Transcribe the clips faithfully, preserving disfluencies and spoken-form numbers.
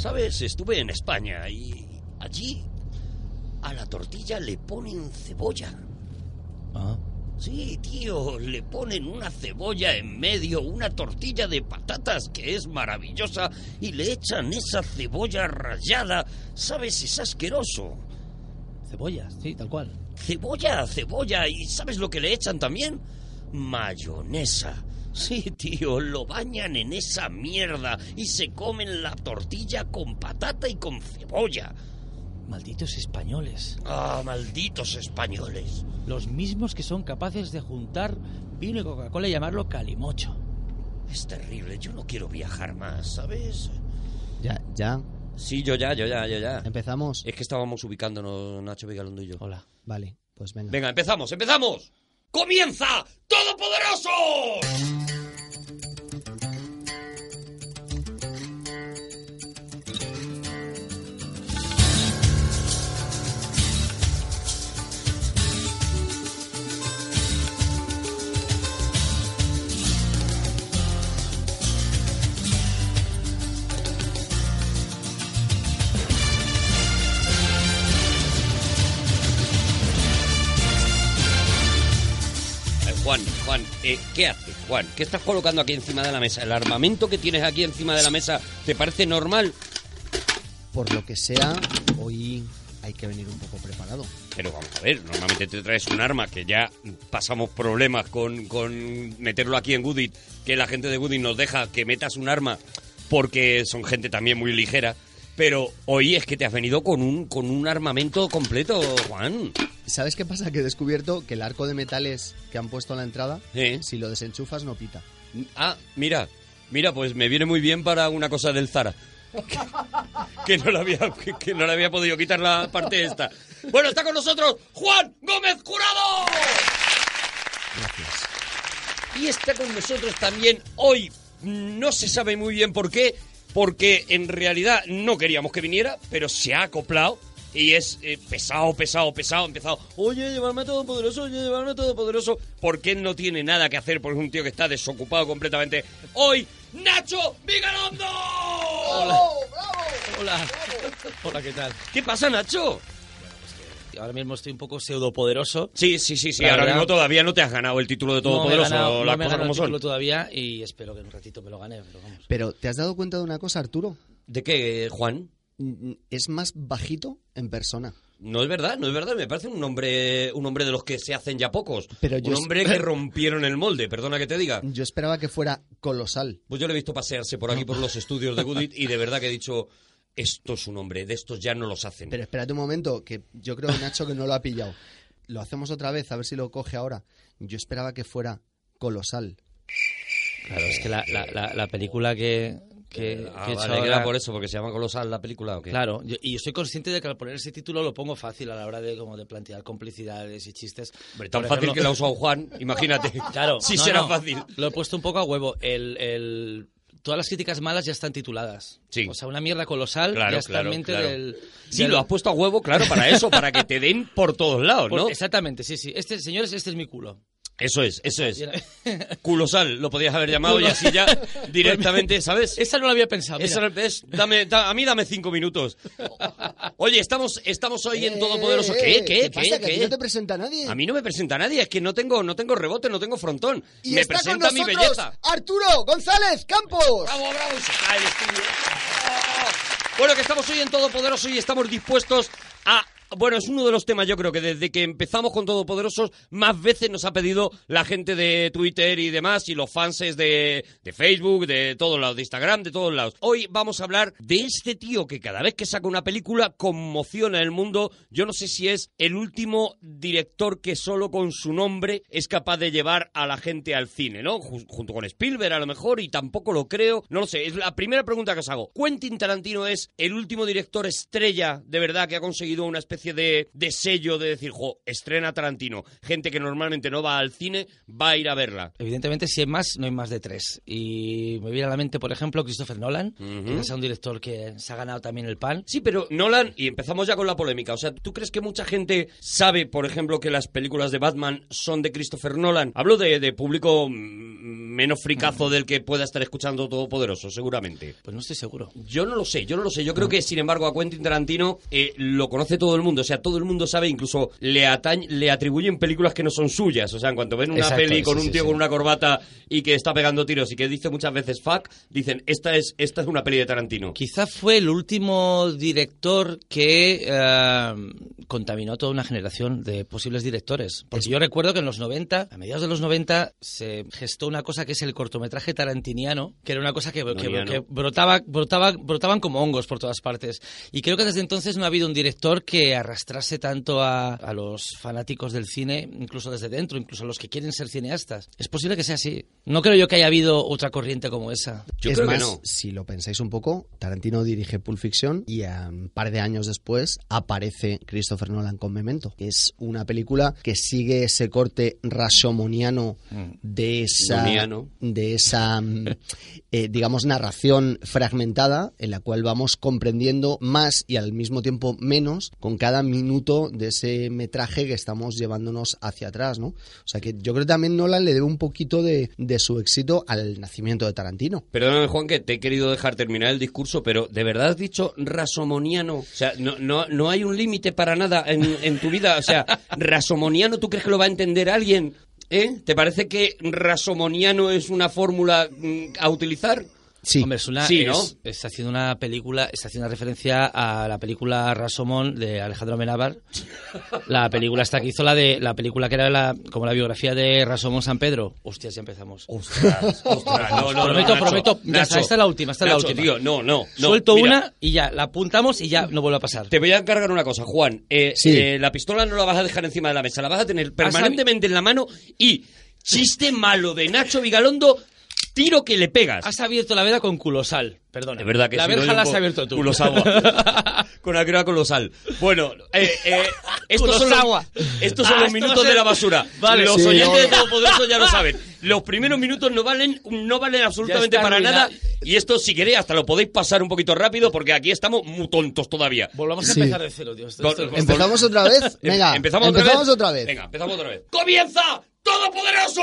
¿Sabes? Estuve en España y allí a la tortilla le ponen cebolla. Ah. Sí, tío, le ponen una cebolla en medio, una tortilla de patatas que es maravillosa y le echan esa cebolla rallada. ¿Sabes? Es asqueroso. Cebolla, sí, tal cual. Cebolla, cebolla. ¿Y sabes lo que le echan también? Mayonesa. Sí, tío, lo bañan en esa mierda y se comen la tortilla con patata y con cebolla. Malditos españoles. Ah, malditos españoles. Los mismos que son capaces de juntar vino y Coca-Cola y llamarlo calimocho. Es terrible, yo no quiero viajar más, ¿sabes? Ya, ya. Sí, yo ya, yo ya, yo ya. ¿Empezamos? Es que estábamos ubicándonos, Nacho Vigalondo y yo. Hola. Vale, pues venga. Venga, empezamos, empezamos. ¡Comienza Todopoderoso! Juan, Juan, eh, ¿qué haces, Juan? ¿Qué estás colocando aquí encima de la mesa? ¿El armamento que tienes aquí encima de la mesa te parece normal? Por lo que sea, hoy hay que venir un poco preparado. Pero vamos a ver, normalmente te traes un arma que ya pasamos problemas con, con meterlo aquí en Goodit, que la gente de Goodit nos deja que metas un arma porque son gente también muy ligera. Pero hoy es que te has venido con un, con un armamento completo, Juan. ¿Sabes qué pasa? Que he descubierto que el arco de metales que han puesto en la entrada, ¿Eh? si lo desenchufas no pita. Ah, mira, mira, pues me viene muy bien para una cosa del Zara. Que, que no le había, que, que no le había podido quitar la parte esta. Bueno, está con nosotros Juan Gómez Jurado. Gracias. Y está con nosotros también hoy, no se sabe muy bien por qué, porque en realidad no queríamos que viniera, pero se ha acoplado y es eh, pesado, pesado, pesado, empezado. Oye, llevarme a Todopoderoso, oye, llevarme a Todopoderoso, porque él no tiene nada que hacer, porque es un tío que está desocupado completamente. Hoy, Nacho Vigalondo. Hola. Hola. Hola, ¿qué tal? ¿Qué pasa, Nacho? Ahora mismo estoy un poco pseudopoderoso. Sí, sí, sí, sí. La Ahora verdad, mismo todavía no te has ganado el título de No me he Todopoderoso, ganado, las no me he cosas ganado como el son. título todavía y espero que en un ratito me lo gane, pero vamos. Pero, ¿te has dado cuenta de una cosa, Arturo? ¿De qué, Juan? Es más bajito en persona. No es verdad, no es verdad. Me parece un hombre, un hombre de los que se hacen ya pocos. Pero yo un es- hombre que rompieron el molde, perdona que te diga. Yo esperaba que fuera colosal. Pues yo le he visto pasearse por aquí, por los estudios de Goodit, y de verdad que he dicho, esto es un hombre, de estos ya no los hacen. Pero espérate un momento, que yo creo, Nacho, que no lo ha pillado. Lo hacemos otra vez, a ver si lo coge ahora. Yo esperaba que fuera colosal. Claro, es que la, la, la, la película que, que, Ah, que he hecho vale, que ahora... era por eso, porque se llama Colosal la película, ¿o qué? Claro, yo- y yo soy consciente de que al poner ese título lo pongo fácil a la hora de como de plantear complicidades y chistes. Hombre, tan Por fácil ejemplo- que lo ha usado Juan, imagínate. Claro, sí no, será no, fácil. Lo he puesto un poco a huevo. El, el, todas las críticas malas ya están tituladas. Sí. O sea, una mierda colosal Claro, ya está claro, en mente claro. del... Sí, del- lo has puesto a huevo, claro, para eso, para que te den por todos lados, Pues ¿no? exactamente, sí, sí. Este, señores, este es mi culo. Eso es, eso es. Y- Culosal, lo podías haber llamado y así ya directamente, ¿sabes? Esa no la había pensado. mira. Esa es, dame, da- a mí dame cinco minutos. Oye, estamos, estamos hoy en Todopoderoso. Eh, ¿Qué, eh, qué, ¿Qué pasa? qué, Que a ti qué? no te presenta nadie. A mí no me presenta nadie, es que no tengo, no tengo rebote, no tengo frontón. Y me está presenta con mi nosotros belleza. Arturo González Campos. ¡Bravo, bravo! Y se cae el estudio. ¡Oh! Bueno, que estamos hoy en Todopoderoso y estamos dispuestos a... Bueno, es uno de los temas, yo creo que desde que empezamos con Todopoderosos, más veces nos ha pedido la gente de Twitter y demás, y los fans de, de Facebook, de todos lados, de Instagram, de todos lados. Hoy vamos a hablar de este tío que cada vez que saca una película conmociona el mundo. Yo no sé si es el último director que solo con su nombre es capaz de llevar a la gente al cine, ¿no? Ju- junto con Spielberg a lo mejor, y tampoco lo creo. No lo sé, es la primera pregunta que os hago. ¿Quentin Tarantino es el último director estrella de verdad que ha conseguido una especie de, de sello de decir, jo, estrena Tarantino? Gente que normalmente no va al cine va a ir a verla. Evidentemente, si hay más, no hay más de tres. Y me viene a la mente, por ejemplo, Christopher Nolan, Ujú. que es un director que se ha ganado también el pan. Sí, pero Nolan, y empezamos ya con la polémica, o sea, ¿tú crees que mucha gente sabe, por ejemplo, que las películas de Batman son de Christopher Nolan? Hablo de, de público mm, menos fricazo del que pueda estar escuchando Todopoderoso, seguramente. Pues no estoy seguro. Yo no lo sé, yo no lo sé. Yo creo que, sin embargo, a Quentin Tarantino eh, lo conoce todo el mundo. O sea, todo el mundo sabe, incluso le, atañ- le atribuyen películas que no son suyas. O sea, en cuanto ven una Exacto, peli con sí, un sí, tío sí. con una corbata y que está pegando tiros y que dice muchas veces fuck, dicen, esta es, esta es una peli de Tarantino. Quizá fue el último director que eh, contaminó toda una generación de posibles directores. Porque yo recuerdo que en los noventa, a mediados de los noventa, se gestó una cosa que es el cortometraje tarantiniano, que era una cosa que, que, Noniano. que brotaba, brotaba, brotaban como hongos por todas partes. Y creo que desde entonces no ha habido un director que arrastrase tanto a, a los fanáticos del cine, incluso desde dentro, incluso a los que quieren ser cineastas. Es posible que sea así. No creo yo que haya habido otra corriente como esa. Yo es creo más, que no. si lo pensáis un poco, Tarantino dirige Pulp Fiction y a un par de años después aparece Christopher Nolan con Memento, que es una película que sigue ese corte rashomoniano de esa, Noniano. de esa mm, eh, digamos, narración fragmentada en la cual vamos comprendiendo más y al mismo tiempo menos con cada minuto de ese metraje que estamos llevándonos hacia atrás, ¿no? O sea que yo creo que también Nolan le debe un poquito de, de su éxito al nacimiento de Tarantino. Perdóname, Juan, que te he querido dejar terminar el discurso, pero ¿de verdad has dicho rasomoniano? O sea, no, no, no hay un límite para nada en, en tu vida. O sea, rasomoniano, ¿tú crees que lo va a entender alguien? ¿Eh? ¿Te parece que rasomoniano es una fórmula mm, a utilizar? Sí. Hombre, es una, Sí, es- ¿no? está haciendo una película, está haciendo una referencia a la película Rashomon de Alejandro Amenábar. La película esta que hizo la de la película que era la, como la biografía de Rashomon San Pedro. Hostias, ya empezamos. Ostras, ostras, no, no, Prometo, no, Nacho, prometo. Ya está, Nacho, esta es la última, esta es la Nacho, última. tío, no, no, no. Suelto Mira, una y ya, la apuntamos y ya no vuelve a pasar. Te voy a encargar una cosa, Juan. Eh, Sí. eh, la pistola no la vas a dejar encima de la mesa, la vas a tener permanentemente en la mano y chiste malo de Nacho Vigalondo, tiro que le pegas. Has abierto la veda con culosal. Perdón. Es verdad que la sí, verja doy la un has po- abierto tú. Culosagua. Con acrea colosal. Bueno, eh, eh, estos, son los, Culosagua. estos son Ah, los esto minutos va a ser- de la basura. Vale. Los Sí, oyentes de no. Todopoderoso ya lo saben. Los primeros minutos no valen, no valen absolutamente Ya está para arruinado. nada. Y esto, si queréis, hasta lo podéis pasar un poquito rápido porque aquí estamos muy tontos todavía. Volvamos a Sí. empezar de cero, tío. Esto- Con- esto- con- ¿Empezamos otra vez? Em- Venga, ¿empezamos, otra, empezamos vez? otra vez. Venga, empezamos otra vez. ¡Comienza Todopoderoso!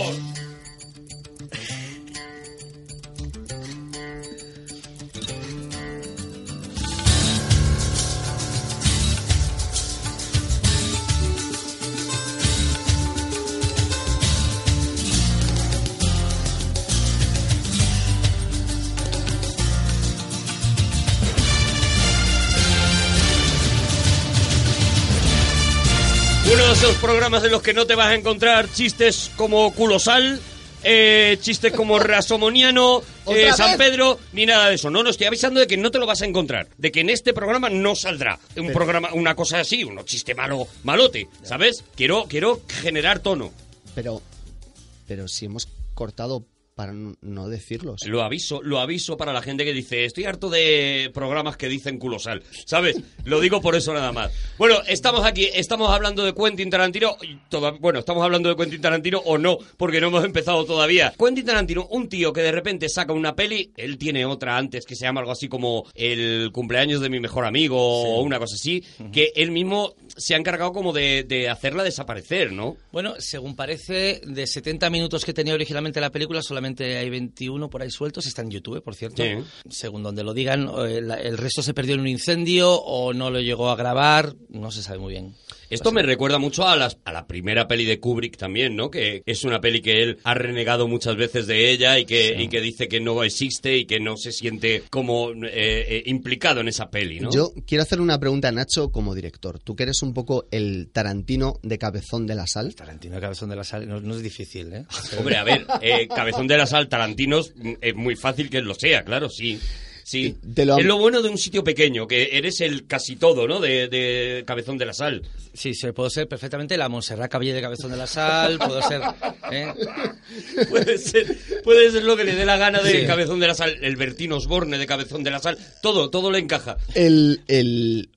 Uno de esos programas en los que no te vas a encontrar chistes como Culosal, eh, chistes como Rasomoniano, eh, ¿Otra San vez? Pedro, ni nada de eso. No, no, estoy avisando de que no te lo vas a encontrar. De que en este programa no saldrá un programa, una cosa así, un chiste malo, malote, ¿sabes? Quiero, quiero generar tono. Pero, pero si hemos cortado para no no decirlos. Lo aviso, lo aviso para la gente que dice, estoy harto de programas que dicen culosal, ¿sabes? Lo digo por eso nada más. Bueno, estamos aquí, estamos hablando de Quentin Tarantino, y toda- bueno, estamos hablando de Quentin Tarantino o no, porque no hemos empezado todavía. Quentin Tarantino, un tío que de repente saca una peli, él tiene otra antes que se llama algo así como El cumpleaños de mi mejor amigo o una cosa así, que él mismo se ha encargado como de, de hacerla desaparecer, ¿no? Bueno, según parece, de setenta minutos que tenía originalmente la película, solamente hay veintiuno por ahí sueltos. Está en YouTube, por cierto. Sí. Según donde lo digan, eh, la- el resto se perdió en un incendio o no lo llegó a grabar. No se sabe muy bien. Esto me recuerda mucho a, las, a la primera peli de Kubrick también, ¿no? Que es una peli que él ha renegado muchas veces de ella y que, y que dice que no existe y que no se siente como eh, eh, implicado en esa peli, ¿no? Yo quiero hacer una pregunta a Nacho como director. Tú que eres un poco el Tarantino de Cabezón de la Sal. Tarantino de Cabezón de la Sal no, no es difícil, ¿eh? Hombre, a ver, eh, Cabezón de la Sal, Tarantinos, mm, es muy fácil que lo sea, claro, sí. Sí, Te lo- es lo bueno de un sitio pequeño, que eres el casi todo, ¿no? De, de Cabezón de la Sal. Sí, sí, puedo ser perfectamente la Montserrat Caballé de Cabezón de la Sal, puedo ser... ¿eh? Puede ser, puede ser lo que le dé la gana de Sí. Cabezón de la Sal, el Bertín Osborne de Cabezón de la Sal, todo, todo le encaja. El, el,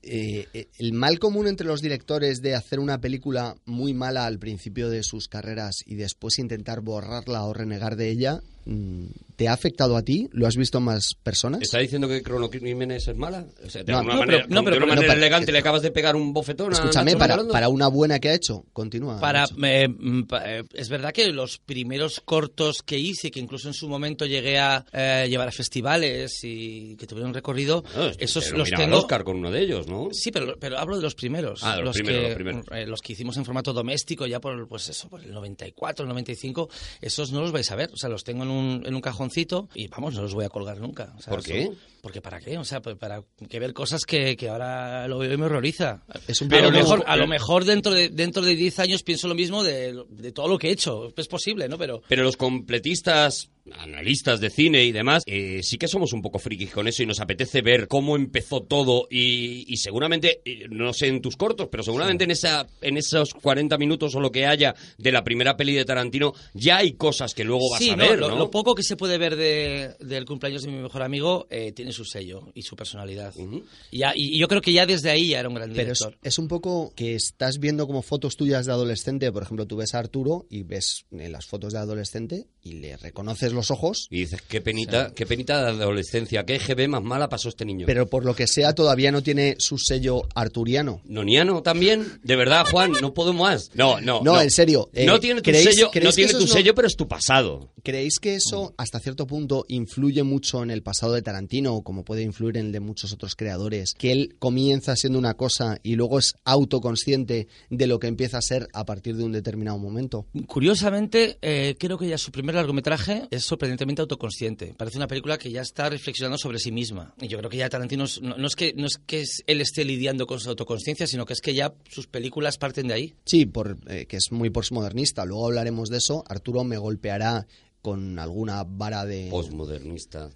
eh, el mal común entre los directores de hacer una película muy mala al principio de sus carreras y después intentar borrarla o renegar de ella, ¿te ha afectado a ti? ¿Lo has visto en más personas? ¿Está diciendo que Cronocrímenes es mala? O sea, de No, alguna no, manera, pero- no, pero- de una pero- manera no, para- elegante le acabas de pegar un bofetón a Escúchame, Nacho para, Vigalondo. para una buena que ha hecho, continúa. Para, Nacho. eh, mm, pa- eh, es verdad que los primeros cortos que hice, que incluso en su momento llegué a eh, llevar a festivales y que tuvieron un recorrido, No, es- esos pero los mira, al tengo. Oscar con uno de ellos, ¿no? Sí, pero, pero hablo de los primeros. Ah, de los primeros, que, los primeros. eh, los que hicimos en formato doméstico ya por, pues eso, por el noventa y cuatro, el noventa y cinco, esos no los vais a ver. O sea, los tengo en un, en un cajoncito y vamos, no los voy a colgar nunca. O sea, ¿Por qué? eso- porque ¿para qué? O sea, pues para que ver cosas que, que ahora lo veo y me horroriza. Es un a, lo poco- mejor, a lo mejor dentro de dentro de diez años pienso lo mismo de, de todo lo que he hecho. Es posible, ¿no? Pero Pero los completistas, analistas de cine y demás, eh, sí que somos un poco frikis con eso y nos apetece ver cómo empezó todo y, y seguramente, eh, no sé en tus cortos, pero seguramente en esa en esos cuarenta minutos o lo que haya de la primera peli de Tarantino ya hay cosas que luego vas sí, a no, ver, lo, ¿no? lo poco que se puede ver de, del cumpleaños de mi mejor amigo eh, tiene su sello y su personalidad. Ujú. y, ya- y yo creo que ya desde ahí ya era un gran Pero es, director. es un poco que estás viendo como fotos tuyas de adolescente, por ejemplo, tú ves a Arturo y ves eh, las fotos de adolescente y le reconoces los ojos, Y dices, qué penita, qué penita de adolescencia, qué E G B más mala pasó este niño. pero por lo que sea todavía no tiene su sello arturiano. ¿Noniano también? De verdad, Juan, no puedo más. No, no. No, en serio, eh, no tiene tu ¿creéis- sello, creéis no que tiene eso tu es no- sello, pero es tu pasado. ¿Creéis que eso, hasta cierto punto, influye mucho en el pasado de Tarantino, como puede influir en el de muchos otros creadores? Que él comienza siendo una cosa y luego es autoconsciente de lo que empieza a ser a partir de un determinado momento. Curiosamente, eh, creo que ya su primer largometraje es sorprendentemente autoconsciente. Parece una película que ya está reflexionando sobre sí misma. Y yo creo que ya Tarantino es- no, no es que no es que es- él esté lidiando con su autoconsciencia, sino que es que ya sus películas parten de ahí. Sí, por, eh, que es muy postmodernista. Luego hablaremos de eso. Arturo me golpeará con alguna vara de... Postmodernista.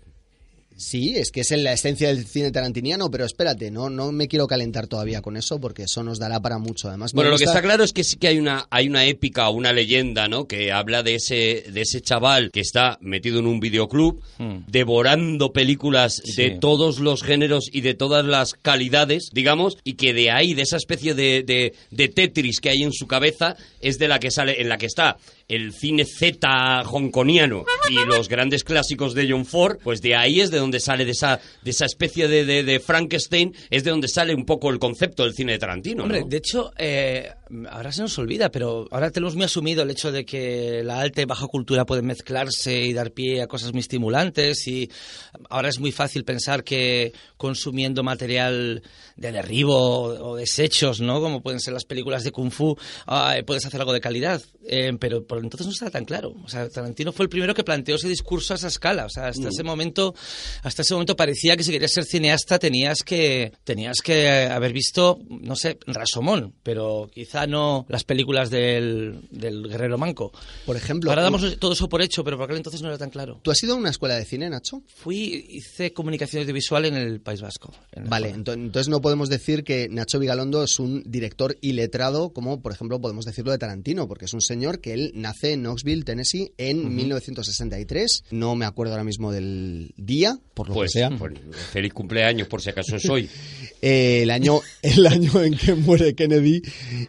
Sí, es que es en la esencia del cine tarantiniano, pero espérate, no, no me quiero calentar todavía con eso porque eso nos dará para mucho. Además, me Bueno, lo que gusta- está claro es que sí que hay una hay una épica, una leyenda, ¿no? Que habla de ese de ese chaval que está metido en un videoclub, Hmm. devorando películas Sí. de todos los géneros y de todas las calidades, digamos, y que de ahí, de esa especie de, de, de Tetris que hay en su cabeza, es de la que sale, en la que está el cine Z hongkoniano y los grandes clásicos de John Ford, pues de ahí es de donde sale, de esa de esa especie de, de, de Frankenstein, es de donde sale un poco el concepto del cine de Tarantino, Hombre, ¿no? de hecho, eh, ahora se nos olvida, pero ahora tenemos muy asumido el hecho de que la alta y baja cultura pueden mezclarse y dar pie a cosas muy estimulantes, y ahora es muy fácil pensar que consumiendo material de derribo o desechos, ¿no? Como pueden ser las películas de Kung Fu, ah, puedes hacer algo de calidad. Eh, pero por entonces no estaba tan claro. O sea, Tarantino fue el primero que planteó ese discurso a esa escala. O sea, hasta Mm. ese momento, hasta ese momento parecía que si querías ser cineasta tenías que tenías que haber visto, no sé, Rashomon, pero quizá no las películas del, del Guerrero Manco. Por ejemplo, Ahora un- damos todo eso por hecho, pero por aquel entonces no era tan claro. ¿tú has ido a una escuela de cine, Nacho? Fui, hice comunicación audiovisual en el País Vasco. en la Vale, escuela. ento- entonces no podemos decir que Nacho Vigalondo es un director iletrado, como por ejemplo podemos decirlo de Tarantino, porque es un señor que él nace en Knoxville, Tennessee, en mil novecientos sesenta y tres. No me acuerdo ahora mismo del día, por lo Pues, que sea. pues, feliz cumpleaños, por si acaso es hoy. Eh, el año el año en que muere Kennedy,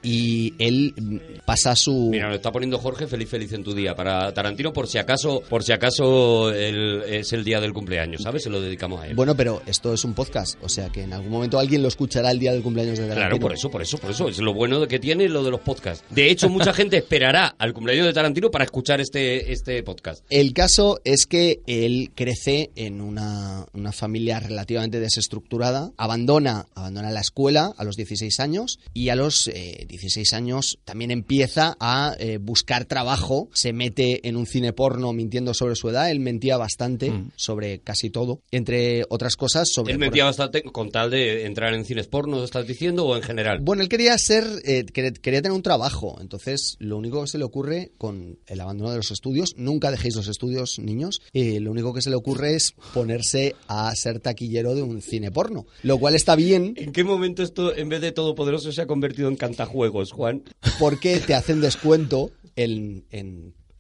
y él mm, pasa su... Mira, lo está poniendo Jorge, feliz feliz en tu día. Para Tarantino, por si acaso, por si acaso el- es el día del cumpleaños, ¿sabes? Se lo dedicamos a él. Bueno, pero esto es un podcast, o sea que en algún momento alguien lo escuchará el día del cumpleaños de Tarantino. Claro, por eso, por eso, por eso. Es lo bueno de que tiene lo de los podcasts. De hecho, mucha gente esperará al cumpleaños de Tarantino para escuchar este, este podcast. El caso es que él crece en una, una familia relativamente desestructurada, abandona, abandona la escuela a los dieciséis años y a los eh, dieciséis años también empieza a eh, buscar trabajo, se mete en un cine porno mintiendo sobre su edad, él mentía bastante Mm. sobre casi todo, entre otras cosas sobre... Él mentía bastante con tal de entrar en cines porno, ¿estás diciendo? ¿O en general? Bueno, él quería ser, eh, quería, quería tener un trabajo, entonces lo único que se le ocurre con el abandono de los estudios, nunca dejéis los estudios, niños, eh, lo único que se le ocurre es ponerse a ser taquillero de un cine porno, lo cual está bien ¿En qué momento esto, en vez de todopoderoso, se ha convertido en cantajuegos, Juan? porque te hacen descuento en, en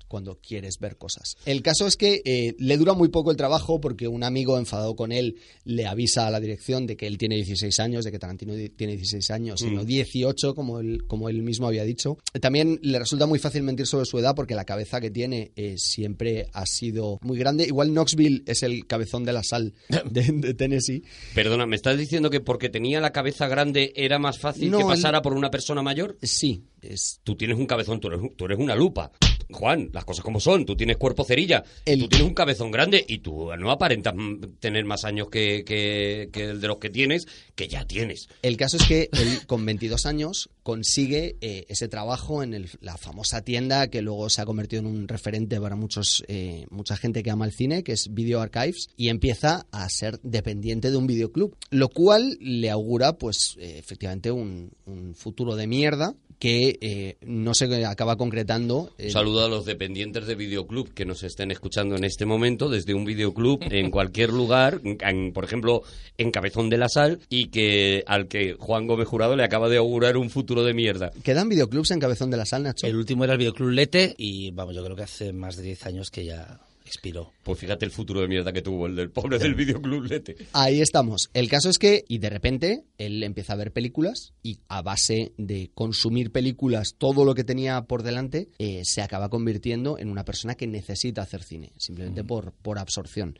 cuando quieres ver cosas. El caso es que eh, le dura muy poco el trabajo porque un amigo enfadado con él le avisa a la dirección de que él tiene dieciséis años, de que Tarantino tiene dieciséis años, sino dieciocho, como él, como él mismo había dicho. También le resulta muy fácil mentir sobre su edad porque la cabeza que tiene eh, siempre ha sido muy grande. Igual Knoxville es el cabezón de la sal de, de Tennessee. Perdona, ¿me estás diciendo que porque tenía la cabeza grande era más fácil No, que pasara él- por una persona mayor? Sí, es... Tú tienes un cabezón, tú eres, tú eres una lupa. Juan, las cosas como son. Tú tienes cuerpo cerilla, El- tú tienes un cabezón grande y tú no aparentas mm, tener más años que, que, que el de los que tienes, que ya tienes. El caso es que él con veintidós años consigue eh, ese trabajo en el- la famosa tienda que luego se ha convertido en un referente para muchos eh, mucha gente que ama el cine, que es Video Archives, y empieza a ser dependiente de un videoclub, lo cual le augura pues eh, efectivamente un, un futuro de mierda que eh, no se acaba concretando. eh, Un saludo a los dependientes de videoclub que nos estén escuchando en este momento desde un videoclub en cualquier lugar, en- por ejemplo en Cabezón de la Sal, y que al que Juan Gómez Jurado le acaba de augurar un futuro de mierda. ¿Quedan videoclubs en Cabezón de la Sal, Nacho? El último era el Videoclub Lete y, vamos, yo creo que hace más de diez años que ya expiró. Pues fíjate el futuro de mierda que tuvo el del pobre del videoclub Lete. Ahí estamos. El caso es que, y de repente, él empieza a ver películas y a base de consumir películas, todo lo que tenía por delante, eh, se acaba convirtiendo en una persona que necesita hacer cine, simplemente por, por absorción.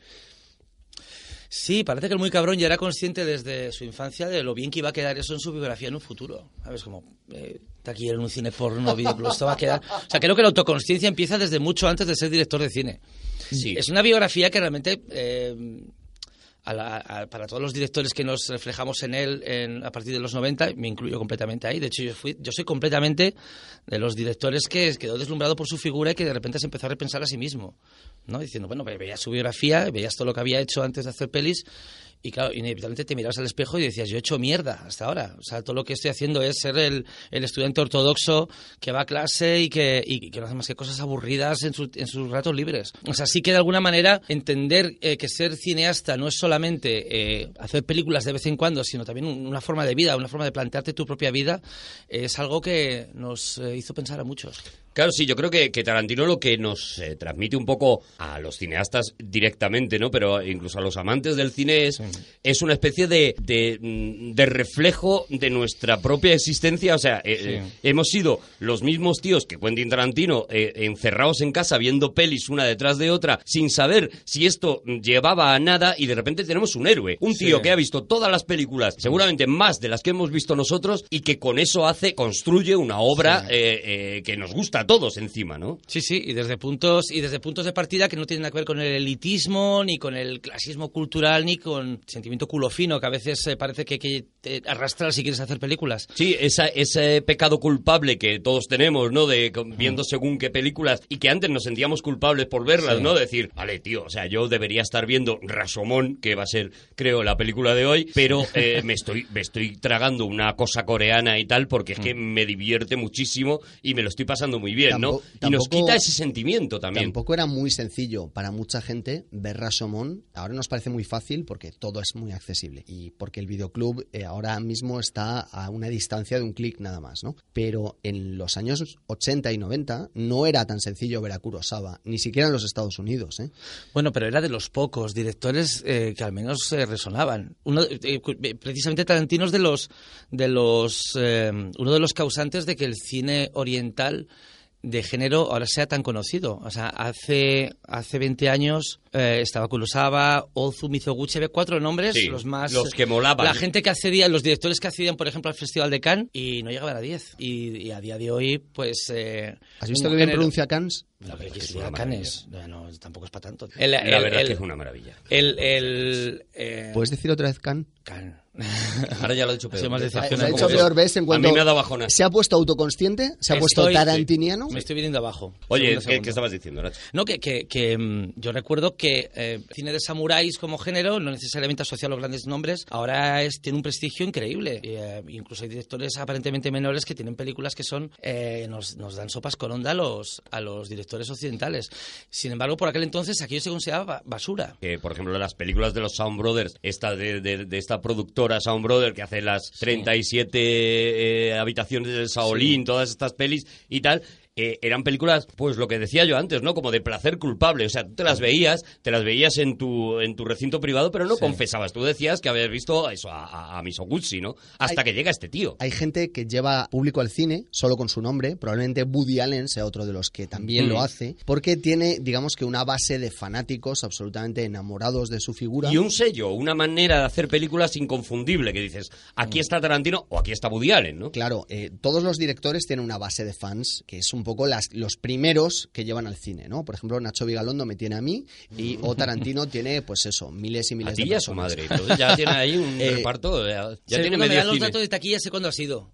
Sí, parece que el muy cabrón ya era consciente desde su infancia de lo bien que iba a quedar eso en su biografía en un futuro. ¿Sabes? Como, eh, taquillero en un cine porno, videoclub, esto va a quedar... O sea, creo que la autoconsciencia empieza desde mucho antes de ser director de cine. Sí. Es una biografía que realmente... Eh, a la- a- para todos los directores que nos reflejamos en él en- a partir de los noventa, me incluyo completamente ahí. De hecho, yo, fui, yo soy completamente de los directores que quedó deslumbrado por su figura y que de repente se empezó a repensar a sí mismo, ¿no? Diciendo, bueno, ve- veías su biografía, veías todo lo que había hecho antes de hacer pelis y, claro, inevitablemente te mirabas al espejo y decías, yo he hecho mierda hasta ahora. O sea, todo lo que estoy haciendo es ser el, el estudiante ortodoxo que va a clase y que, y que no hace más que cosas aburridas en, su- en sus ratos libres. O sea, sí que de alguna manera entender eh, que ser cineasta no es solamente eh, hacer películas de vez en cuando, sino también un- una forma de vida, una forma de plantearte tu propia vida, eh, es algo que nos eh, hizo pensar a muchos. Claro, sí, yo creo que, que Tarantino lo que nos eh, transmite un poco a los cineastas directamente, ¿no? Pero incluso a los amantes del cine es, es una especie de, de, mm, de reflejo de nuestra propia existencia. O sea, eh, eh, hemos sido los mismos tíos que Quentin Tarantino eh, encerrados en casa viendo pelis una detrás de otra sin saber si esto llevaba a nada y de repente tenemos un héroe. Un tío Sí. que ha visto todas las películas, seguramente más de las que hemos visto nosotros y que con eso hace, construye una obra eh, eh, que nos gusta a todos encima, ¿no? Sí, sí, y desde puntos y desde puntos de partida que no tienen nada que ver con el elitismo, ni con el clasismo cultural, ni con sentimiento culo fino, que a veces eh, parece que hay que te arrastrar si quieres hacer películas. Sí, esa, ese pecado culpable que todos tenemos, ¿no? De con- viendo según qué películas y que antes nos sentíamos culpables por verlas, Sí. ¿no? Decir, vale, tío, o sea, yo debería estar viendo Rashomon, que va a ser, creo, la película de hoy, pero eh, me estoy me estoy tragando una cosa coreana y tal porque es que me divierte muchísimo y me lo estoy pasando muy bien, ¿no? Tampo- Y nos tampoco- quita ese sentimiento también. Tampoco era muy sencillo para mucha gente ver Rashomon. Ahora nos parece muy fácil porque todo es muy accesible y porque el videoclub eh, ahora mismo está a una distancia de un clic nada más, ¿no? Pero en los años ochenta y noventa no era tan sencillo ver a Kurosawa, ni siquiera en los Estados Unidos, ¿eh? Bueno, pero era de los pocos directores eh, que al menos eh, resonaban. Uno, eh, cu- eh, precisamente Tarantino es de los, de los, eh, uno de los causantes de que el cine oriental de género ahora sea tan conocido. O sea, hace, hace veinte años eh, estaba Kurosawa, Ozu, Mizoguchi, había cuatro nombres, Sí, los más... los que molaban. La gente que accedía, los directores que accedían, por ejemplo, al Festival de Cannes y no llegaban a diez. Y, y a día de hoy, pues... Eh, ¿Has visto un que bien género- pronuncia Cannes? Lo que verdad que es quisiera una Cannes. No, no, tampoco es para tanto. El, La el- verdad el- que es una maravilla. el, el, eh, ¿Puedes decir otra vez Cannes? Can. Ahora ya lo he dicho Ha sido peor. más ¿Ves? Se decepcionante. ha ¿Cómo hecho ves? peor, ¿ves? En A cuanto mí me ha dado bajona. se ha puesto autoconsciente, se ha puesto Estoy- tarantiniano. Me estoy viniendo abajo. Oye, Segundo, ¿qué, segundo. qué estabas diciendo, Nacho? No, que, que, que mm, yo recuerdo que eh, cine de samuráis como género, no necesariamente asociado a los grandes nombres, ahora es, tiene un prestigio increíble. Y, eh, incluso hay directores aparentemente menores que tienen películas que son eh, nos, nos dan sopas con onda a los, a los directores occidentales. Sin embargo, por aquel entonces aquello se consideraba basura. Que, por ejemplo, las películas de los Sound Brothers, esta de, de- de esta productora Sound Brothers que hace las treinta y siete eh, habitaciones del Shaolin, todas estas pelis y tal, eh, eran películas, pues lo que decía yo antes, ¿no? Como de placer culpable. O sea, tú te las veías, te las veías en tu en tu recinto privado, pero no sí. confesabas. Tú decías que habías visto eso a, a, a Misoguchi, ¿no? Hasta hay, que llega este tío. Hay gente que lleva público al cine solo con su nombre. Probablemente Woody Allen sea otro de los que también mm. lo hace, porque tiene, digamos que una base de fanáticos absolutamente enamorados de su figura. Y un sello, una manera de hacer películas inconfundible, que dices, aquí mm. está Tarantino o aquí está Woody Allen, ¿no? Claro, eh, todos los directores tienen una base de fans, que es un poco las, los primeros que llevan al cine, ¿no? Por ejemplo, Nacho Vigalondo me tiene a mí, y o Tarantino tiene, pues eso, miles y miles a ti de ya personas. Su madre, entonces ya tiene ahí un eh, reparto, ya, ya sí, tiene medio medio los cine. datos de taquilla, sé cuándo ha sido.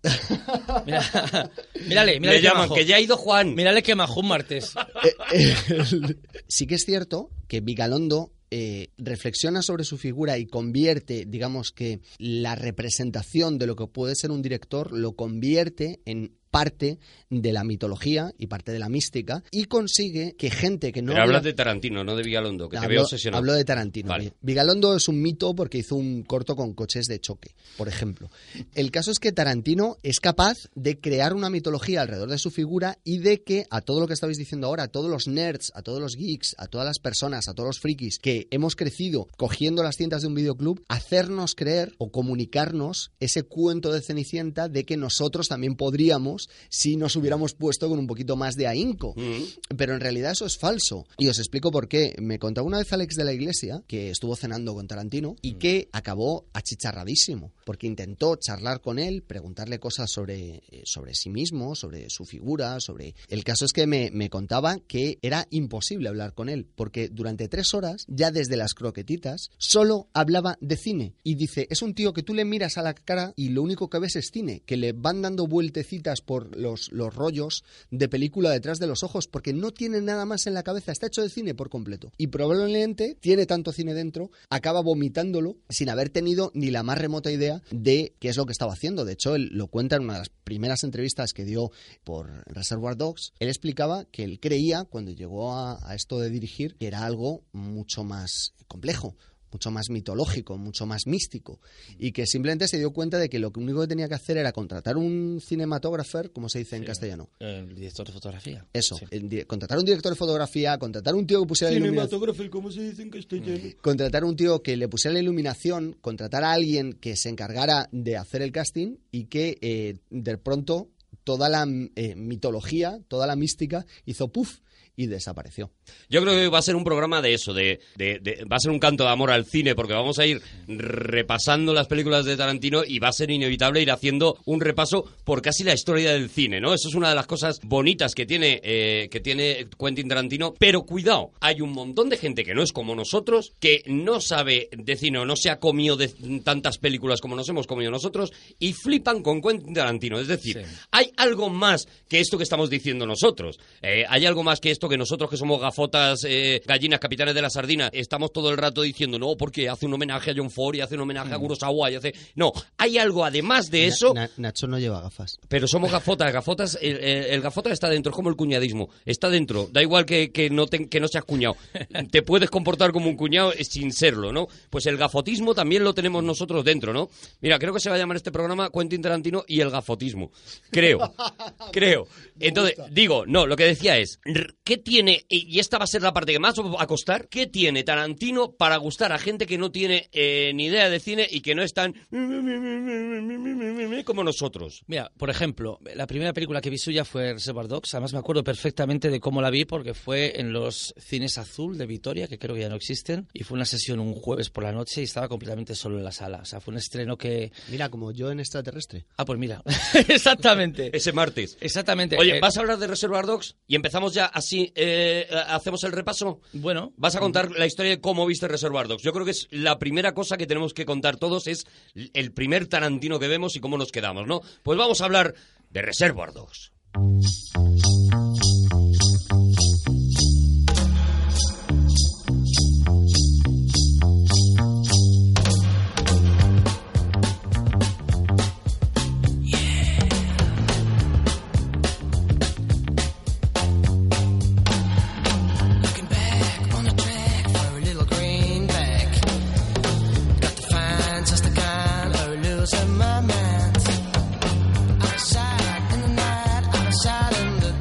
Mira, mírale, mírale. Le llaman, que ya ha ido Juan. Mírale que majó un martes. Eh, eh, sí que es cierto que Vigalondo Eh, reflexiona sobre su figura y convierte, digamos que la representación de lo que puede ser un director, lo convierte en parte de la mitología y parte de la mística, y consigue que gente que no... Pero hablas de Tarantino, no de Vigalondo, que hablo, te veo obsesionado. Hablo de Tarantino. Vale. Vigalondo es un mito porque hizo un corto con coches de choque, por ejemplo. El caso es que Tarantino es capaz de crear una mitología alrededor de su figura y de que a todo lo que estabais diciendo ahora, a todos los nerds, a todos los geeks, a todas las personas, a todos los frikis que hemos crecido cogiendo las cintas de un videoclub, hacernos creer o comunicarnos ese cuento de Cenicienta de que nosotros también podríamos si nos hubiéramos puesto con un poquito más de ahínco. Mm. Pero en realidad eso es falso. Y os explico por qué. Me contaba una vez Alex de la Iglesia, que estuvo cenando con Tarantino y mm. que acabó achicharradísimo, porque intentó charlar con él, preguntarle cosas sobre, sobre sí mismo, sobre su figura, sobre... El caso es que me, me contaba que era imposible hablar con él, porque durante tres horas, ya desde las croquetitas, solo hablaba de cine. Y dice, es un tío que tú le miras a la cara y lo único que ves es cine, que le van dando vueltecitas por los, los rollos de película detrás de los ojos, porque no tiene nada más en la cabeza, está hecho de cine por completo. Y probablemente tiene tanto cine dentro, acaba vomitándolo sin haber tenido ni la más remota idea de qué es lo que estaba haciendo. De hecho, él lo cuenta en una de las primeras entrevistas que dio por Reservoir Dogs. Él explicaba que él creía, cuando llegó a, a esto de dirigir, que era algo mucho más complejo, mucho más mitológico, mucho más místico, y que simplemente se dio cuenta de que lo único que tenía que hacer era contratar un cinematógrafo, como se dice en sí, castellano. El director de fotografía. Eso, sí. el, contratar un director de fotografía, contratar un tío que pusiera la iluminación. Cinematógrafo, ¿cómo se dice en castellano? Contratar un tío que le pusiera la iluminación, contratar a alguien que se encargara de hacer el casting y que eh, de pronto toda la eh, mitología, toda la mística hizo puff y desapareció. Yo creo que va a ser un programa de eso, de, de, de va a ser un canto de amor al cine, porque vamos a ir repasando las películas de Tarantino y va a ser inevitable ir haciendo un repaso por casi la historia del cine, ¿no? Eso es una de las cosas bonitas que tiene, eh, que tiene Quentin Tarantino, pero cuidado, hay un montón de gente que no es como nosotros, que no sabe de cine o no se ha comido de tantas películas como nos hemos comido nosotros y flipan con Quentin Tarantino. Es decir, sí. hay algo más que esto que estamos diciendo nosotros. Eh, hay algo más que esto que nosotros que somos gafotas, eh, gallinas, capitanes de la sardina, estamos todo el rato diciendo, no, porque hace un homenaje a John Ford y hace un homenaje mm. a Kurosawa y hace... No, hay algo además de eso... Na, Nacho no lleva gafas. Pero somos gafotas, gafotas, el, el, el gafota está dentro, es como el cuñadismo, está dentro, da igual que, que, no, te, que no seas cuñado, te puedes comportar como un cuñado sin serlo, ¿no? Pues el gafotismo también lo tenemos nosotros dentro, ¿no? Mira, creo que se va a llamar este programa Quentin Tarantino y el gafotismo, creo, creo. Entonces, digo, no, lo que decía es, ¿qué tiene, y esta va a ser la parte que más va a costar, qué tiene Tarantino para gustar a gente que no tiene eh, ni idea de cine y que no es tan como nosotros? Mira, por ejemplo, la primera película que vi suya fue Reservoir Dogs. Además me acuerdo perfectamente de cómo la vi porque fue en los cines Azul de Vitoria, que creo que ya no existen, y fue una sesión un jueves por la noche y estaba completamente solo en la sala. O sea, fue un estreno que... Mira, como yo en Extraterrestre. Ah, pues mira, exactamente. Ese martes. Exactamente. Oye, eh... ¿vas a hablar de Reservoir Dogs? Y empezamos ya así, eh, hacemos el repaso. Bueno. Vas a contar la historia de cómo viste Reservoir Dogs. Yo creo que es la primera cosa que tenemos que contar todos, es el primer Tarantino que vemos y cómo nos quedamos, ¿no? Pues vamos a hablar de Reservoir Dogs. My man, outside in the night, outside in the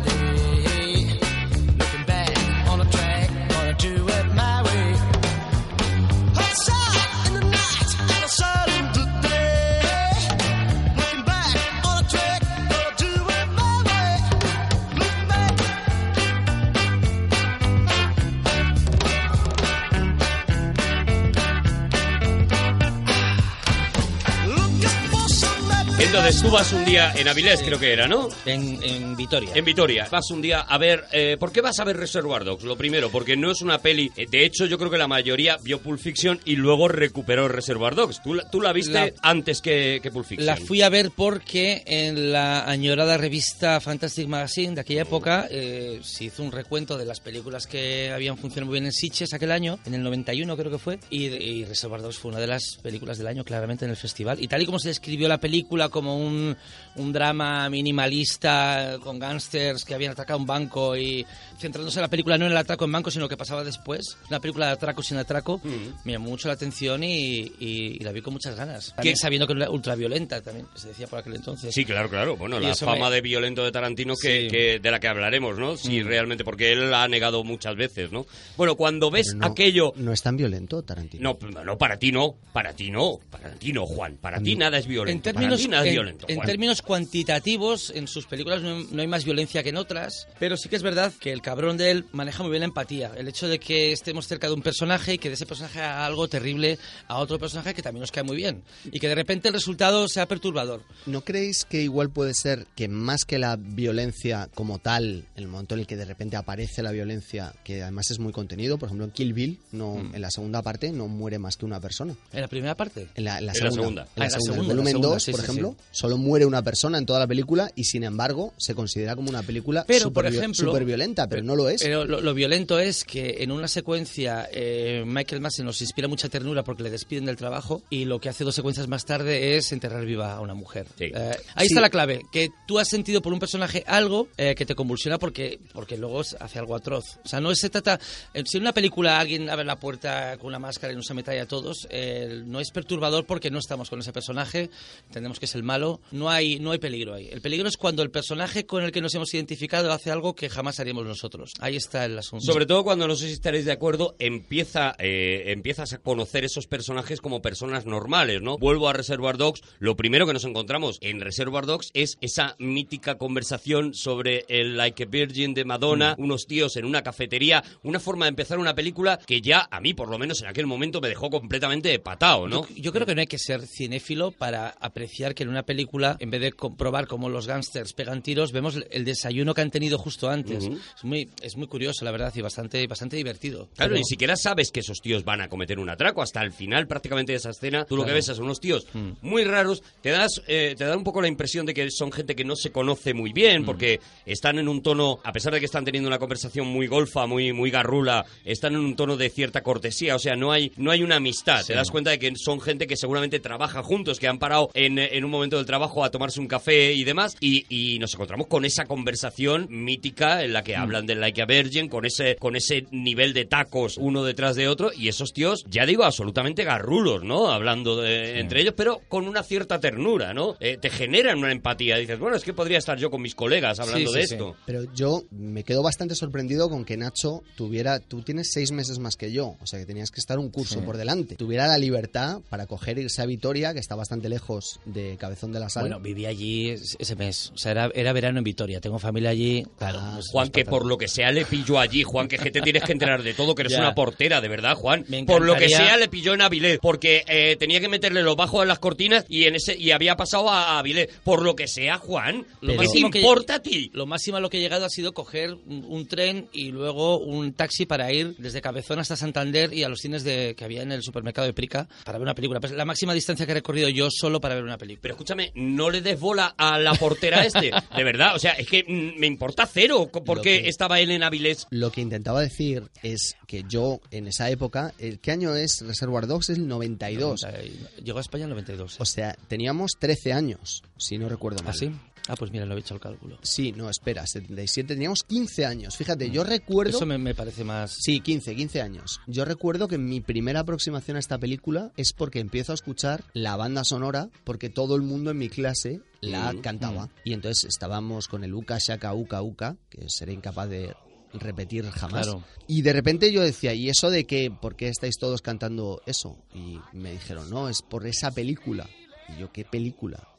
Entonces tú vas un día en Avilés, sí. creo que era, ¿no? En, en Vitoria. En Vitoria. Vas un día a ver... Eh, ¿Por qué vas a ver Reservoir Dogs? Lo primero, porque no es una peli... Eh, de hecho, yo creo que la mayoría vio Pulp Fiction y luego recuperó Reservoir Dogs. ¿Tú, tú la viste la, antes que, que Pulp Fiction? La fui a ver porque en la añorada revista Fantastic Magazine de aquella época eh, se hizo un recuento de las películas que habían funcionado muy bien en Sitges aquel año, en el noventa y uno creo que fue, y, y Reservoir Dogs fue una de las películas del año claramente en el festival. Y tal y como se describió la película como un, un drama minimalista con gángsters que habían atracado un banco y centrándose en la película no en el atraco en banco sino lo que pasaba después, una película de atraco sin atraco, mm. me llamó mucho la atención y, y, y la vi con muchas ganas. También sabiendo que era ultraviolenta también, que se decía por aquel entonces. Sí, claro, claro. Bueno, y la fama me... de violento de Tarantino que, sí. que de la que hablaremos, ¿no? Sí, mm. realmente, porque él la ha negado muchas veces, ¿no? Bueno, cuando ves no, aquello... No es tan violento, Tarantino. No, no, para ti no, para ti no, para ti no, Juan. Para ti nada es violento. En términos, para ti nada es en, violento, en términos cuantitativos, en sus películas no, no hay más violencia que en otras, pero sí que es verdad que el cabrón de él maneja muy bien la empatía. El hecho de que estemos cerca de un personaje y que de ese personaje haga algo terrible a otro personaje que también nos cae muy bien. Y que de repente el resultado sea perturbador. ¿No creéis que igual puede ser que más que la violencia como tal, en el momento en el que de repente aparece la violencia, que además es muy contenido, por ejemplo en Kill Bill, no, mm. en la segunda parte no muere más que una persona? ¿En la primera parte? En la, en la, en segunda, la segunda. En la ah, segunda. En segunda, el volumen segunda, dos, sí, por sí, ejemplo, sí. solo muere una persona en toda la película y sin embargo se considera como una película pero, super, por ejemplo, super violenta, pero, pero no lo es. Pero lo, lo violento es que en una secuencia eh, Michael Madsen nos inspira mucha ternura porque le despiden del trabajo y lo que hace dos secuencias más tarde es enterrar viva a una mujer. Sí. Eh, ahí sí. está la clave, que tú has sentido por un personaje algo eh, que te convulsiona porque, porque luego hace algo atroz. O sea, no se trata... Eh, si en una película alguien abre la puerta con una máscara y nos ametralla a todos, eh, no es perturbador porque no estamos con ese personaje, entendemos que es el malo, no hay, no hay peligro ahí. El peligro es cuando el personaje con el que nos hemos identificado hace algo que jamás haríamos nosotros. Ahí está el asunto. Sobre todo cuando, no sé si estaréis de acuerdo, empieza, eh, empiezas a conocer esos personajes como personas normales, ¿no? Vuelvo a Reservoir Dogs, lo primero que nos encontramos en Reservoir Dogs es esa mítica conversación sobre el Like a Virgin de Madonna, mm. unos tíos en una cafetería, una forma de empezar una película que ya a mí, por lo menos en aquel momento, me dejó completamente patado, ¿no? Yo, yo creo que no hay que ser cinéfilo para apreciar que en una película, en vez de comprobar cómo los gángsters pegan tiros, vemos el desayuno que han tenido justo antes. Uh-huh. Es muy, es muy curioso, la verdad, y bastante, bastante divertido. Claro, pero... ni siquiera sabes que esos tíos van a cometer un atraco. Hasta el final prácticamente de esa escena, tú lo claro. que ves son unos tíos mm. muy raros, te das eh, te da un poco la impresión de que son gente que no se conoce muy bien, mm. porque están en un tono, a pesar de que están teniendo una conversación muy golfa, muy, muy garrula, están en un tono de cierta cortesía, o sea, no hay, no hay una amistad. Sí. Te das cuenta de que son gente que seguramente trabaja juntos, que han parado en, en un momento del trabajo a tomarse un café y demás, y, y nos encontramos con esa conversación mítica en la que mm. hablan del Like a Virgin, con ese, con ese nivel de tacos uno detrás de otro, y esos tíos, ya digo, absolutamente garrulos, ¿no? Hablando de, sí. entre ellos, pero con una cierta ternura, ¿no? Eh, te generan una empatía. Dices, bueno, es que podría estar yo con mis colegas hablando sí, sí, de esto. Sí. Pero yo me quedo bastante sorprendido con que Nacho tuviera... Tú tienes seis meses más que yo, o sea que tenías que estar un curso sí. por delante. Tuviera la libertad para coger irse a Vitoria, que está bastante lejos de Cabezón de la Sal. Bueno, viví allí ese mes. O sea, era, era verano en Vitoria. Tengo familia allí. Claro. Ah, pues, Juan, que por lo que sea le pilló allí. Juan, que, que te tienes que enterar de todo, que eres ya. una portera, de verdad, Juan. Por lo que sea le pilló en Avilés, porque eh, tenía que meterle los bajos en las cortinas y en ese y había pasado a, a Avilés. Por lo que sea, Juan, lo ¿qué te importa que, a ti? Lo máximo a lo que he llegado ha sido coger un, un tren y luego un taxi para ir desde Cabezón hasta Santander y a los cines de, que había en el supermercado de Prica para ver una película. Pues la máxima distancia que he recorrido yo solo para ver una película. Pero escúchame, no le des bola a la portera este, de verdad. O sea, es que mm, me importa cero porque que, estaba él en Avilés. Lo que intentaba decir es que yo en esa época, ¿el qué año es Reservoir Dogs? Es el noventa y dos. Llegó a España en el noventa y dos. O sea, teníamos trece años, si no recuerdo mal. ¿Ah, sí? Ah, pues mira, no he hecho el cálculo. Sí, no, espera, setenta y siete, teníamos quince años. Fíjate, yo recuerdo... Eso me, me parece más... Sí, quince, quince años. Yo recuerdo que mi primera aproximación a esta película es porque empiezo a escuchar la banda sonora, porque todo el mundo en mi clase la mm, cantaba. Mm. Y entonces estábamos con el Uka Shaka Uka Uka, que seré incapaz de repetir jamás. Claro. Y de repente yo decía, ¿y eso de qué? ¿Por qué estáis todos cantando eso? Y me dijeron, no, es por esa película. Y yo, ¿qué película?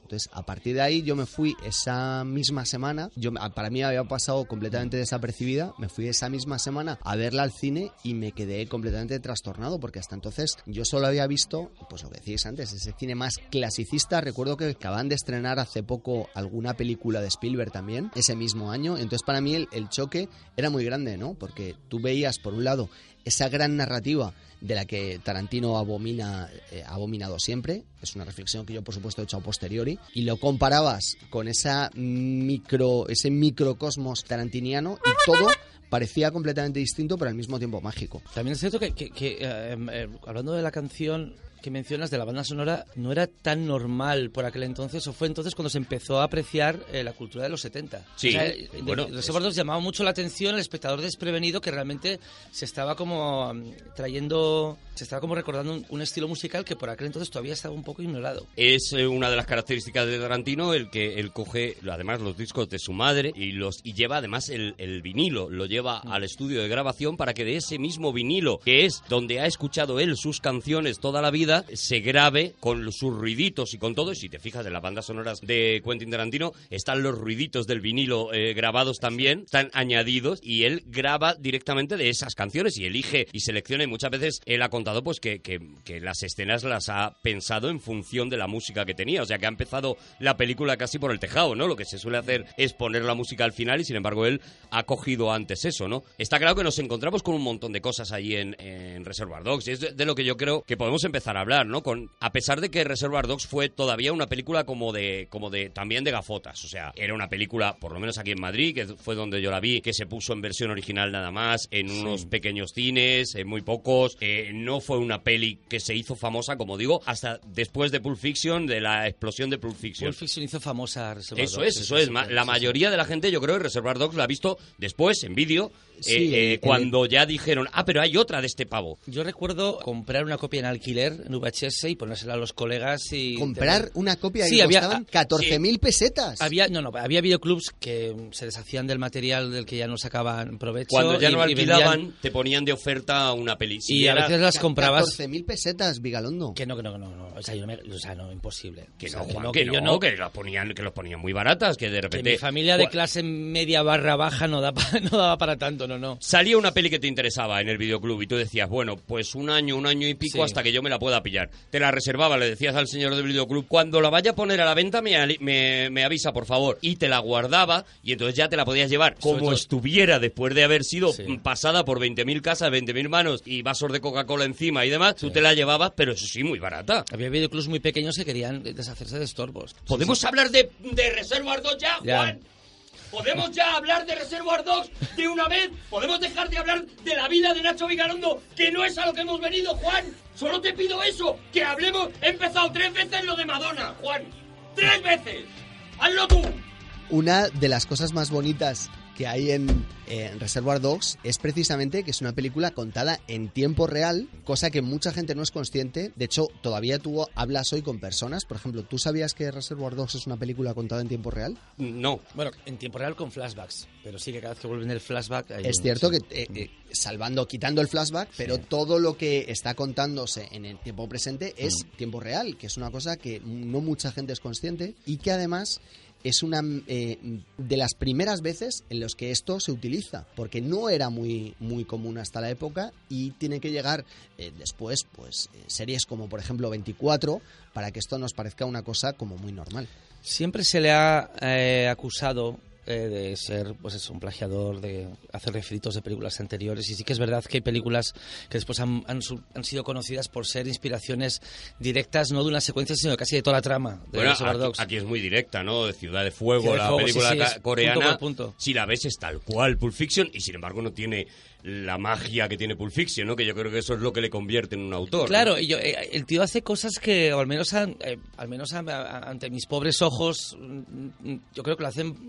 Entonces, a partir de ahí yo me fui esa misma semana, yo para mí había pasado completamente desapercibida, me fui esa misma semana a verla al cine y me quedé completamente trastornado, porque hasta entonces yo solo había visto, pues lo que decíais antes, ese cine más clasicista. Recuerdo que acaban de estrenar hace poco alguna película de Spielberg también, ese mismo año, entonces para mí el, el choque era muy grande, ¿no? Porque tú veías, por un lado, esa gran narrativa de la que Tarantino abomina, eh, ha abominado siempre, es una reflexión que yo por supuesto he hecho a posteriori, y lo comparabas con esa micro, ese microcosmos tarantiniano y todo parecía completamente distinto pero al mismo tiempo mágico. También es cierto que, que, que eh, eh, hablando de la canción que mencionas de la banda sonora, no era tan normal por aquel entonces, o fue entonces cuando se empezó a apreciar eh, la cultura de los setenta. Sí, o sea, bueno, Reservoir Dogs llamaba mucho la atención al espectador desprevenido, que realmente se estaba como um, trayendo, se estaba como recordando un, un estilo musical que por aquel entonces todavía estaba un poco ignorado. Es eh, una de las características de Tarantino el que él coge además los discos de su madre y los y lleva además el, el vinilo, lo lleva mm. al estudio de grabación para que de ese mismo vinilo, que es donde ha escuchado él sus canciones toda la vida, se grabe con sus ruiditos y con todo. Y si te fijas en las bandas sonoras de Quentin Tarantino, están los ruiditos del vinilo eh, grabados también, están añadidos, y él graba directamente de esas canciones y elige y selecciona, y muchas veces él ha contado pues que, que, que las escenas las ha pensado en función de la música que tenía, o sea que ha empezado la película casi por el tejado, ¿no? Lo que se suele hacer es poner la música al final y sin embargo él ha cogido antes eso, ¿no? Está claro que nos encontramos con un montón de cosas allí en, en Reservoir Dogs, y es de, de lo que yo creo que podemos empezar a hablar, ¿no? Con, a pesar de que Reservoir Dogs fue todavía una película como de, como de, también de gafotas, o sea, era una película, por lo menos aquí en Madrid, que fue donde yo la vi, que se puso en versión original nada más, en unos sí. pequeños cines, en muy pocos, eh, no fue una peli que se hizo famosa, como digo, hasta después de Pulp Fiction, de la explosión de Pulp Fiction. Pulp Fiction hizo famosa Reservoir Eso Dogs. es, eso es, la mayoría de la gente, yo creo, que Reservoir Dogs la ha visto después, en vídeo, Sí, eh, eh, cuando el... ya dijeron, ah, pero hay otra de este pavo. Yo recuerdo comprar una copia en alquiler en V H S y ponérsela a los colegas y... ¿Comprar tener... una copia sí, que había, costaban catorce mil sí. pesetas? Había, no, no, había videoclubs que se deshacían del material del que ya no sacaban provecho. Cuando ya y, no alquilaban, vendían... te ponían de oferta una peli. Si y era... a veces las comprabas... catorce mil pesetas, Vigalondo. Que no, que no, que no, no. O sea, yo no, me... o sea, no, imposible. Que o sea, no, que Juan, no, que, que no, yo no, que los ponían, que los ponían muy baratas, que de repente... Que mi familia de clase media barra baja no, da pa... no daba para tanto, no, no. Salía una peli que te interesaba en el videoclub y tú decías, bueno, pues un año, un año y pico sí. hasta que yo me la pueda pillar. Te la reservaba, le decías al señor del videoclub, cuando la vaya a poner a la venta me, me, me avisa, por favor. Y te la guardaba y entonces ya te la podías llevar como todo... estuviera después de haber sido sí. pasada por veinte mil casas, veinte mil manos y vasos de Coca-Cola encima y demás. Sí. Tú te la llevabas, pero eso sí, muy barata. Había videoclubs muy pequeños que querían deshacerse de estorbos. ¿Podemos sí, sí. hablar de, de Reservoir Dogs ya, ya, Juan? ¿Podemos ya hablar de Reservoir Dogs de una vez? ¿Podemos dejar de hablar de la vida de Nacho Vigalondo, que no es a lo que hemos venido, Juan? Solo te pido eso, que hablemos. He empezado tres veces lo de Madonna, Juan. ¡Tres veces! ¡Hazlo tú! Una de las cosas más bonitas que hay en, en Reservoir Dogs es precisamente que es una película contada en tiempo real, cosa que mucha gente no es consciente. De hecho, todavía tú hablas hoy con personas. Por ejemplo, ¿tú sabías que Reservoir Dogs es una película contada en tiempo real? No. Bueno, en tiempo real con flashbacks, pero sí que cada vez que vuelven el flashback... Hay es un... cierto sí. que, eh, eh, salvando, quitando el flashback, pero sí. todo lo que está contándose en el tiempo presente es mm. tiempo real, que es una cosa que no mucha gente es consciente y que además... es una eh, de las primeras veces en las que esto se utiliza, porque no era muy, muy común hasta la época y tiene que llegar eh, después pues eh, series como por ejemplo veinticuatro para que esto nos parezca una cosa como muy normal. Siempre se le ha eh, acusado eh, de ser pues es un plagiador, de hacer refritos de películas anteriores, y sí que es verdad que hay películas que después han, han, han sido conocidas por ser inspiraciones directas, no de una secuencia, sino casi de toda la trama de bueno, Reservoir Dogs. Aquí, aquí es muy directa, ¿no? De Ciudad de Fuego, Ciudad de la Fuego, película sí, sí, coreana, punto por punto. Si la ves es tal cual Pulp Fiction, y sin embargo no tiene la magia que tiene Pulp Fiction, ¿no? Que yo creo que eso es lo que le convierte en un autor. Claro, ¿no? y yo, eh, el tío hace cosas que, o al menos, a, eh, al menos a, a, ante mis pobres ojos, yo creo que lo hacen, vale,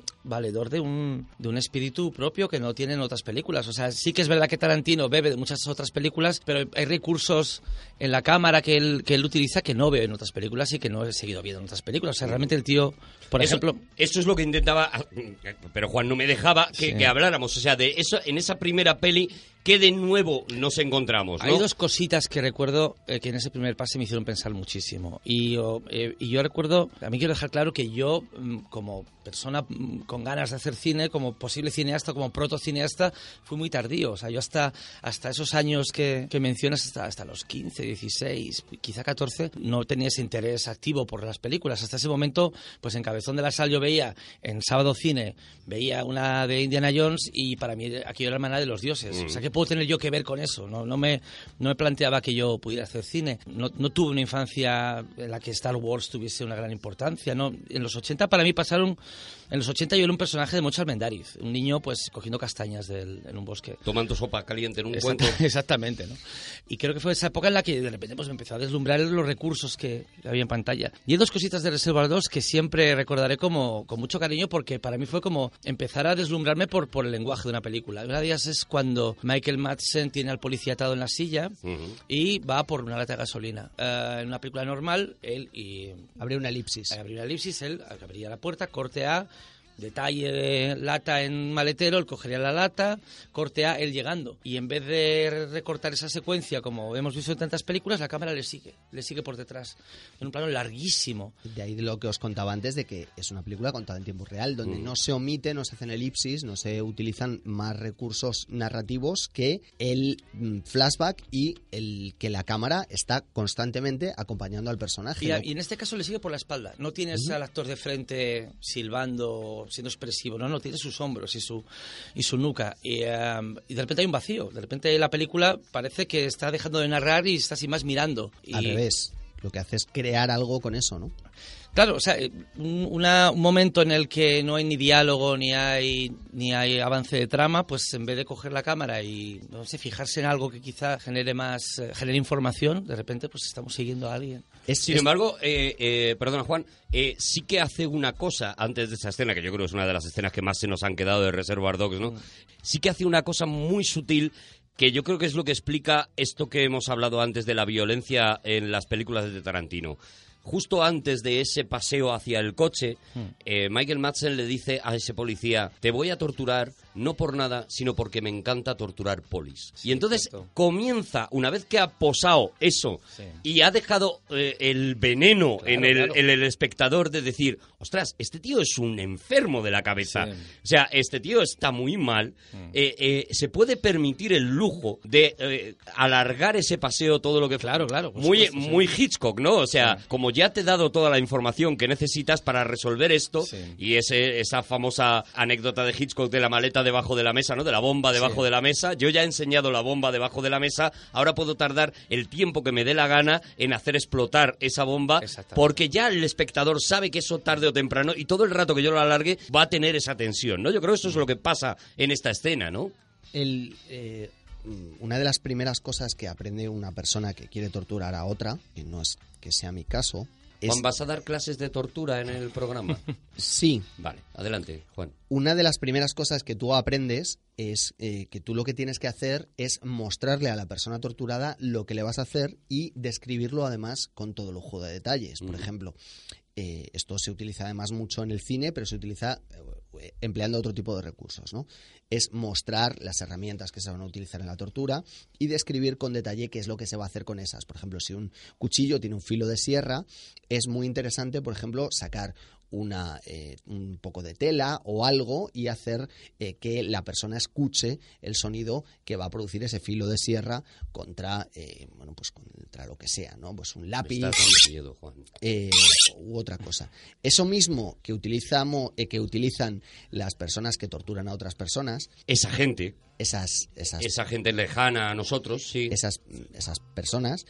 valedor de un, de un espíritu propio que no tienen otras películas. O sea, sí que es verdad que Tarantino bebe de muchas otras películas, pero hay recursos en la cámara que él, que él utiliza que no veo en otras películas y que no he seguido viendo en otras películas. O sea, realmente el tío, por eso, ejemplo... Eso es lo que intentaba, pero Juan no me dejaba que, Sí. que habláramos. O sea, de eso en esa primera peli, ¿qué de nuevo nos encontramos, ¿no? Hay dos cositas que recuerdo eh, que en ese primer pase me hicieron pensar muchísimo. Y yo, eh, y yo recuerdo, a mí quiero dejar claro que yo, mm, como persona mm, con ganas de hacer cine, como posible cineasta, como protocineasta, fui muy tardío. O sea, yo hasta, hasta esos años que, que mencionas, hasta, hasta los quince, dieciséis, quizá catorce, no tenía ese interés activo por las películas. Hasta ese momento, pues en Cabezón de la Sal yo veía, en Sábado Cine, veía una de Indiana Jones y para mí aquello era la hermana de los dioses. Mm. O sea, ¿qué puedo tener yo que ver con eso? No, no, me, no me planteaba que yo pudiera hacer cine. No, no tuve una infancia en la que Star Wars tuviese una gran importancia, ¿no? En los ochenta para mí pasaron... En los ochenta yo era un personaje de Mocho Armendáriz, un niño pues cogiendo castañas del, en un bosque. Tomando sopa caliente en un Exact- cuenco. Exactamente, ¿no? Y creo que fue esa época en la que de repente pues, me empezó a deslumbrar los recursos que había en pantalla. Y hay dos cositas de Reservoir dos que siempre recordaré como, con mucho cariño porque para mí fue como empezar a deslumbrarme por, por el lenguaje de una película. Una de ellas es cuando Michael Madsen tiene al policía atado en la silla uh-huh. y va por una lata de gasolina. Uh, en una película normal, él y... Habría una elipsis. Habría una elipsis, él abriría la puerta, corte A... Detalle de lata en maletero, él cogería la lata, corte A, él llegando. Y en vez de recortar esa secuencia, como hemos visto en tantas películas, la cámara le sigue, le sigue por detrás. En un plano larguísimo. De ahí lo que os contaba antes, de que es una película contada en tiempo real, donde mm. no se omite, no se hacen elipsis, no se utilizan más recursos narrativos que el mm, flashback y el que la cámara está constantemente acompañando al personaje. Y, a, ¿no? y en este caso le sigue por la espalda. No tienes uh-huh. al actor de frente silbando, siendo expresivo, no, no, tiene sus hombros y su y su nuca y, um, y de repente hay un vacío, de repente la película parece que está dejando de narrar y está sin más mirando. Y... Al revés, lo que hace es crear algo con eso, ¿no? Claro, o sea, un, una, un momento en el que no hay ni diálogo ni hay ni hay avance de trama, pues en vez de coger la cámara y no sé, fijarse en algo que quizá genere más, eh, genere información, de repente pues estamos siguiendo a alguien. Es, Sin es... embargo, eh, eh, perdona Juan, eh, sí que hace una cosa antes de esa escena, que yo creo que es una de las escenas que más se nos han quedado de Reservoir Dogs, ¿no? Mm. Sí que hace una cosa muy sutil que yo creo que es lo que explica esto que hemos hablado antes de la violencia en las películas de Tarantino. Justo antes de ese paseo hacia el coche, hmm. eh, Michael Madsen le dice a ese policía, te voy a torturar no por nada, sino porque me encanta torturar polis. Sí, y entonces cierto. Comienza, una vez que ha posado eso sí. y ha dejado eh, el veneno claro, en, el, claro. en el espectador de decir, ostras, este tío es un enfermo de la cabeza. Sí. O sea, este tío está muy mal. Hmm. Eh, eh, se puede permitir el lujo de eh, alargar ese paseo todo lo que... Claro, claro. Muy, supuesto, muy sí. Hitchcock, ¿no? O sea, sí. como ya te he dado toda la información que necesitas para resolver esto, sí. y ese, esa famosa anécdota de Hitchcock de la maleta debajo de la mesa, ¿no? De la bomba debajo sí. de la mesa. Yo ya he enseñado la bomba debajo de la mesa, ahora puedo tardar el tiempo que me dé la gana en hacer explotar esa bomba, porque ya el espectador sabe que eso tarde o temprano, y todo el rato que yo lo alargue va a tener esa tensión, ¿no? Yo creo que eso es lo que pasa en esta escena, ¿no? El... Eh... Una de las primeras cosas que aprende una persona que quiere torturar a otra, y no es que sea mi caso, es... Juan, ¿vas a dar clases de tortura en el programa? Sí. Vale, adelante, Juan. Una de las primeras cosas que tú aprendes es eh, que tú lo que tienes que hacer es mostrarle a la persona torturada lo que le vas a hacer y describirlo además con todo lujo de detalles. Por mm. ejemplo, eh, esto se utiliza además mucho en el cine, pero se utiliza eh, empleando otro tipo de recursos, ¿no? Es mostrar las herramientas que se van a utilizar en la tortura y describir con detalle qué es lo que se va a hacer con esas. Por ejemplo, si un cuchillo tiene un filo de sierra, es muy interesante, por ejemplo, sacar una eh, un poco de tela o algo y hacer eh, que la persona escuche el sonido que va a producir ese filo de sierra contra eh, bueno pues contra lo que sea, ¿no? Pues un lápiz miedo, Juan. Eh, u otra cosa. Eso mismo que utilizamos eh, que utilizan las personas que torturan a otras personas, esa gente, esas esas esa gente lejana a nosotros, sí, esas esas personas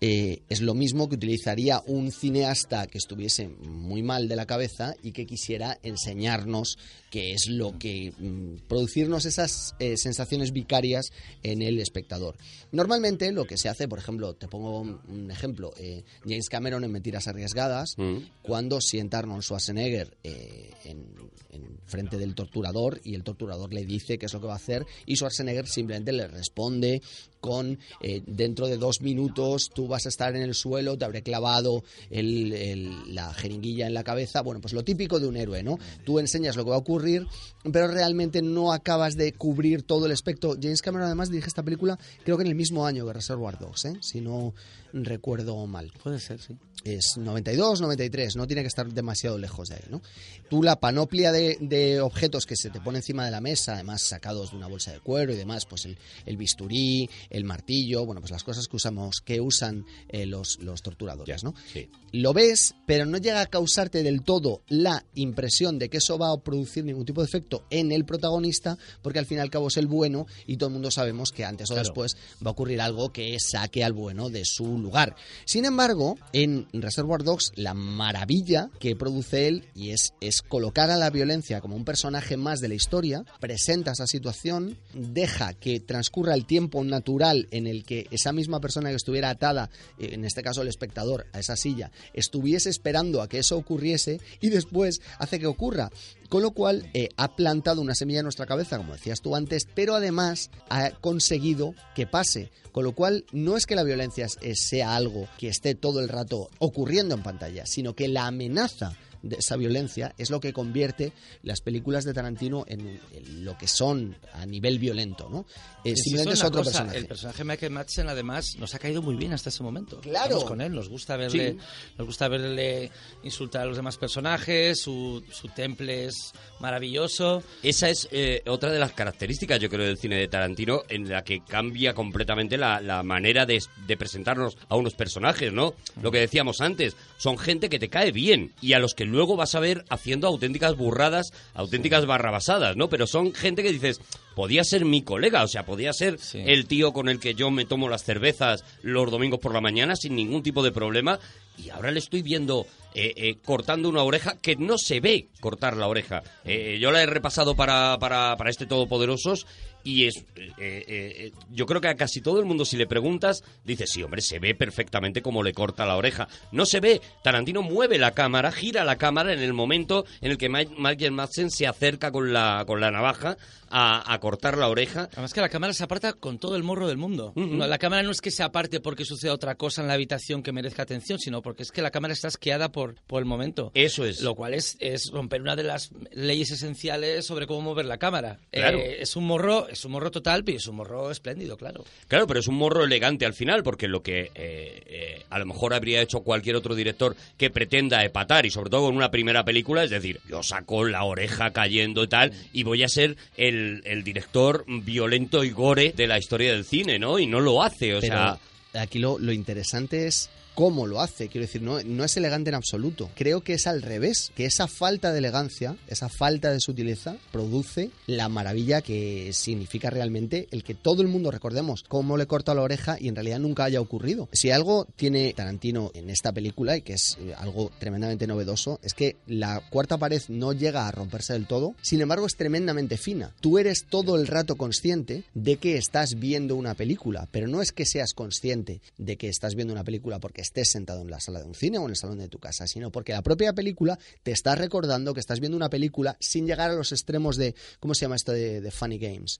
eh, es lo mismo que utilizaría un cineasta que estuviese muy mal de la cabeza y que quisiera enseñarnos qué es lo que... Mm, producirnos esas eh, sensaciones vicarias en el espectador. Normalmente lo que se hace, por ejemplo, te pongo un, un ejemplo, eh, James Cameron en Mentiras Arriesgadas, mm. cuando sienta a Arnold Schwarzenegger eh, en, en frente del torturador y el torturador le dice qué es lo que va a hacer y Schwarzenegger simplemente le responde con eh, dentro de dos minutos tú vas a estar en el suelo, te habré clavado el, el, la jeringuilla en la cabeza. Bueno, pues lo típico de un héroe, ¿no? Tú enseñas lo que va a ocurrir, pero realmente no acabas de cubrir todo el espectro. James Cameron además dirige esta película creo que en el mismo año que Reservoir Dogs, ¿eh? Si no recuerdo mal. Puede ser, sí. Es noventa y dos, noventa y tres, no tiene que estar demasiado lejos de ahí, ¿no? Tú la panoplia de, de objetos que se te pone encima de la mesa, además sacados de una bolsa de cuero y demás, pues el, el bisturí, el martillo, bueno, pues las cosas que usamos, que usan eh, los, los torturadores, ¿no? Sí. Lo ves, pero no llega a causarte del todo la impresión de que eso va a producir ningún tipo de efecto en el protagonista, porque al fin y al cabo es el bueno y todo el mundo sabemos que antes o claro. después va a ocurrir algo que saque al bueno de su lugar. Sin embargo, en Reservoir Dogs, la maravilla que produce él y es, es colocar a la violencia como un personaje más de la historia, presenta esa situación, deja que transcurra el tiempo natural en el que esa misma persona que estuviera atada, en este caso el espectador, a esa silla, estuviese esperando a que eso ocurriese y después hace que ocurra. Con lo cual eh, ha plantado una semilla en nuestra cabeza, como decías tú antes, pero además ha conseguido que pase. Con lo cual no es que la violencia sea algo que esté todo el rato ocurriendo en pantalla, sino que la amenaza de esa violencia es lo que convierte las películas de Tarantino en, en lo que son a nivel violento, ¿no? Eh, simplemente es otro cosa, personaje. El personaje Michael Madsen además nos ha caído muy bien hasta ese momento. Claro. Estamos con él, nos gusta verle, sí. nos gusta verle insultar a los demás personajes, su, su temple es maravilloso. Esa es eh, otra de las características, yo creo, del cine de Tarantino, en la que cambia completamente la, la manera de, de presentarnos a unos personajes, ¿no? Mm. Lo que decíamos antes, son gente que te cae bien y a los que luego vas a ver haciendo auténticas burradas, auténticas barrabasadas, ¿no? Pero son gente que dices, podía ser mi colega, o sea, podía ser sí. el tío con el que yo me tomo las cervezas los domingos por la mañana sin ningún tipo de problema, y ahora le estoy viendo eh, eh, cortando una oreja que no se ve cortar la oreja. Eh, yo la he repasado para, para, para este Todopoderosos y es eh, eh, yo creo que a casi todo el mundo, si le preguntas, dice, sí, hombre, se ve perfectamente cómo le corta la oreja. No se ve. Tarantino mueve la cámara, gira la cámara en el momento en el que Michael Madsen se acerca con la, con la navaja a, a cortar la oreja. Además que la cámara se aparta con todo el morro del mundo. Uh-huh. No, la cámara no es que se aparte porque suceda otra cosa en la habitación que merezca atención, sino porque es que la cámara está asqueada por, por el momento. Eso es. Lo cual es, es romper una de las leyes esenciales sobre cómo mover la cámara. Claro. Eh, es un morro, es un morro total, pero es un morro espléndido, claro. Claro, pero es un morro elegante al final, porque lo que eh, eh, a lo mejor habría hecho cualquier otro director que pretenda epatar, y sobre todo con una primera película, es decir, yo saco la oreja cayendo y tal, y voy a ser el, el director violento y gore de la historia del cine, ¿no? Y no lo hace, o pero sea... Aquí lo, lo interesante es cómo lo hace, quiero decir, no, no es elegante en absoluto. Creo que es al revés, que esa falta de elegancia, esa falta de sutileza, produce la maravilla que significa realmente el que todo el mundo recordemos cómo le corta la oreja y en realidad nunca haya ocurrido. Si algo tiene Tarantino en esta película, y que es algo tremendamente novedoso, es que la cuarta pared no llega a romperse del todo, sin embargo es tremendamente fina. Tú eres todo el rato consciente de que estás viendo una película, pero no es que seas consciente de que estás viendo una película porque estés sentado en la sala de un cine o en el salón de tu casa, sino porque la propia película te está recordando que estás viendo una película sin llegar a los extremos de, ¿cómo se llama esto de, de Funny Games?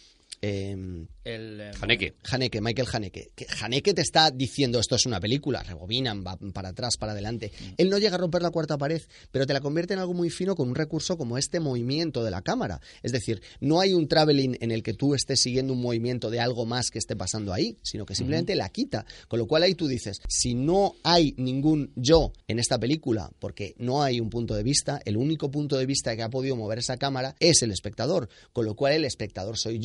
Eh, el eh, Haneke. Haneke, Michael Haneke. Que Haneke te está diciendo esto es una película, rebobinan, va para atrás, para adelante. Mm. Él no llega a romper la cuarta pared, pero te la convierte en algo muy fino con un recurso como este movimiento de la cámara. Es decir, no hay un traveling en el que tú estés siguiendo un movimiento de algo más que esté pasando ahí, sino que simplemente mm. la quita. Con lo cual ahí tú dices, si no hay ningún yo en esta película, porque no hay un punto de vista, el único punto de vista que ha podido mover esa cámara es el espectador. Con lo cual el espectador soy yo, con lo cual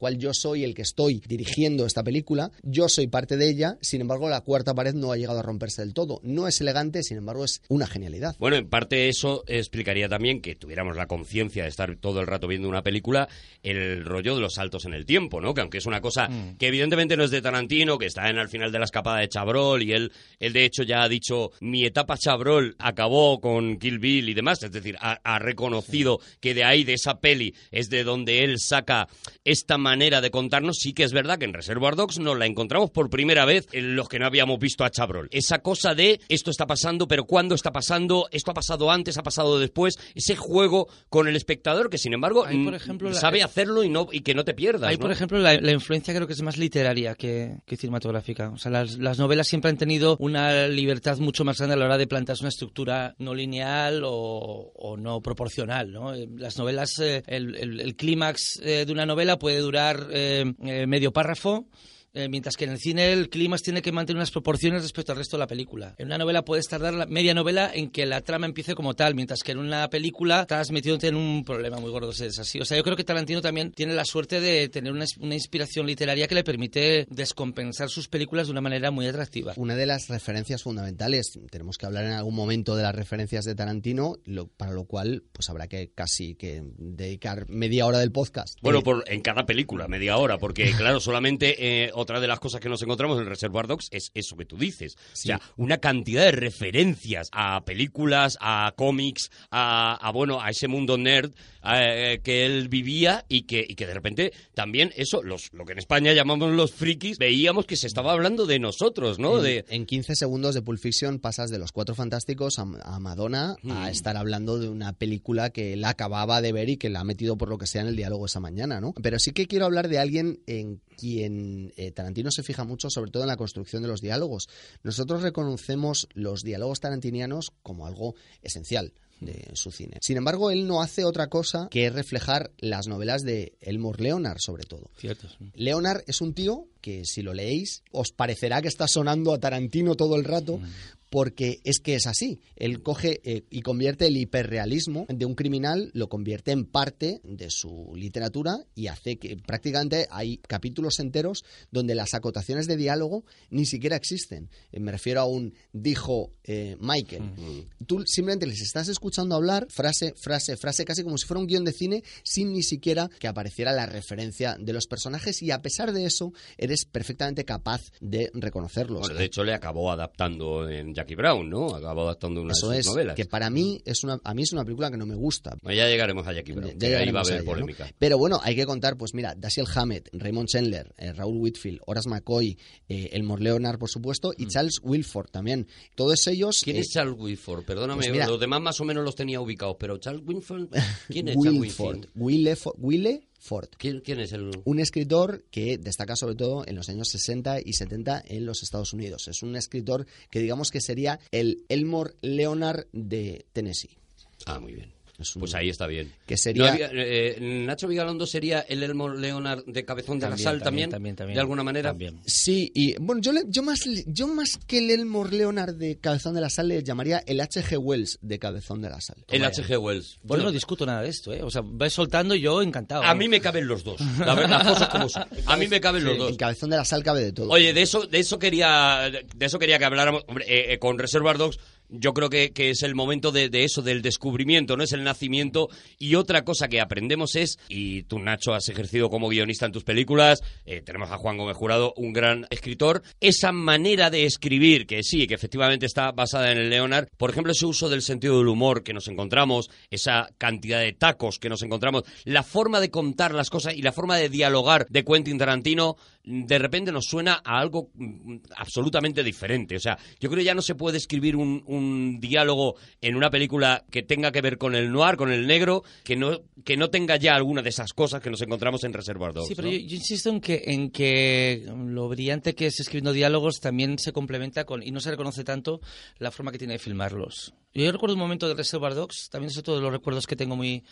cual yo soy el que estoy dirigiendo esta película, yo soy parte de ella, sin embargo la cuarta pared no ha llegado a romperse del todo. No es elegante, sin embargo es una genialidad. Bueno, en parte eso explicaría también que tuviéramos la conciencia de estar todo el rato viendo una película, el rollo de los saltos en el tiempo, ¿no? Que aunque es una cosa mm. que evidentemente no es de Tarantino, que está en al final de la escapada de Chabrol, y él, él de hecho ya ha dicho, mi etapa Chabrol acabó con Kill Bill y demás, es decir, ha, ha reconocido sí. que de ahí, de esa peli, es de donde él saca esta manera de contarnos. Sí que es verdad que en Reservoir Dogs nos la encontramos por primera vez en los que no habíamos visto a Chabrol. Esa cosa de, esto está pasando, pero ¿cuándo está pasando? Esto ha pasado antes, ha pasado después. Ese juego con el espectador que, sin embargo, hay, por ejemplo, sabe la... hacerlo y no y que no te pierdas. Hay, ¿no? por ejemplo, la, la influencia creo que es más literaria que, que cinematográfica. O sea, las, las novelas siempre han tenido una libertad mucho más grande a la hora de plantearse una estructura no lineal o, o no proporcional, ¿no? Las novelas, eh, el, el, el clímax eh, de una novela puede durar eh, eh, medio párrafo, Eh, mientras que en el cine el clímax tiene que mantener unas proporciones respecto al resto de la película. En una novela puedes tardar la media novela en que la trama empiece como tal, mientras que en una película estás metiéndote en un problema muy gordo si es así. O sea, yo creo que Tarantino también tiene la suerte de tener una, una inspiración literaria que le permite descompensar sus películas de una manera muy atractiva. Una de las referencias fundamentales, tenemos que hablar en algún momento de las referencias de Tarantino, lo, para lo cual pues habrá que casi que dedicar media hora del podcast. Bueno, eh, por, en cada película, media hora, porque claro, solamente... Eh, otra de las cosas que nos encontramos en Reservoir Dogs es eso que tú dices. Sí. O sea, una cantidad de referencias a películas, a cómics, a, a bueno, a ese mundo nerd eh, que él vivía y que, y que de repente también eso, los, lo que en España llamamos los frikis, veíamos que se estaba hablando de nosotros, ¿no? En, de... en quince segundos de Pulp Fiction pasas de Los Cuatro Fantásticos a, a Madonna mm. a estar hablando de una película que él acababa de ver y que la ha metido por lo que sea en el diálogo esa mañana, ¿no? Pero sí que quiero hablar de alguien en quien eh, Tarantino se fija mucho, sobre todo en la construcción de los diálogos. Nosotros reconocemos los diálogos tarantinianos como algo esencial de su cine. Sin embargo, él no hace otra cosa que reflejar las novelas de Elmore Leonard, sobre todo. Cierto, sí. Leonard es un tío que, si lo leéis, os parecerá que está sonando a Tarantino todo el rato, mm. porque es que es así. Él coge eh, y convierte el hiperrealismo de un criminal, lo convierte en parte de su literatura y hace que prácticamente hay capítulos enteros donde las acotaciones de diálogo ni siquiera existen. Eh, me refiero a un dijo eh, Michael. Mm. Tú simplemente les estás escuchando hablar frase, frase, frase, casi como si fuera un guión de cine, sin ni siquiera que apareciera la referencia de los personajes, y a pesar de eso eres perfectamente capaz de reconocerlos. Bueno, de hecho le acabó adaptando en Jackie Brown, ¿no? Acabó adaptando una Eso de sus es, novelas. Que para mí es una a mí es una película que no me gusta. Bueno, ya llegaremos a Jackie Brown, ya, ya ahí va a haber ella, polémica. ¿no? Pero bueno, hay que contar, pues mira, Dashiell Hammett, Raymond Chandler, eh, Raúl Whitfield, Horace McCoy, eh, Elmore Leonard, por supuesto, y mm. Charles Wilford también. Todos ellos... ¿Quién eh, es Charles Wilford? Perdóname, pues mira, los demás más o menos los tenía ubicados, pero Charles Wilford, ¿quién es Charles Wilford? Wille Wille Ford. ¿Quién, ¿Quién es el...? Un escritor que destaca sobre todo en los años sesenta y setenta en los Estados Unidos. Es un escritor que digamos que sería el Elmore Leonard de Tennessee. Ah, muy bien. Un... Pues ahí está bien. Que sería... No había, eh, Nacho Vigalondo sería el Elmore Leonard de Cabezón de también, la Sal también, también, también, de alguna manera. También. Sí, y bueno, yo, le, yo, más, yo más que el Elmore Leonard de Cabezón de la Sal le llamaría el H G Wells de Cabezón de la Sal. El H G Wells. Bueno, yo no discuto nada de esto, ¿eh? O sea, vais soltando y yo encantado. A mí me caben los dos. La verdad, las cosas como son. A mí me caben sí, los dos. En Cabezón de la Sal cabe de todo. Oye, de eso, de eso quería, de eso quería que habláramos. Hombre, eh, eh, con Reservoir Dogs. Yo creo que, que es el momento de, de eso, del descubrimiento, no es el nacimiento. Y otra cosa que aprendemos es, y tú, Nacho, has ejercido como guionista en tus películas, eh, tenemos a Juan Gómez Jurado, un gran escritor, esa manera de escribir, que sí, que efectivamente está basada en el Leonard, por ejemplo, ese uso del sentido del humor que nos encontramos, esa cantidad de tacos que nos encontramos, la forma de contar las cosas y la forma de dialogar de Quentin Tarantino, de repente nos suena a algo absolutamente diferente. O sea, yo creo que ya no se puede escribir un, un diálogo en una película que tenga que ver con el noir, con el negro, que no, que no tenga ya alguna de esas cosas que nos encontramos en Reservoir Dogs. Sí, pero ¿no? yo, yo insisto en que, en que lo brillante que es escribiendo diálogos también se complementa con, y no se reconoce tanto, la forma que tiene de filmarlos. Yo recuerdo un momento de Reservoir Dogs, también es otro de los recuerdos que tengo muy...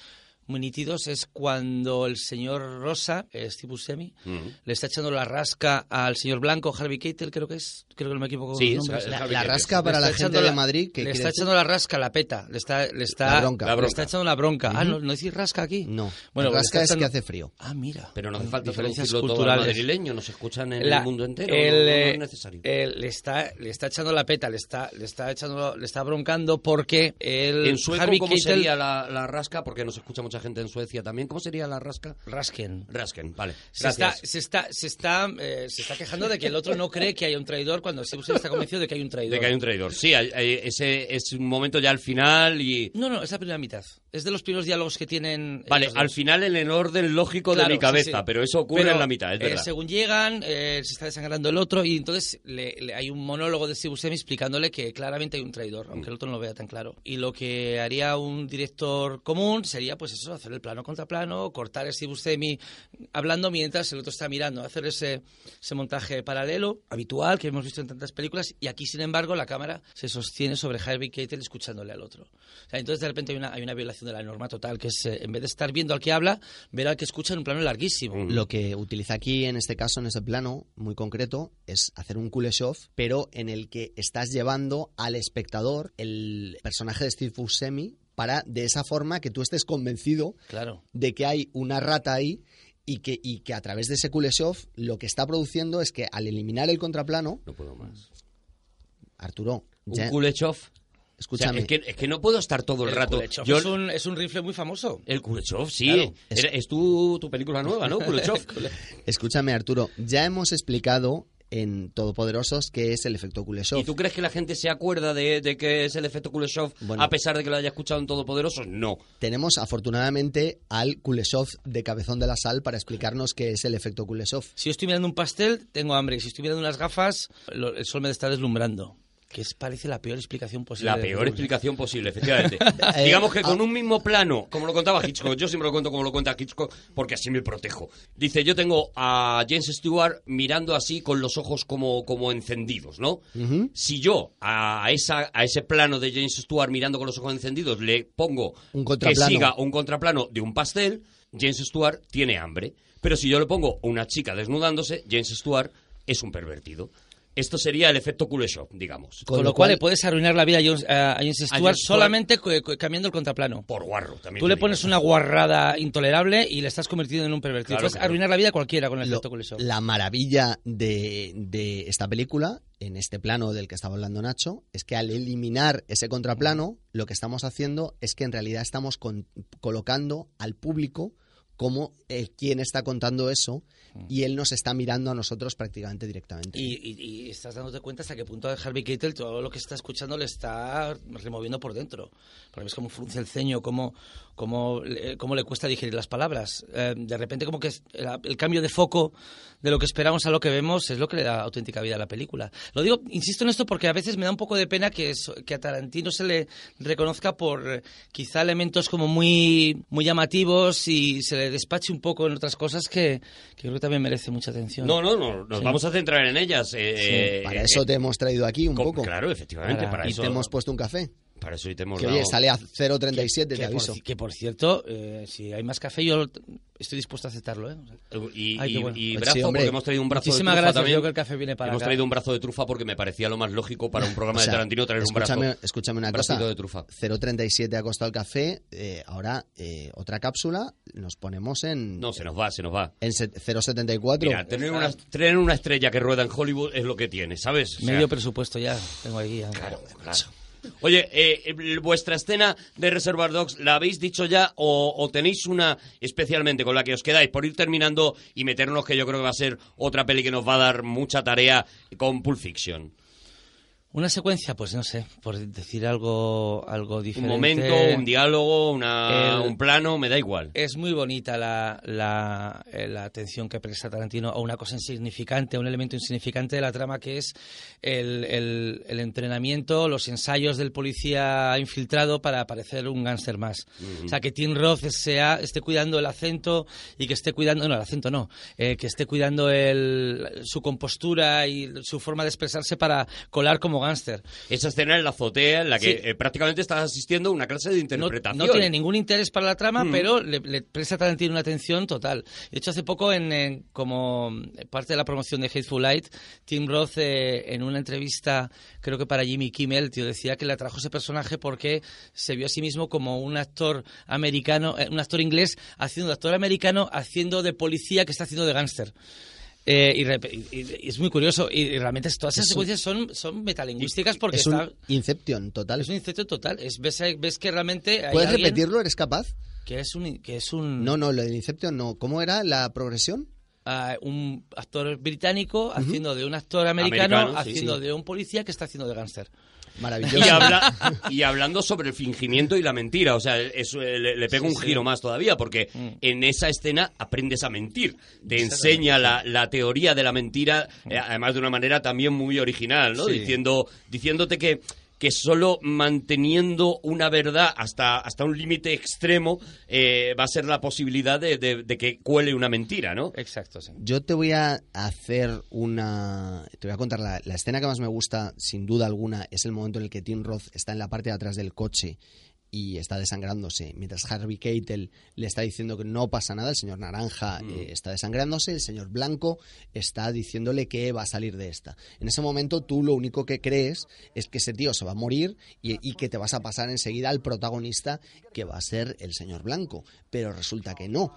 muy nítidos es cuando el señor Rosa, eh, Steve Buscemi, uh-huh. le está echando la rasca al señor Blanco, Harvey Keitel, creo que es, creo que no me equivoco sí, con los nombres. La, la rasca para la gente de Madrid, que le está echando la rasca, la peta, le está, le está, la bronca. Le La bronca. está echando la bronca. Uh-huh. Ah, ¿no, ¿no decís rasca aquí? No, bueno, la rasca echando... es que hace frío. Ah, mira. Pero no hace falta diferencias traducirlo culturales. todo al madrileño, nos escuchan en la, el mundo entero, el, no, no, no es necesario. El, le, está, le está echando la peta, le está, le está echando, le está broncando porque el en sueco, Harvey ¿cómo Keitel... sería la, la rasca? Porque nos escucha mucha gente en Suecia también. ¿Cómo sería la rasca? Rasken. Rasken, vale. Se está, se está, se está, eh, se está quejando de que el otro no cree que haya un traidor cuando se está convencido de que hay un traidor. De que hay un traidor. Sí, hay, hay, ese es un momento ya al final y... No, no, es la primera mitad. Es de los primeros diálogos que tienen... Vale, al final en el orden lógico claro, de mi cabeza, sí, sí. pero eso ocurre pero, en la mitad, es verdad. Eh, según llegan, eh, se está desangrando el otro y entonces le, le, hay un monólogo de Steve Buscemi explicándole que claramente hay un traidor, aunque el otro no lo vea tan claro. Y lo que haría un director común sería, pues eso, hacer el plano contra plano, cortar a Steve Buscemi hablando mientras el otro está mirando, hacer ese, ese montaje paralelo, habitual, que hemos visto en tantas películas, y aquí, sin embargo, la cámara se sostiene sobre Harvey Keitel escuchándole al otro. O sea, entonces, de repente, hay una, hay una violación de la norma total, que es, eh, en vez de estar viendo al que habla, ver al que escucha en un plano larguísimo. Mm. Lo que utiliza aquí, en este caso, en ese plano muy concreto, es hacer un Kuleshov, pero en el que estás llevando al espectador el personaje de Steve Buscemi para, de esa forma, que tú estés convencido claro. de que hay una rata ahí y que, y que a través de ese Kuleshov lo que está produciendo es que al eliminar el contraplano... No puedo más. Arturo... ¿Un ya... Kuleshov? Escúchame. O sea, es, que, es que no puedo estar todo el, el rato... Yo... Es, un, es un rifle muy famoso. El Kuleshov, sí. Claro. Es, es tu, tu película nueva, ¿no? Kuleshov. Escúchame, Arturo. Ya hemos explicado en Todopoderosos qué es el efecto Kuleshov. ¿Y tú crees que la gente se acuerda de, de qué es el efecto Kuleshov bueno, a pesar de que lo haya escuchado en Todopoderosos? No. Tenemos afortunadamente al Kuleshov de Cabezón de la Sal para explicarnos qué es el efecto Kuleshov. Si yo estoy mirando un pastel, tengo hambre. Y si estoy mirando unas gafas, lo, el sol me está deslumbrando. Que es, parece la peor explicación posible. La peor explicación posible, efectivamente. eh, Digamos que con un mismo plano, como lo contaba Hitchcock, yo siempre lo cuento como lo cuenta Hitchcock, porque así me protejo. Dice, yo tengo a James Stewart mirando así con los ojos como, como encendidos, ¿no? Uh-huh. Si yo a, esa, a ese plano de James Stewart mirando con los ojos encendidos le pongo un que siga un contraplano de un pastel, James Stewart tiene hambre. Pero si yo le pongo una chica desnudándose, James Stewart es un pervertido. Esto sería el efecto Kuleshov, digamos. Con, Con lo cual le puedes arruinar la vida a James, a James Stewart solamente Stewart, cambiando el contraplano. Por guarro, también. Tú le pones digo. una guarrada intolerable y le estás convirtiendo en un pervertido. Claro, puedes claro. arruinar la vida a cualquiera con el lo, efecto Kuleshov. La maravilla de, de esta película, en este plano del que estaba hablando Nacho, es que al eliminar ese contraplano, lo que estamos haciendo es que en realidad estamos con, colocando al público como eh, quien está contando eso y él nos está mirando a nosotros prácticamente directamente. Y, y, y estás dándote cuenta hasta qué punto a Harvey Keitel todo lo que está escuchando le está removiendo por dentro. Porque ves cómo frunce el ceño, cómo, cómo, cómo le cuesta digerir las palabras. Eh, de repente como que el, el cambio de foco de lo que esperamos a lo que vemos es lo que le da auténtica vida a la película. Lo digo, insisto en esto porque a veces me da un poco de pena que, es, que a Tarantino se le reconozca por eh, quizá elementos como muy, muy llamativos y se le despache un poco en otras cosas que, que creo que también merece mucha atención. No, no, no, nos sí. vamos a centrar en ellas. Eh, sí, para eh, eso eh, te hemos traído aquí un con, poco. Claro, efectivamente, para, para y eso. te hemos puesto un café. Para eso y te hemos que dado... oye, sale a cero treinta y siete, te aviso. Por, que por cierto, eh, si hay más café, yo estoy dispuesto a aceptarlo, ¿eh? O sea, y, ay, y, bueno. y brazo, sí, porque hemos traído un brazo de trufa gracias, también. Creo que el café viene para hemos acá. traído un brazo de trufa porque me parecía lo más lógico para un programa o sea, de Tarantino traer un brazo. Escúchame una un cosa. De trufa. cero treinta y siete ha costado el café. Eh, ahora, eh, otra cápsula, nos ponemos en... No, se nos va, se nos va. En cero setenta y cuatro. Mira, tener una, tener una estrella que rueda en Hollywood es lo que tiene, ¿sabes? O sea, medio presupuesto ya tengo aquí. Ya. Claro, claro. Oye, eh, vuestra escena de Reservoir Dogs, ¿la habéis dicho ya o, o tenéis una especialmente con la que os quedáis por ir terminando y meternos, que yo creo que va a ser otra peli que nos va a dar mucha tarea con Pulp Fiction? Una secuencia, pues no sé, por decir algo algo diferente. Un momento, un diálogo, una, el, un plano, me da igual. Es muy bonita la, la, la atención que presta Tarantino a una cosa insignificante, a un elemento insignificante de la trama que es el, el, el entrenamiento, los ensayos del policía infiltrado para parecer un gángster más. Uh-huh. O sea, que Tim Roth sea, esté cuidando el acento y que esté cuidando, no, el acento no, eh, que esté cuidando el, su compostura y su forma de expresarse para colar como gángster. Esa escena en la azotea en la que Sí. eh, prácticamente estás asistiendo a una clase de No, interpretación. no tiene ningún interés para la trama, Mm. pero le, le presta Tarantino una atención total. De hecho, hace poco, en, en- como parte de la promoción de Hateful Eight, Tim Roth, eh, en una entrevista, creo que para Jimmy Kimmel, tío, decía que le atrajo ese personaje porque se vio a sí mismo como un actor americano, eh, un actor inglés haciendo de actor americano, haciendo de policía que está haciendo de gángster. Eh, y, rep- y- y es muy curioso, y, y realmente todas esas Es un- secuencias son, son metalingüísticas porque es está... un Inception total. Es un incepto total. Es, ves, ves que realmente hay ¿Puedes alguien repetirlo? ¿Eres capaz? que es un que es un, No, no, lo del Inception no. ¿Cómo era la progresión? ah, un actor británico haciendo de un actor americano, Americano, sí, haciendo sí. de un policía que está haciendo de gángster. Maravilloso. Y, habla- y hablando sobre el fingimiento y la mentira, o sea, eso eh, le, le pega Sí, un sí. giro más todavía, porque Mm. en esa escena aprendes a mentir, te Exactamente, enseña sí. la, la teoría de la mentira, eh, además de una manera también muy original, ¿no? Sí. Diciendo, diciéndote que que solo manteniendo una verdad hasta, hasta un límite extremo eh, va a ser la posibilidad de, de- de que cuele una mentira, ¿no? Exacto, sí. Yo te voy a hacer una... Te voy a contar la, la escena que más me gusta, sin duda alguna, es el momento en el que Tim Roth está en la parte de atrás del coche y está desangrándose, mientras Harvey Keitel le está diciendo que no pasa nada, el señor Naranja Mm. eh, está desangrándose, el señor Blanco está diciéndole que va a salir de esta. En ese momento tú lo único que crees es que ese tío se va a morir y, y que te vas a pasar enseguida al protagonista, que va a ser el señor Blanco, pero resulta que no.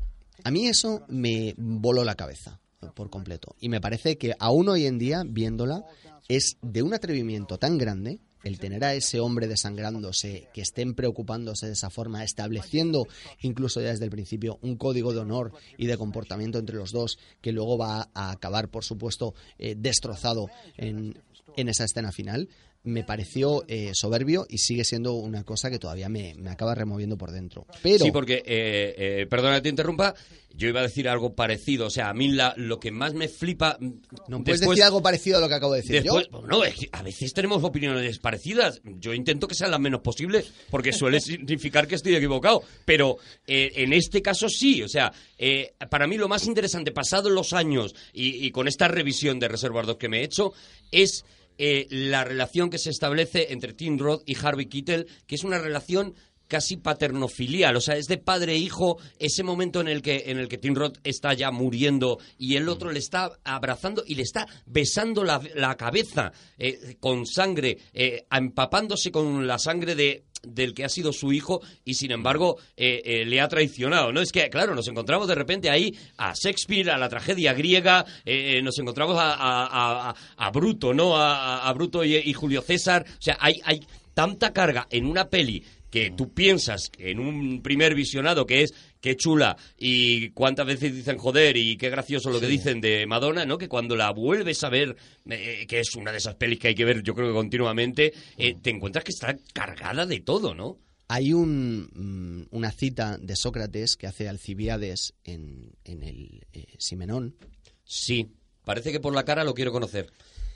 A mí eso me voló la cabeza por completo. Y me parece que aún hoy en día, viéndola, es de un atrevimiento tan grande el tener a ese hombre desangrándose, que estén preocupándose de esa forma, estableciendo incluso ya desde el principio un código de honor y de comportamiento entre los dos, que luego va a acabar, por supuesto, eh, destrozado en, en esa escena final. Me pareció eh, soberbio y sigue siendo una cosa que todavía me, me acaba removiendo por dentro. Pero Sí, porque, eh, eh, perdona que te interrumpa, yo iba a decir algo parecido. O sea, a mí la- lo que más me flipa... ¿no puedes después- decir algo parecido a lo que acabo de decir Después, yo? no, es que a veces tenemos opiniones parecidas. Yo intento que sean las menos posibles, porque suele significar que estoy equivocado. Pero eh, en este caso sí. O sea, eh, para mí lo más interesante, pasados los años y, y con esta revisión de Reservoir Dogs que me he hecho, es eh, la relación que se establece entre Tim Roth y Harvey Keitel, que es una relación casi paternofilial, o sea, es de padre e hijo, ese momento en el que en el que Tim Roth está ya muriendo y el otro le está abrazando y le está besando la, la cabeza eh, con sangre, eh, empapándose con la sangre de del que ha sido su hijo y sin embargo eh, eh, le ha traicionado, ¿no? Es que, claro, nos encontramos de repente ahí a Shakespeare, a la tragedia griega, eh, nos encontramos a, a, a, a Bruto, ¿no? A, a Bruto y, y Julio César, o sea, hay, hay tanta carga en una peli que tú piensas en un primer visionado que es qué chula y cuántas veces dicen joder y qué gracioso lo que dicen de Madonna, ¿no? Que cuando la vuelves a ver, eh, que es una de esas pelis que hay que ver yo creo que continuamente, eh, te encuentras que está cargada de todo, ¿no? Hay un, mm, una cita de Sócrates que hace Alcibiades en, en el eh, Simenón, Sí, parece que por la cara lo quiero conocer.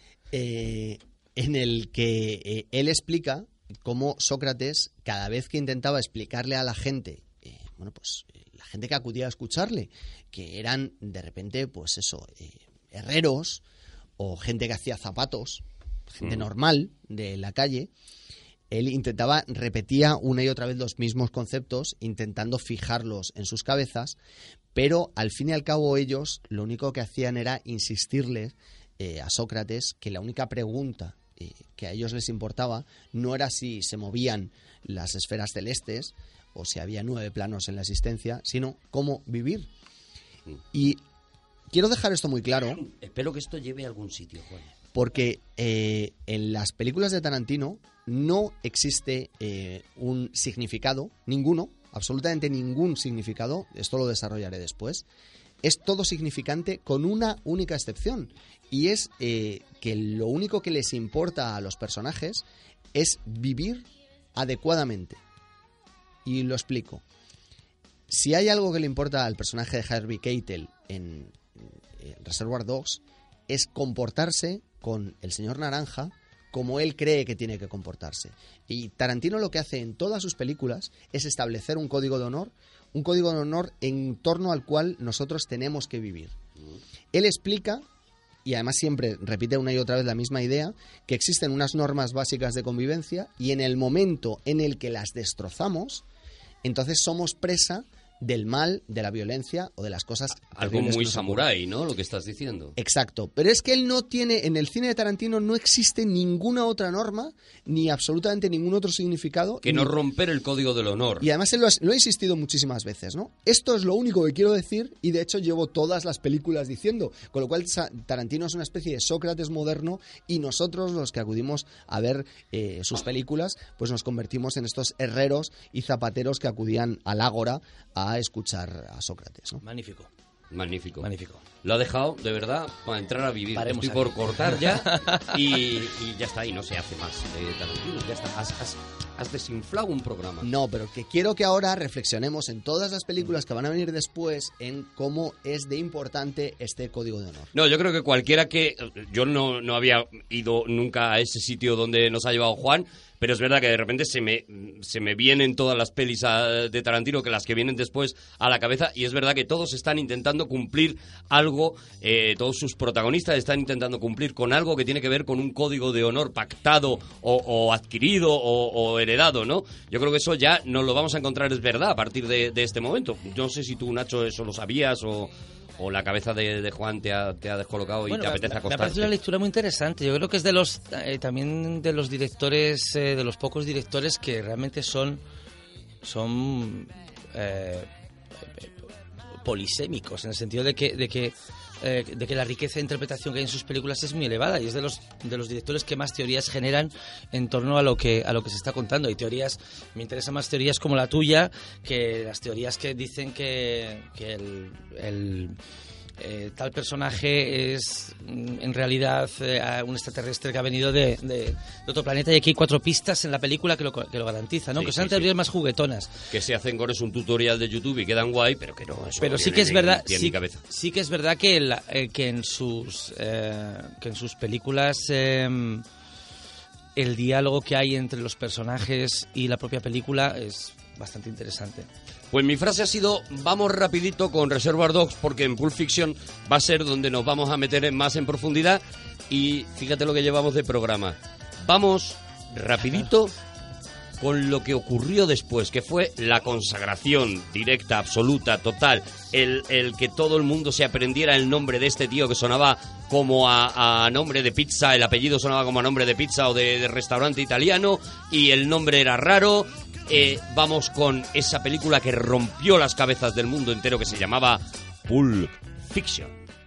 eh, en el que eh, él explica cómo Sócrates, cada vez que intentaba explicarle a la gente, eh, bueno, pues eh, la gente que acudía a escucharle, que eran de repente, pues eso, eh, herreros o gente que hacía zapatos, gente Mm. normal de la calle, él intentaba, repetía una y otra vez los mismos conceptos, intentando fijarlos en sus cabezas, pero al fin y al cabo ellos lo único que hacían era insistirle eh, a Sócrates que la única pregunta eh, que a ellos les importaba no era si se movían las esferas celestes o si había nueve planos en la existencia, sino cómo vivir. Y quiero dejar esto muy claro, Espero que esto lleve a algún sitio, Juan. porque eh, en las películas de Tarantino no existe eh, un significado, ninguno, absolutamente ningún significado, esto lo desarrollaré después, es todo significante con una única excepción, y es eh, que lo único que les importa a los personajes es vivir adecuadamente. Y lo explico. Si hay algo que le importa al personaje de Harvey Keitel en, en Reservoir Dogs, es comportarse con el señor Naranja como él cree que tiene que comportarse. Y Tarantino lo que hace en todas sus películas es establecer un código de honor, un código de honor en torno al cual nosotros tenemos que vivir. Él explica y además siempre repite una y otra vez la misma idea, que existen unas normas básicas de convivencia y en el momento en el que las destrozamos, entonces somos presa del mal, de la violencia o de las cosas... Algo muy samurái, ¿no? Lo que estás diciendo. Exacto. Pero es que él no tiene... En el cine de Tarantino no existe ninguna otra norma, ni absolutamente ningún otro significado. Que ni... no romper el código del honor. Y además él lo ha, lo ha insistido muchísimas veces, ¿no? Esto es lo único que quiero decir y de hecho llevo todas las películas diciendo. Con lo cual Tarantino es una especie de Sócrates moderno y nosotros, los que acudimos a ver eh, sus películas, pues nos convertimos en estos herreros y zapateros que acudían al ágora a a escuchar a Sócrates, ¿no? Magnífico. Magnífico. Magnífico. Lo ha dejado, de verdad, para entrar a vivir. Paremos Estoy aquí. por cortar ya y, y ya está, y no se hace más de Tarantino. Ya está, has, has, has desinflado un programa. No, pero que quiero que ahora reflexionemos en todas las películas que van a venir después en cómo es de importante este código de honor. No, yo creo que cualquiera que... Yo no, no había ido nunca a ese sitio donde nos ha llevado Juan, pero es verdad que de repente se me, se me vienen todas las pelis a, de Tarantino, que las que vienen después a la cabeza, y es verdad que todos están intentando cumplir algo, eh, todos sus protagonistas están intentando cumplir con algo que tiene que ver con un código de honor pactado o, o adquirido o, o heredado, ¿no? Yo creo que eso ya nos lo vamos a encontrar, es verdad, a partir de, de este momento. Yo no sé si tú, Nacho, eso lo sabías o... o la cabeza de, de Juan te ha, te ha descolocado y bueno, te apetece me, acostarte. Me parece una lectura muy interesante. Yo creo que es de los eh, también de los directores, eh, de los pocos directores que realmente son son eh, polisémicos, en el sentido de que de que eh, de que la riqueza de interpretación que hay en sus películas es muy elevada y es de los de los directores que más teorías generan en torno a lo que a lo que se está contando. Y teorías, me interesan más teorías como la tuya que las teorías que dicen que, que el, el eh, tal personaje es en realidad eh, un extraterrestre que ha venido de, de, de otro planeta, y aquí hay cuatro pistas en la película que lo, que lo garantizan, ¿no? Sí, que son sí, teorías sí. más juguetonas. Que se hacen con es un tutorial de YouTube y quedan guay, pero que no, eso Pero no sí tiene que es ni- verdad, tiene sí, ni cabeza. sí que es verdad que, la- eh, que en sus eh, que en sus películas eh, el diálogo que hay entre los personajes y la propia película es bastante interesante. Pues mi frase ha sido, vamos rapidito con Reservoir Dogs, porque en Pulp Fiction va a ser donde nos vamos a meter en- más en profundidad, y fíjate lo que llevamos de programa. Vamos rapidito con lo que ocurrió después, que fue la consagración directa, absoluta, total, el, el que todo el mundo se aprendiera el nombre de este tío que sonaba como a, a nombre de pizza, el apellido sonaba como a nombre de pizza o de, de restaurante italiano, y el nombre era raro. Eh, vamos con esa película que rompió las cabezas del mundo entero, que se llamaba Pulp Fiction.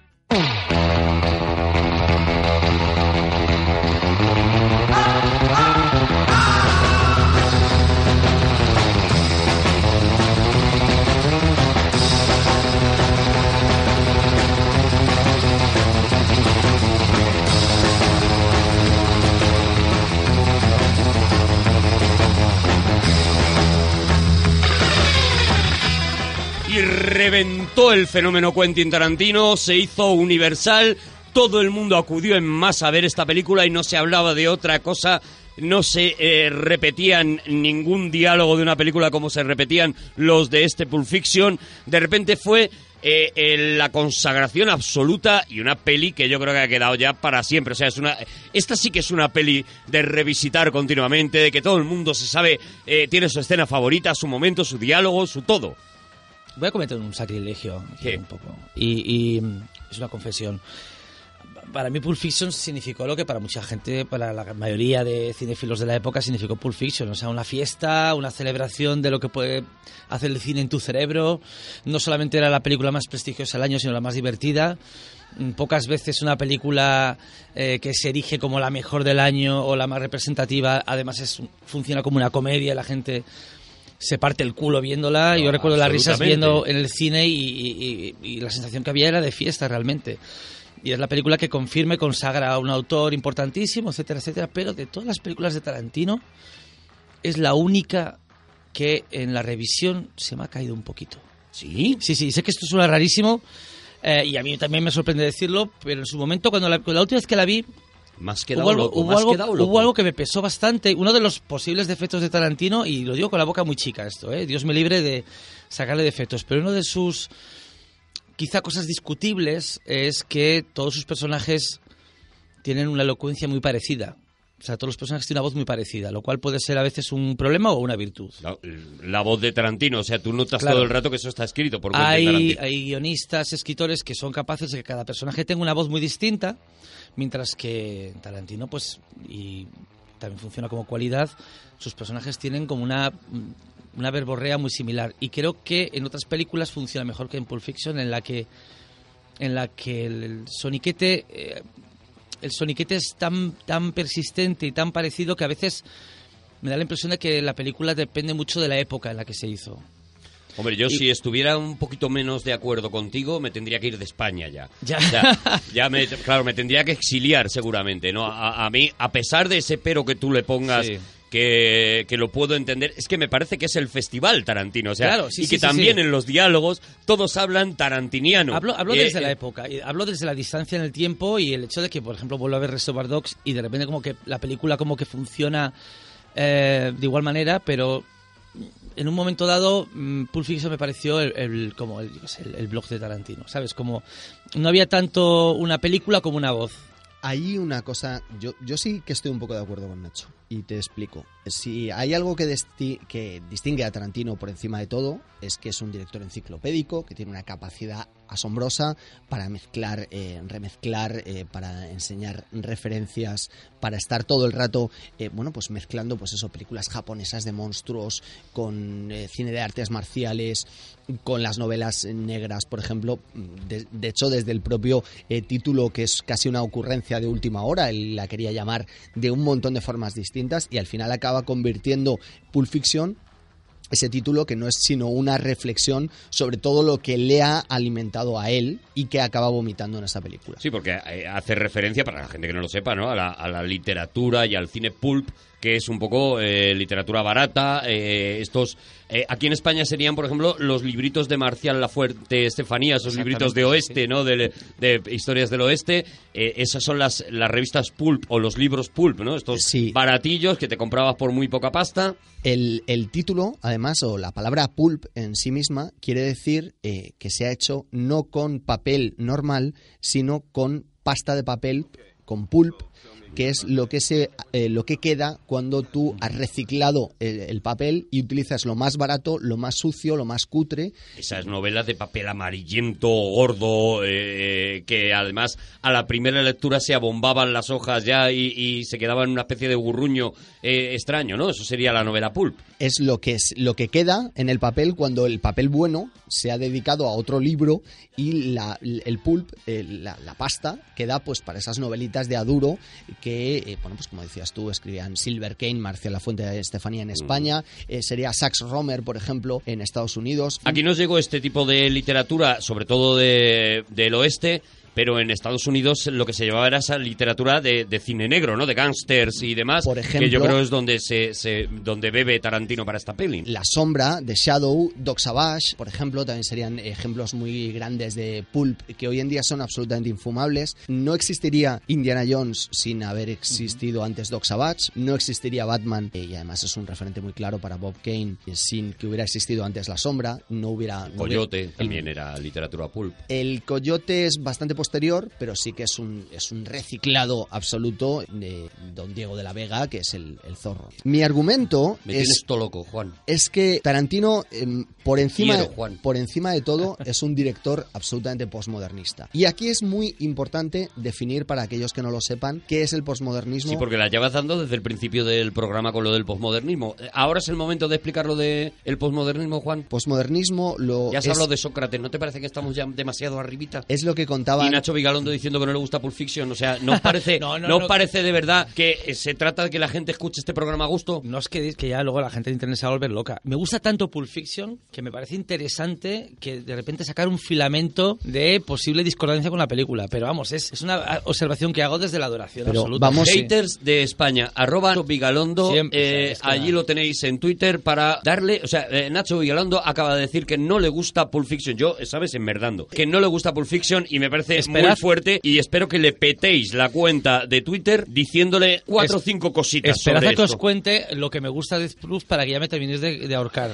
Y reventó el fenómeno Quentin Tarantino, se hizo universal, todo el mundo acudió en masa a ver esta película y no se hablaba de otra cosa, no se eh, repetían ningún diálogo de una película como se repetían los de este Pulp Fiction. De repente fue eh, eh, la consagración absoluta y una peli que yo creo que ha quedado ya para siempre. O sea, es una, esta sí que es una peli de revisitar continuamente, de que todo el mundo se sabe, eh, tiene su escena favorita, su momento, su diálogo, su todo. Voy a cometer un sacrilegio aquí ¿Qué? un poco. Y, y es una confesión. Para mí Pulp Fiction significó lo que para mucha gente, para la mayoría de cinéfilos de la época, significó Pulp Fiction. O sea, una fiesta, una celebración de lo que puede hacer el cine en tu cerebro. No solamente era la película más prestigiosa del año, sino la más divertida. Pocas veces una película eh, que se erige como la mejor del año o la más representativa, además es, funciona como una comedia, la gente se parte el culo viéndola. No, yo recuerdo las risas absolutamente. viendo en el cine y, y- y- y la sensación que había era de fiesta realmente. Y es la película que confirma y consagra a un autor importantísimo, etcétera, etcétera. Pero de todas las películas de Tarantino, es la única que en la revisión se me ha caído un poquito. ¿Sí? Sí, sí, sé que esto suena rarísimo, eh, y a mí también me sorprende decirlo, pero en su momento, cuando la, la última vez que la vi, Más quedado hubo algo, loco, hubo más algo- quedado loco. hubo algo que me pesó bastante. Uno de los posibles defectos de Tarantino, y lo digo con la boca muy chica esto, ¿eh? Dios me libre de sacarle defectos, pero uno de sus quizá cosas discutibles es que todos sus personajes tienen una elocuencia muy parecida. O sea, todos los personajes tienen una voz muy parecida, lo cual puede ser a veces un problema o una virtud. La, la voz de Tarantino, o sea, tú notas claro. todo el rato que eso está escrito por Quentin Hay, Tarantino. hay guionistas, escritores que son capaces de que cada personaje tenga una voz muy distinta, mientras que Tarantino, pues, y también funciona como cualidad, sus personajes tienen como una, una verborrea muy similar. Y creo que en otras películas funciona mejor que en Pulp Fiction, en la que, en la que el, el soniquete... Eh, el soniquete es tan, tan persistente y tan parecido que a veces me da la impresión de que la película depende mucho de la época en la que se hizo. Hombre, yo y... si estuviera un poquito menos de acuerdo contigo, me tendría que ir de España ya. Ya. O sea, ya me, claro, me tendría que exiliar seguramente, ¿no? A, a mí, a pesar de ese pero que tú le pongas... Sí. Que, que lo puedo entender, es que me parece que es el festival Tarantino, o sea, claro, sí, y que sí, sí, también sí. en los diálogos todos hablan tarantiniano. Hablo, hablo eh, desde eh, la época, hablo desde la distancia en el tiempo y el hecho de que, por ejemplo, vuelvo a ver Reservoir Dogs y de repente como que la película como que funciona eh, de igual manera, pero en un momento dado Pulp Fiction me pareció el, el como el, el, el blog de Tarantino, ¿sabes? Como no había tanto una película como una voz. Hay una cosa, yo, yo sí que estoy un poco de acuerdo con Nacho, y te explico. Si hay algo que, desti- que distingue a Tarantino por encima de todo, es que es un director enciclopédico, que tiene una capacidad asombrosa para mezclar, eh, remezclar, eh, para enseñar referencias, para estar todo el rato, eh, bueno, pues mezclando, pues eso, películas japonesas de monstruos, con eh, cine de artes marciales, con las novelas negras, por ejemplo. De, de hecho, desde el propio eh, título, que es casi una ocurrencia de última hora, él la quería llamar de un montón de formas distintas y al final acaba convirtiendo Pulp Fiction, ese título, que no es sino una reflexión sobre todo lo que le ha alimentado a él y que acaba vomitando en esa película. Sí, porque hace referencia, para la gente que no lo sepa, ¿no? a, la, a la literatura y al cine pulp, que es un poco eh, literatura barata. Eh, estos eh, aquí en España serían, por ejemplo, los libritos de Marcial Lafuente Estefanía, esos libritos de oeste, sí. ¿no? De, de historias del oeste. Eh, esas son las, las revistas pulp o los libros pulp, ¿no? Estos sí. baratillos que te comprabas por muy poca pasta. El, el título, además, o la palabra pulp en sí misma, quiere decir eh, que se ha hecho no con papel normal, sino con pasta de papel, con pulp, que es lo que se eh, lo que queda cuando tú has reciclado el, el papel y utilizas lo más barato, lo más sucio, lo más cutre. Esas novelas de papel amarillento, gordo, eh, que además a la primera lectura se abombaban las hojas ya y, y se quedaba en una especie de burruño eh, extraño, ¿no? Eso sería la novela pulp. Es lo que es lo que queda en el papel cuando el papel bueno se ha dedicado a otro libro y la, el pulp, eh, la, la pasta, queda pues para esas novelitas de aduro que, eh, bueno, pues como decías tú, escribían Silver Kane, Marcial Lafuente de Estefanía en España, mm. eh, sería Sax Rohmer, por ejemplo, en Estados Unidos. Aquí nos llegó este tipo de literatura, sobre todo de, del oeste, pero en Estados Unidos lo que se llevaba era esa literatura de, de cine negro, ¿no? De gángsters y demás, por ejemplo, que yo creo es donde se, se donde bebe Tarantino para esta peli. La Sombra, de Shadow, Dog Savage, por ejemplo, también serían ejemplos muy grandes de pulp que hoy en día son absolutamente infumables. No existiría Indiana Jones sin haber existido uh-huh. antes Dog Savage, no existiría Batman, y además es un referente muy claro para Bob Kane, sin que hubiera existido antes La Sombra, no hubiera... El Coyote no hubiera, también el, era literatura pulp. El Coyote es bastante posterior, pero sí que es un, es un reciclado absoluto de Don Diego de la Vega, que es el, el Zorro. Mi argumento Me es, tienes todo loco, Juan. Es que Tarantino, eh, por, encima, Quiero, Juan. por encima de todo, es un director absolutamente posmodernista. Y aquí es muy importante definir, para aquellos que no lo sepan, qué es el posmodernismo. Sí, porque la llevas dando desde el principio del programa con lo del posmodernismo. ¿Ahora es el momento de explicar lo del posmodernismo, Juan? Posmodernismo lo Ya has es, hablado de Sócrates, ¿no te parece que estamos ya demasiado arribita? Es lo que contaba... Y Nacho Vigalondo diciendo que no le gusta Pulp Fiction, o sea, ¿no os parece, no, no, ¿no no. parece de verdad que se trata de que la gente escuche este programa a gusto? No es que, que ya luego la gente de internet se va a volver loca. Me gusta tanto Pulp Fiction que me parece interesante que de repente sacar un filamento de posible discordancia con la película, pero vamos, es, es una observación que hago desde la adoración pero absoluta. Vamos, Haters sí. de España, arroba Vigalondo, Siempre, eh, es que allí va. lo tenéis en Twitter para darle, o sea, eh, Nacho Vigalondo acaba de decir que no le gusta Pulp Fiction, yo, ¿sabes? Enmerdando, que no le gusta Pulp Fiction y me parece Esperad. muy fuerte y espero que le petéis la cuenta de Twitter diciéndole cuatro o cinco cositas Esperad sobre a que esto. os cuente lo que me gusta de Death Proof para que ya me terminéis de, de ahorcar.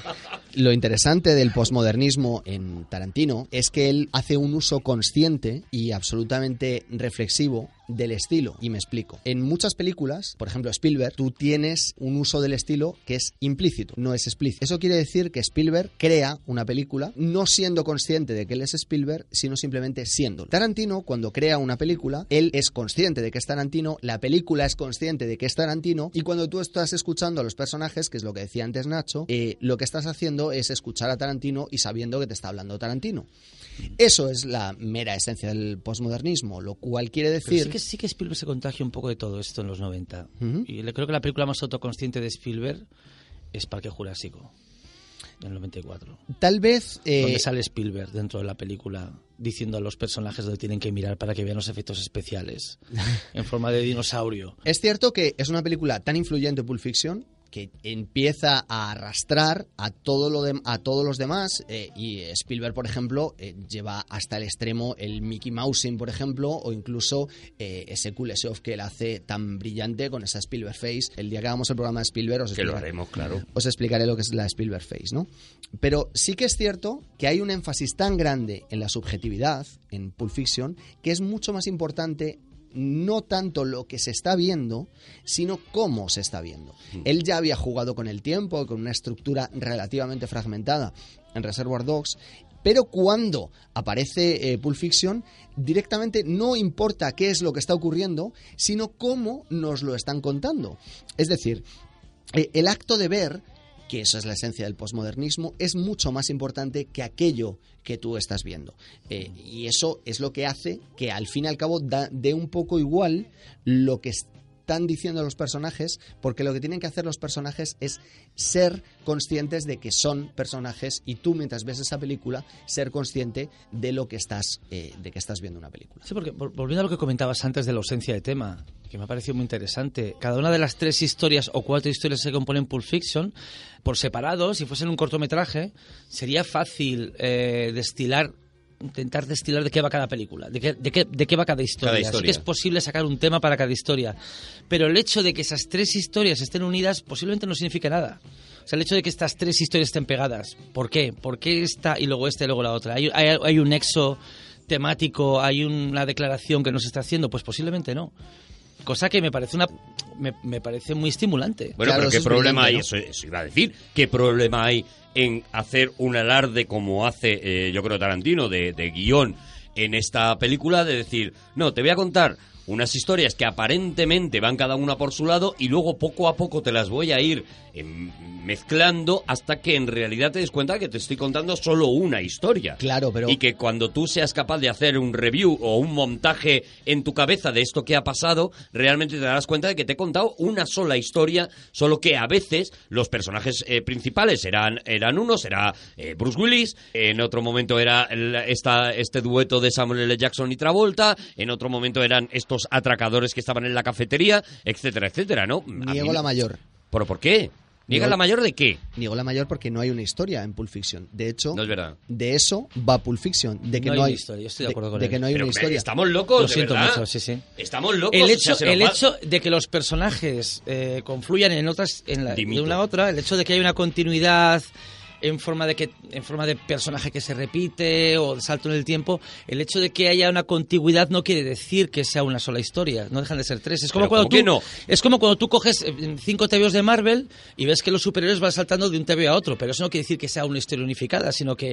Lo interesante del posmodernismo en Tarantino es que él hace un uso consciente y absolutamente reflexivo del estilo, y me explico. En muchas películas, por ejemplo Spielberg, tú tienes un uso del estilo que es implícito, no es explícito. Eso quiere decir que Spielberg crea una película no siendo consciente de que él es Spielberg, sino simplemente siéndolo. Tarantino, cuando crea una película, él es consciente de que es Tarantino, la película es consciente de que es Tarantino, y cuando tú estás escuchando a los personajes, que es lo que decía antes Nacho, eh, lo que estás haciendo es escuchar a Tarantino y sabiendo que te está hablando Tarantino. Eso es la mera esencia del posmodernismo, lo cual quiere decir... Pero sí que, sí que Spielberg se contagia un poco de todo esto en los noventa. Uh-huh. Y le creo que la película más autoconsciente de Spielberg es Parque Jurásico, del noventa y cuatro. Tal vez... Eh... Donde sale Spielberg dentro de la película diciendo a los personajes dónde tienen que mirar para que vean los efectos especiales en forma de dinosaurio. Es cierto que es una película tan influyente, Pulp Fiction, que empieza a arrastrar a todo lo de, a todos los demás, eh, y Spielberg, por ejemplo, eh, lleva hasta el extremo el Mickey Mousing, por ejemplo, o incluso eh, ese Kuleshov que él hace tan brillante con esa Spielberg Face. El día que hagamos el programa de Spielberg os que lo explicaré, haremos, claro. Os explicaré lo que es la Spielberg Face, ¿no? Pero sí que es cierto que hay un énfasis tan grande en la subjetividad en Pulp Fiction que es mucho más importante no tanto lo que se está viendo, sino cómo se está viendo. Mm. Él ya había jugado con el tiempo, con una estructura relativamente fragmentada en Reservoir Dogs, pero cuando aparece eh, Pulp Fiction, directamente no importa qué es lo que está ocurriendo, sino cómo nos lo están contando. Es decir, eh, el acto de ver, que esa es la esencia del posmodernismo, es mucho más importante que aquello que tú estás viendo. Eh, y eso es lo que hace que al fin y al cabo da, dé un poco igual lo que están diciendo los personajes, porque lo que tienen que hacer los personajes es ser conscientes de que son personajes, y tú mientras ves esa película ser consciente de lo que estás eh, de que estás viendo una película. Sí, porque volviendo a lo que comentabas antes de la ausencia de tema, que me ha parecido muy interesante, cada una de las tres historias o cuatro historias que se componen Pulp Fiction, por separado, si fuesen un cortometraje, sería fácil eh, destilar intentar destilar de qué va cada película, de qué, de qué, de qué va cada historia. cada historia. Así que es posible sacar un tema para cada historia. Pero el hecho de que esas tres historias estén unidas posiblemente no signifique nada. O sea, el hecho de que estas tres historias estén pegadas. ¿Por qué? ¿Por qué esta y luego esta y luego la otra? ¿Hay, hay, hay un nexo temático? ¿Hay una declaración que nos está haciendo? Pues posiblemente no. Cosa que me parece una me, me parece muy estimulante. Bueno, claro, pero ¿qué problema hay? ¿no? Eso, eso iba a decir. ¿Qué problema hay en hacer un alarde como hace, eh, yo creo, Tarantino, de, de guión en esta película? De decir, no, te voy a contar unas historias que aparentemente van cada una por su lado y luego poco a poco te las voy a ir eh, mezclando hasta que en realidad te des cuenta que te estoy contando solo una historia. Claro, pero... Y que cuando tú seas capaz de hacer un review o un montaje en tu cabeza de esto que ha pasado, realmente te darás cuenta de que te he contado una sola historia, solo que a veces los personajes eh, principales eran, eran unos, era eh, Bruce Willis, en otro momento era el, esta, este dueto de Samuel L. Jackson y Travolta, en otro momento eran estos atracadores que estaban en la cafetería, etcétera, etcétera, ¿no? Niego mí... la mayor. ¿Pero por qué? ¿Niega Niego... la mayor de qué? Niego la mayor porque no hay una historia en Pulp Fiction. De hecho, no es verdad. De eso va Pulp Fiction, de que no, no hay hay historia. Yo estoy de acuerdo con de, él. de que no hay Pero, una historia. Estamos locos, Lo de siento verdad. mucho, sí, sí. Estamos locos. El hecho, o sea, se el nos va... hecho de que los personajes eh, confluyan en otras, en la, de una a otra, el hecho de que haya una continuidad en forma de que en forma de personaje que se repite o de salto en el tiempo, el hecho de que haya una contigüidad no quiere decir que sea una sola historia, no dejan de ser tres. Es como Pero cuando ¿cómo tú que no? es como cuando tú coges cinco T V Os de Marvel y ves que los superhéroes van saltando de un T V a otro, pero eso no quiere decir que sea una historia unificada, sino que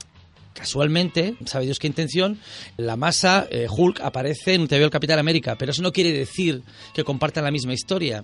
casualmente, sabe Dios qué intención, la masa eh, Hulk aparece en un T V del Capitán América, pero eso no quiere decir que compartan la misma historia.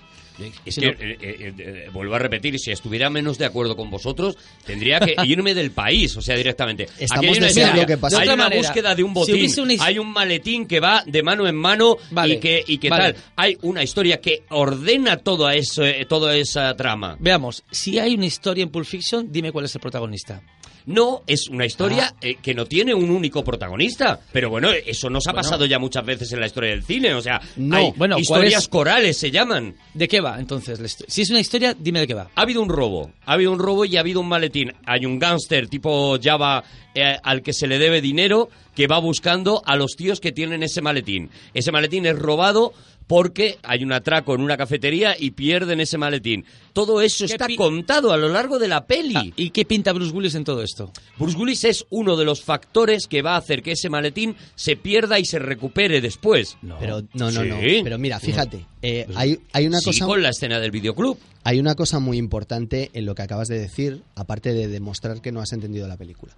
Es Si que, no... eh, eh, eh, vuelvo a repetir, si estuviera menos de acuerdo con vosotros, tendría que irme del país, o sea, directamente. Estamos Aquí hay una, deseando historia, que pase. hay De otra una manera, búsqueda de un si botín, hubiese una his- hay un maletín que va de mano en mano Vale, y que, y que vale. tal. Hay una historia que ordena toda, eso, eh, toda esa trama. Veamos, si hay una historia en Pulp Fiction, dime cuál es el protagonista. No, es una historia Ah. eh, que no tiene un único protagonista. Pero bueno, eso nos ha Bueno. pasado ya muchas veces en la historia del cine. O sea, No, hay bueno, ¿cuál historias es? corales, se llaman. ¿De qué va entonces? la histo- Si es una historia, dime de qué va. Ha habido un robo, ha habido un robo y ha habido un maletín. Hay un gángster tipo Java eh, al que se le debe dinero, que va buscando a los tíos que tienen ese maletín. Ese maletín es robado porque hay un atraco en una cafetería y pierden ese maletín. Todo eso está pi- contado a lo largo de la peli. Ah, ¿y qué pinta Bruce Willis en todo esto? Bruce Willis es uno de los factores que va a hacer que ese maletín se pierda y se recupere después. No, pero no, no, ¿Sí? no. Pero mira, fíjate, eh, hay, hay una sí, cosa... con la escena del videoclub. Hay una cosa muy importante en lo que acabas de decir, aparte de demostrar que no has entendido la película.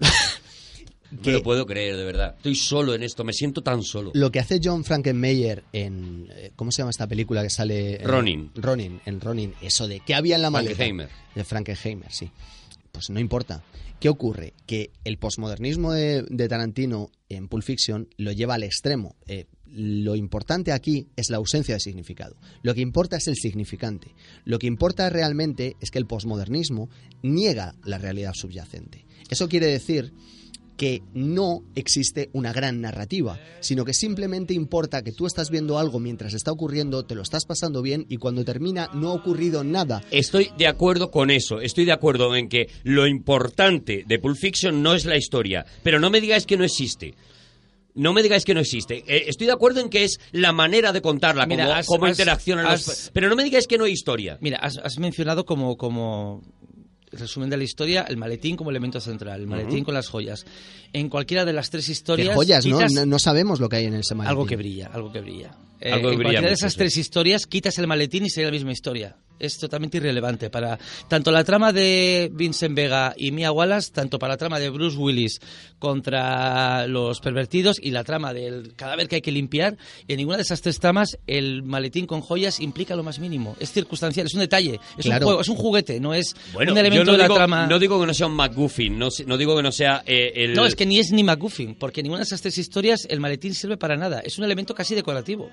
Que no lo puedo creer, de verdad. Estoy solo en esto, me siento tan solo. Lo que hace John Frankenmeyer en... ¿Cómo se llama esta película que sale? Eh, Ronin. Ronin, en Ronin. Eso de ¿qué había en la maleta? Frankenheimer. De Frankenheimer, sí. Pues no importa. ¿Qué ocurre? Que el posmodernismo de, de Tarantino en Pulp Fiction lo lleva al extremo. Eh, lo importante aquí es la ausencia de significado. Lo que importa es el significante. Lo que importa realmente es que el posmodernismo niega la realidad subyacente. Eso quiere decir que no existe una gran narrativa, sino que simplemente importa que tú estás viendo algo mientras está ocurriendo, te lo estás pasando bien y cuando termina no ha ocurrido nada. Estoy de acuerdo con eso, estoy de acuerdo en que lo importante de Pulp Fiction no es la historia, pero no me digáis que no existe. No me digáis que no existe. Eh, estoy de acuerdo en que es la manera de contarla, Mira, cómo, has, cómo has, interaccionan has, los... Pero no me digáis que no hay historia. Mira, has, has mencionado como... como... resumen de la historia, el maletín como elemento central, el maletín uh-huh. con las joyas. En cualquiera de las tres historias... ¿Qué joyas? ¿no? no, no sabemos lo que hay en ese maletín. Algo que brilla, algo que brilla. Eh, algo que en brilla cualquiera mucho, de esas sí. tres historias quitas el maletín y sería la misma historia. Es totalmente irrelevante para tanto la trama de Vincent Vega y Mia Wallace, tanto para la trama de Bruce Willis contra los pervertidos y la trama del cadáver que hay que limpiar. En ninguna de esas tres tramas el maletín con joyas implica lo más mínimo. Es circunstancial, es un detalle, es claro. un juego, es un juguete, no es bueno, un elemento yo no de la digo, trama. No digo que no sea un MacGuffin, no, no digo que no sea eh, el... No, es que ni es ni MacGuffin, porque en ninguna de esas tres historias el maletín sirve para nada. Es un elemento casi decorativo.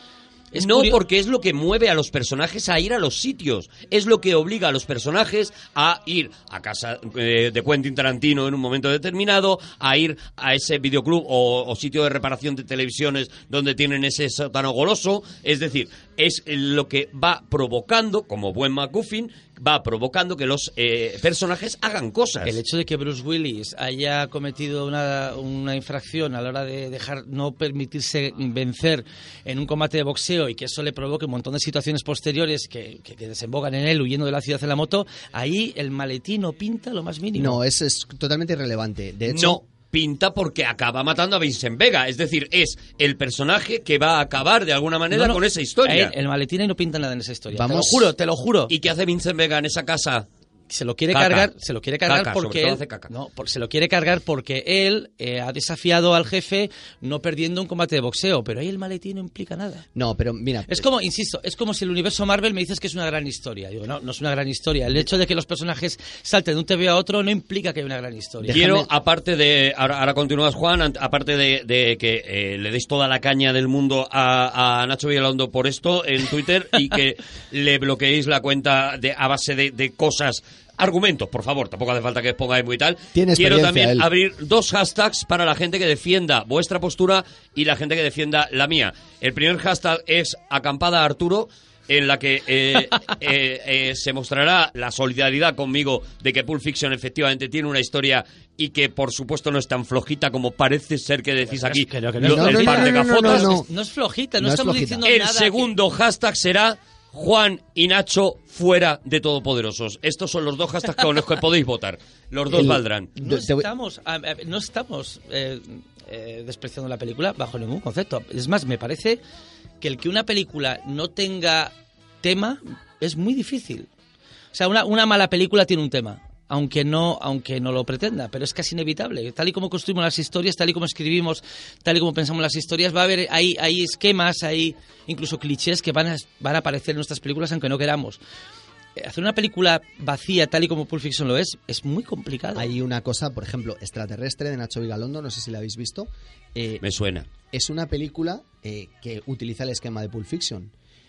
Es no, curio- porque es lo que mueve a los personajes a ir a los sitios. Es lo que obliga a los personajes a ir a casa eh, de Quentin Tarantino en un momento determinado, a ir a ese videoclub o, o sitio de reparación de televisiones donde tienen ese sótano goloso. Es decir, es lo que va provocando, como buen MacGuffin, va provocando que los eh, personajes hagan cosas. El hecho de que Bruce Willis haya cometido una, una infracción a la hora de dejar no permitirse vencer en un combate de boxeo y que eso le provoque un montón de situaciones posteriores que, que, que desembocan en él huyendo de la ciudad en la moto, ahí el maletín no pinta lo más mínimo. No, es, es totalmente irrelevante. De hecho... No. Pinta porque acaba matando a Vincent Vega. Es decir, es el personaje que va a acabar de alguna manera No, no, con esa historia. El, el maletín ahí no pinta nada en esa historia. Vamos. Te lo juro, te lo juro. ¿Y qué hace Vincent Vega en esa casa? Se lo quiere Caca. cargar, se lo quiere cargar Caca, sobre porque todo él, hace caca. no, por- se lo quiere cargar porque él eh, ha desafiado al jefe no perdiendo un combate de boxeo, pero ahí el maletín no implica nada. No, pero mira... Es como, insisto, es como si el universo Marvel me dices que es una gran historia. Digo, no, no es una gran historia. El hecho de que los personajes salten de un T V a otro no implica que haya una gran historia. Quiero, Déjame- aparte de... Ahora, ahora continúas, Juan. an- Aparte de, de que eh, le deis toda la caña del mundo a, a Nacho Vigalondo por esto en Twitter y que le bloqueéis la cuenta de, a base de, de cosas... Argumentos, por favor, tampoco hace falta que pongáis muy tal. Tiene Quiero experiencia también él. abrir dos hashtags para la gente que defienda vuestra postura y la gente que defienda la mía. El primer hashtag es Acampada Arturo, en la que eh, eh, eh, se mostrará la solidaridad conmigo de que Pulp Fiction efectivamente tiene una historia y que por supuesto no es tan flojita como parece ser que decís aquí. Creo que no lo- es el flojita. par de No, no, no, gafotas. no, no. No es flojita, no, No es estamos flojita. diciendo El nada. segundo hashtag será Juan y Nacho fuera de Todopoderosos. Estos son los dos hashtags con los que podéis votar. Los dos El- valdrán. que no Te voy- estamos, a- a- no estamos eh, eh, despreciando la película bajo ningún concepto. Es más, me parece que el que una película no tenga tema es muy difícil. O sea, una, una mala película tiene un tema, aunque no, aunque no lo pretenda, pero es casi inevitable. Tal y como construimos las historias, tal y como escribimos, tal y como pensamos las historias, va a haber hay, hay esquemas, hay incluso clichés que van a, van a aparecer en nuestras películas aunque no queramos. Eh, Hacer una película vacía tal y como Pulp Fiction lo es, es muy complicado. Hay una cosa, por ejemplo, Extraterrestre de Nacho Vigalondo, no sé si la habéis visto. Eh, Me suena. es una película eh, que utiliza el esquema de Pulp Fiction.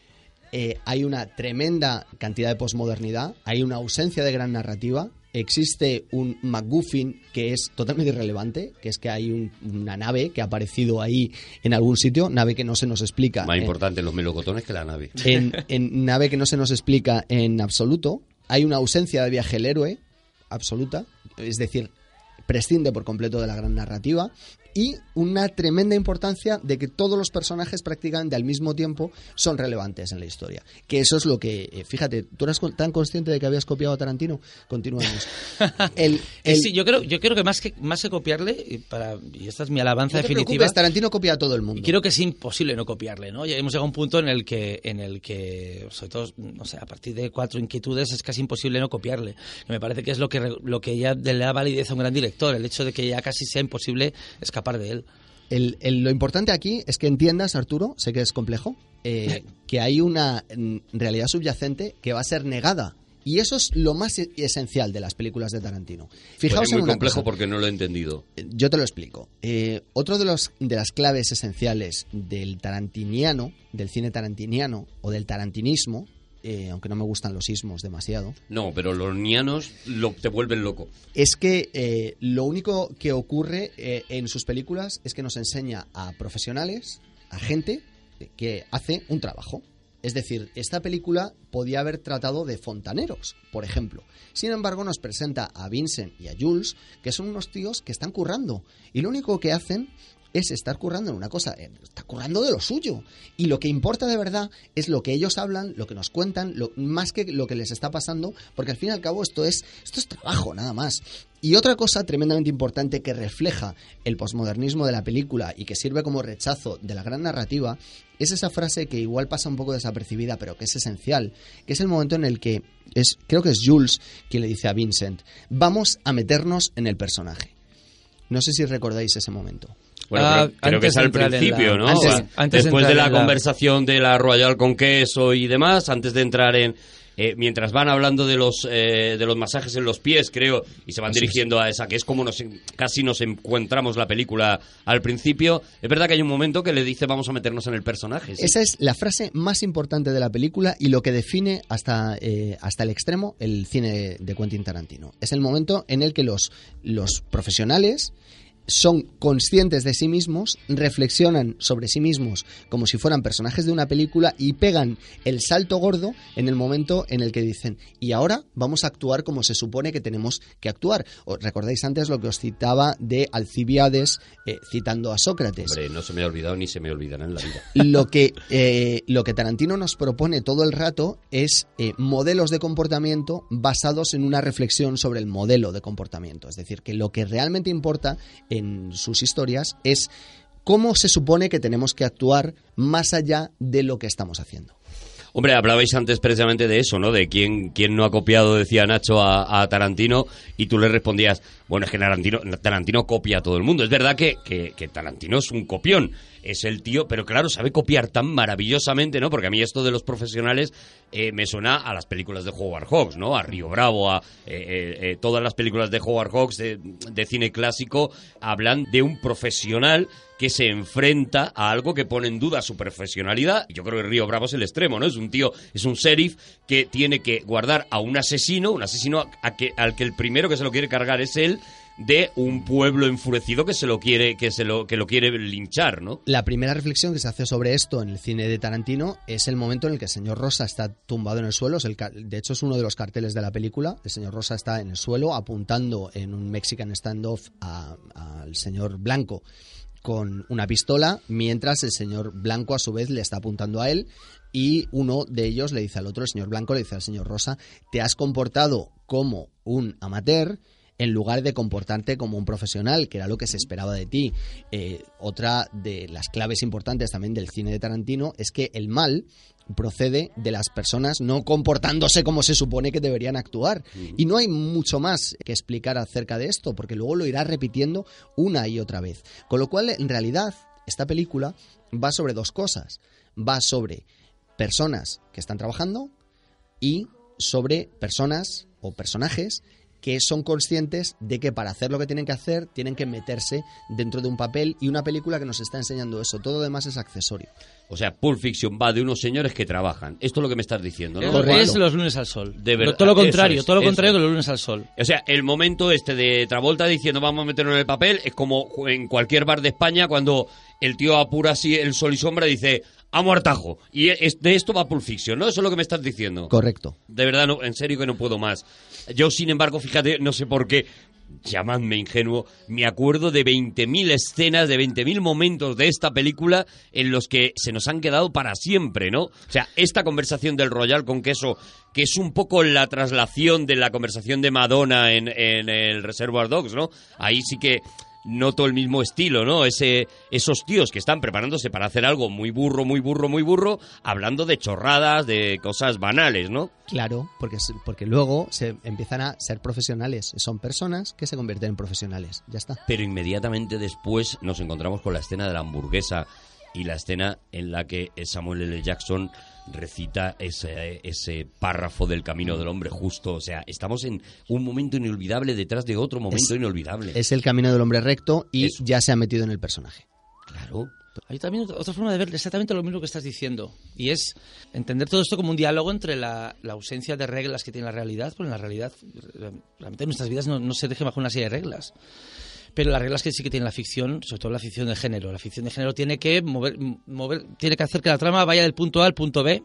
Eh, hay una tremenda cantidad de posmodernidad, hay una ausencia de gran narrativa, existe un MacGuffin que es totalmente irrelevante, que es que hay un- una nave que ha aparecido ahí en algún sitio, nave que no se nos explica. Más eh, importante los melocotones que la nave. en, en nave que no se nos explica en absoluto. Hay una ausencia de viaje del héroe absoluta, es decir, prescinde por completo de la gran narrativa, y una tremenda importancia de que todos los personajes prácticamente al mismo tiempo son relevantes en la historia. Que eso es lo que... Eh, fíjate, ¿tú eras tan consciente de que habías copiado a Tarantino? Continuamos. El, el... Sí, yo creo, yo creo que más que más que copiarle, para, y esta es mi alabanza no te definitiva... preocupes, Tarantino copia a todo el mundo. Creo que es imposible no copiarle, ¿no? Ya hemos llegado a un punto en el que, en el que sobre todo, no sé, a partir de cuatro inquietudes es casi imposible no copiarle. Y me parece que es lo que, lo que ya le da validez a un gran director, el hecho de que ya casi sea imposible escapar de él. El, el, lo importante aquí es que entiendas, Arturo, sé que es complejo, eh, que hay una realidad subyacente que va a ser negada. Y eso es lo más esencial de las películas de Tarantino. Fijaos pues es muy en una complejo cosa. Porque no lo he entendido. Yo te lo explico. Eh, otro de, los, de las claves esenciales del tarantiniano, del cine tarantiniano o del tarantinismo, Eh, aunque no me gustan los ismos demasiado. No, pero los nianos lo, te vuelven loco. Es que eh, lo único que ocurre eh, en sus películas es que nos enseña a profesionales, a gente que hace un trabajo. Es decir, esta película podía haber tratado de fontaneros, por ejemplo. Sin embargo, nos presenta a Vincent y a Jules, que son unos tíos que están currando. Y lo único que hacen es estar currando en una cosa, está currando de lo suyo. Y lo que importa de verdad es lo que ellos hablan, lo que nos cuentan, lo, más que lo que les está pasando, porque al fin y al cabo esto es, esto es trabajo, nada más. Y otra cosa tremendamente importante que refleja el posmodernismo de la película y que sirve como rechazo de la gran narrativa es esa frase que igual pasa un poco desapercibida, pero que es esencial, que es el momento en el que, es, creo que es Jules quien le dice a Vincent, vamos a meternos en el personaje. No sé si recordáis ese momento. Bueno, Ah, creo, creo que es al principio, la, ¿no? Antes, Va, antes después de, de la, la conversación de la Royal con queso y demás, antes de entrar en... Eh, mientras van hablando de los eh, de los masajes en los pies, creo, y se van Así dirigiendo es. a esa, que es como nos casi nos encontramos la película al principio, es verdad que hay un momento que le dice vamos a meternos en el personaje. ¿Sí? Esa es la frase más importante de la película y lo que define hasta, eh, hasta el extremo el cine de Quentin Tarantino. Es el momento en el que los, los profesionales son conscientes de sí mismos, reflexionan sobre sí mismos como si fueran personajes de una película y pegan el salto gordo en el momento en el que dicen y ahora vamos a actuar como se supone que tenemos que actuar. ¿Os recordáis antes lo que os citaba de Alcibíades eh, citando a Sócrates? Hombre, no se me ha olvidado ni se me olvidará en la vida. Lo que, eh, lo que Tarantino nos propone todo el rato es eh, modelos de comportamiento basados en una reflexión sobre el modelo de comportamiento. Es decir, que lo que realmente importa en sus historias es cómo se supone que tenemos que actuar más allá de lo que estamos haciendo. Hombre, hablabais antes precisamente de eso, ¿no? De quién, quién no ha copiado, decía Nacho, a, a Tarantino, y tú le respondías, bueno, es que Tarantino, Tarantino copia a todo el mundo. Es verdad que, que, que Tarantino es un copión, es el tío, pero claro, sabe copiar tan maravillosamente, ¿no? Porque a mí esto de los profesionales eh, me suena a las películas de Howard Hawks, ¿no? A Río Bravo, a eh, eh, todas las películas de Howard Hawks de, de cine clásico hablan de un profesional que se enfrenta a algo que pone en duda su profesionalidad. Yo creo que Río Bravo es el extremo, ¿no? Es un tío, es un sheriff que tiene que guardar a un asesino, un asesino a, a que, al que el primero que se lo quiere cargar es él, de un pueblo enfurecido que se lo quiere que se lo que lo quiere linchar, ¿no? La primera reflexión que se hace sobre esto en el cine de Tarantino es el momento en el que el señor Rosa está tumbado en el suelo. Es el, de hecho, es uno de los carteles de la película. El señor Rosa está en el suelo apuntando en un Mexican standoff al señor Blanco con una pistola, mientras el señor Blanco a su vez le está apuntando a él y uno de ellos le dice al otro, el señor Blanco le dice al señor Rosa, te has comportado como un amateur en lugar de comportarte como un profesional, que era lo que se esperaba de ti. Eh, otra de las claves importantes también del cine de Tarantino es que el mal procede de las personas no comportándose como se supone que deberían actuar. Y no hay mucho más que explicar acerca de esto, porque luego lo irá repitiendo una y otra vez. Con lo cual, en realidad, esta película va sobre dos cosas. Va sobre personas que están trabajando y sobre personas o personajes que son conscientes de que para hacer lo que tienen que hacer tienen que meterse dentro de un papel, y una película que nos está enseñando eso. Todo lo demás es accesorio. O sea, Pulp Fiction va de unos señores que trabajan. Esto es lo que me estás diciendo, ¿no? Correcto. Es Los lunes al sol. De verdad, todo lo contrario, es, todo lo contrario es. que Los lunes al sol. O sea, el momento este de Travolta diciendo vamos a meternos en el papel es como en cualquier bar de España cuando el tío apura así el sol y sombra y dice a muertajo. Y es, de esto va Pulp Fiction, ¿no? Eso es lo que me estás diciendo. Correcto. De verdad, no, en serio que no puedo más. Yo, sin embargo, fíjate, no sé por qué, llamadme ingenuo, me acuerdo de veinte mil escenas, de veinte mil momentos de esta película en los que se nos han quedado para siempre, ¿no? O sea, esta conversación del Royal con queso, que es un poco la traslación de la conversación de Madonna en, en el Reservoir Dogs, ¿no? Ahí sí que noto el mismo estilo, ¿no? Ese, esos tíos que están preparándose para hacer algo muy burro, muy burro, muy burro, hablando de chorradas, de cosas banales, ¿no? Claro, porque, porque luego se empiezan a ser profesionales. Son personas que se convierten en profesionales. Ya está. Pero inmediatamente después nos encontramos con la escena de la hamburguesa y la escena en la que Samuel L. Jackson recita ese, ese párrafo del Camino del Hombre Justo. O sea, estamos en un momento inolvidable detrás de otro momento es, inolvidable. Es el Camino del Hombre Recto y Eso. Ya se ha metido en el personaje. Claro. Hay también otra forma de ver exactamente lo mismo que estás diciendo, y es entender todo esto como un diálogo entre la, la ausencia de reglas que tiene la realidad, porque en la realidad realmente nuestras vidas no, no se rigen bajo una serie de reglas. Pero las reglas que sí que tiene la ficción, sobre todo la ficción de género. La ficción de género tiene que mover, mover, tiene que hacer que la trama vaya del punto A al punto B.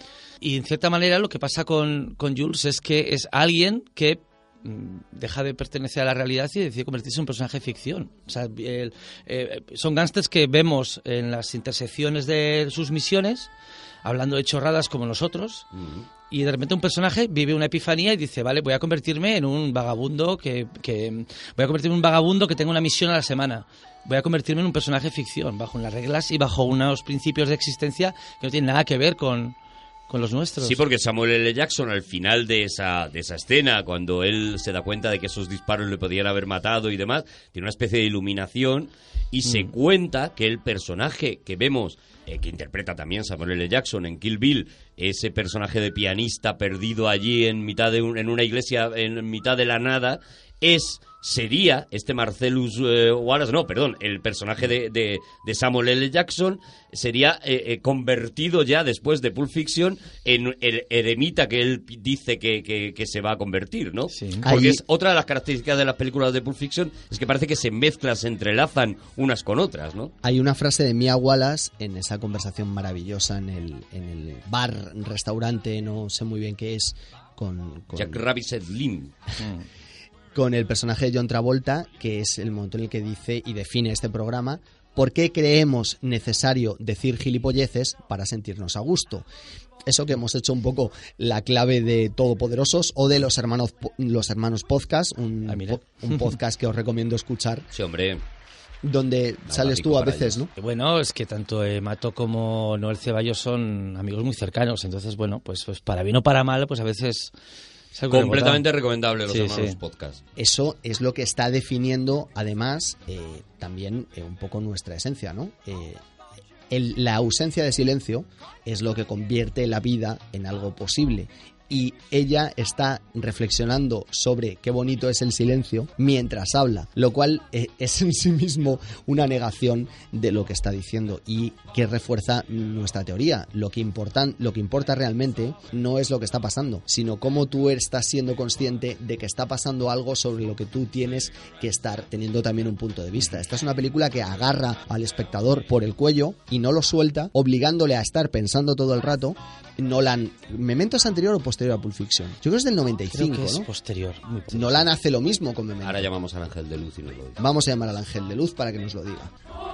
Y en cierta manera lo que pasa con, con Jules es que es alguien que mmm, deja de pertenecer a la realidad y decide convertirse en un personaje de ficción. O sea, el, eh, son gángsters que vemos en las intersecciones de sus misiones, hablando de chorradas como nosotros. Mm. Y de repente un personaje vive una epifanía y dice, vale, voy a convertirme en un vagabundo que, que voy a convertirme en un vagabundo que tenga una misión a la semana. Voy a convertirme en un personaje de ficción, bajo unas reglas y bajo unos principios de existencia que no tienen nada que ver con, con los nuestros. Sí, porque Samuel L. Jackson al final de esa, de esa escena, cuando él se da cuenta de que esos disparos le podían haber matado y demás, tiene una especie de iluminación y mm. se cuenta que el personaje que vemos, eh, que interpreta también Samuel L. Jackson en Kill Bill, ese personaje de pianista perdido allí en mitad de un, en una iglesia, en mitad de la nada, es sería este Marcellus eh, Wallace, no, perdón, el personaje de, de, de Samuel L. Jackson sería eh, eh, convertido ya después de Pulp Fiction en el eremita que él dice que, que, que se va a convertir, ¿no? Sí. Porque Ahí... es otra de las características de las películas de Pulp Fiction, es que parece que se mezclan, se entrelazan unas con otras, ¿no? Hay una frase de Mia Wallace en esa conversación maravillosa en el, en el bar, restaurante, no sé muy bien qué es, con... con... Jack Rabbit Slim. Mm. Con el personaje de John Travolta, que es el momento en el que dice y define este programa, ¿por qué creemos necesario decir gilipolleces para sentirnos a gusto? Eso que hemos hecho un poco la clave de Todopoderosos o de los hermanos los hermanos podcast, un, ah, un podcast que os recomiendo escuchar. Sí, hombre. Donde no, sales tú a veces, ¿no? Bueno, es que tanto eh, Mato como Noel Ceballos son amigos muy cercanos, entonces, bueno, pues, pues para bien o para mal, pues a veces... Completamente recomendable los sí, hermanos sí. podcast. Eso es lo que está definiendo, además, eh, también eh, un poco nuestra esencia, ¿no? Eh, el, la ausencia de silencio es lo que convierte la vida en algo posible. Y ella está reflexionando sobre qué bonito es el silencio mientras habla, lo cual eh, es en sí mismo una negación de lo que está diciendo y que refuerza nuestra teoría. Lo que importan, lo que importa realmente no es lo que está pasando, sino cómo tú estás siendo consciente de que está pasando algo sobre lo que tú tienes que estar teniendo también un punto de vista. Esta es una película que agarra al espectador por el cuello y no lo suelta, obligándole a estar pensando todo el rato. Nolan, ¿Memento es anterior o posterior a Pulp Fiction? Yo creo que es del noventa y cinco, creo que es ¿no? posterior, muy posterior. Nolan hace lo mismo con Memento. Ahora llamamos al Ángel de Luz y nos lo dice. Vamos a llamar al Ángel de Luz para que nos lo diga.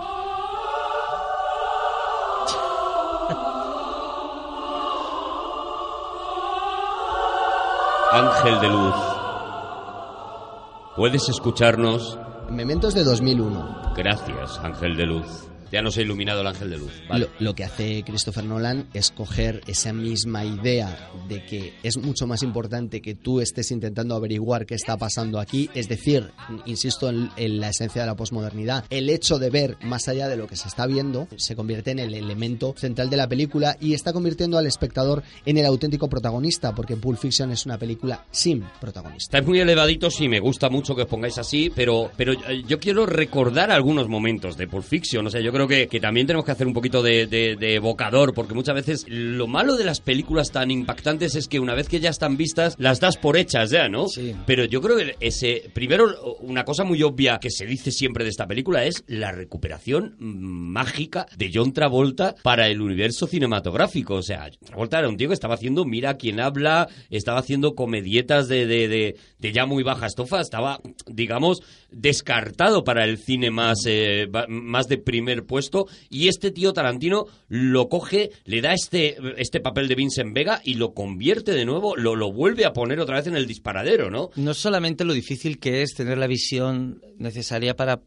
Ángel de Luz, ¿puedes escucharnos? Memento es de dos mil uno. Gracias, Ángel de Luz. Ya nos ha iluminado el Ángel de Luz. Vale. Lo, lo que hace Christopher Nolan es coger esa misma idea de que es mucho más importante que tú estés intentando averiguar qué está pasando aquí, es decir, insisto en, en la esencia de la posmodernidad, el hecho de ver más allá de lo que se está viendo se convierte en el elemento central de la película y está convirtiendo al espectador en el auténtico protagonista, porque Pulp Fiction es una película sin protagonista. Estáis muy elevaditos y me gusta mucho que os pongáis así, pero, pero yo quiero recordar algunos momentos de Pulp Fiction. O sea, yo creo creo que, que también tenemos que hacer un poquito de, de, de evocador, porque muchas veces lo malo de las películas tan impactantes es que una vez que ya están vistas, las das por hechas ya, ¿no? Sí. Pero yo creo que ese, primero, una cosa muy obvia que se dice siempre de esta película es la recuperación mágica de John Travolta para el universo cinematográfico. O sea, John Travolta era un tío que estaba haciendo Mira quién habla, estaba haciendo comedietas de, de, de, de ya muy baja estofa, estaba, digamos, descartado para el cine más, eh, más de primer puesto, y este tío Tarantino lo coge, le da este, este papel de Vincent Vega y lo convierte de nuevo, lo, lo vuelve a poner otra vez en el disparadero, ¿no? No solamente lo difícil que es tener la visión necesaria para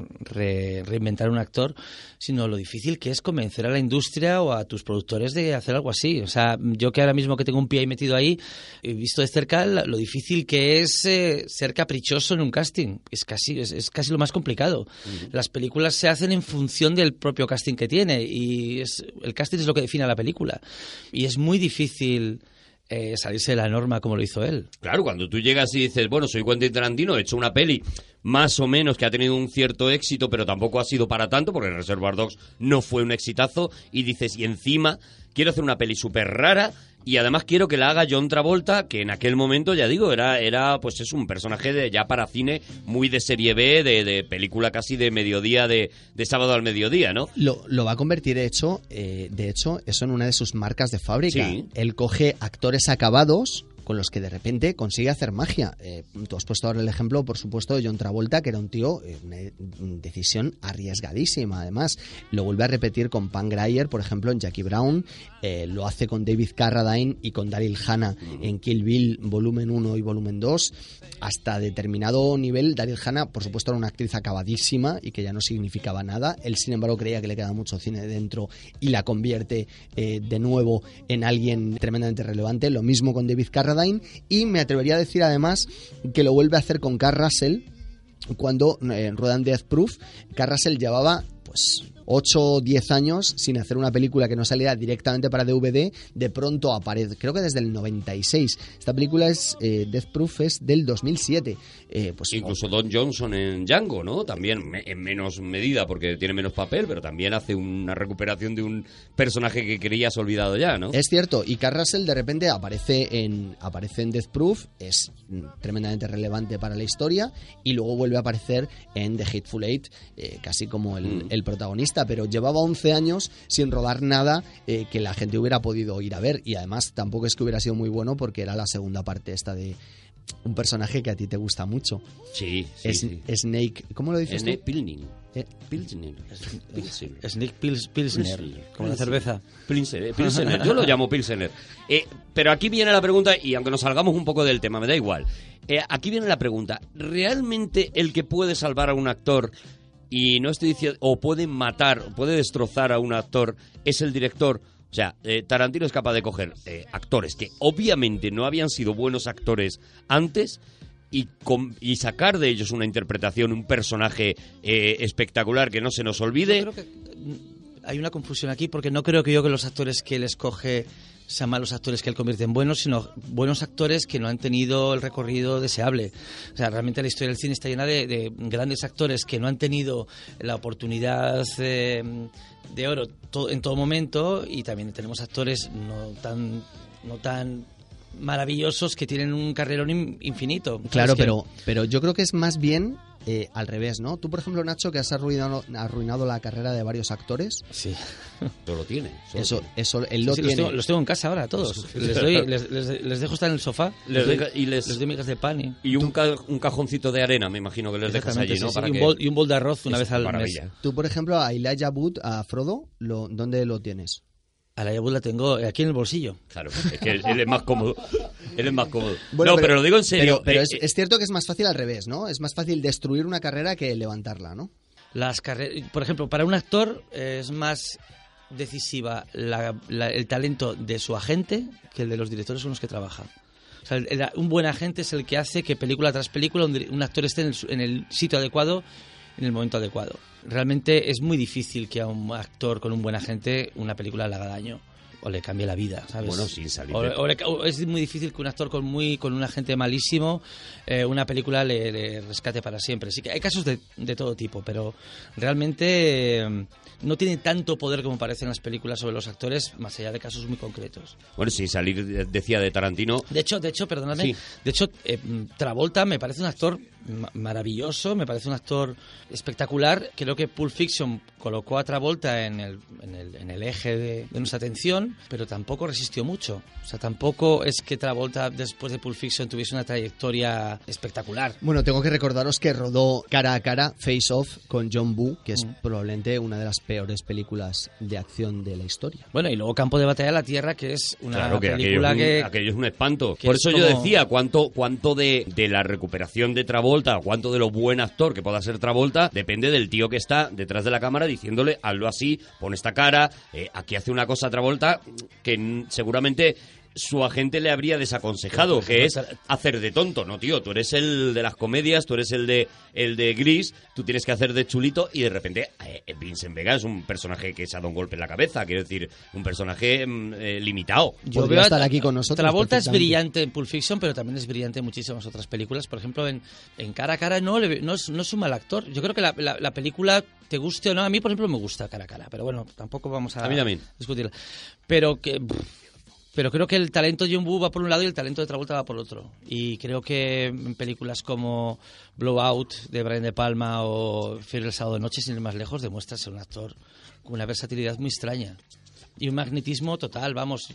re, reinventar un actor, sino lo difícil que es convencer a la industria o a tus productores de hacer algo así. O sea, yo que ahora mismo que tengo un pie ahí metido ahí, he visto de cerca lo difícil que es eh, ser caprichoso en un casting. Es casi, es, es casi lo más complicado. Uh-huh. Las películas se hacen en función del propio casting que tiene, y es, el casting es lo que define a la película. Y es muy difícil eh, salirse de la norma como lo hizo él. Claro, cuando tú llegas y dices, bueno, soy Quentin Tarantino, he hecho una peli más o menos que ha tenido un cierto éxito, pero tampoco ha sido para tanto, porque Reservoir Dogs no fue un exitazo, y dices, y encima quiero hacer una peli súper rara, y además quiero que la haga John Travolta, que en aquel momento, ya digo, era, era pues es un personaje de ya para cine muy de serie B, de, de película casi de mediodía, de, de sábado al mediodía, ¿no? Lo, lo va a convertir, de hecho, eh, de hecho, eso en una de sus marcas de fábrica. Sí. Él coge actores acabados con los que de repente consigue hacer magia. Eh, tú has puesto ahora el ejemplo, por supuesto, de John Travolta, que era un tío, eh, una decisión arriesgadísima, además. Lo vuelve a repetir con Pam Grier, por ejemplo, en Jackie Brown, eh, lo hace con David Carradine y con Daryl Hannah en Kill Bill volumen uno y volumen dos. Hasta determinado nivel, Daryl Hannah, por supuesto, era una actriz acabadísima y que ya no significaba nada. Él, sin embargo, creía que le quedaba mucho cine dentro y la convierte eh, de nuevo en alguien tremendamente relevante. Lo mismo con David Carradine. Y me atrevería a decir además que lo vuelve a hacer con Kurt Russell cuando eh, ruedan Death Proof. Kurt Russell llevaba pues ocho o diez años sin hacer una película que no saliera directamente para D V D. De pronto aparece, creo que desde el noventa y seis. Esta película es eh, Death Proof es del dos mil siete. Eh, pues, Incluso Don Johnson en Django, ¿no? También me, en menos medida porque tiene menos papel, pero también hace una recuperación de un personaje que creías olvidado ya, ¿no? Es cierto, y Kurt Russell de repente aparece en, aparece en Death Proof, es tremendamente relevante para la historia, y luego vuelve a aparecer en The Hateful Eight, eh, casi como el, mm. el protagonista, pero llevaba once años sin rodar nada eh, que la gente hubiera podido ir a ver, y además tampoco es que hubiera sido muy bueno porque era la segunda parte esta de un personaje que a ti te gusta mucho. Sí, sí, es, sí. Snake, ¿cómo lo dices Snake tú? Pilsner. Eh, Pilsner. Pilsner. Snake Pils, Pilsner, Pilsner, como la cerveza. Pilsner, Pilsner. Yo lo llamo Pilsner. Eh, pero aquí viene la pregunta, y aunque nos salgamos un poco del tema, me da igual. Eh, aquí viene la pregunta. ¿Realmente el que puede salvar a un actor, y no estoy diciendo, o puede matar, o puede destrozar a un actor, es el director? O sea, eh, Tarantino es capaz de coger eh, actores que obviamente no habían sido buenos actores antes y, con, y sacar de ellos una interpretación, un personaje eh, espectacular que no se nos olvide. Yo creo que hay una confusión aquí, porque no creo que yo que los actores que él escoge sean malos actores que él convierte en buenos, sino buenos actores que no han tenido el recorrido deseable. O sea, realmente la historia del cine está llena de, de grandes actores que no han tenido la oportunidad eh, de oro to- en todo momento, y también tenemos actores no tan no tan maravillosos que tienen un carrerón in- infinito. Claro, que... pero, pero yo creo que es más bien eh, al revés, ¿no? Tú, por ejemplo, Nacho, que has arruinado, arruinado la carrera de varios actores. Sí. Todo lo tiene. Eso, tiene. eso, él lo sí, sí, tiene. Los tengo, los tengo en casa ahora, todos. Les, doy, les, les, les dejo estar en el sofá, Les les, deja, doy, y les, les doy migas de pan. Y, y un, ca, un cajoncito de arena, me imagino que les dejas allí, ¿no? Sí, Para sí, que... y, un bol, y un bol de arroz una es vez al maravilla. mes. Tú, por ejemplo, a Elijah Wood, a Frodo, lo, ¿dónde lo tienes? A la Yabud la tengo aquí en el bolsillo. Claro, es que él es más cómodo. Él es más cómodo. Bueno, no, pero, pero lo digo en serio. Pero, pero eh, es, es cierto que es más fácil al revés, ¿no? Es más fácil destruir una carrera que levantarla, ¿no? Las carreras, por ejemplo, para un actor eh, es más decisiva la, la, el talento de su agente que el de los directores con los que trabaja. O sea, el, el, un buen agente es el que hace que película tras película un, un actor esté en el, en el sitio adecuado, en el momento adecuado. Realmente es muy difícil que a un actor con un buen agente una película le haga daño. o le cambie la vida, ¿sabes? Bueno, sin salir o, de... o le, o es muy difícil que un actor con muy con un agente malísimo eh, una película le, le rescate para siempre. Sí que hay casos de, de todo tipo, pero realmente eh, no tiene tanto poder como parecen las películas sobre los actores, más allá de casos muy concretos. Bueno, sin salir, decía, de Tarantino... De hecho, de hecho, perdóname, sí. de hecho, eh, Travolta me parece un actor maravilloso, me parece un actor espectacular. Creo que Pulp Fiction colocó a Travolta en el, en el, en el eje de, de nuestra atención, pero tampoco resistió mucho. O sea, tampoco es que Travolta después de Pulp Fiction tuviese una trayectoria espectacular. Bueno, tengo que recordaros que rodó Cara a Cara, Face Off, con John Woo, que es mm. probablemente una de las peores películas de acción de la historia. Bueno, y luego Campo de Batalla de la Tierra, que es una claro que película aquello que... Es un, aquello es un espanto. Por eso como... yo decía, cuánto, cuánto de, de la recuperación de Travolta, cuánto de lo buen actor que pueda ser Travolta, depende del tío que está detrás de la cámara diciéndole, hazlo así, pon esta cara, eh, aquí hace una cosa Travolta que n- seguramente su agente le habría desaconsejado, que es hacer de tonto. No, tío, tú eres el de las comedias, tú eres el de el de Gris, tú tienes que hacer de chulito, y de repente eh, Vincent Vega es un personaje que se ha dado un golpe en la cabeza, quiero decir, un personaje eh, limitado. Yo Podría veo estar aquí con nosotros. Travolta es brillante en Pulp Fiction, pero también es brillante en muchísimas otras películas. Por ejemplo, en, en Cara a Cara no, le, no, es, no es un mal actor. Yo creo que la, la, la película, te guste o no, a mí, por ejemplo, me gusta Cara a Cara, pero bueno, tampoco vamos a, a mí también. discutirla. Pero que... Pero creo que el talento de John Woo va por un lado y el talento de Travolta va por otro. Y creo que en películas como Blowout de Brian De Palma o Fiebre el sábado de noche, sin ir más lejos, demuestra ser un actor con una versatilidad muy extraña. Y un magnetismo total, vamos.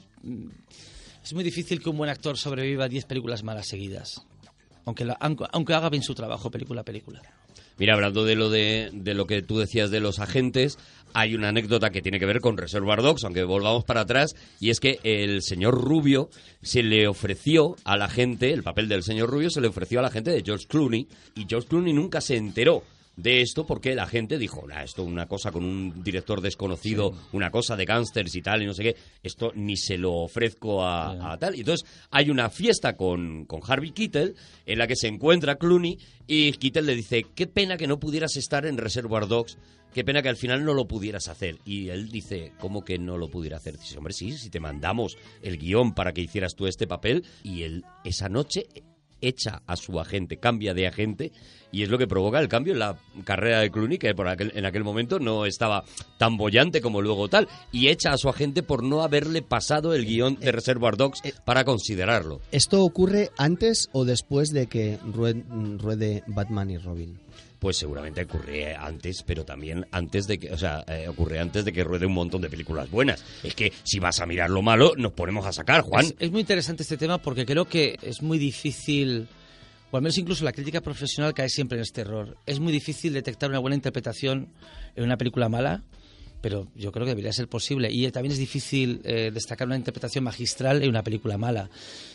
Es muy difícil que un buen actor sobreviva a diez películas malas seguidas. Aunque, la, aunque, aunque haga bien su trabajo película a película. Mira, hablando de lo de, de lo que tú decías de los agentes, hay una anécdota que tiene que ver con Reservoir Dogs, aunque volvamos para atrás, y es que el señor Rubio se le ofreció a la gente, el papel del señor Rubio se le ofreció a la gente de George Clooney, y George Clooney nunca se enteró de esto porque la gente dijo, nah, esto una cosa con un director desconocido, sí. una cosa de gángsters y tal, y no sé qué, esto ni se lo ofrezco a, sí. a tal. Y entonces hay una fiesta con, con Harvey Keitel en la que se encuentra Clooney y Keitel le dice, qué pena que no pudieras estar en Reservoir Dogs, qué pena que al final no lo pudieras hacer. Y él dice, ¿cómo que no lo pudiera hacer? Dice, hombre, sí, si te mandamos el guión para que hicieras tú este papel. Y él esa noche echa a su agente, cambia de agente, y es lo que provoca el cambio en la carrera de Clooney, que por aquel, en aquel momento no estaba tan bollante como luego tal, y echa a su agente por no haberle pasado el guión de Reservoir Dogs eh, para considerarlo. ¿Esto ocurre antes o después de que ruede, ruede Batman y Robin? Pues seguramente ocurre antes, pero también antes de que, o sea, eh, ocurre antes de que ruede un montón de películas buenas. Es que si vas a mirar lo malo, nos ponemos a sacar, Juan. Es, es muy interesante este tema porque creo que es muy difícil, o al menos incluso la crítica profesional cae siempre en este error. Es muy difícil detectar una buena interpretación en una película mala, pero yo creo que debería ser posible. Y también es difícil eh, destacar una interpretación magistral en una película mala.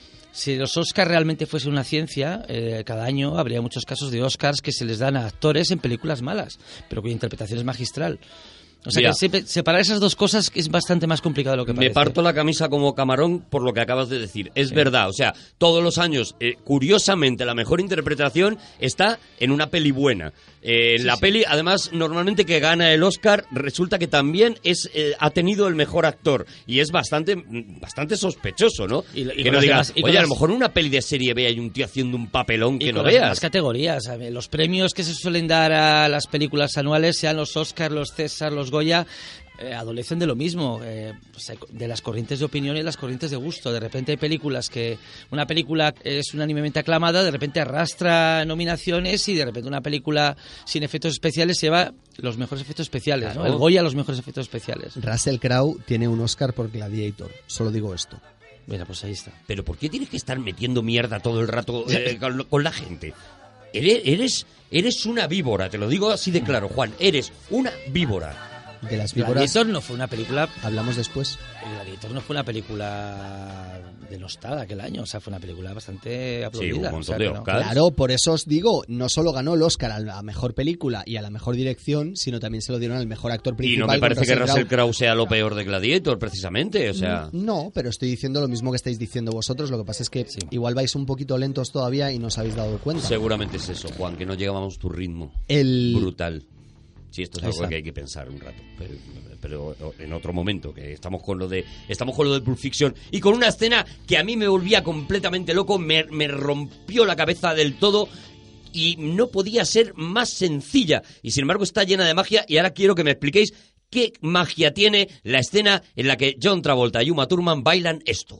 Si los Oscars realmente fuese una ciencia, eh, cada año habría muchos casos de Oscars que se les dan a actores en películas malas, pero cuya interpretación es magistral. O sea, Mira, que separar esas dos cosas es bastante más complicado de lo que parece. Me parto la camisa como camarón por lo que acabas de decir. Es sí. verdad, o sea, todos los años, eh, curiosamente, la mejor interpretación está en una peli buena. Eh, sí, la sí. peli, además, normalmente que gana el Oscar, resulta que también es eh, ha tenido el mejor actor. Y es bastante bastante sospechoso, ¿no? Y, y que no digas, oye, las... a lo mejor en una peli de serie B hay un tío haciendo un papelón que no veas. Las categorías, ¿sabes? Los premios que se suelen dar a las películas anuales, sean los Oscars, los César, los Goya, eh, adolecen de lo mismo, eh, pues de las corrientes de opinión y las corrientes de gusto. De repente hay películas que una película es unánimemente aclamada, de repente arrastra nominaciones, y de repente una película sin efectos especiales lleva los mejores efectos especiales, claro. ¿no? El Goya, los mejores efectos especiales. Russell Crowe tiene un Oscar por Gladiator, solo digo esto. Mira, pues ahí está. Pero ¿por qué tienes que estar metiendo mierda todo el rato eh, con, con la gente? Eres, eres, eres una víbora, te lo digo así de claro, Juan. Eres una víbora. De las víboras. Gladiator no fue una película. Hablamos después. Gladiator no fue una película denostada aquel año, o sea, fue una película bastante aplaudida. Sí, un montón o sea, de no. Oscars. Claro, por eso os digo, no solo ganó el Oscar a la mejor película y a la mejor dirección, sino también se lo dieron al mejor actor principal. Y no me parece que Russell Crowe sea lo peor de Gladiator, precisamente, o sea... No, pero estoy diciendo lo mismo que estáis diciendo vosotros, lo que pasa es que sí. igual vais un poquito lentos todavía y no os habéis dado cuenta. Seguramente es eso, Juan, que no llegábamos a tu ritmo. El... Brutal. Sí, esto es Ahí algo está. que hay que pensar un rato, pero, pero en otro momento, que estamos con lo de estamos con lo de Pulp Fiction y con una escena que a mí me volvía completamente loco, me, me rompió la cabeza del todo y no podía ser más sencilla y sin embargo está llena de magia y ahora quiero que me expliquéis qué magia tiene la escena en la que John Travolta y Uma Thurman bailan esto.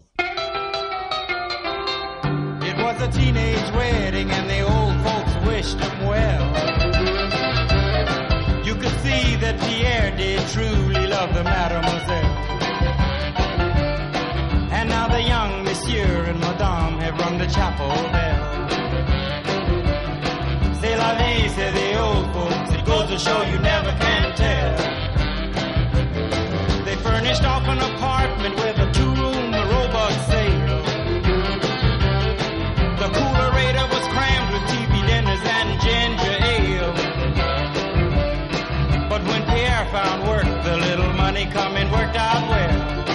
It was a teenage wedding and the old folks wished him well. You could see that Pierre did truly love the mademoiselle. And now the young monsieur and madame have rung the chapel bell. C'est la vie, say the old folks, it goes to show you never can tell. They furnished off an apartment with a two-room robot sale. The coolerator was crammed with T V dinners and ginger ale. But when Pierre found work, the little money coming worked out well.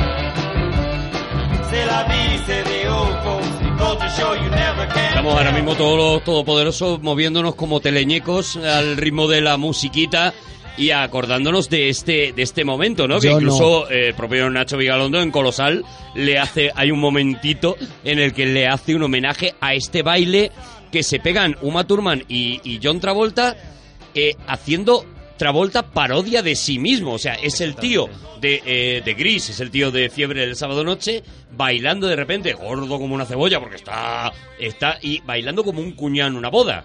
C'est la vie, say the old folks, it goes to show you never can Estamos ahora tell. mismo todos los todopoderosos moviéndonos como teleñecos al ritmo de la musiquita y acordándonos de este de este momento, ¿no? Que Yo incluso eh, el propio Nacho Vigalondo en Colosal le hace hay un momentito en el que le hace un homenaje a este baile que se pegan Uma Thurman y, y John Travolta eh, haciendo Travolta parodia de sí mismo, o sea, es el tío de, eh, de Gris, es el tío de Fiebre del sábado noche, bailando de repente, gordo como una cebolla, porque está, está y bailando como un cuñado en una boda.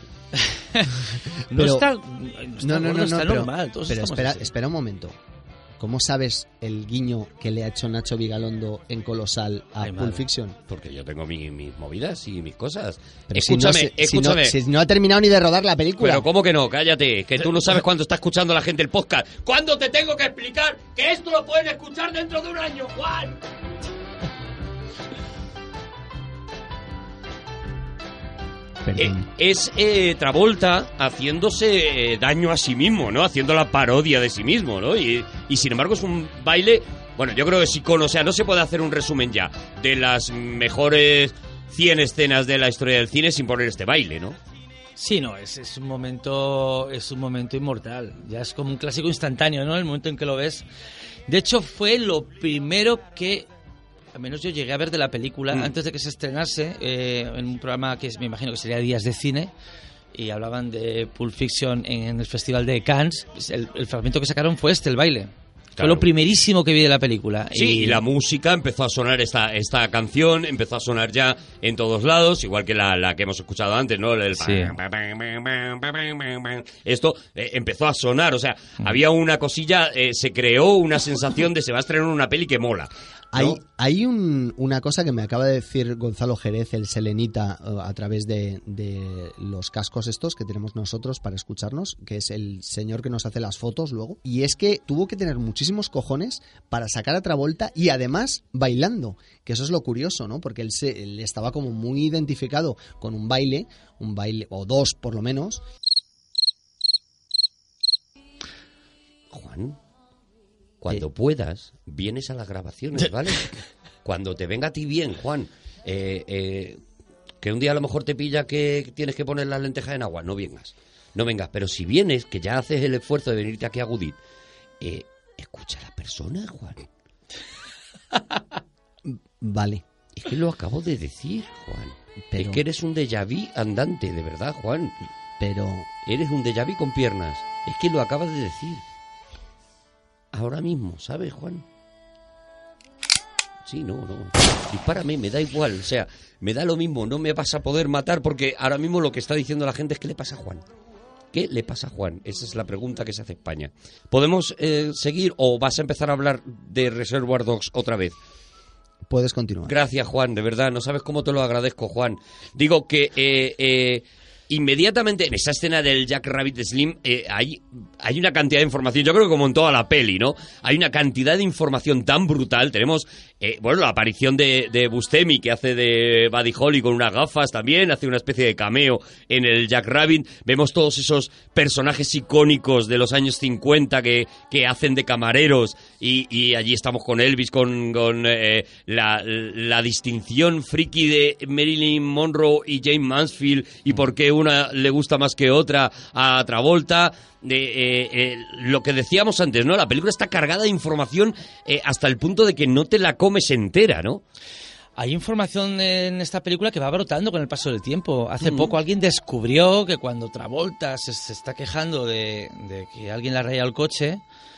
No Pero- está, no está, No, no, gordo, no, está no, pero, normal. Todos pero estamos espera, así. espera un momento. ¿Cómo sabes el guiño que le ha hecho Nacho Vigalondo en Colosal a Ay, Pulp madre. Fiction? Porque yo tengo mi- mis movidas y mis cosas. Pero escúchame, si no, se- escúchame. Si no, si no ha terminado ni de rodar la película. Pero ¿cómo que no? Cállate, que tú no sabes cuándo está escuchando la gente el podcast. ¿Cuándo te tengo que explicar que esto lo pueden escuchar dentro de un año, Juan? Eh, Perdón. es eh, Travolta haciéndose eh, daño a sí mismo, ¿no? Haciendo la parodia de sí mismo, ¿no? Y, y sin embargo es un baile... Bueno, yo creo que es icono, o sea, no se puede hacer un resumen ya de las mejores cien escenas de la historia del cine sin poner este baile, ¿no? Sí, no, es, es un momento es un momento inmortal. Ya es como un clásico instantáneo, ¿no? El momento en que lo ves. De hecho, fue lo primero que, al menos yo llegué a ver de la película, Mm. antes de que se estrenase, eh, en un programa que es- me imagino que sería Días de Cine, y hablaban de Pulp Fiction en el Festival de Cannes. El, el fragmento que sacaron fue este, el baile. Fue Claro. lo primerísimo que vi de la película. Sí, y la música empezó a sonar, esta, esta canción empezó a sonar ya en todos lados, igual que la, la que hemos escuchado antes, ¿no? El Sí. Esto eh, empezó a sonar, o sea, había una cosilla, eh, se creó una sensación de se va a estrenar una peli que mola. ¿no? Hay, hay un- una cosa que me acaba de decir Gonzalo Jerez, el selenita, eh, a través de, de los cascos estos que tenemos nosotros para escucharnos, que es el señor que nos hace las fotos luego, y es que tuvo que tener muchísimos cojones para sacar a Travolta y además bailando, que eso es lo curioso, ¿no? Porque él, se, él estaba como muy identificado con un baile, un baile, o dos por lo menos. Juan, cuando puedas, vienes a las grabaciones, ¿vale? Cuando te venga a ti bien, Juan. Eh, eh, que un día a lo mejor te pilla que tienes que poner las lentejas en agua, no vengas. No vengas, pero si vienes, que ya haces el esfuerzo de venirte aquí a Gudit, eh, escucha a la persona, Juan. Vale. Es que lo acabo de decir, Juan. Pero- Es que eres un déjà vu andante, de verdad, Juan. Pero Eres un déjà vu con piernas. Es que lo acabas de decir. Ahora mismo, ¿sabes, Juan? Sí, no, no. Dispárame, me da igual. O sea, me da lo mismo. No me vas a poder matar porque ahora mismo lo que está diciendo la gente es ¿qué le pasa a Juan? ¿Qué le pasa a Juan? Esa es la pregunta que se hace España. ¿Podemos eh, seguir o vas a empezar a hablar de Reservoir Dogs otra vez? puedes continuar. Gracias, Juan, de verdad, no sabes cómo te lo agradezco, Juan. Digo que eh, eh, inmediatamente en esa escena del Jack Rabbit Slim eh, hay, hay una cantidad de información, yo creo que como en toda la peli, ¿no? Hay una cantidad de información tan brutal. Tenemos, eh, bueno, la aparición de, de Buscemi, que hace de Buddy Holly con unas gafas también, hace una especie de cameo en el Jack Rabbit. Vemos todos esos personajes icónicos de los años cincuenta que, que hacen de camareros y, y allí estamos con Elvis, con, con eh, la, la distinción friki de Marilyn Monroe y Jane Mansfield y por qué una le gusta más que otra a Travolta. Eh, eh, eh, lo que decíamos antes, ¿no? La película está cargada de información eh, hasta el punto de que no te la comes entera, ¿no? Hay información en esta película que va brotando con el paso del tiempo. Hace Mm. poco alguien descubrió que cuando Travolta se, se está quejando de, de que alguien le ha rayado el coche,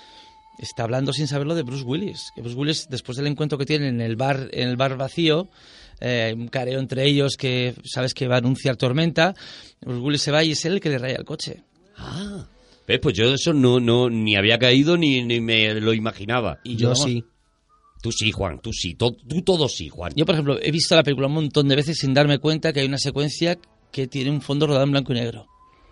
está hablando sin saberlo de Bruce Willis. Que Bruce Willis, después del encuentro que tienen en el bar, en el bar vacío, eh, un careo entre ellos que sabes que va a anunciar tormenta, Bruce Willis se va y es él el que le raya el coche. Ah, ¿ves? Pues yo eso no, no ni había caído ni, ni me lo imaginaba. Y Yo vamos, sí. Tú sí, Juan, tú sí, to- tú todo sí, Juan. Yo, por ejemplo, he visto la película un montón de veces sin darme cuenta que hay una secuencia que tiene un fondo rodado en blanco y negro.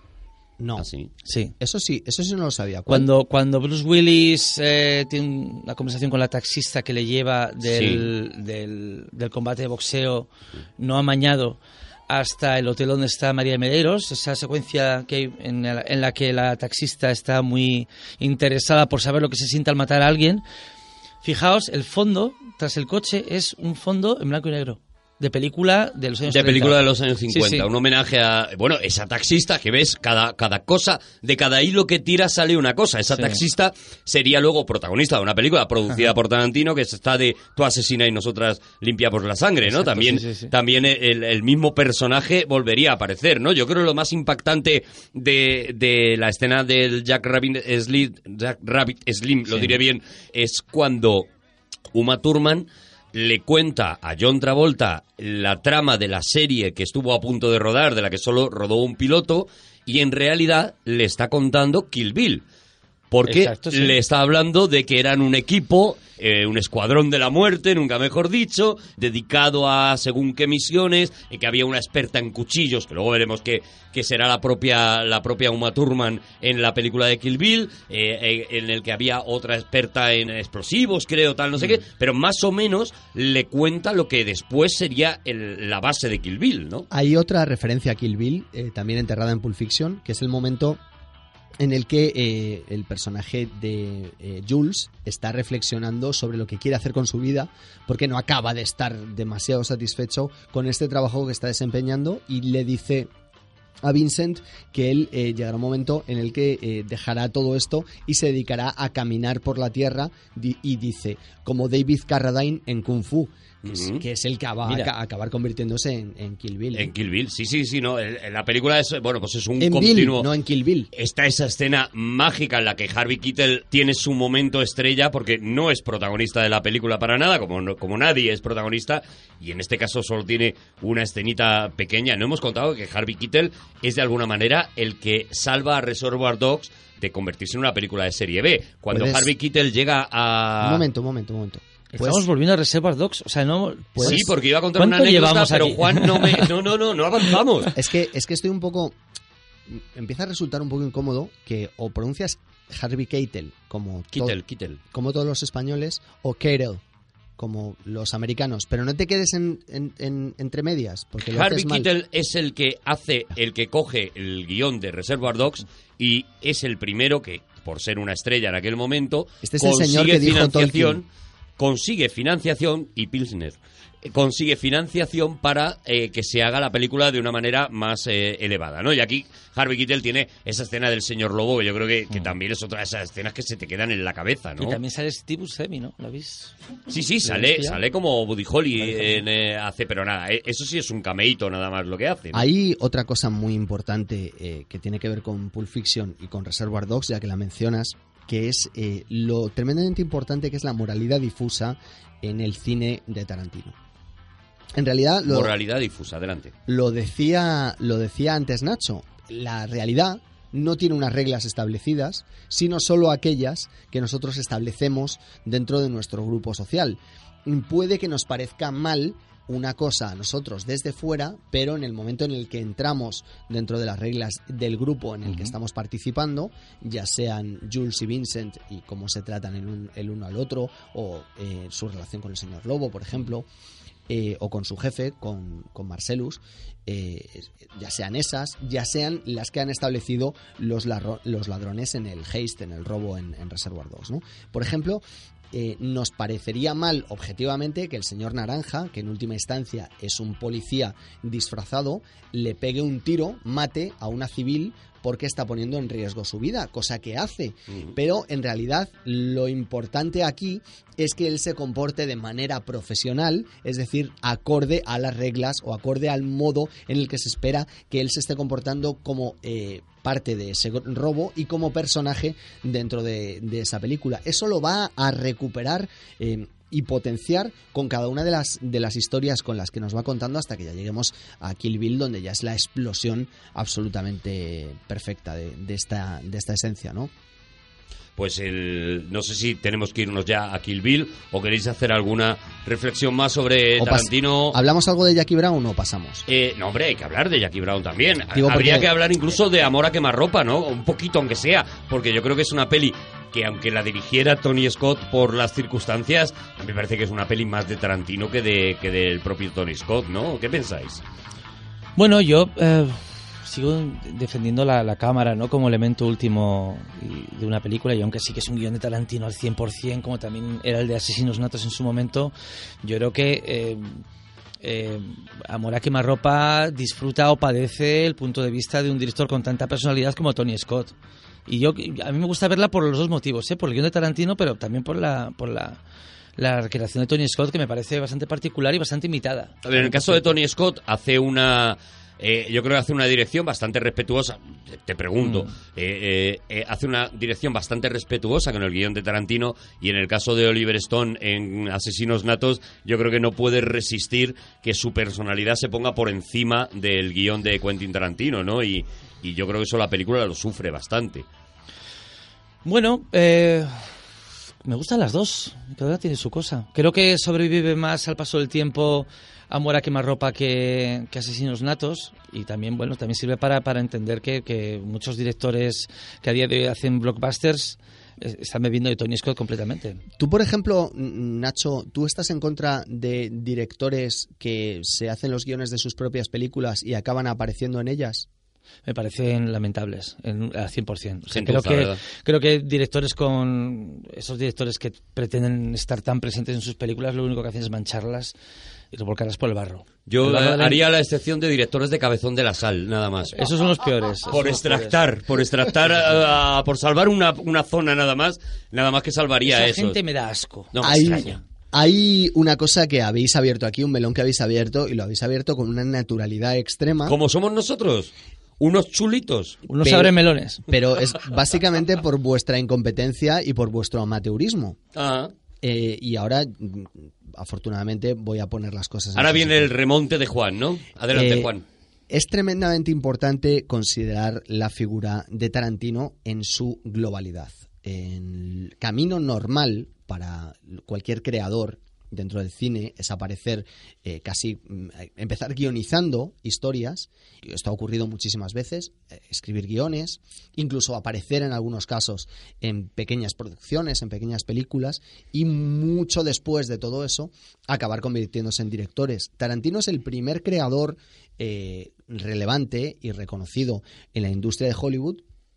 No. ¿Ah, sí? Sí. Eso sí, eso sí no lo sabía. ¿Cuál? Cuando, cuando Bruce Willis eh, tiene una conversación con la taxista que le lleva del, del, del combate de boxeo no amañado hasta el hotel donde está María de Medeiros, esa secuencia que hay en, la, en la que la taxista está muy interesada por saber lo que se siente al matar a alguien. Fijaos, el fondo, tras el coche, es un fondo en blanco y negro. De película de los años De treinta. película de los años cincuenta, Sí, sí. un homenaje a, bueno, esa taxista que ves, cada, cada cosa, de cada hilo que tira sale una cosa. Esa Sí. taxista sería luego protagonista de una película producida por Tarantino que está de Tú asesina y nosotras limpiamos la sangre, ¿no? Exacto, también sí, sí, sí. también el, el mismo personaje volvería a aparecer, ¿no? Yo creo que lo más impactante de, de la escena del Jack Rabbit Slim, Jack Rabbit Slim, lo Sí. diré bien, es cuando Uma Thurman le cuenta a John Travolta la trama de la serie que estuvo a punto de rodar, de la que solo rodó un piloto, y en realidad le está contando Kill Bill. Porque Exacto, sí. le está hablando de que eran un equipo, eh, un escuadrón de la muerte, nunca mejor dicho, dedicado a según qué misiones, y que había una experta en cuchillos, que luego veremos que, que será la propia, la propia Uma Thurman en la película de Kill Bill, eh, eh, en el que había otra experta en explosivos, creo, tal, no sé qué, pero más o menos le cuenta lo que después sería el- la base de Kill Bill, ¿no? Hay otra referencia a Kill Bill, eh, también enterrada en Pulp Fiction, que es el momento en el que eh, el personaje de eh, Jules está reflexionando sobre lo que quiere hacer con su vida, porque no acaba de estar demasiado satisfecho con este trabajo que está desempeñando, y le dice a Vincent que él eh, llegará un momento en el que eh, dejará todo esto y se dedicará a caminar por la tierra, di- y dice, como David Carradine en Kung Fu, que, es, Ujú. que es el que va a Mira. ca- acabar convirtiéndose en, en Kill Bill. ¿eh? En Kill Bill, sí, sí, sí, no, el- el- la película es, bueno, pues es un En continuo... Bill, no en Kill Bill. Está esa escena mágica en la que Harvey Keitel tiene su momento estrella porque no es protagonista de la película para nada, como, no- como nadie es protagonista, y en este caso solo tiene una escenita pequeña. No hemos contado que Harvey Keitel es de alguna manera el que salva a Reservoir Dogs de convertirse en una película de serie B. Cuando Puedes- Harvey Keitel llega a... Un momento, un momento, un momento. Pues, Estamos volviendo a Reservoir Dogs. O sea, no. Pues- sí, porque iba a contar una ¿Cuánto anécdota, llevamos pero aquí? Juan no me... No, no, no, no avanzamos. es que es que estoy un poco, empieza a resultar un poco incómodo que o pronuncias Harvey Keitel como to- Keitel, Keitel. como todos los españoles, o Keitel como los americanos, pero no te quedes en, en- en- entre medias, porque lo Harvey haces mal. Keitel es el que hace, el que coge el guión de Reservoir Dogs y es el primero que, por ser una estrella en aquel momento, Este es el señor que dijo financiación, Tolkien. consigue financiación y Pilsner eh, consigue financiación para eh, que se haga la película de una manera más eh, elevada, ¿no? Y aquí Harvey Keitel tiene esa escena del señor Lobo, que yo creo que, que también es otra de esas escenas que se te quedan en la cabeza, ¿no? Y también sale Steve Buscemi, ¿no? ¿Lo habéis? Sí, sí, ¿Lo sale, habéis pillado? sale como Buddy Holly Vale, en, eh, hace, pero nada, eh, eso sí es un cameíto nada más lo que hace, ¿no? Hay otra cosa muy importante eh, que tiene que ver con Pulp Fiction y con Reservoir Dogs, ya que la mencionas, que es eh, lo tremendamente importante que es la moralidad difusa en el cine de Tarantino. En realidad, lo, Moralidad difusa, adelante. lo decía, lo decía antes Nacho, la realidad no tiene unas reglas establecidas, sino solo aquellas que nosotros establecemos dentro de nuestro grupo social. Puede que nos parezca mal una cosa a nosotros desde fuera, pero en el momento en el que entramos dentro de las reglas del grupo en el que estamos participando, ya sean Jules y Vincent y cómo se tratan el, un- el uno al otro, o eh, su relación con el señor Lobo, por ejemplo, eh, o con su jefe, con, con Marcellus, eh, ya sean esas, ya sean las que han establecido los, ladro- los ladrones en el heist, en el robo en, en Reservoir Dogs, ¿no? Por ejemplo, Eh, nos parecería mal objetivamente que el señor Naranja, que en última instancia es un policía disfrazado, le pegue un tiro, mate a una civil porque está poniendo en riesgo su vida, cosa que hace. Uh-huh. Pero en realidad lo importante aquí es que él se comporte de manera profesional, es decir, acorde a las reglas o acorde al modo en el que se espera que él se esté comportando como eh, parte de ese robo y como personaje dentro de, de esa película. Eso lo va a recuperar eh, y potenciar con cada una de las, de las historias con las que nos va contando hasta que ya lleguemos a Kill Bill, donde ya es la explosión absolutamente perfecta de, de, esta, de esta esencia, ¿no? Pues el, no sé si tenemos que irnos ya a Kill Bill o queréis hacer alguna reflexión más sobre o Tarantino. ¿Hablamos algo de Jackie Brown o pasamos? Eh, no, hombre, hay que hablar de Jackie Brown también. Digo, Habría porque... que hablar incluso de Amor a quemarropa, ¿no? Un poquito, aunque sea, porque yo creo que es una peli que, aunque la dirigiera Tony Scott por las circunstancias, a mí me parece que es una peli más de Tarantino que de que del propio Tony Scott, ¿no? ¿Qué pensáis? Bueno, yo... Eh... sigo defendiendo la, la cámara, ¿no?, como elemento último de una película, y aunque sí que es un guión de Tarantino al cien por ciento, como también era el de Asesinos Natos en su momento, yo creo que eh, eh, Amor a quemarropa disfruta o padece el punto de vista de un director con tanta personalidad como Tony Scott. Y yo a mí me gusta verla por los dos motivos, ¿eh? Por el guión de Tarantino, pero también por la... por la la recreación de Tony Scott, que me parece bastante particular y bastante imitada. A ver, en el caso de Tony Scott hace una... Eh, yo creo que hace una dirección bastante respetuosa. Te, te pregunto, mm. eh, eh, eh, hace una dirección bastante respetuosa con el guión de Tarantino, y en el caso de Oliver Stone en Asesinos Natos, yo creo que no puede resistir que su personalidad se ponga por encima del guión de Quentin Tarantino, ¿no? Y, y yo creo que eso la película lo sufre bastante. Bueno, eh... me gustan las dos, cada una tiene su cosa. Creo que sobrevive más al paso del tiempo Amor a quemarropa que, que Asesinos Natos, y también, bueno, también sirve para, para entender que, que muchos directores que a día de hoy hacen blockbusters están bebiendo de Tony Scott completamente. Tú, por ejemplo, Nacho, ¿tú estás en contra de directores que se hacen los guiones de sus propias películas y acaban apareciendo en ellas? Me parecen lamentables, en, al cien por ciento. O sea, creo, que, creo que directores con... esos directores que pretenden estar tan presentes en sus películas, lo único que hacen es mancharlas y revolcarlas por el barro. Yo el barro haría la... la excepción de directores de Cabezón de la Sal, nada más. Esos son los peores. Por extractar, por extractar, a, a, por salvar una, una zona nada más, nada más que salvaría eso. Esa gente me da asco. No, me Hay... extraña. Hay una cosa que habéis abierto aquí, un melón que habéis abierto, y lo habéis abierto con una naturalidad extrema. ¿Cómo somos nosotros? Unos chulitos. Unos abremelones. Pero es básicamente por vuestra incompetencia y por vuestro amateurismo. Ah. Eh, y ahora, afortunadamente, voy a poner las cosas... Ahora en viene sitio. el remonte de Juan, ¿no? Adelante, eh, Juan. Es tremendamente importante considerar la figura de Tarantino en su globalidad. El camino normal para cualquier creador dentro del cine es aparecer eh, casi, eh, empezar guionizando historias. Esto ha ocurrido muchísimas veces, eh, escribir guiones, incluso aparecer en algunos casos en pequeñas producciones, en pequeñas películas, y mucho después de todo eso acabar convirtiéndose en directores. Tarantino es el primer creador eh, relevante y reconocido en la industria de Hollywood,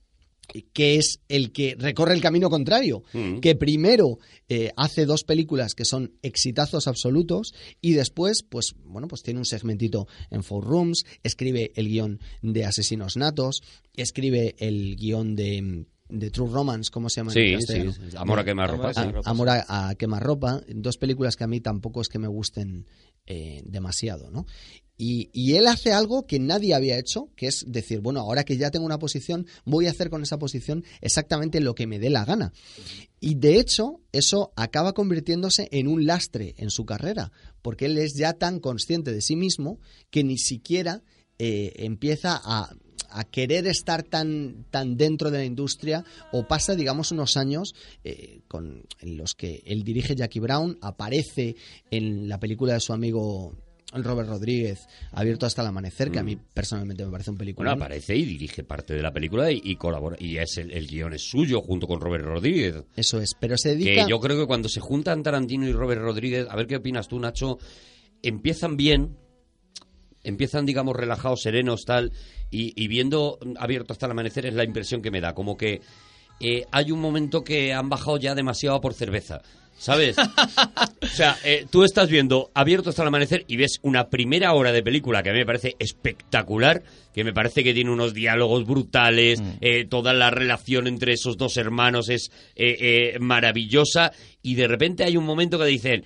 que es el que recorre el camino contrario, mm. que primero eh, hace dos películas que son exitazos absolutos y después, pues bueno, pues tiene un segmentito en Four Rooms, escribe el guión de Asesinos Natos, escribe el guión de... de True Romance, ¿cómo se llama? Sí, sí, sí. Amor a quemarropa. A, sí. Amor a, a quemarropa, dos películas que a mí tampoco es que me gusten eh, demasiado, ¿no? Y, y él hace algo que nadie había hecho, que es decir, bueno, ahora que ya tengo una posición, voy a hacer con esa posición exactamente lo que me dé la gana. Y de hecho, eso acaba convirtiéndose en un lastre en su carrera, porque él es ya tan consciente de sí mismo que ni siquiera eh, empieza a... a querer estar tan, tan dentro de la industria, o pasa, digamos, unos años eh, con, en los que él dirige Jackie Brown, aparece en la película de su amigo Robert Rodríguez, Abierto hasta el amanecer, que a mí personalmente me parece un película. Bueno, aparece y dirige parte de la película y, y colabora, y es el, el guión es suyo junto con Robert Rodríguez. Eso es, pero se dedica... Que yo creo que cuando se juntan Tarantino y Robert Rodríguez, a ver qué opinas tú, Nacho, empiezan bien, empiezan, digamos, relajados, serenos, tal, y, y viendo Abierto hasta el amanecer es la impresión que me da, como que eh, hay un momento que han bajado ya demasiado por cerveza, ¿sabes? O sea, eh, tú estás viendo Abierto hasta el amanecer y ves una primera hora de película que a mí me parece espectacular, que me parece que tiene unos diálogos brutales, mm. eh, toda la relación entre esos dos hermanos es eh, eh, maravillosa, y de repente hay un momento que dicen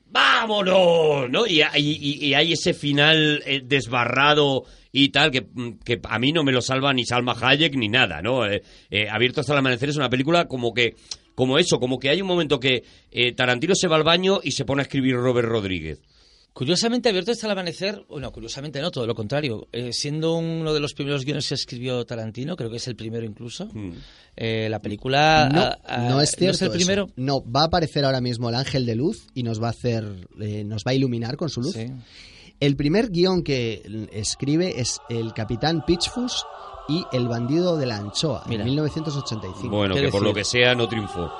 ¡vámonos! ¿No? Y, y, y hay ese final eh, desbarrado y tal, que, que a mí no me lo salva ni Salma Hayek ni nada, ¿no? Eh, eh, Abierto hasta el amanecer es una película como que como eso, como que hay un momento que eh, Tarantino se va al baño y se pone a escribir Robert Rodríguez. Curiosamente, Abierto hasta el amanecer, bueno, curiosamente no, todo lo contrario. Eh, siendo uno de los primeros guiones que escribió Tarantino, creo que es el primero incluso, mm. eh, la película... No, a, a, no es cierto. ¿No es el primero? Eso. No, va a aparecer ahora mismo el ángel de luz y nos va a hacer, eh, nos va a iluminar con su luz. Sí. El primer guión que escribe es El Capitán Pitchfus y El bandido de la anchoa, Mira. en mil novecientos ochenta y cinco. Bueno, que decir? por lo que sea no triunfó.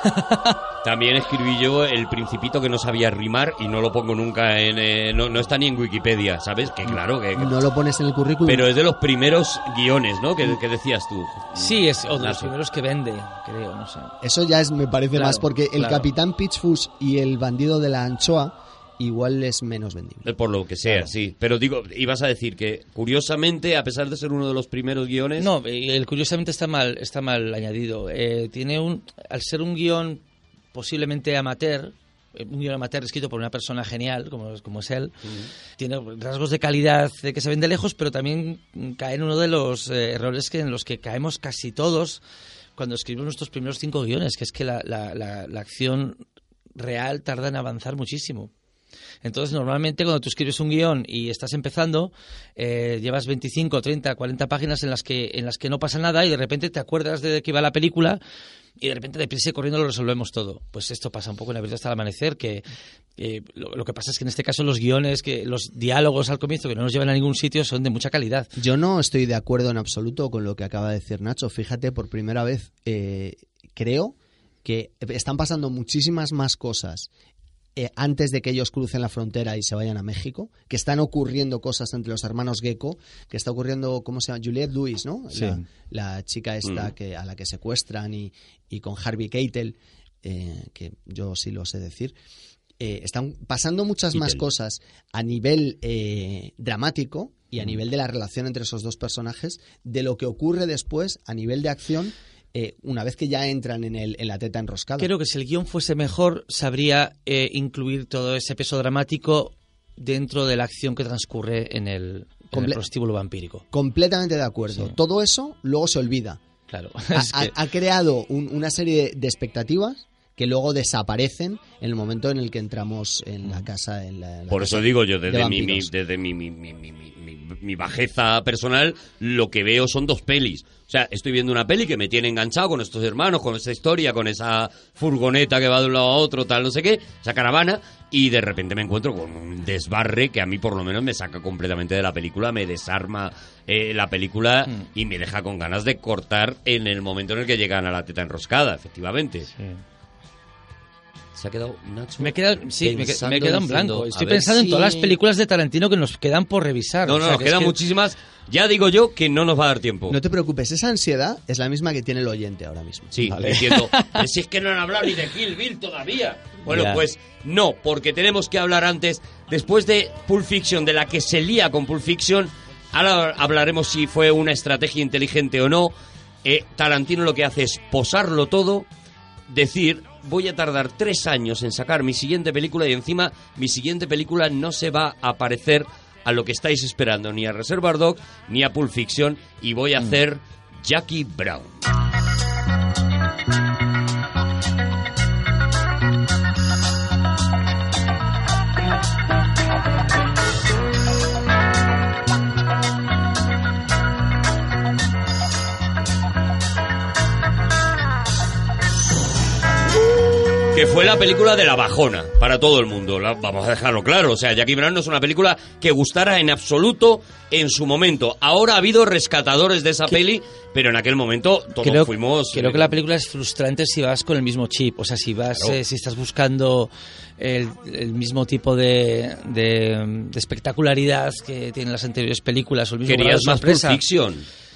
También escribí yo El Principito que no sabía rimar y no lo pongo nunca en... Eh, no, no está ni en Wikipedia, ¿sabes? Que claro, que... que no lo pones en el currículum. Pero es de los primeros guiones, ¿no? Que, que decías tú. Sí, es o de los Nacho. primeros que vende, creo, no sé. Eso ya es, me parece Claro, más, porque El claro. Capitán Pitchfus y El bandido de la anchoa igual es menos vendible. Por lo que sea, Claro. sí. Pero digo, ibas a decir que, curiosamente, a pesar de ser uno de los primeros guiones... No, el curiosamente está mal, está mal añadido. Eh, tiene un, al ser un guión posiblemente amateur, un guión amateur escrito por una persona genial, como, como es él, uh-huh. tiene rasgos de calidad de que se ven de lejos, pero también cae en uno de los eh, errores que en los que caemos casi todos cuando escribimos nuestros primeros cinco guiones, que es que la, la, la, la acción real tarda en avanzar muchísimo. Entonces, normalmente cuando tú escribes un guión y estás empezando, eh, llevas veinticinco, treinta, cuarenta páginas en las que en las que no pasa nada y de repente te acuerdas de qué va la película y de repente deprisa y corriendo lo resolvemos todo. Pues esto pasa un poco en Abierto hasta el amanecer, que eh, lo, lo que pasa es que en este caso los guiones, que los diálogos al comienzo que no nos llevan a ningún sitio son de mucha calidad. Yo no estoy de acuerdo en absoluto con lo que acaba de decir Nacho. Fíjate, por primera vez eh, creo que están pasando muchísimas más cosas Eh, antes de que ellos crucen la frontera y se vayan a México, que están ocurriendo cosas entre los hermanos Gecko, que está ocurriendo, ¿cómo se llama? Juliette Lewis, ¿no? Sí. La, la chica esta Mm. que a la que secuestran y, y con Harvey Keitel, eh, que yo sí lo sé decir. Eh, están pasando muchas más Keitel. cosas a nivel eh, dramático y a nivel de la relación entre esos dos personajes, de lo que ocurre después a nivel de acción. Eh, una vez que ya entran en, el, en la teta enroscada. Creo que si el guión fuese mejor, sabría eh, incluir todo ese peso dramático dentro de la acción que transcurre en el, en el prostíbulo vampírico. Completamente de acuerdo. Sí. Todo eso luego se olvida. Claro. Ha, Es que... ha, ha creado un, una serie de, de expectativas que luego desaparecen en el momento en el que entramos en la casa. En la, en la Por casa eso digo yo, de desde, mi, mi, vampiros. desde mi, mi, mi, mi, mi, mi, mi bajeza personal, lo que veo son dos pelis. O sea, estoy viendo una peli que me tiene enganchado con estos hermanos, con esa historia, con esa furgoneta que va de un lado a otro, tal, no sé qué, esa caravana, y de repente me encuentro con un desbarre que a mí por lo menos me saca completamente de la película, me desarma eh, la película mm. y me deja con ganas de cortar en el momento en el que llegan a la teta enroscada, efectivamente. Sí. Se ha quedado Nacho. Me he quedado, sí, me, me he quedado en blanco. Diciendo, Estoy ver pensando si... en todas las películas de Tarantino que nos quedan por revisar. No, no, o sea, nos que quedan es que... muchísimas. Ya digo yo que no nos va a dar tiempo. No te preocupes, esa ansiedad es la misma que tiene el oyente ahora mismo. Sí, ¿vale? entiendo. Pero si es que no han hablado ni de Kill Bill todavía. Bueno, Ya. pues no, porque tenemos que hablar antes, después de Pulp Fiction, de la que se lía con Pulp Fiction, ahora hablaremos si fue una estrategia inteligente o no. Eh, Tarantino lo que hace es posarlo todo, decir, voy a tardar tres años en sacar mi siguiente película y encima mi siguiente película no se va a parecer a lo que estáis esperando, ni a Reservoir Dogs, ni a Pulp Fiction, y voy a Mm. hacer Jackie Brown. que fue la película de la bajona para todo el mundo. La, vamos a dejarlo claro. O sea, Jackie Brown no es una película que gustara en absoluto en su momento. Ahora ha habido rescatadores de esa peli, pero en aquel momento todos creo, fuimos... Creo eh, que la película es frustrante si vas con el mismo chip. O sea, si vas, Claro. eh, si estás buscando el, el mismo tipo de, de, de espectacularidad que tienen las anteriores películas o el mismo grado Querías de más Pulp sorpresa. Fiction.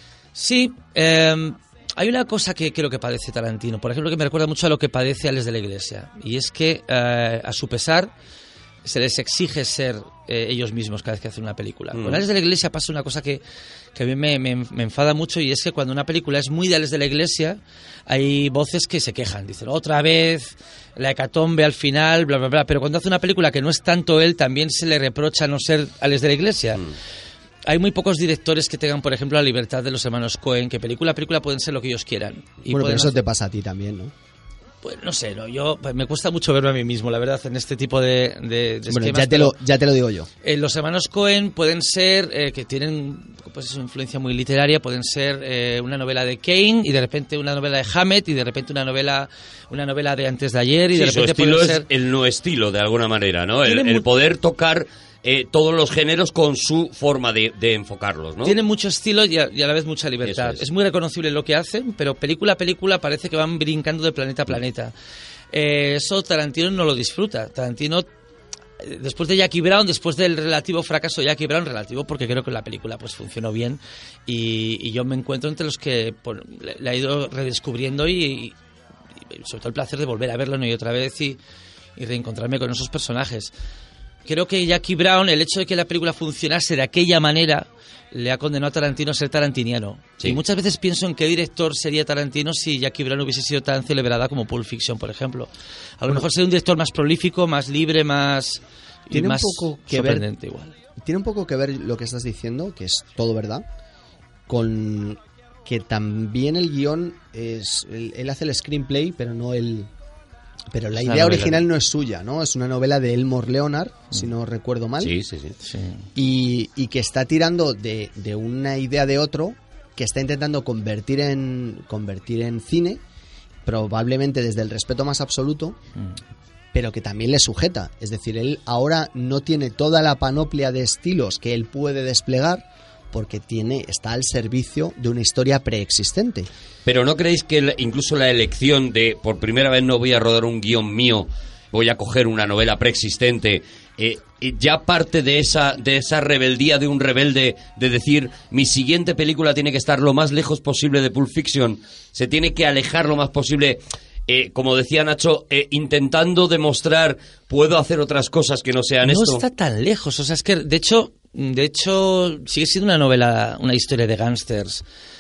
Sí, eh, hay una cosa que creo que padece Tarantino, por ejemplo, que me recuerda mucho a lo que padece Ales de la Iglesia, y es que eh, a su pesar se les exige ser eh, ellos mismos cada vez que hacen una película. Mm. Con Ales de la Iglesia pasa una cosa que, que a mí me, me, me enfada mucho, y es que cuando una película es muy de Ales de la Iglesia, hay voces que se quejan, dicen otra vez, la hecatombe al final, bla, bla, bla, pero cuando hace una película que no es tanto él, también se le reprocha no ser Ales de la Iglesia. Mm. Hay muy pocos directores que tengan, por ejemplo, la libertad de los hermanos Coen, que película a película pueden ser lo que ellos quieran. Y Bueno, pueden pero eso hacer- te pasa a ti también, ¿no? Pues no sé, no, yo pues, me cuesta mucho verme a mí mismo, la verdad, en este tipo de, de, de Bueno, esquemas, ya te, pero, lo, ya te lo digo yo. eh, los hermanos Coen pueden ser, eh, que tienen pues una influencia muy literaria, pueden ser eh, una novela de Kane y de repente una novela de Hammett y de repente una novela una novela de antes de ayer y Sí, de su repente estilo pueden es ser... el no estilo, de alguna manera, ¿no? El, Tiene el mu- poder tocar eh, todos los géneros con su forma de, de enfocarlos, ¿no? Tienen mucho estilo y a, y a la vez mucha libertad. Eso es. Es. muy reconocible lo que hacen, pero película a película parece que van brincando de planeta a planeta. Eh, eso Tarantino no lo disfruta. Tarantino, eh, después de Jackie Brown, después del relativo fracaso de Jackie Brown, relativo porque creo que la película pues funcionó bien, y, y yo me encuentro entre los que pues, le, le ha ido redescubriendo y, y- y sobre todo el placer de volver a verlo una y otra vez y, y reencontrarme con esos personajes. Creo que Jackie Brown, el hecho de que la película funcionase de aquella manera, le ha condenado a Tarantino a ser tarantiniano. Sí. Y muchas veces pienso en qué director sería Tarantino si Jackie Brown hubiese sido tan celebrada como Pulp Fiction, por ejemplo. A lo mejor sería un director más prolífico, más libre, más... y Tiene un más poco que ver- sorprendente igual. Tiene un poco que ver lo que estás diciendo, que es todo verdad, con que también el guión es... Él, él hace el screenplay, pero no el... Pero la Es una idea novela. original no es suya, ¿no? Es una novela de Elmore Leonard, si no recuerdo mal. Sí, sí, sí. Sí. y, y que está tirando de, de una idea de otro, que está intentando convertir en, convertir en cine, probablemente desde el respeto más absoluto, pero que también le sujeta. Es decir, él ahora no tiene toda la panoplia de estilos que él puede desplegar, porque tiene, está al servicio de una historia preexistente. Pero ¿no creéis que el- incluso la elección de por primera vez no voy a rodar un guión mío, voy a coger una novela preexistente, eh, eh, ya parte de esa, de esa rebeldía de un rebelde de decir mi siguiente película tiene que estar lo más lejos posible de Pulp Fiction, se tiene que alejar lo más posible, eh, como decía Nacho, eh, intentando demostrar puedo hacer otras cosas que no sean No esto? está tan lejos, o sea, es que de hecho, de hecho sigue siendo una novela, una historia de gángsters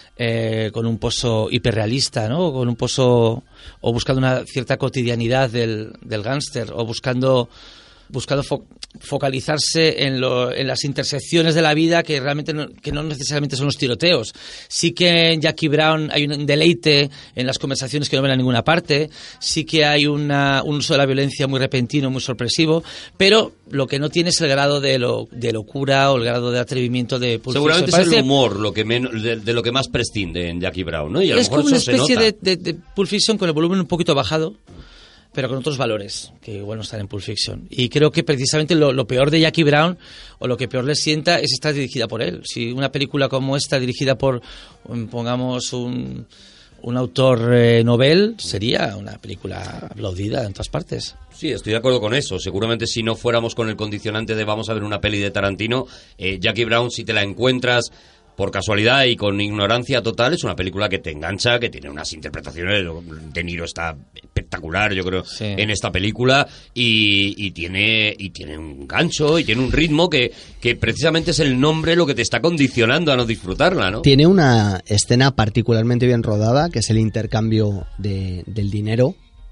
eh, con un pozo hiperrealista, ¿no? Con un pozo, o buscando una cierta cotidianidad del, del gángster, o buscando buscando fo- focalizarse en, lo, en las intersecciones de la vida que realmente no, que no necesariamente son los tiroteos. Sí que en Jackie Brown hay un deleite en las conversaciones que no ven a ninguna parte, sí que hay una, un uso de la violencia muy repentino, muy sorpresivo, pero lo que no tiene es el grado de, lo, de locura o el grado de atrevimiento de Pulp Seguramente Fiction. es el Parece- humor lo que menos, de, de lo que más prescinde en Jackie Brown, ¿no? Y a lo es mejor como una eso se especie nota. de, de, de Pulp Fiction con el volumen un poquito bajado, pero con otros valores que igual no están en Pulp Fiction. Y creo que precisamente lo, lo peor de Jackie Brown, o lo que peor le sienta, es estar dirigida por él. Si una película como esta, dirigida por, um, pongamos, un, un autor eh, novel, sería una película aplaudida en todas partes. Sí, estoy de acuerdo con eso. Seguramente si no fuéramos con el condicionante de vamos a ver una peli de Tarantino, eh, Jackie Brown, si te la encuentras por casualidad y con ignorancia total, es una película que te engancha, que tiene unas interpretaciones. De Niro está espectacular, yo creo, Sí. en esta película, y, y tiene y tiene un gancho y tiene un ritmo que, que precisamente es el nombre lo que te está condicionando a no disfrutarla, ¿no? Tiene una escena particularmente bien rodada, que es el intercambio de, del dinero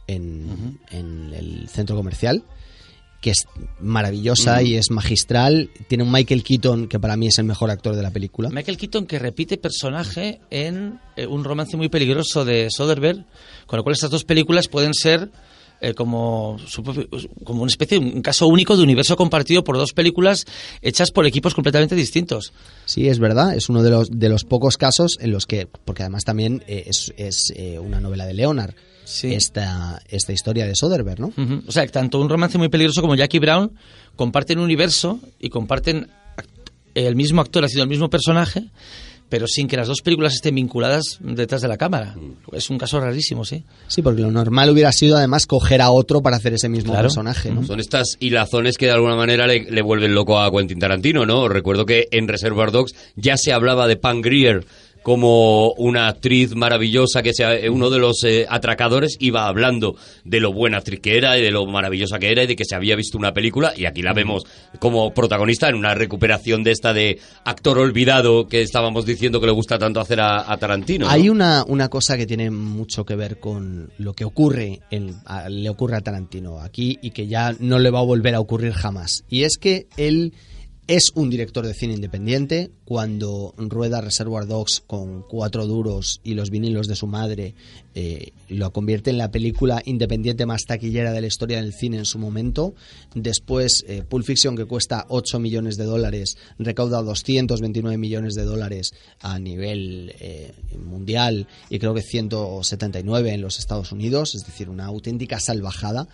en, en el centro comercial, que es maravillosa Ujú. y es magistral. Tiene un Michael Keaton, que para mí es el mejor actor de la película. Michael Keaton, que repite personaje en eh, un romance muy peligroso de Soderbergh, con lo cual estas dos películas pueden ser eh, como, su propio- como una especie, un caso único de universo compartido por dos películas hechas por equipos completamente distintos. Sí, es verdad, es uno de los, de los pocos casos en los que, porque además también eh, es, es eh, una novela de Leonard, Sí. esta, esta historia de Soderbergh, ¿no? Ujú. O sea, tanto Un romance muy peligroso como Jackie Brown comparten universo y comparten act- el mismo actor haciendo el mismo personaje, pero sin que las dos películas estén vinculadas detrás de la cámara. Es un caso rarísimo, sí. Sí, porque lo normal hubiera sido además coger a otro para hacer ese mismo Claro. personaje, ¿no? Son estas hilazones que de alguna manera le, le vuelven loco a Quentin Tarantino, ¿no? Recuerdo que en Reservoir Dogs ya se hablaba de Pam Grier como una actriz maravillosa, que sea uno de los eh, atracadores iba hablando de lo buena actriz que era y de lo maravillosa que era y de que se había visto una película, y aquí la vemos como protagonista en una recuperación de esta de actor olvidado que estábamos diciendo que le gusta tanto hacer a, a Tarantino, ¿no? Hay una, una cosa que tiene mucho que ver con lo que ocurre en- a- le ocurre a Tarantino aquí y que ya no le va a volver a ocurrir jamás. Y es que él es un director de cine independiente. Cuando rueda Reservoir Dogs con Cuatro duros y Los vinilos de su madre, eh, lo convierte en la película independiente más taquillera de la historia del cine en su momento. Después, eh, Pulp Fiction, que cuesta ocho millones de dólares, recauda doscientos veintinueve millones de dólares a nivel eh, mundial y creo que ciento setenta y nueve en los Estados Unidos, es decir, una auténtica salvajada.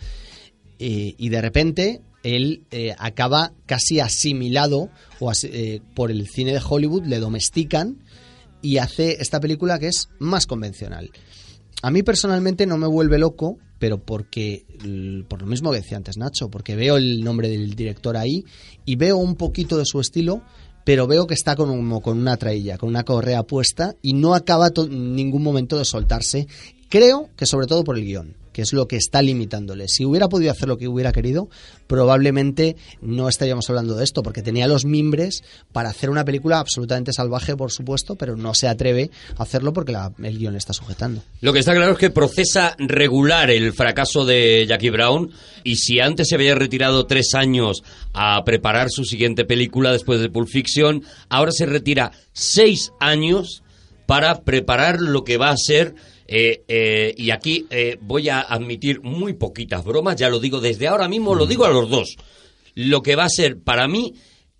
Eh, y de repente él eh, acaba casi asimilado o as- eh, por el cine de Hollywood, le domestican y hace esta película que es más convencional. A mí personalmente no me vuelve loco, pero porque, l- por lo mismo que decía antes Nacho, porque veo el nombre del director ahí y veo un poquito de su estilo, pero veo que está con, un- con una trailla, con una correa puesta y no acaba to- en ningún momento de soltarse. Creo que sobre todo por el guión, que es lo que está limitándole. Si hubiera podido hacer lo que hubiera querido, probablemente no estaríamos hablando de esto, porque tenía los mimbres para hacer una película absolutamente salvaje, por supuesto, pero no se atreve a hacerlo porque la- el guión le está sujetando. Lo que está claro es que procesa regular el fracaso de Jackie Brown, y si antes se había retirado tres años a preparar su siguiente película después de Pulp Fiction, ahora se retira seis años para preparar lo que va a ser, eh, eh, y aquí eh, voy a admitir muy poquitas bromas, ya lo digo desde ahora mismo, lo digo a los dos, lo que va a ser para mí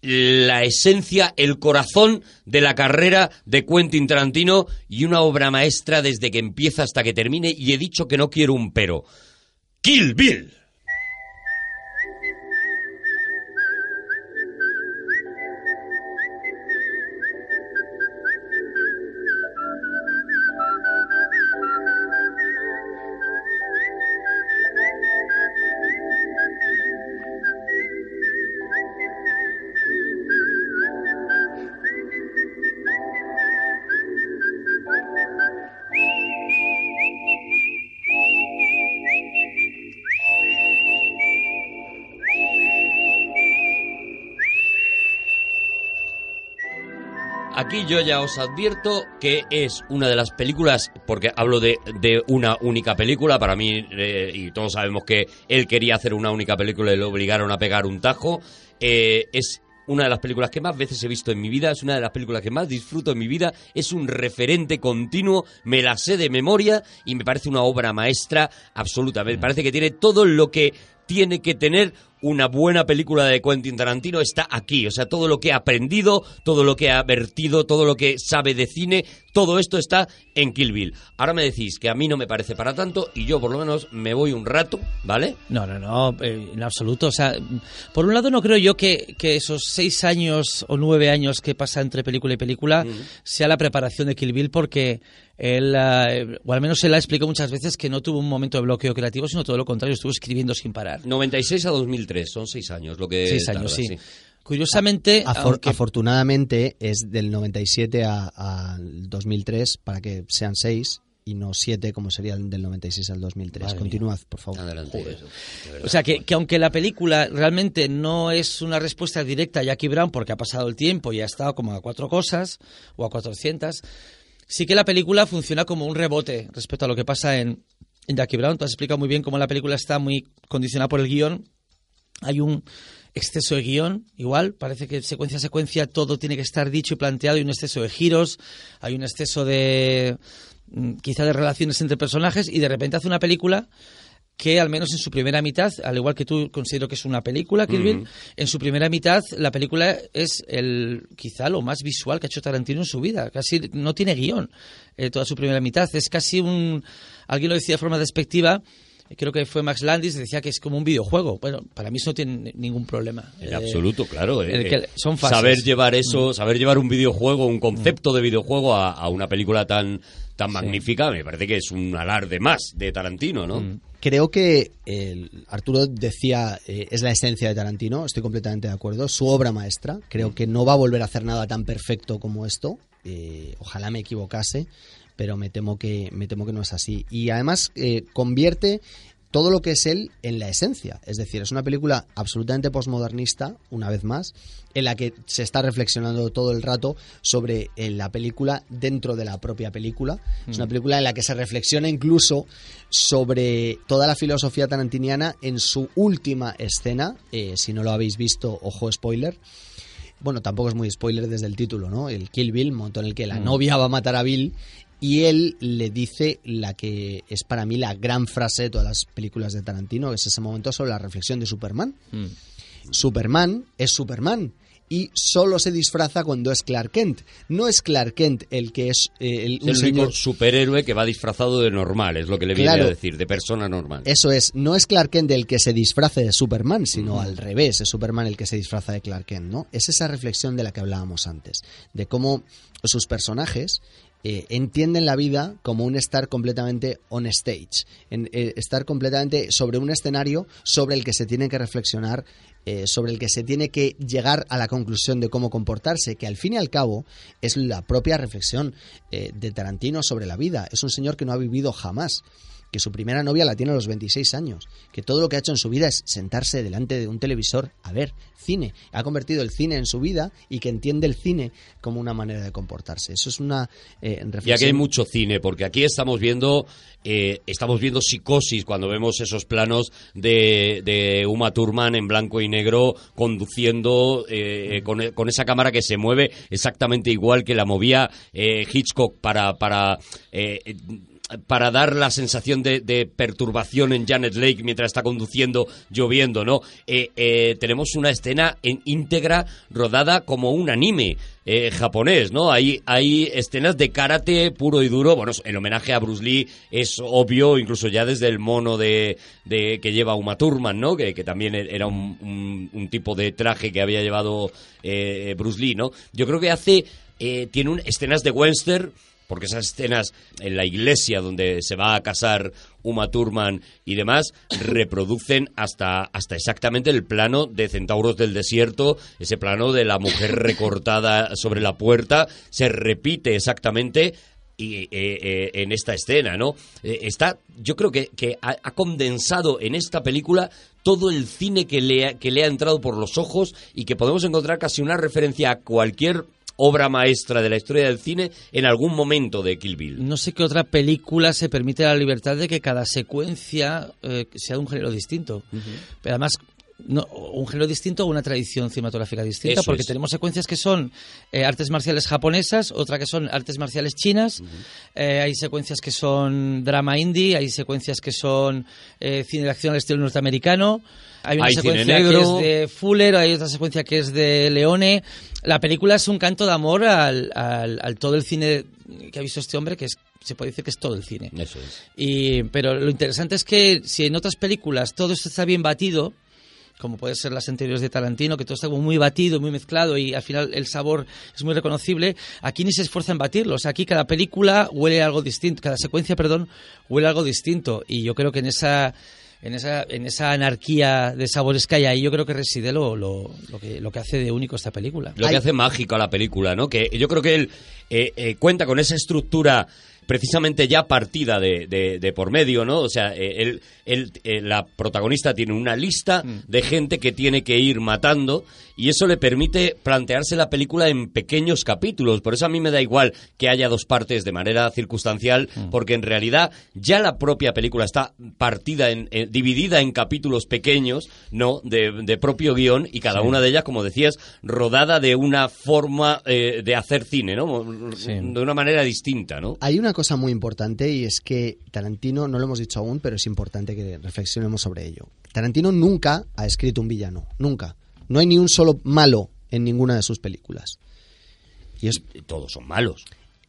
la esencia, el corazón de la carrera de Quentin Tarantino y una obra maestra desde que empieza hasta que termine, y he dicho que no quiero un pero. Kill Bill. Aquí yo ya os advierto que es una de las películas, porque hablo de, de una única película, para mí, eh, y todos sabemos que él quería hacer una única película y le obligaron a pegar un tajo, eh, es una de las películas que más veces he visto en mi vida, es una de las películas que más disfruto en mi vida, es un referente continuo, me la sé de memoria y me parece una obra maestra absoluta. Me parece que tiene todo lo que tiene que tener una buena película de Quentin Tarantino, está aquí. O sea, todo lo que ha aprendido, todo lo que ha vertido, todo lo que sabe de cine, todo esto está en Kill Bill. Ahora me decís que a mí no me parece para tanto y yo por lo menos me voy un rato, ¿vale? No, no, no, eh, en absoluto. O sea, por un lado no creo yo que, que esos seis años o nueve años que pasa entre película y película Mm. sea la preparación de Kill Bill, porque él, eh, o al menos él ha explicado muchas veces que no tuvo un momento de bloqueo creativo, sino todo lo contrario, estuvo escribiendo sin parar. noventa y seis a dos mil tres, son seis años lo que Seis tarda, años, sí. Curiosamente, Afor- aunque- Afortunadamente es del noventa y siete a- al dos mil tres para que sean seis y no siete como sería el del noventa y seis al dos mil tres. Madre Continuad, por favor. Adelante. Eso, de verdad. O sea, que, que aunque la película realmente no es una respuesta directa a Jackie Brown porque ha pasado el tiempo y ha estado como a cuatro cosas o a cuatrocientas, sí que la película funciona como un rebote respecto a lo que pasa en, en Jackie Brown. Tú has explicado muy bien cómo la película está muy condicionada por el guión. Hay un exceso de guión, igual, parece que secuencia a secuencia todo tiene que estar dicho y planteado, hay un exceso de giros, hay un exceso de, mm, quizá de relaciones entre personajes, y de repente hace una película que al menos en su primera mitad, al igual que tú considero que es una película, Kill Bill, Mm. en su primera mitad la película es el quizá lo más visual que ha hecho Tarantino en su vida. Casi no tiene guión eh, toda su primera mitad. Es casi un... Alguien lo decía de forma despectiva, creo que fue Max Landis, decía que es como un videojuego. Bueno, para mí eso no tiene ningún problema. En Eh, absoluto, claro. en el eh, que son fases. Saber llevar eso, Mm. saber llevar un videojuego, un concepto de videojuego a, a una película tan, tan Sí. magnífica, me parece que es un alarde más de Tarantino, ¿no? Mm. Creo que eh, Arturo decía, eh, es la esencia de Tarantino, estoy completamente de acuerdo, su obra maestra. Creo que no va a volver a hacer nada tan perfecto como esto. Eh, ojalá me equivocase, pero me temo que, me temo que no es así. Y además eh, convierte todo lo que es él en la esencia. Es decir, es una película absolutamente posmodernista, una vez más, en la que se está reflexionando todo el rato sobre eh, la película dentro de la propia película. Es una película en la que se reflexiona incluso sobre toda la filosofía tarantiniana en su última escena. Eh, si no lo habéis visto, ojo, spoiler. Bueno, tampoco es muy spoiler desde el título, ¿no? El Kill Bill, momento en el que la Mm. novia va a matar a Bill y él le dice la que es para mí la gran frase de todas las películas de Tarantino, que es ese momento sobre la reflexión de Superman. Mm. Superman es Superman y solo se disfraza cuando es Clark Kent. No es Clark Kent el que es eh, el, Es un el único señor... superhéroe que va disfrazado de normal, es lo que le viene Claro. a decir, de persona normal. Eso es, no es Clark Kent el que se disfrace de Superman, sino al revés, es Superman el que se disfraza de Clark Kent, ¿no? Es esa reflexión de la que hablábamos antes, de cómo sus personajes eh, entienden la vida como un estar completamente on stage, en, eh, estar completamente sobre un escenario sobre el que se tiene que reflexionar, eh, sobre el que se tiene que llegar a la conclusión de cómo comportarse, que al fin y al cabo es la propia reflexión eh, de Tarantino sobre la vida. Es un señor que no ha vivido jamás, que su primera novia la tiene a los veintiséis años, que todo lo que ha hecho en su vida es sentarse delante de un televisor a ver cine. Ha convertido el cine en su vida y que entiende el cine como una manera de comportarse. Eso es una eh, reflexión. Ya que hay mucho cine, porque aquí estamos viendo eh, estamos viendo psicosis cuando vemos esos planos de, de Uma Thurman en blanco y negro conduciendo eh, con, con esa cámara que se mueve exactamente igual que la movía eh, Hitchcock para... para eh, para dar la sensación de, de perturbación en Janet Leigh mientras está conduciendo, lloviendo, ¿no? Eh, eh, tenemos una escena en íntegra rodada como un anime eh, japonés, ¿no? Hay, hay escenas de karate puro y duro. Bueno, el homenaje a Bruce Lee es obvio, incluso ya desde el mono de, de que lleva Uma Thurman, ¿no? Que, que también era un, un, un tipo de traje que había llevado eh, Bruce Lee, ¿no? Yo creo que hace... Eh, tiene un, escenas de western, porque esas escenas en la iglesia donde se va a casar Uma Thurman y demás reproducen hasta, hasta exactamente el plano de Centauros del Desierto, ese plano de la mujer recortada sobre la puerta, se repite exactamente y, eh, eh, en esta escena, ¿no? Eh, está, yo creo que, que ha, ha condensado en esta película todo el cine que le, ha, que le ha entrado por los ojos y que podemos encontrar casi una referencia a cualquier obra maestra de la historia del cine en algún momento de Kill Bill. No sé qué otra película se permite la libertad de que cada secuencia eh, sea de un género distinto. Uh-huh. Pero además, no, un género distinto o una tradición cinematográfica distinta, Eso porque es. tenemos secuencias que son eh, artes marciales japonesas, otra que son artes marciales chinas, uh-huh. eh, hay secuencias que son drama indie, hay secuencias que son eh, cine de acción al estilo norteamericano, hay una hay secuencia cine negro. que es de Fuller, hay otra secuencia que es de Leone. La película es un canto de amor al, al, al todo el cine que ha visto este hombre, que es, se puede decir que es todo el cine. Eso es. Y, pero lo interesante es que si en otras películas todo esto está bien batido, como puede ser las anteriores de Tarantino, que todo está como muy batido, muy mezclado y al final el sabor es muy reconocible, aquí ni se esfuerza en batirlo. O sea, aquí cada película huele a algo distinto, cada secuencia, perdón, huele a algo distinto. Y yo creo que en esa... En esa, en esa anarquía de sabores que hay ahí, yo creo que reside lo, lo, lo, que, lo que hace de único esta película. Lo que hace mágico a la película, ¿no? Que yo creo que él eh, eh, cuenta con esa estructura precisamente ya partida de, de, de por medio, ¿no? O sea, eh, él, él, eh, la protagonista tiene una lista mm. de gente que tiene que ir matando y eso le permite plantearse la película en pequeños capítulos. Por eso a mí me da igual que haya dos partes de manera circunstancial, mm. porque en realidad ya la propia película está partida, en, eh, dividida en capítulos pequeños, ¿no? De, de propio guión y cada sí. una de ellas, como decías, rodada de una forma eh, de hacer cine, ¿no? Sí. De una manera distinta, ¿no? Hay una cosa cosa muy importante y es que Tarantino, no lo hemos dicho aún, pero es importante que reflexionemos sobre ello. Tarantino nunca ha escrito un villano, nunca. No hay ni un solo malo en ninguna de sus películas. Y es, todos son malos.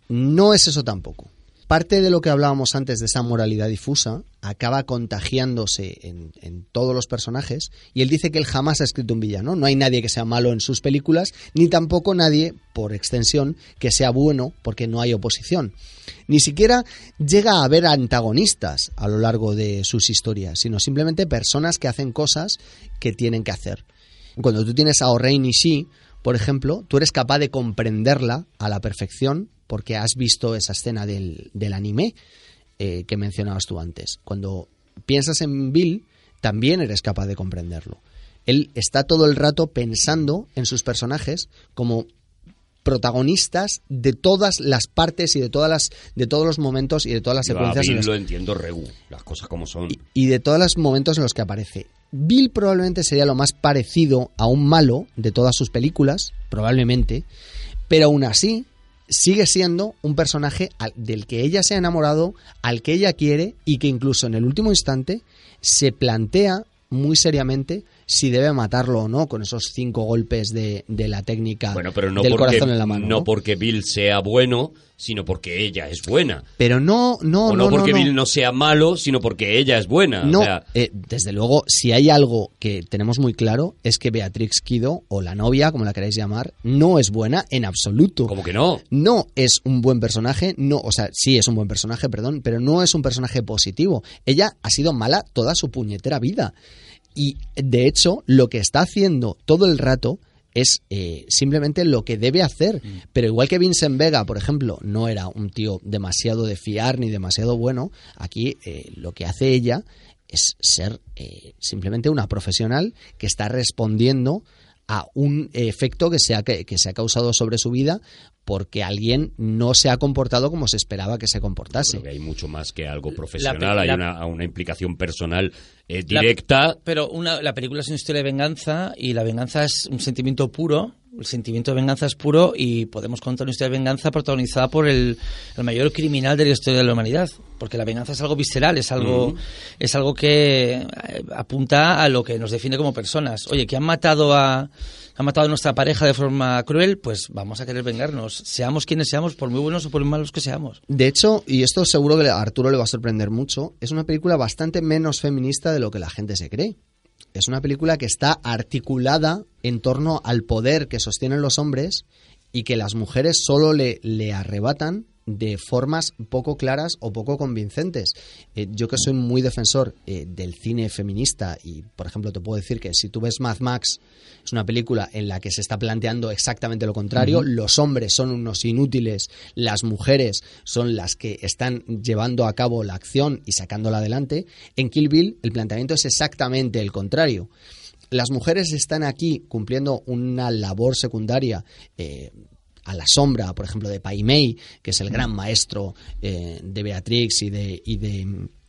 No es eso tampoco. Parte de lo que hablábamos antes de esa moralidad difusa acaba contagiándose en, en todos los personajes, y él dice que él jamás ha escrito un villano. No hay nadie que sea malo en sus películas, ni tampoco nadie, por extensión, que sea bueno, porque no hay oposición. Ni siquiera llega a haber antagonistas a lo largo de sus historias, sino simplemente personas que hacen cosas que tienen que hacer. Cuando tú tienes a O-Rei Nishi, por ejemplo, tú eres capaz de comprenderla a la perfección porque has visto esa escena del, del anime eh, que mencionabas tú antes. Cuando piensas en Bill, también eres capaz de comprenderlo. Él está todo el rato pensando en sus personajes como protagonistas de todas las partes y de todas las de todos los momentos y de todas las Yo secuencias. a Bill en las... lo entiendo regu, las cosas como son. Y, y de todos los momentos en los que aparece. Bill probablemente sería lo más parecido a un malo de todas sus películas, probablemente, pero aún así sigue siendo un personaje al, del que ella se ha enamorado, al que ella quiere, y que incluso en el último instante se plantea muy seriamente si debe matarlo o no con esos cinco golpes de, de la técnica bueno, pero no del porque, corazón en la mano. No, ¿no? porque Bill sea bueno, sino porque ella es buena. Pero no, no, o no, no porque no, no. Bill no sea malo, sino porque ella es buena. No, o sea, eh, desde luego, si hay algo que tenemos muy claro es que Beatrix Kido, o la novia, como la queráis llamar, no es buena en absoluto. ¿cómo que no? No es un buen personaje, no, o sea, sí es un buen personaje, perdón, pero no es un personaje positivo. Ella ha sido mala toda su puñetera vida. Y, de hecho, lo que está haciendo todo el rato es eh, simplemente lo que debe hacer. Mm. Pero igual que Vincent Vega, por ejemplo, no era un tío demasiado de fiar ni demasiado bueno, aquí eh, lo que hace ella es ser eh, simplemente una profesional que está respondiendo a un efecto que se ha, que, que se ha causado sobre su vida porque alguien no se ha comportado como se esperaba que se comportase. Creo que hay mucho más que algo profesional, la, hay la, una, una implicación personal eh, directa. La, pero una, la película es una historia de venganza y la venganza es un sentimiento puro. El sentimiento de venganza es puro y podemos contar una historia de venganza protagonizada por el, el mayor criminal de la historia de la humanidad, porque la venganza es algo visceral, es algo, uh-huh. es algo que apunta a lo que nos define como personas. Oye, que han matado a han matado a nuestra pareja de forma cruel, pues vamos a querer vengarnos, seamos quienes seamos, por muy buenos o por muy malos que seamos. De hecho, y esto seguro que a Arturo le va a sorprender mucho, es una película bastante menos feminista de lo que la gente se cree. Es una película que está articulada en torno al poder que sostienen los hombres y que las mujeres solo le, le arrebatan de formas poco claras o poco convincentes. Eh, yo que soy muy defensor eh, del cine feminista y, por ejemplo, te puedo decir que si tú ves Mad Max, es una película en la que se está planteando exactamente lo contrario. Uh-huh. Los hombres son unos inútiles, las mujeres son las que están llevando a cabo la acción y sacándola adelante. En Kill Bill el planteamiento es exactamente el contrario. Las mujeres están aquí cumpliendo una labor secundaria eh, a la sombra, por ejemplo, de Pai Mei, que es el gran maestro eh, de Beatrix y de, y de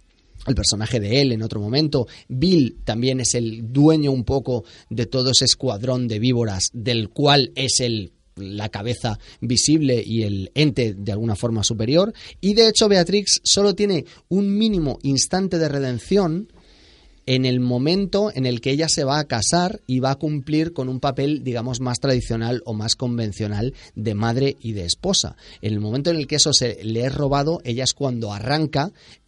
el personaje de él en otro momento. Bill también es el dueño un poco de todo ese escuadrón de víboras del cual es el la cabeza visible y el ente de alguna forma superior. Y de hecho Beatrix solo tiene un mínimo instante de redención en el momento en el que ella se va a casar y va a cumplir con un papel, digamos, más tradicional o más convencional de madre y de esposa. En el momento en el que eso se le es robado, ella es cuando arranca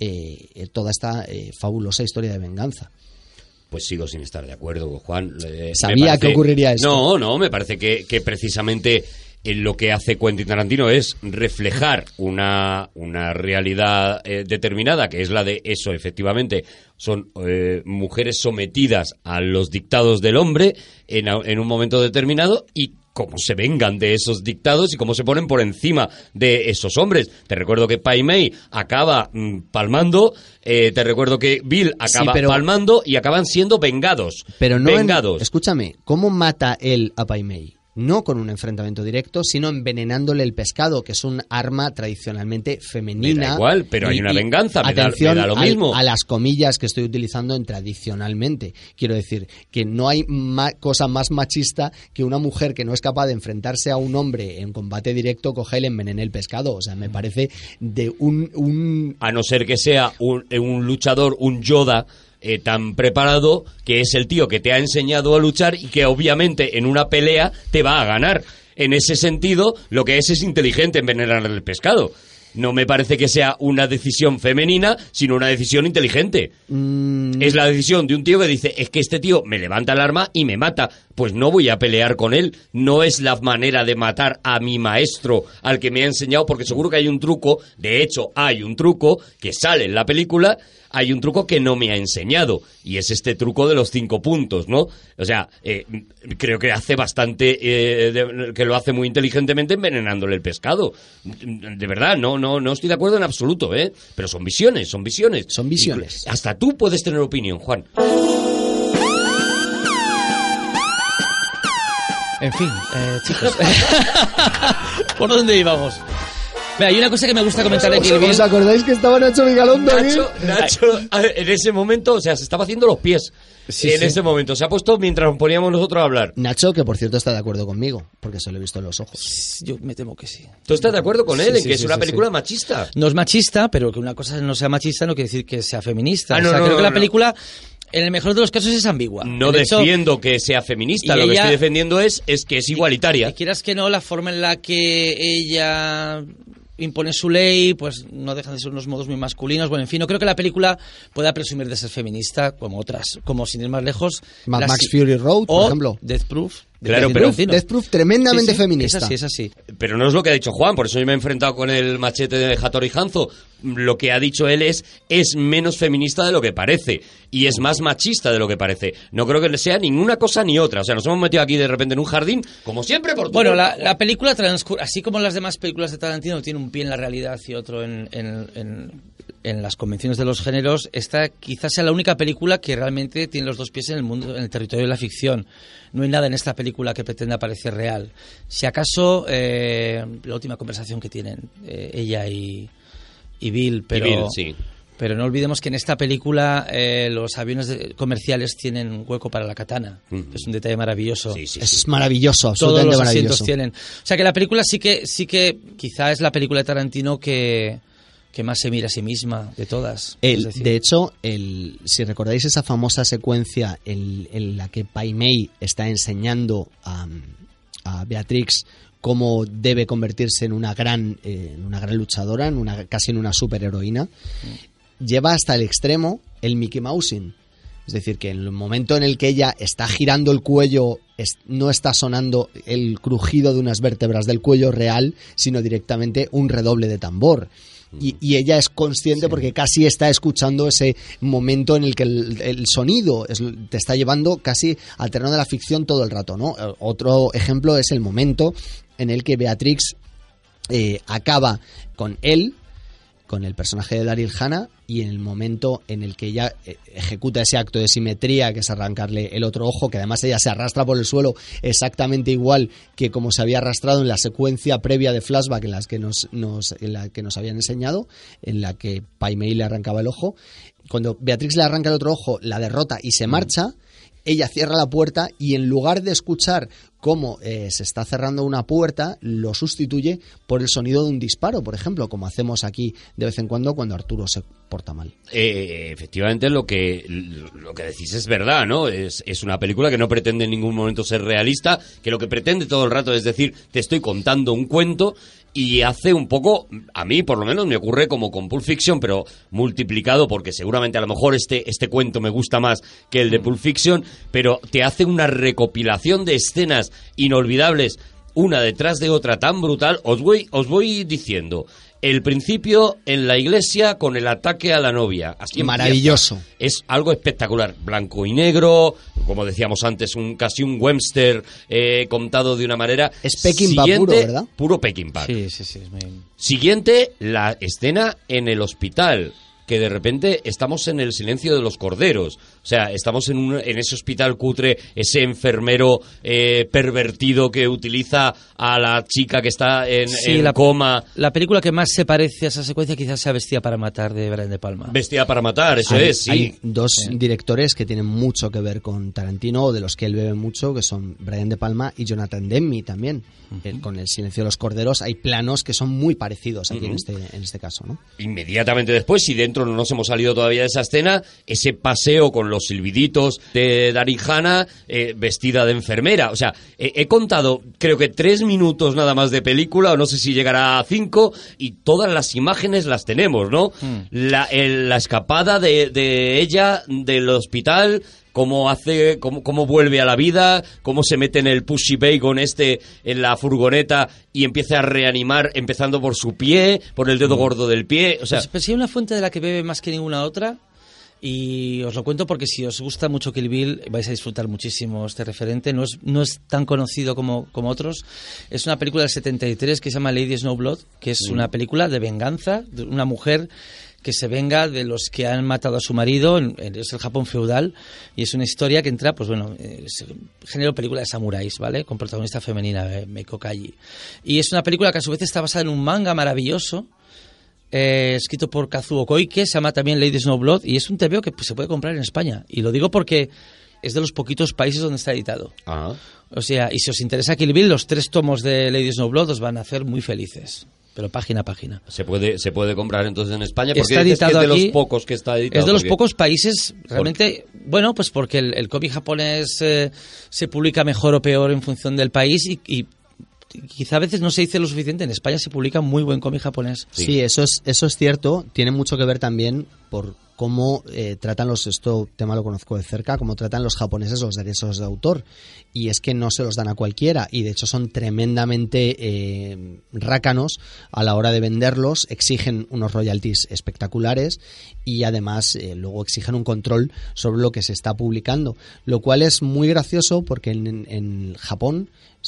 eh, toda esta eh, fabulosa historia de venganza. Pues sigo sin estar de acuerdo, Juan. Eh, Sabía parece... que ocurriría esto. No, no, me parece que, que precisamente eh, lo que hace Quentin Tarantino es reflejar una, una realidad eh, determinada, que es la de eso, efectivamente, son eh, mujeres sometidas a los dictados del hombre en, en un momento determinado y cómo se vengan de esos dictados y cómo se ponen por encima de esos hombres. Te recuerdo que Pai Mei acaba mmm, palmando, eh, te recuerdo que Bill acaba sí, pero, palmando y acaban siendo vengados. Pero no vengados. En, escúchame, ¿cómo mata él a Pai Mei? no con un enfrentamiento directo, sino envenenándole el pescado, que es un arma tradicionalmente femenina. Me da igual, pero hay una venganza, me da, me da lo al, mismo. A las comillas que estoy utilizando en tradicionalmente. Quiero decir que no hay ma- cosa más machista que una mujer que no es capaz de enfrentarse a un hombre en combate directo, coge y le envenene el pescado. O sea, me parece de un... un... A no ser que sea un, un luchador, un Yoda... Eh, tan preparado, que es el tío que te ha enseñado a luchar y que obviamente en una pelea te va a ganar. En ese sentido, lo que es es inteligente envenenar el pescado. No me parece que sea una decisión femenina, sino una decisión inteligente. Mm. Es la decisión de un tío que dice, es que este tío me levanta el arma y me mata. Pues no voy a pelear con él. No es la manera de matar a mi maestro, al que me ha enseñado, porque seguro que hay un truco. De hecho, hay un truco que sale en la película. Hay un truco que no me ha enseñado, y es este truco de los cinco puntos, ¿no? O sea, eh, creo que hace bastante, eh, de, que lo hace muy inteligentemente envenenándole el pescado. De verdad, no, no, no estoy de acuerdo en absoluto, ¿eh? Pero son visiones, son visiones. Son visiones. Inclu- hasta tú puedes tener opinión, Juan. En fin, eh, chicos, ¿por dónde íbamos? Mira, hay una cosa que me gusta comentar de Kill Bill. ¿Os acordáis que estaba Nacho Vigalondo aquí? Nacho, Nacho, en ese momento, o sea, se estaba haciendo los pies. Sí, en sí. ese momento, se ha puesto mientras nos poníamos nosotros a hablar. Nacho, que por cierto está de acuerdo conmigo, porque se lo he visto en los ojos. Yo me temo que sí. ¿Tú estás de acuerdo con él Sí, en sí, que es sí, una sí, película sí. machista? No es machista, pero que una cosa no sea machista no quiere decir que sea feminista. Ah, no, o sea, no, creo no, que la no. película, en el mejor de los casos, es ambigua. No El hecho- defiendo que sea feminista, y lo que ella- estoy defendiendo es, es que es igualitaria. Y quieras que no, la forma en la que ella impone su ley, pues no dejan de ser unos modos muy masculinos. Bueno, en fin, no creo que la película pueda presumir de ser feminista como otras, como sin ir más lejos. Mad la Max si- Fury Road, por o ejemplo. Death Proof. de Claro, Quentin pero- Tarantino. Death Proof tremendamente Sí, sí, feminista. Es así, es así. Pero no es lo que ha dicho Juan, por eso yo me he enfrentado con el machete de Hattori Hanzo. Lo que ha dicho él es, es menos feminista de lo que parece, y es más machista de lo que parece. No creo que sea ninguna cosa ni otra. O sea, nos hemos metido aquí de repente en un jardín, como siempre, por tu Bueno, culpa, la, la película transcurre, así como las demás películas de Tarantino, tiene un pie en la realidad y otro en, en, en, en las convenciones de los géneros. Esta quizás sea la única película que realmente tiene los dos pies en el mundo, en el territorio de la ficción. No hay nada en esta película que pretenda parecer real. Si acaso, eh, la última conversación que tienen eh, ella y, y Bill, pero... Y Bill, sí. Pero no olvidemos que en esta película eh, los aviones de- comerciales tienen un hueco para la katana. Ujú. Es un detalle maravilloso. Sí, sí, Eso sí. es maravilloso, Todos absolutamente los asientos maravilloso. tienen. O sea que la película sí que sí que quizá es la película de Tarantino que, que más se mira a sí misma de todas. El- Es decir, de hecho, el, si recordáis esa famosa secuencia en, en la que Pai Mei está enseñando a, a Beatrix cómo debe convertirse en una gran, eh, en una gran luchadora, en una, casi en una superheroína, lleva hasta el extremo el Mickey Mousing. Es decir, que en el momento en el que ella está girando el cuello, es- no está sonando el crujido de unas vértebras del cuello real, sino directamente un redoble de tambor. Y, y ella es consciente porque casi está escuchando ese momento en el que el, el sonido es- te está llevando casi al terreno de la ficción todo el rato, ¿no? Eh, Otro ejemplo es el momento en el que Beatrix eh, acaba con él, con el personaje de Daryl Hannah, y en el momento en el que ella eh, ejecuta ese acto de simetría, que es arrancarle el otro ojo, que además ella se arrastra por el suelo exactamente igual que como se había arrastrado en la secuencia previa de flashback en las que nos, nos en la que nos habían enseñado, en la que Pai Mei le arrancaba el ojo. Cuando Beatrix le arranca el otro ojo, la derrota y se marcha, ella cierra la puerta y en lugar de escuchar cómo eh, se está cerrando una puerta, lo sustituye por el sonido de un disparo, por ejemplo, como hacemos aquí de vez en cuando cuando Arturo se porta mal. Eh, efectivamente, lo que lo que decís es verdad, ¿no? Es, es una película que no pretende en ningún momento ser realista, que lo que pretende todo el rato es decir, te estoy contando un cuento, y hace un poco, a mí por lo menos me ocurre como con Pulp Fiction, pero multiplicado, porque seguramente a lo mejor este, este cuento me gusta más que el de Pulp Fiction, pero te hace una recopilación de escenas inolvidables, una detrás de otra, tan brutal. Os voy, os voy diciendo, el principio en la iglesia con el ataque a la novia. Así empieza. Maravilloso. Es algo espectacular, blanco y negro, como decíamos antes, un casi un western eh, contado de una manera... Es Peckinpah Siguiente, puro, ¿verdad? Puro Peckinpah. sí, sí, sí. Es muy... Siguiente, la escena en el hospital. que de repente estamos en el silencio de los corderos. O sea, estamos en, un, en ese hospital cutre, ese enfermero eh, pervertido que utiliza a la chica que está en, Sí, en la, coma. La película que más se parece a esa secuencia quizás sea Vestida para matar, de Brian De Palma. Vestida para matar, eso hay, es, sí. Hay dos sí. directores que tienen mucho que ver con Tarantino, o de los que él bebe mucho, que son Brian De Palma y Jonathan Demme también. Uh-huh. El, con El silencio de los corderos hay planos que son muy parecidos aquí uh-huh. en, este, en este caso, ¿no? Inmediatamente después, si dentro no nos hemos salido todavía de esa escena, ese paseo con los silbiditos de Daryl Hannah eh, vestida de enfermera. O sea, eh, he contado creo que tres minutos nada más de película, o no sé si llegará a cinco, y todas las imágenes las tenemos, ¿no? Mm. La, el, la escapada de, de ella del hospital, cómo hace, cómo, cómo vuelve a la vida, cómo se mete en el pushy bacon este en la furgoneta y empieza a reanimar empezando por su pie, por el dedo mm. gordo del pie. O sea, pues, pues si hay una fuente de la que bebe más que ninguna otra. Y os lo cuento porque si os gusta mucho Kill Bill vais a disfrutar muchísimo este referente. No es, no es tan conocido como, como otros. Es una película del setenta y tres que se llama Lady Snowblood, que es mm. una película de venganza, de una mujer que se venga de los que han matado a su marido. En, en, es el Japón feudal y es una historia que entra, pues bueno, es género película de samuráis, ¿vale? Con protagonista femenina, eh, Meiko Kaji. Y es una película que a su vez está basada en un manga maravilloso, Eh, escrito por Kazuo Koike, se llama también Lady Snowblood, y es un tebeo que pues, se puede comprar en España. Y lo digo porque es de los poquitos países donde está editado. Ah. O sea, y si os interesa Kill Bill, los tres tomos de Lady Snowblood os van a hacer muy felices. Pero página a página. Se puede, se puede comprar entonces en España, porque está editado es de aquí, los pocos que está editado. Es de los porque... pocos países, realmente, bueno, pues porque el, el cómic japonés eh, se publica mejor o peor en función del país y, y quizá a veces no se dice lo suficiente. En España se publica muy buen cómic japonés. Sí, sí eso, es, eso es cierto. Tiene mucho que ver también por cómo eh, tratan los, esto tema lo conozco de cerca, cómo tratan los japoneses los derechos de autor. Y es que no se los dan a cualquiera, y de hecho son tremendamente eh, rácanos a la hora de venderlos, exigen unos royalties espectaculares y además eh, luego exigen un control sobre lo que se está publicando, lo cual es muy gracioso porque en, en Japón,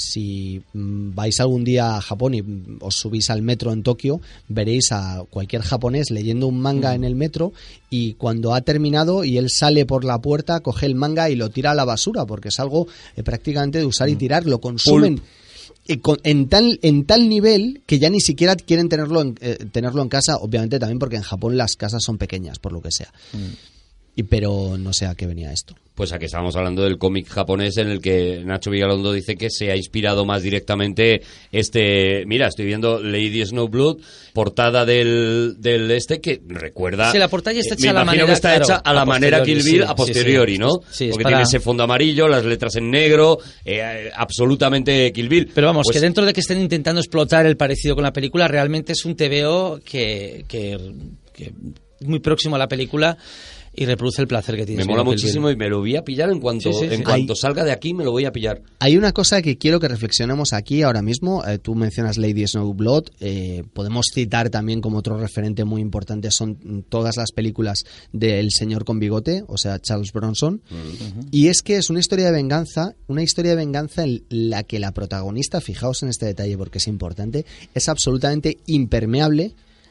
si vais algún día a Japón y os subís al metro en Tokio, veréis a cualquier japonés leyendo un manga en el metro, y cuando ha terminado y él sale por la puerta, coge el manga y lo tira a la basura, porque es algo eh, prácticamente de usar y tirar, lo consumen eh, con, en, tal, en tal nivel que ya ni siquiera quieren tenerlo en, eh, tenerlo en casa, obviamente también porque en Japón las casas son pequeñas, por lo que sea. Mm. Y, pero no sé a qué venía esto. Pues aquí estábamos hablando del cómic japonés en el que Nacho Vigalondo dice que se ha inspirado más directamente este... Mira, estoy viendo Lady Snowblood, portada del, del este, que recuerda... Sí, la portada ya está eh, hecha a la manera... Me imagino que está claro, hecha a la a manera Kill Bill, sí, a posteriori, sí, sí, ¿no? Sí, porque para... tiene ese fondo amarillo, las letras en negro, eh, absolutamente Kill Bill. Pero vamos, pues... que dentro de que estén intentando explotar el parecido con la película, realmente es un tebeo que, que, que muy próximo a la película... y reproduce el placer que tiene. Me mola muchísimo y me lo voy a pillar en cuanto, sí, sí, en sí. cuanto hay, salga de aquí, me lo voy a pillar. Hay una cosa que quiero que reflexionemos aquí ahora mismo. Eh, tú mencionas Lady Snowblood. Eh, podemos citar también como otro referente muy importante son todas las películas del señor con bigote, o sea, Charles Bronson. Uh-huh. Y es que es una historia de venganza, una historia de venganza en la que la protagonista, fijaos en este detalle porque es importante, es absolutamente impermeable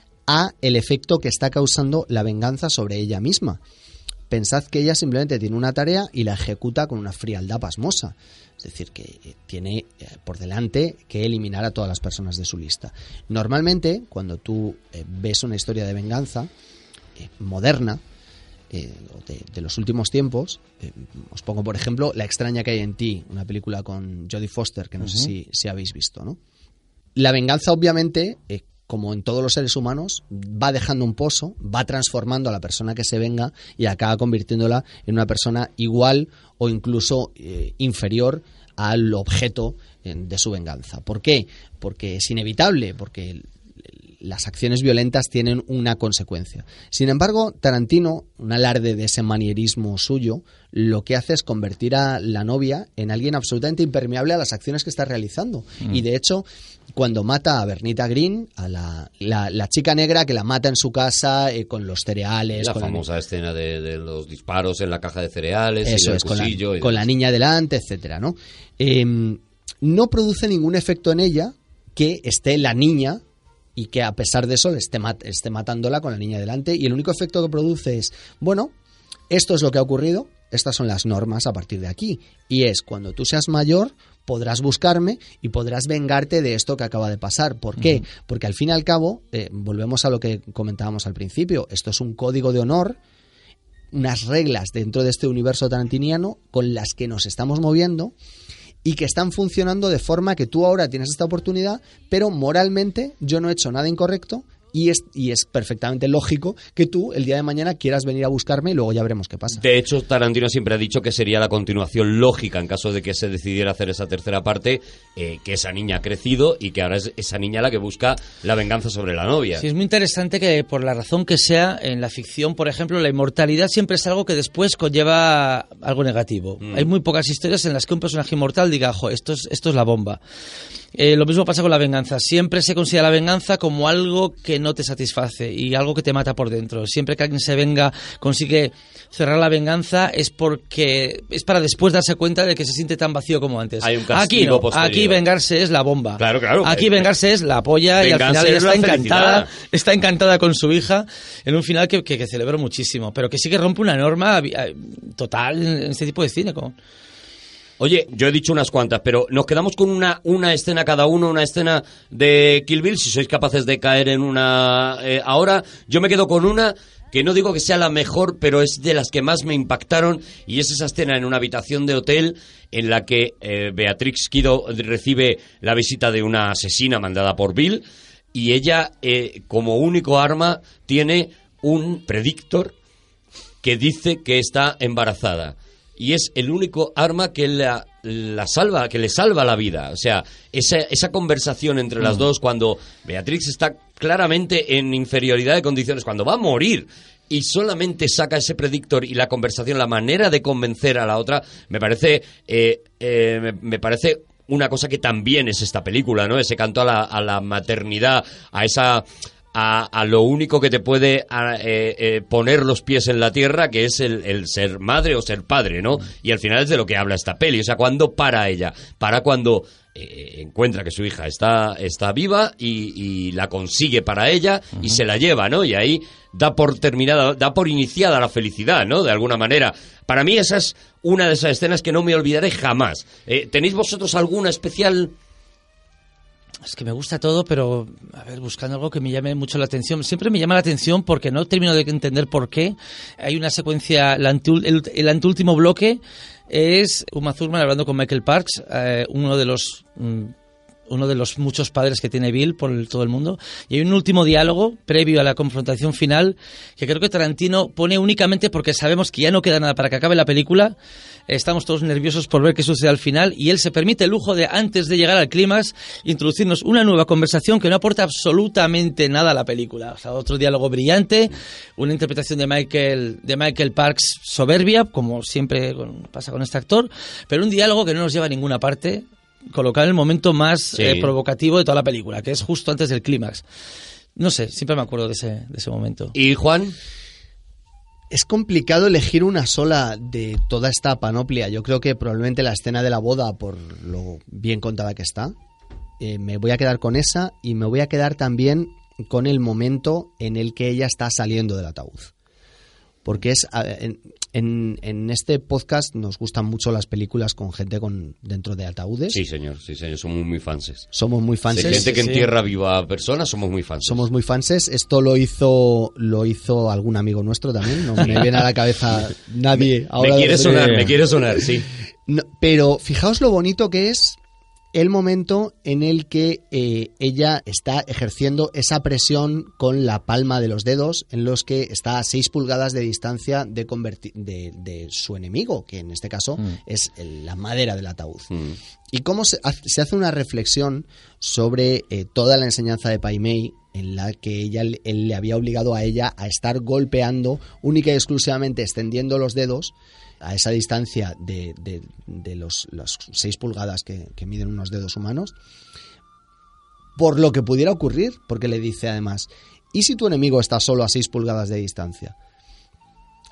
a el efecto que está causando la venganza sobre ella misma. Pensad que ella simplemente tiene una tarea y la ejecuta con una frialdad pasmosa. Es decir, que tiene por delante que eliminar a todas las personas de su lista. Normalmente, cuando tú eh, ves una historia de venganza eh, moderna, eh, de, de los últimos tiempos, eh, os pongo por ejemplo La extraña que hay en ti, una película con Jodie Foster, que no uh-huh. sé si, si habéis visto, ¿no? La venganza, obviamente... Eh, como en todos los seres humanos, va dejando un pozo, va transformando a la persona que se venga y acaba convirtiéndola en una persona igual o incluso eh, inferior al objeto eh, de su venganza. ¿Por qué? Porque es inevitable, porque las acciones violentas tienen una consecuencia. Sin embargo, Tarantino, un alarde de ese manierismo suyo, lo que hace es convertir a la novia en alguien absolutamente impermeable a las acciones que está realizando. Mm. Y de hecho, cuando mata a Bernita Green, a la, la, la chica negra que la mata en su casa eh, con los cereales... La con famosa la... escena de, de los disparos en la caja de cereales, Eso y el es, cuchillo... con, la, y con la niña delante, etcétera, ¿no? Eh, no produce ningún efecto en ella que esté la niña y que a pesar de eso le esté, mat- esté matándola con la niña delante, y el único efecto que produce es, bueno, esto es lo que ha ocurrido, estas son las normas a partir de aquí, y es cuando tú seas mayor podrás buscarme y podrás vengarte de esto que acaba de pasar. ¿Por qué? Uh-huh. Porque al fin y al cabo, eh, volvemos a lo que comentábamos al principio, esto es un código de honor, unas reglas dentro de este universo tarantiniano con las que nos estamos moviendo y que están funcionando de forma que tú ahora tienes esta oportunidad, pero moralmente yo no he hecho nada incorrecto. Y es, y es perfectamente lógico que tú el día de mañana quieras venir a buscarme y luego ya veremos qué pasa. De hecho, Tarantino siempre ha dicho que sería la continuación lógica en caso de que se decidiera hacer esa tercera parte, eh, que esa niña ha crecido y que ahora es esa niña la que busca la venganza sobre la novia. Sí, es muy interesante que por la razón que sea, en la ficción, por ejemplo, la inmortalidad siempre es algo que después conlleva algo negativo. Mm. Hay muy pocas historias en las que un personaje inmortal diga, jo, esto es, esto es la bomba. Eh, lo mismo pasa con la venganza. Siempre se considera la venganza como algo que no te satisface y algo que te mata por dentro. Siempre que alguien se venga, consigue cerrar la venganza, es porque es para después darse cuenta de que se siente tan vacío como antes. Hay un castigo aquí no, posterior. Aquí vengarse es la bomba. Claro, claro. Aquí vengarse es la polla y al final ella está encantada, está encantada con su hija en un final que, que, que celebro muchísimo, pero que sí que rompe una norma total en este tipo de cine. Como... Oye, yo he dicho unas cuantas, pero nos quedamos con una, una escena cada uno, una escena de Kill Bill, si sois capaces de caer en una eh, ahora. Yo me quedo con una que no digo que sea la mejor, pero es de las que más me impactaron, y es esa escena en una habitación de hotel en la que eh, Beatrix Kiddo recibe la visita de una asesina mandada por Bill, y ella, eh, como único arma, tiene un predictor que dice que está embarazada. Y es el único arma que la, la salva, que le salva la vida. O sea, esa, esa conversación entre las mm. dos, cuando Beatrix está claramente en inferioridad de condiciones, cuando va a morir, y solamente saca ese predictor y la conversación, la manera de convencer a la otra, me parece, eh, eh, me, me parece una cosa que también es esta película, ¿no? Ese canto a la, a la maternidad, a esa... A, a lo único que te puede a, eh, eh, poner los pies en la tierra, que es el, el ser madre o ser padre, ¿no? Y al final es de lo que habla esta peli. O sea, ¿cuándo para ella? Para cuando eh, encuentra que su hija está, está viva y, y la consigue para ella uh-huh. y se la lleva, ¿no? Y ahí da por terminada, da por iniciada la felicidad, ¿no? De alguna manera. Para mí esa es una de esas escenas que no me olvidaré jamás. Eh, ¿Tenéis vosotros alguna especial...? Es que me gusta todo, pero, a ver, buscando algo que me llame mucho la atención. Siempre me llama la atención porque no termino de entender por qué. Hay una secuencia, el, anteul, el, el anteúltimo bloque es Uma Thurman hablando con Michael Parks, eh, uno de los... Mm, uno de los muchos padres que tiene Bill por el, todo el mundo, y hay un último diálogo previo a la confrontación final que creo que Tarantino pone únicamente porque sabemos que ya no queda nada para que acabe la película, estamos todos nerviosos por ver qué sucede al final, y él se permite el lujo de, antes de llegar al clímax, introducirnos una nueva conversación que no aporta absolutamente nada a la película. O sea, otro diálogo brillante, una interpretación de Michael, de Michael Parks soberbia, como siempre pasa con este actor, pero un diálogo que no nos lleva a ninguna parte, colocar en el momento más sí. eh, provocativo de toda la película, que es justo antes del clímax. No sé, siempre me acuerdo de ese, de ese momento. ¿Y Juan? Es complicado elegir una sola de toda esta panoplia. Yo creo que probablemente la escena de la boda, por lo bien contada que está, eh, me voy a quedar con esa, y me voy a quedar también con el momento en el que ella está saliendo del ataúd. Porque es... En, En, en este podcast nos gustan mucho las películas con gente con dentro de ataúdes. Sí, señor, sí, señor, somos muy fanses. Somos muy fanses. De gente que sí, entierra sí. viva a personas, somos muy fanses. Somos muy fanses. Esto lo hizo lo hizo algún amigo nuestro también. No me viene a la cabeza nadie. Me, ahora me quiere de... sonar, me quiere sonar, sí. No, pero fijaos lo bonito que es el momento en el que eh, ella está ejerciendo esa presión con la palma de los dedos, en los que está a seis pulgadas de distancia de, converti- de, de su enemigo, que en este caso mm. es el, la madera del ataúd. Mm. Y cómo se, se hace una reflexión sobre eh, toda la enseñanza de Pai Mei, en la que ella él le había obligado a ella a estar golpeando única y exclusivamente extendiendo los dedos a esa distancia de, de, de los, las seis pulgadas que, que miden unos dedos humanos, por lo que pudiera ocurrir, porque le dice además, ¿y si tu enemigo está solo a seis pulgadas de distancia?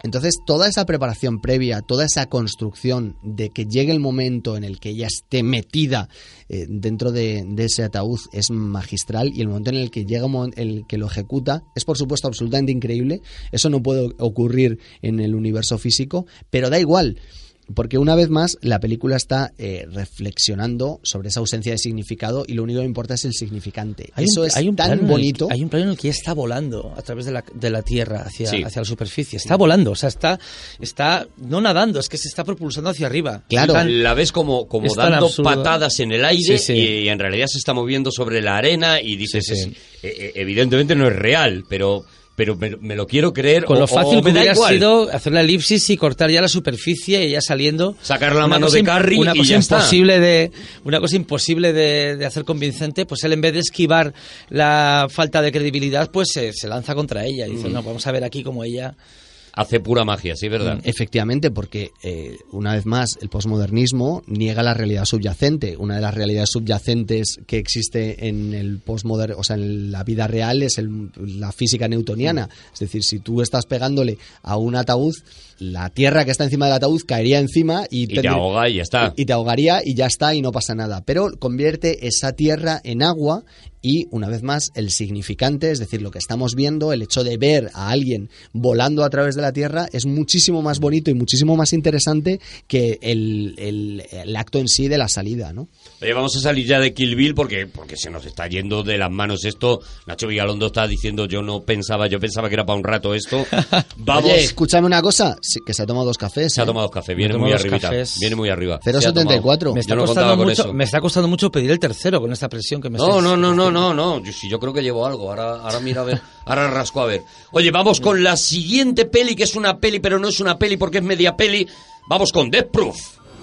Entonces, toda esa preparación previa, toda esa construcción de que llegue el momento en el que ella esté metida eh, dentro de, de ese ataúd es magistral, y el momento en el que llega el que lo ejecuta es, por supuesto, absolutamente increíble. Eso no puede ocurrir en el universo físico, pero da igual. Porque una vez más la película está eh, reflexionando sobre esa ausencia de significado, y lo único que importa es el significante. Hay Eso un, es hay un tan bonito. El, hay un plano en el que ella está volando a través de la, de la tierra hacia, sí. hacia la superficie. Está volando, o sea, está, está no nadando, es que se está propulsando hacia arriba. Claro. Tan, la ves como, como es tan dando absurdo. patadas en el aire, Sí, sí. Y, y en realidad se está moviendo sobre la arena, y dices, Sí, sí. es- eh, eh, evidentemente no es real, pero... pero me, me lo quiero creer. Con o- lo fácil o que me da hubiera igual. sido hacer la elipsis y cortar ya la superficie y ya saliendo. Sacar la Una mano cosa de im- Carrie una y cosa ya está. imposible de Una cosa imposible de, de hacer convincente, pues él, en vez de esquivar la falta de credibilidad, pues se, se lanza contra ella. Y dice, Mm. no, vamos a ver aquí cómo ella... Hace pura magia, sí, ¿verdad? Efectivamente, porque eh, una vez más el posmodernismo niega la realidad subyacente. Una de las realidades subyacentes que existe en el posmoder, o sea, en la vida real, es el- la física newtoniana. Es decir, si tú estás pegándole a un ataúd, la tierra que está encima del ataúd caería encima y, Y te tendría- ahoga y ya está. y te ahogaría y ya está, y no pasa nada. Pero convierte esa tierra en agua. Y, una vez más, el significante, es decir, lo que estamos viendo, el hecho de ver a alguien volando a través de la Tierra, es muchísimo más bonito y muchísimo más interesante que el, el, el acto en sí de la salida, ¿no? Oye, vamos a salir ya de Kill Bill porque, porque se nos está yendo de las manos esto. Nacho Vigalondo está diciendo, yo no pensaba, yo pensaba que era para un rato esto. Vamos. Oye, escúchame una cosa, sí, que se ha tomado dos cafés. Se ha ¿eh? tomado café, viene Me he muy tomado dos arribita. cafés. Viene muy arriba. cero Se ha setenta y cuatro. tomado. Me está, Yo no costando contaba con mucho, eso. me está costando mucho pedir el tercero con esta presión que me No, estáis- no, no, no, no, no. Yo, sí, yo creo que llevo algo. Ahora, ahora mira a ver, ahora rasco a ver. Oye, vamos con la siguiente peli, que es una peli, pero no es una peli porque es media peli. Vamos con Death Proof.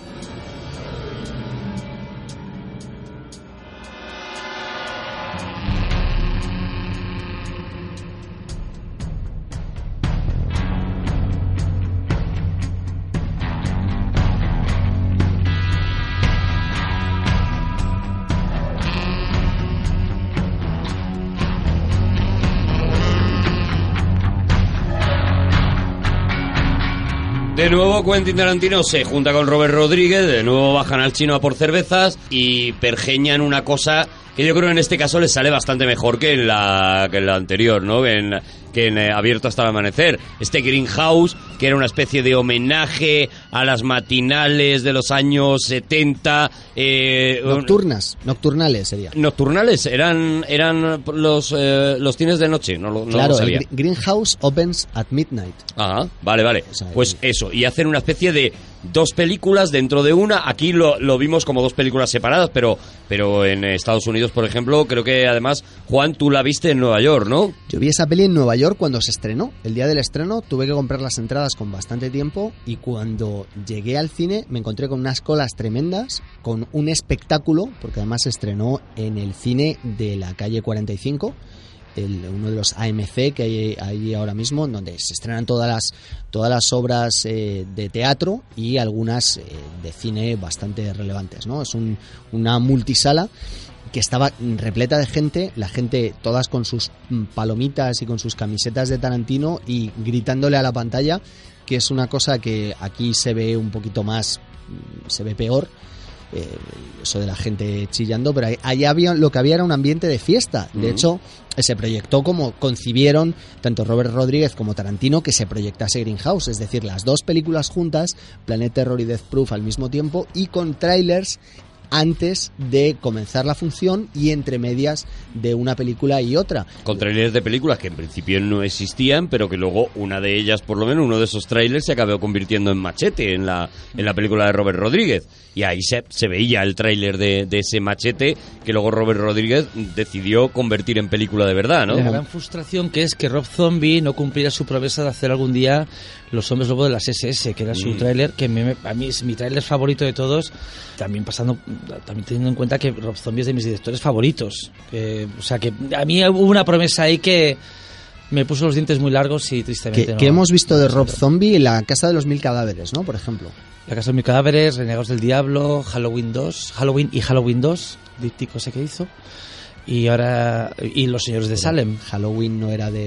De nuevo Quentin Tarantino se junta con Robert Rodríguez, de nuevo bajan al chino a por cervezas y pergeñan una cosa que yo creo que en este caso les sale bastante mejor que en la, que en la anterior, ¿no? Que en, que en eh, Abierto hasta el amanecer. Este Greenhouse, que era una especie de homenaje a las matinales de los años setenta. Eh, Nocturnas, nocturnales sería. Nocturnales, eran eran los eh, los cines de noche, no lo, no Claro, lo el sabía. Gre- Greenhouse opens at midnight. Ajá, vale, vale. O sea, Pues eso, y hacen una especie de dos películas dentro de una. Aquí lo, lo vimos como dos películas separadas, pero, pero en Estados Unidos, por ejemplo, creo que además, Juan, tú la viste en Nueva York, ¿no? Yo vi esa peli en Nueva York cuando se estrenó. El día del estreno tuve que comprar las entradas con bastante tiempo, y cuando llegué al cine me encontré con unas colas tremendas, con un espectáculo, porque además se estrenó en el cine de la calle cuarenta y cinco, el, uno de los A M C que hay ahí ahora mismo, en donde se estrenan todas las todas las obras eh, de teatro y algunas eh, de cine bastante relevantes, ¿no? Es un, una multisala que estaba repleta de gente, la gente todas con sus mm, palomitas y con sus camisetas de Tarantino y gritándole a la pantalla, que es una cosa que aquí se ve un poquito más, mm, se ve peor, eh, eso de la gente chillando, pero ahí, ahí había, lo que había era un ambiente de fiesta. De Ujú. hecho, se proyectó como concibieron tanto Robert Rodríguez como Tarantino que se proyectase Greenhouse, es decir, las dos películas juntas, Planet Terror y Death Proof al mismo tiempo, y con trailers antes de comenzar la función y entre medias de una película y otra. Con trailers de películas que en principio no existían, pero que luego una de ellas, por lo menos, uno de esos trailers se acabó convirtiendo en Machete, en la, en la película de Robert Rodríguez. Y ahí se, se veía el tráiler de, de ese Machete que luego Robert Rodríguez decidió convertir en película de verdad, ¿no? La gran frustración que es que Rob Zombie no cumpliera su promesa de hacer algún día Los Hombres Lobo de las ese ese, que era su Mm. tráiler, que me- a mí es mi tráiler favorito de todos, también pasando, también teniendo en cuenta que Rob Zombie es de mis directores favoritos. Que, o sea que a mí hubo una promesa ahí que me puso los dientes muy largos y tristemente Que, no. que hemos visto de no Rob salió. Zombie en La Casa de los Mil Cadáveres, ¿no? Por ejemplo. La Casa de mis Cadáveres, Renegados del Diablo, Halloween dos, Halloween y Halloween dos, díptico ese que hizo. Y ahora y Los Señores de Salem. Halloween no era de...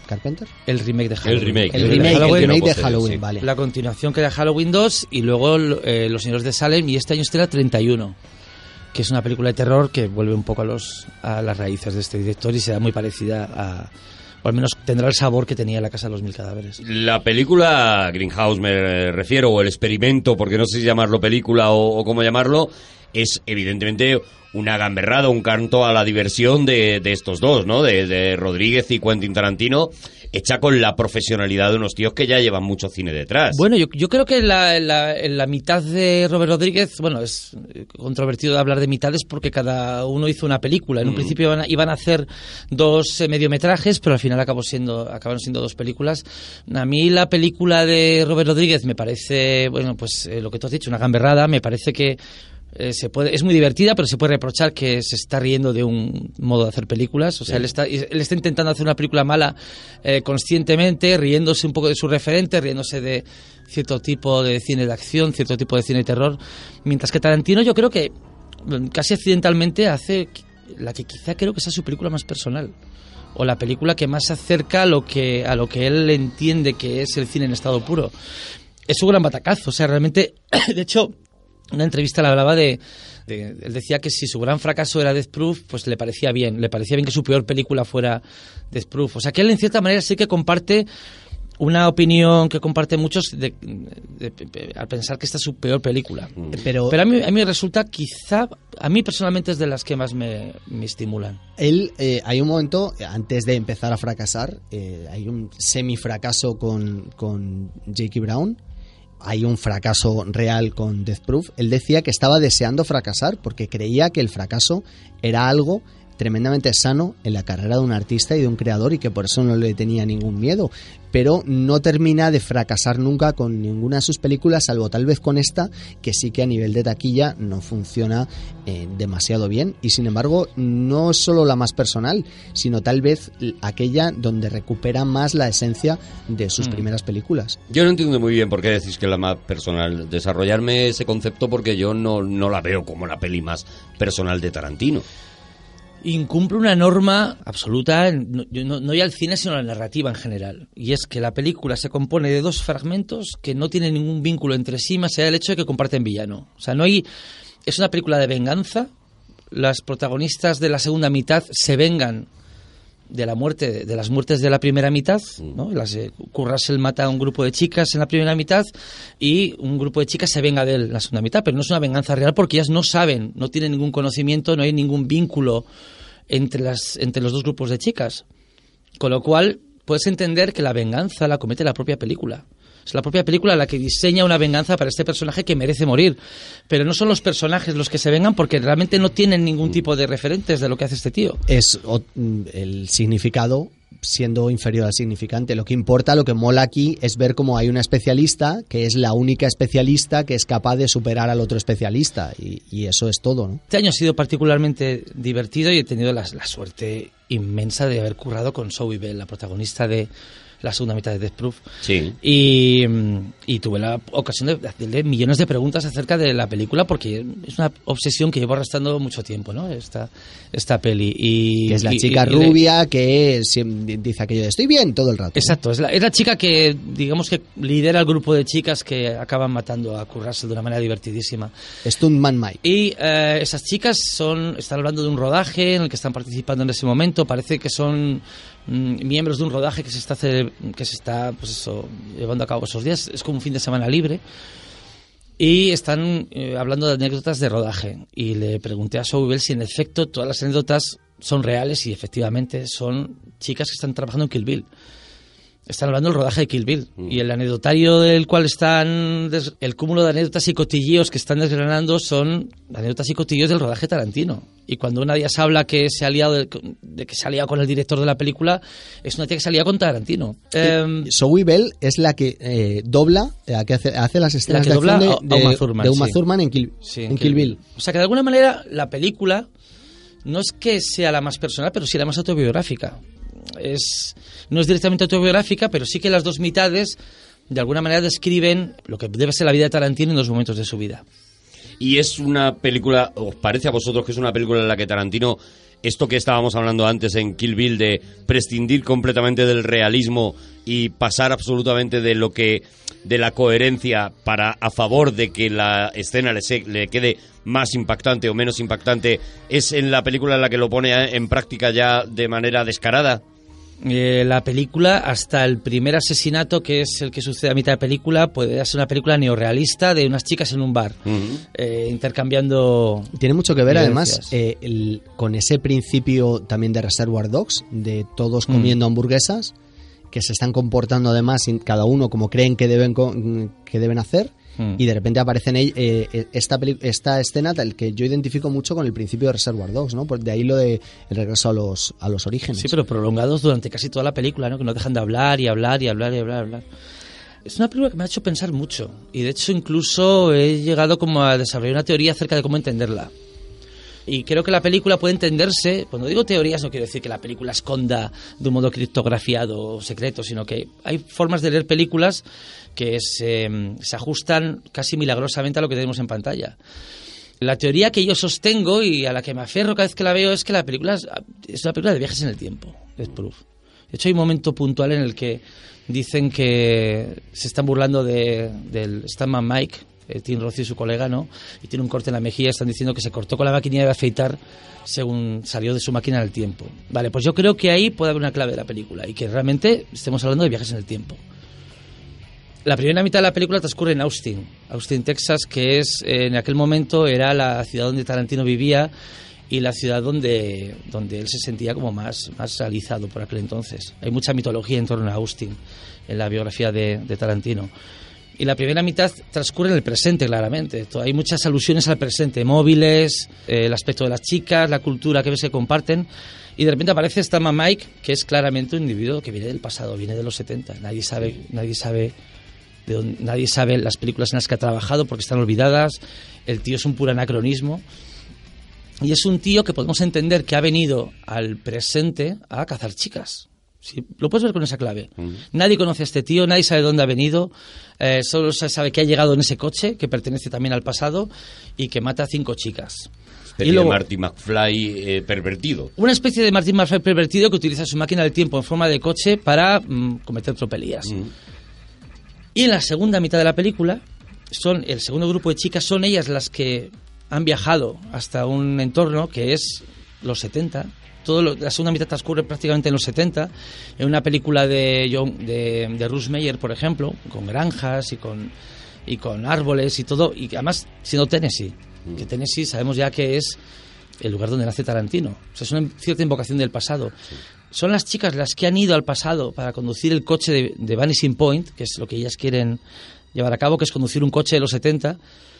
Carpenter. El remake de Halloween. El remake. El El remake, de el Halloween. remake de Sí. Halloween, vale. La continuación que era Halloween dos y luego eh, Los Señores de Salem, y este año estrena treinta y uno, que es una película de terror que vuelve un poco a los a las raíces de este director y será muy parecida a, o al menos tendrá el sabor que tenía La Casa de los Mil Cadáveres. La película Greenhouse, me refiero, o el experimento, porque no sé si llamarlo película o, o cómo llamarlo, es evidentemente una gamberrada, un canto a la diversión de, de estos dos, ¿no? De, de Rodríguez y Quentin Tarantino, hecha con la profesionalidad de unos tíos que ya llevan mucho cine detrás. Bueno, yo, yo creo que la, la, la mitad de Robert Rodríguez, bueno, es controvertido hablar de mitades porque cada uno hizo una película. En un Mm. principio iban a, iban a hacer dos eh, mediometrajes, pero al final acabó siendo, acabaron siendo dos películas. A mí la película de Robert Rodríguez me parece, bueno, pues eh, lo que tú has dicho, una gamberrada. Me parece que Eh, se puede, es muy divertida, pero se puede reprochar que se está riendo de un modo de hacer películas. O sea, Sí. él, está, él está intentando hacer una película mala eh, conscientemente, riéndose un poco de su referente, riéndose de cierto tipo de cine de acción, cierto tipo de cine de terror. Mientras que Tarantino, yo creo que mm, casi accidentalmente hace la que quizá creo que sea su película más personal, o la película que más se acerca a lo que, a lo que él entiende que es el cine en estado puro. Es un gran batacazo. O sea, realmente, de hecho, una entrevista le hablaba de, de... Él decía que si su gran fracaso era Death Proof, pues le parecía bien. Le parecía bien que su peor película fuera Death Proof. O sea, que él, en cierta manera, sí que comparte una opinión que comparte muchos de, de, de, al pensar que esta es su peor película. Pero, Pero a mí, a mí resulta, quizá, a mí personalmente es de las que más me, me estimulan. él, eh, hay un momento, antes de empezar a fracasar, eh, hay un semifracaso con, con Jackie Brown. Hay un fracaso real con Death Proof. Él decía que estaba deseando fracasar porque creía que el fracaso era algo tremendamente sano en la carrera de un artista y de un creador y que por eso no le tenía ningún miedo. Pero no termina de fracasar nunca con ninguna de sus películas, salvo tal vez con esta, que sí que a nivel de taquilla no funciona eh, demasiado bien. Y sin embargo, no es solo la más personal, sino tal vez aquella donde recupera más la esencia de sus Mm. primeras películas. Yo no entiendo muy bien por qué decís que es la más personal. Desarrollarme ese concepto porque yo no, no la veo como la peli más personal de Tarantino. Incumple una norma absoluta, no, no, no ya el cine, sino la narrativa en general. Y es que la película se compone de dos fragmentos que no tienen ningún vínculo entre sí, más allá del hecho de que comparten villano. O sea, no hay... Es una película de venganza. Las protagonistas de la segunda mitad se vengan de la muerte, de las muertes de la primera mitad, ¿no? Las, eh, Kurt Russell mata a un grupo de chicas en la primera mitad y un grupo de chicas se venga de él en la segunda mitad, pero no es una venganza real porque ellas no saben, no tienen ningún conocimiento, no hay ningún vínculo entre las entre los dos grupos de chicas, con lo cual puedes entender que la venganza la comete la propia película. Es la propia película la que diseña una venganza para este personaje que merece morir. Pero no son los personajes los que se vengan porque realmente no tienen ningún tipo de referentes de lo que hace este tío. Es o- el significado siendo inferior al significante. Lo que importa, lo que mola aquí es ver cómo hay una especialista que es la única especialista que es capaz de superar al otro especialista y, y eso es todo, ¿no? Este año ha sido particularmente divertido y he tenido la, la suerte inmensa de haber currado con Zoe Bell, la protagonista de la segunda mitad de Death Proof. Sí. Y, y tuve la ocasión de hacerle millones de preguntas acerca de la película porque es una obsesión que llevo arrastrando mucho tiempo, ¿no? Esta, esta peli. Y, Que es la y- chica y- y de- rubia que siem- dice aquello de estoy bien todo el rato, ¿no? Exacto, es la, es la chica que, digamos que lidera el grupo de chicas que acaban matando a Kurt Russell de una manera divertidísima. Stuntman Mike. Y eh, esas chicas son están hablando de un rodaje en el que están participando en ese momento. Parece que son mm, miembros de un rodaje que se está cele- que se está pues eso, llevando a cabo esos días. Es como un fin de semana libre. Y están eh, hablando de anécdotas de rodaje. Y le pregunté a Zoe Bell si en efecto todas las anécdotas son reales y efectivamente son chicas que están trabajando en Kill Bill. Están hablando del rodaje de Kill Bill. Mm. Y el anecdotario del cual están... des- El cúmulo de anécdotas y cotilleos que están desgranando son anécdotas y cotilleos del rodaje Tarantino. Y cuando una de ellas habla que se ha liado de, de que se ha liado con el director de la película, es una tía que se ha liado con Tarantino. Em, Zoe Bell es la que eh, dobla, la que hace, hace las escenas que de dobla acción a- de, a Uma de- Thurman, de Uma sí. Thurman en Kill, Sí, en Kill Bill. O sea que de alguna manera la película no es que sea la más personal, pero sí la más autobiográfica. Es, no es directamente autobiográfica, pero sí que las dos mitades de alguna manera describen lo que debe ser la vida de Tarantino en dos momentos de su vida. Y es una película, ¿os parece a vosotros que es una película en la que Tarantino esto que estábamos hablando antes en Kill Bill de prescindir completamente del realismo y pasar absolutamente de lo que de la coherencia para a favor de que la escena le, se, le quede más impactante o menos impactante, es en la película en la que lo pone en práctica ya de manera descarada. Eh, la película, hasta el primer asesinato, que es el que sucede a mitad de película, puede ser una película neorrealista de unas chicas en un bar, uh-huh. eh, intercambiando. Tiene mucho que ver, violencias. además, eh, el, con ese principio también de Reservoir Dogs, de todos comiendo mm. hamburguesas, que se están comportando además cada uno como creen que deben, que deben hacer. Y de repente aparece en ella, eh, esta, peli- esta escena tal que yo identifico mucho con el principio de Reservoir Dogs, ¿no? Por de ahí lo de el regreso a los a los orígenes. Sí, pero prolongados durante casi toda la película, ¿no? Que no dejan de hablar y hablar y hablar y hablar y hablar. Es una película que me ha hecho pensar mucho y de hecho incluso he llegado como a desarrollar una teoría acerca de cómo entenderla. Y creo que la película puede entenderse, cuando digo teorías no quiero decir que la película esconda de un modo criptografiado o secreto, sino que hay formas de leer películas que se, se ajustan casi milagrosamente a lo que tenemos en pantalla. La teoría que yo sostengo y a la que me aferro cada vez que la veo es que la película es, es una película de viajes en el tiempo, es proof. De hecho hay un momento puntual en el que dicen que se están burlando de, del Stuntman Mike, Tim Roth y su colega, ¿no? Y tiene un corte en la mejilla, están diciendo que se cortó con la máquina de afeitar según salió de su máquina del tiempo. Vale, pues yo creo que ahí puede haber una clave de la película y que realmente estemos hablando de viajes en el tiempo. La primera mitad de la película transcurre en Austin, Austin, Texas, que es en aquel momento era la ciudad donde Tarantino vivía y la ciudad donde, donde él se sentía como más, más realizado por aquel entonces. Hay mucha mitología en torno a Austin en la biografía de, de Tarantino. Y la primera mitad transcurre en el presente, claramente. Hay muchas alusiones al presente, móviles, eh, el aspecto de las chicas, la cultura que ves que comparten. Y de repente aparece Stuntman Mike, que es claramente un individuo que viene del pasado, viene de los setenta. Nadie sabe, nadie sabe, de dónde, nadie sabe las películas en las que ha trabajado porque están olvidadas. El tío es un puro anacronismo. Y es un tío que podemos entender que ha venido al presente a cazar chicas. Sí, lo puedes ver con esa clave. Uh-huh. Nadie conoce a este tío, nadie sabe dónde ha venido, eh, solo se sabe que ha llegado en ese coche, que pertenece también al pasado, y que mata a cinco chicas. Especie y luego, de Marty McFly eh, pervertido. Una especie de Marty McFly pervertido que utiliza su máquina del tiempo en forma de coche para mm, cometer tropelías. Uh-huh. Y en la segunda mitad de la película, son el segundo grupo de chicas son ellas las que han viajado hasta un entorno que es los setenta. Todo lo, la segunda mitad transcurre prácticamente en los setenta, en una película de, John, de, de Russ Meyer, por ejemplo, con granjas y con, y con árboles y todo, y además siendo Tennessee, mm. que Tennessee sabemos ya que es el lugar donde nace Tarantino. O sea, es una cierta invocación del pasado. Sí. Son las chicas las que han ido al pasado para conducir el coche de, de Vanishing Point, que es lo que ellas quieren llevar a cabo, que es conducir un coche de los setenta,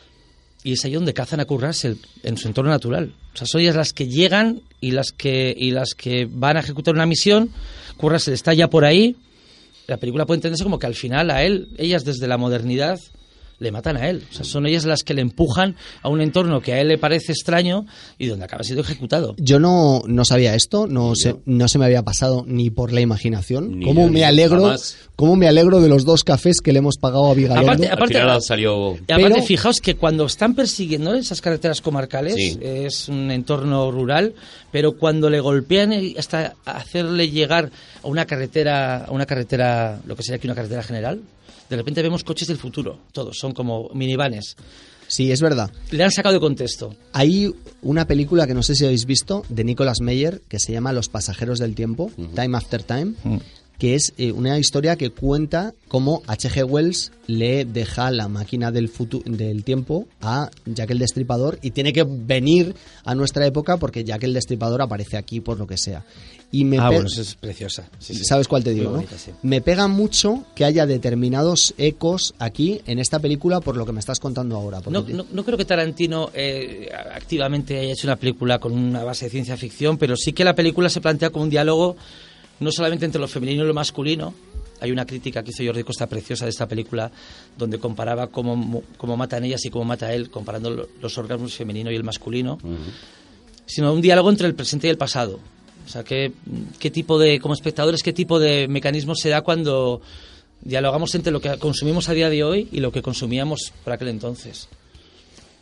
y es ahí donde cazan a Kurt Russell en su entorno natural. O sea, son ellas las que llegan y las que y las que van a ejecutar una misión. Kurt Russell está ya por ahí. La película puede entenderse como que al final a él, ellas desde la modernidad le matan a él. O sea, son ellas las que le empujan a un entorno que a él le parece extraño y donde acaba siendo ejecutado. Yo no, no sabía esto, no, se, no se me había pasado ni por la imaginación. Ni ¿Cómo yo, me ni alegro? jamás. ¿Cómo me alegro de los dos cafés que le hemos pagado a Vigalondo? Aparte, aparte, Al final salió... Y aparte, Pero... fijaos que cuando están persiguiendo esas carreteras comarcales, sí. es un entorno rural, pero cuando le golpean hasta hacerle llegar a una carretera, a una carretera, lo que sería aquí una carretera general, de repente vemos coches del futuro, todos, son como minivanes. Sí, es verdad. Le han sacado de contexto. Hay una película que no sé si habéis visto, de Nicolas Meyer, que se llama Los pasajeros del tiempo, uh-huh. Time After Time, uh-huh. que es eh, una historia que cuenta cómo H G Wells le deja la máquina del, futu- del tiempo a Jack el Destripador y tiene que venir a nuestra época porque Jack el Destripador aparece aquí por lo que sea. Y me ah, pe- bueno, eso es preciosa. Sí, sí. ¿Sabes cuál te digo, bonita, no? Sí. Me pega mucho que haya determinados ecos aquí en esta película por lo que me estás contando ahora. No, no, no creo que Tarantino eh, activamente haya hecho una película con una base de ciencia ficción, pero sí que la película se plantea como un diálogo no solamente entre lo femenino y lo masculino. Hay una crítica que hizo Jordi Costa preciosa de esta película donde comparaba cómo, cómo matan ellas y cómo mata él, comparando los orgasmos femenino y el masculino, uh-huh. sino un diálogo entre el presente y el pasado. O sea, ¿qué, qué tipo de, como espectadores, qué tipo de mecanismo se da cuando dialogamos entre lo que consumimos a día de hoy y lo que consumíamos por aquel entonces?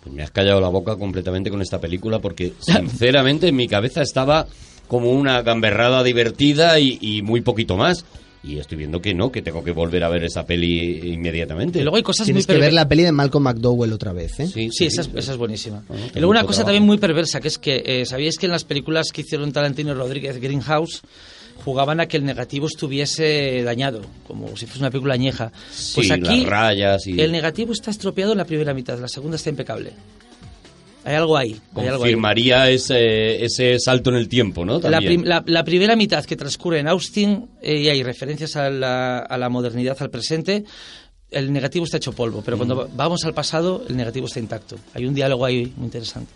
Pues me has callado la boca completamente con esta película porque, sinceramente, en mi cabeza estaba como una gamberrada divertida y, y muy poquito más. Y estoy viendo que no, que tengo que volver a ver esa peli inmediatamente. Y luego hay cosas Tienes muy que perver- ver la peli de Malcolm McDowell otra vez, ¿eh? Sí, Sí, esa es, esa es buenísima. Bueno, y luego una mucho cosa trabajo. también muy perversa, que es que, eh, ¿sabíais que en las películas que hicieron Tarantino y Rodríguez, Greenhouse, jugaban a que el negativo estuviese dañado, como si fuese una película añeja? Pues Sí, aquí las rayas y... el negativo está estropeado en la primera mitad, la segunda está impecable. Hay algo ahí. Hay algo ahí. confirmaría ese, ese salto en el tiempo, ¿no? La, También. prim- la- la primera mitad que transcurre en Austin, eh, y hay referencias a la, a la modernidad, al presente, el negativo está hecho polvo, pero cuando va- vamos al pasado, el negativo está intacto. Hay un diálogo ahí muy interesante.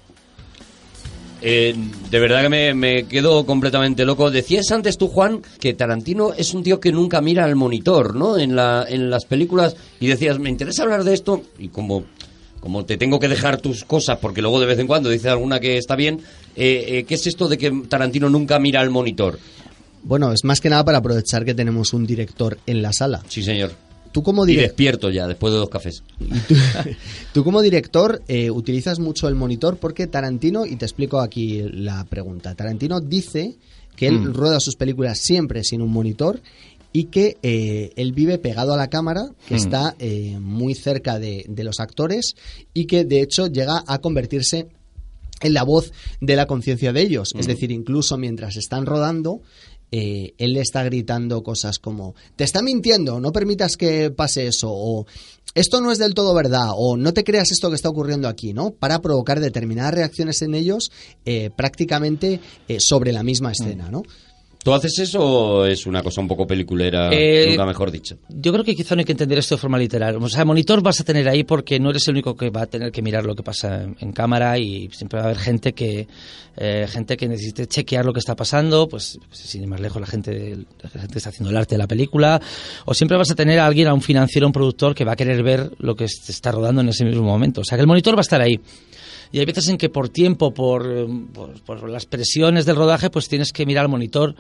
Eh, de verdad que me, me quedo completamente loco. Decías antes tú, Juan, que Tarantino es un tío que nunca mira al monitor, ¿no? En, la, en las películas, y decías, me interesa hablar de esto, y como... Como te tengo que dejar tus cosas, porque luego de vez en cuando dices alguna que está bien, eh, eh, ¿qué es esto de que Tarantino nunca mira al monitor? Bueno, es más que nada para aprovechar que tenemos un director en la sala. Sí, señor. Tú como, Y direc- despierto ya, después de dos cafés. y tú, tú como director eh, utilizas mucho el monitor porque Tarantino, y te explico aquí la pregunta, Tarantino dice que él Mm. rueda sus películas siempre sin un monitor y que eh, él vive pegado a la cámara, que Mm. está eh, muy cerca de, de los actores y que de hecho llega a convertirse en la voz de la conciencia de ellos. Es Mm. decir, incluso mientras están rodando, eh, él le está gritando cosas como te está mintiendo, no permitas que pase eso, o esto no es del todo verdad, o no te creas esto que está ocurriendo aquí, ¿no? Para provocar determinadas reacciones en ellos eh, prácticamente eh, sobre la misma escena, ¿no? ¿Tú haces eso o es una cosa un poco peliculera, Eh, nunca mejor dicho? Yo creo que quizá no hay que entender esto de forma literal. O sea, monitor vas a tener ahí porque no eres el único que va a tener que mirar lo que pasa en, en cámara, y siempre va a haber gente que eh, gente que necesite chequear lo que está pasando, pues, pues sin ir más lejos, la gente, de- la gente que está haciendo el arte de la película, o siempre vas a tener a alguien, a un financiero, un productor que va a querer ver lo que se está rodando en ese mismo momento. O sea, que el monitor va a estar ahí. Y hay veces en que por tiempo, por, eh, por, por las presiones del rodaje, pues tienes que mirar al monitor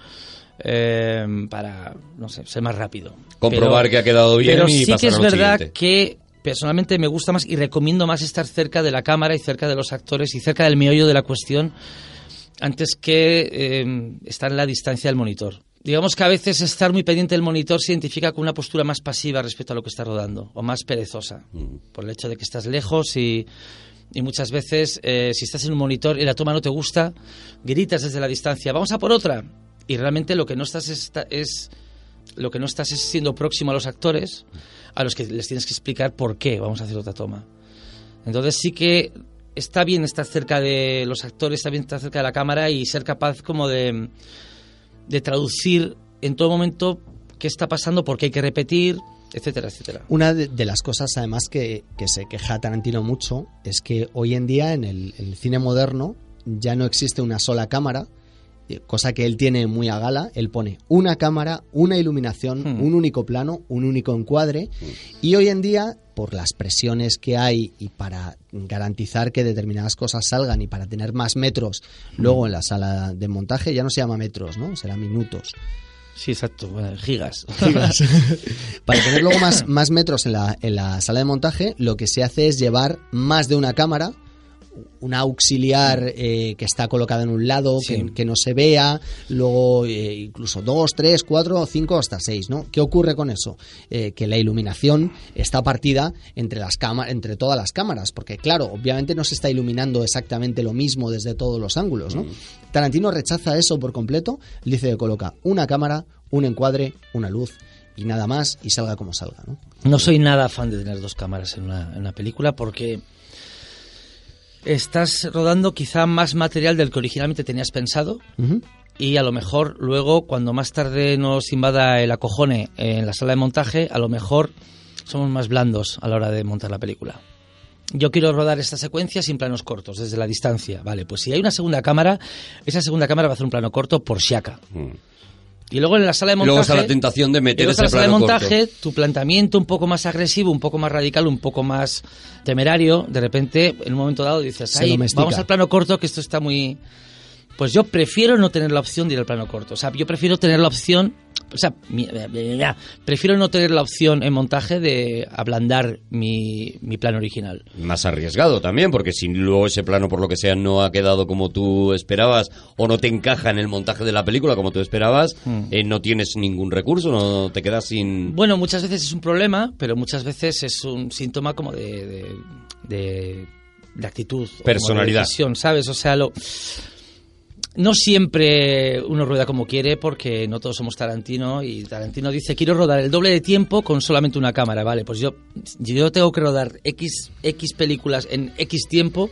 eh, para, no sé, ser más rápido. Comprobar que ha quedado bien Pero y sí pasar que es a lo verdad siguiente. que personalmente me gusta más y recomiendo más estar cerca de la cámara y cerca de los actores y cerca del meollo de la cuestión antes que eh, estar en la distancia del monitor. Digamos que a veces estar muy pendiente del monitor se identifica con una postura más pasiva respecto a lo que está rodando, o más perezosa, Mm. por el hecho de que estás lejos y, y muchas veces eh, si estás en un monitor y la toma no te gusta, gritas desde la distancia, vamos a por otra, y realmente lo que no estás es, es lo que no estás es siendo próximo a los actores, a los que les tienes que explicar por qué vamos a hacer otra toma. Entonces sí que está bien estar cerca de los actores, está bien estar cerca de la cámara y ser capaz como de, de traducir en todo momento qué está pasando, por qué hay que repetir, etcétera, etcétera. Una de, de las cosas además que, que se queja Tarantino mucho es que hoy en día en el, en el cine moderno ya no existe una sola cámara, eh, cosa que él tiene muy a gala. Él pone una cámara, una iluminación, Hmm. un único plano, un único encuadre, y hoy en día, por las presiones que hay y para garantizar que determinadas cosas salgan y para tener más metros luego en la sala de montaje, ya no se llama metros, ¿no? Será minutos. Sí, exacto, bueno, gigas. Gigas. Para tener luego más, más metros en la, en la sala de montaje, lo que se hace es llevar más de una cámara, una auxiliar eh, que está colocada en un lado, Sí. que, que no se vea, luego eh, incluso dos, tres, cuatro, cinco, hasta seis, ¿no? ¿Qué ocurre con eso? Eh, que la iluminación está partida entre las cámaras, entre todas las cámaras, porque claro, obviamente no se está iluminando exactamente lo mismo desde todos los ángulos, ¿no? Tarantino rechaza eso por completo, dice que coloca una cámara, un encuadre, una luz y nada más, y salga como salga, ¿no? No soy nada fan de tener dos cámaras en una, en una película porque estás rodando quizá más material del que originalmente tenías pensado, Ujú. y a lo mejor luego, cuando más tarde nos invada el acojone en la sala de montaje, a lo mejor somos más blandos a la hora de montar la película. Yo quiero rodar esta secuencia sin planos cortos, desde la distancia. Vale, pues si hay una segunda cámara, esa segunda cámara va a hacer un plano corto por Shaka. Mm. Y luego en la sala de Y montaje... luego está la tentación de y meter luego está ese la sala de plano montaje, corto. tu planteamiento un poco más agresivo, un poco más radical, un poco más temerario, de repente, en un momento dado dices, Se "Ay, domestica". vamos al plano corto, que esto está muy... Pues yo prefiero no tener la opción de ir al plano corto. O sea, yo prefiero tener la opción o sea, mi, mi, mi, prefiero no tener la opción en montaje de ablandar mi, mi plan original. Más arriesgado también, porque si luego ese plano, por lo que sea, no ha quedado como tú esperabas o no te encaja en el montaje de la película como tú esperabas, mm. eh, no tienes ningún recurso, no te quedas sin... Bueno, muchas veces es un problema, pero muchas veces es un síntoma como de... de, de, de actitud. Personalidad. De decisión, ¿sabes? O sea, lo... No siempre uno rueda como quiere porque no todos somos Tarantino y Tarantino dice quiero rodar el doble de tiempo con solamente una cámara, vale, pues yo, yo tengo que rodar X, X películas en X tiempo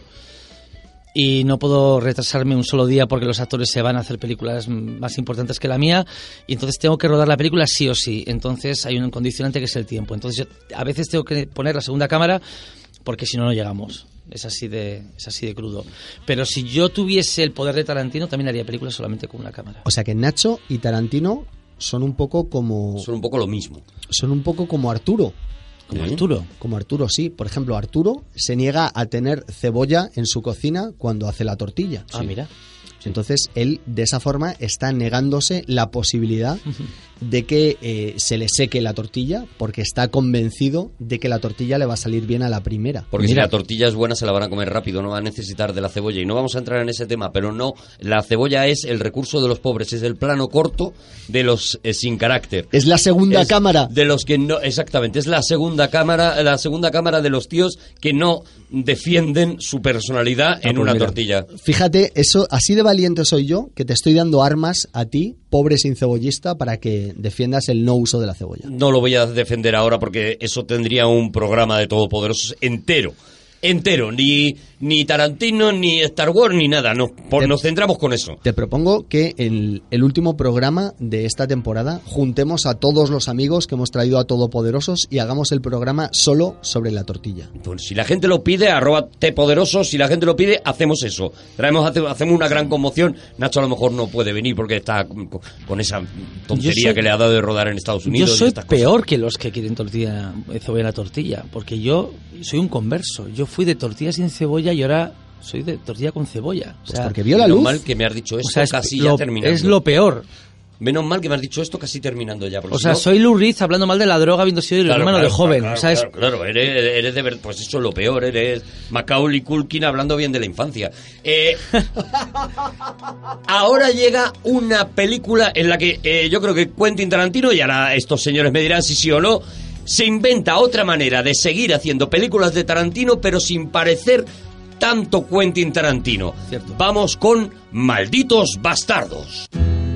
y no puedo retrasarme un solo día porque los actores se van a hacer películas más importantes que la mía y entonces tengo que rodar la película sí o sí, entonces hay un condicionante que es el tiempo, entonces yo a veces tengo que poner la segunda cámara porque si no, no llegamos. Es así de es así de crudo. Pero si yo tuviese el poder de Tarantino, también haría películas solamente con una cámara. O sea que Nacho y Tarantino son un poco como... Son un poco lo mismo. Son un poco como Arturo. Como ¿Sí? Arturo. Como Arturo, sí. Por ejemplo, Arturo se niega a tener cebolla en su cocina cuando hace la tortilla. Ah, sí. Mira. Entonces, él, de esa forma, está negándose la posibilidad de que eh, se le seque la tortilla porque está convencido de que la tortilla le va a salir bien a la primera. Porque Mira. si la tortilla es buena, se la van a comer rápido, no va a necesitar de la cebolla. Y no vamos a entrar en ese tema, pero no, la cebolla es el recurso de los pobres, es el plano corto de los eh, sin carácter. Es la segunda es cámara. De los que no, exactamente, es la segunda cámara, la segunda cámara de los tíos que no defienden su personalidad ah, en pues una mira, tortilla. Fíjate, eso así de valiente soy yo, que te estoy dando armas a ti, pobre sin cebollista, para que defiendas el no uso de la cebolla. No lo voy a defender ahora porque eso tendría un programa de Todopoderosos entero. Entero, ni, ni Tarantino, ni Star Wars, ni nada, no, por, te, nos centramos con eso. Te propongo que en el último programa de esta temporada juntemos a todos los amigos que hemos traído a Todopoderosos y hagamos el programa solo sobre la tortilla. Pues si la gente lo pide, arroba Tpoderosos, si la gente lo pide, hacemos eso. Traemos, hacemos una gran conmoción. Nacho a lo mejor no puede venir porque está con, con esa tontería soy, que le ha dado de rodar en Estados Unidos. Yo soy y estas peor cosas. que los que quieren tortilla, cebolla en la tortilla, porque yo soy un converso. Yo fui de tortilla sin cebolla y ahora soy de tortilla con cebolla. O sea, pues porque vio la luz. Menos mal que me has dicho esto, o sea, casi lo, ya terminando. Es lo peor. Menos mal que me has dicho esto casi terminando ya. O sea, si no... soy Lou Reed hablando mal de la droga habiendo sido el claro, hermano claro, de joven. Claro, o sea, es... claro, claro, eres, eres de verdad, pues eso es lo peor, eres Macaulay Culkin hablando bien de la infancia. Eh, ahora llega una película en la que eh, yo creo que Quentin Tarantino, y ahora estos señores me dirán si sí o no, se inventa otra manera de seguir haciendo películas de Tarantino, pero sin parecer tanto Quentin Tarantino. Cierto. Vamos con Malditos Bastardos.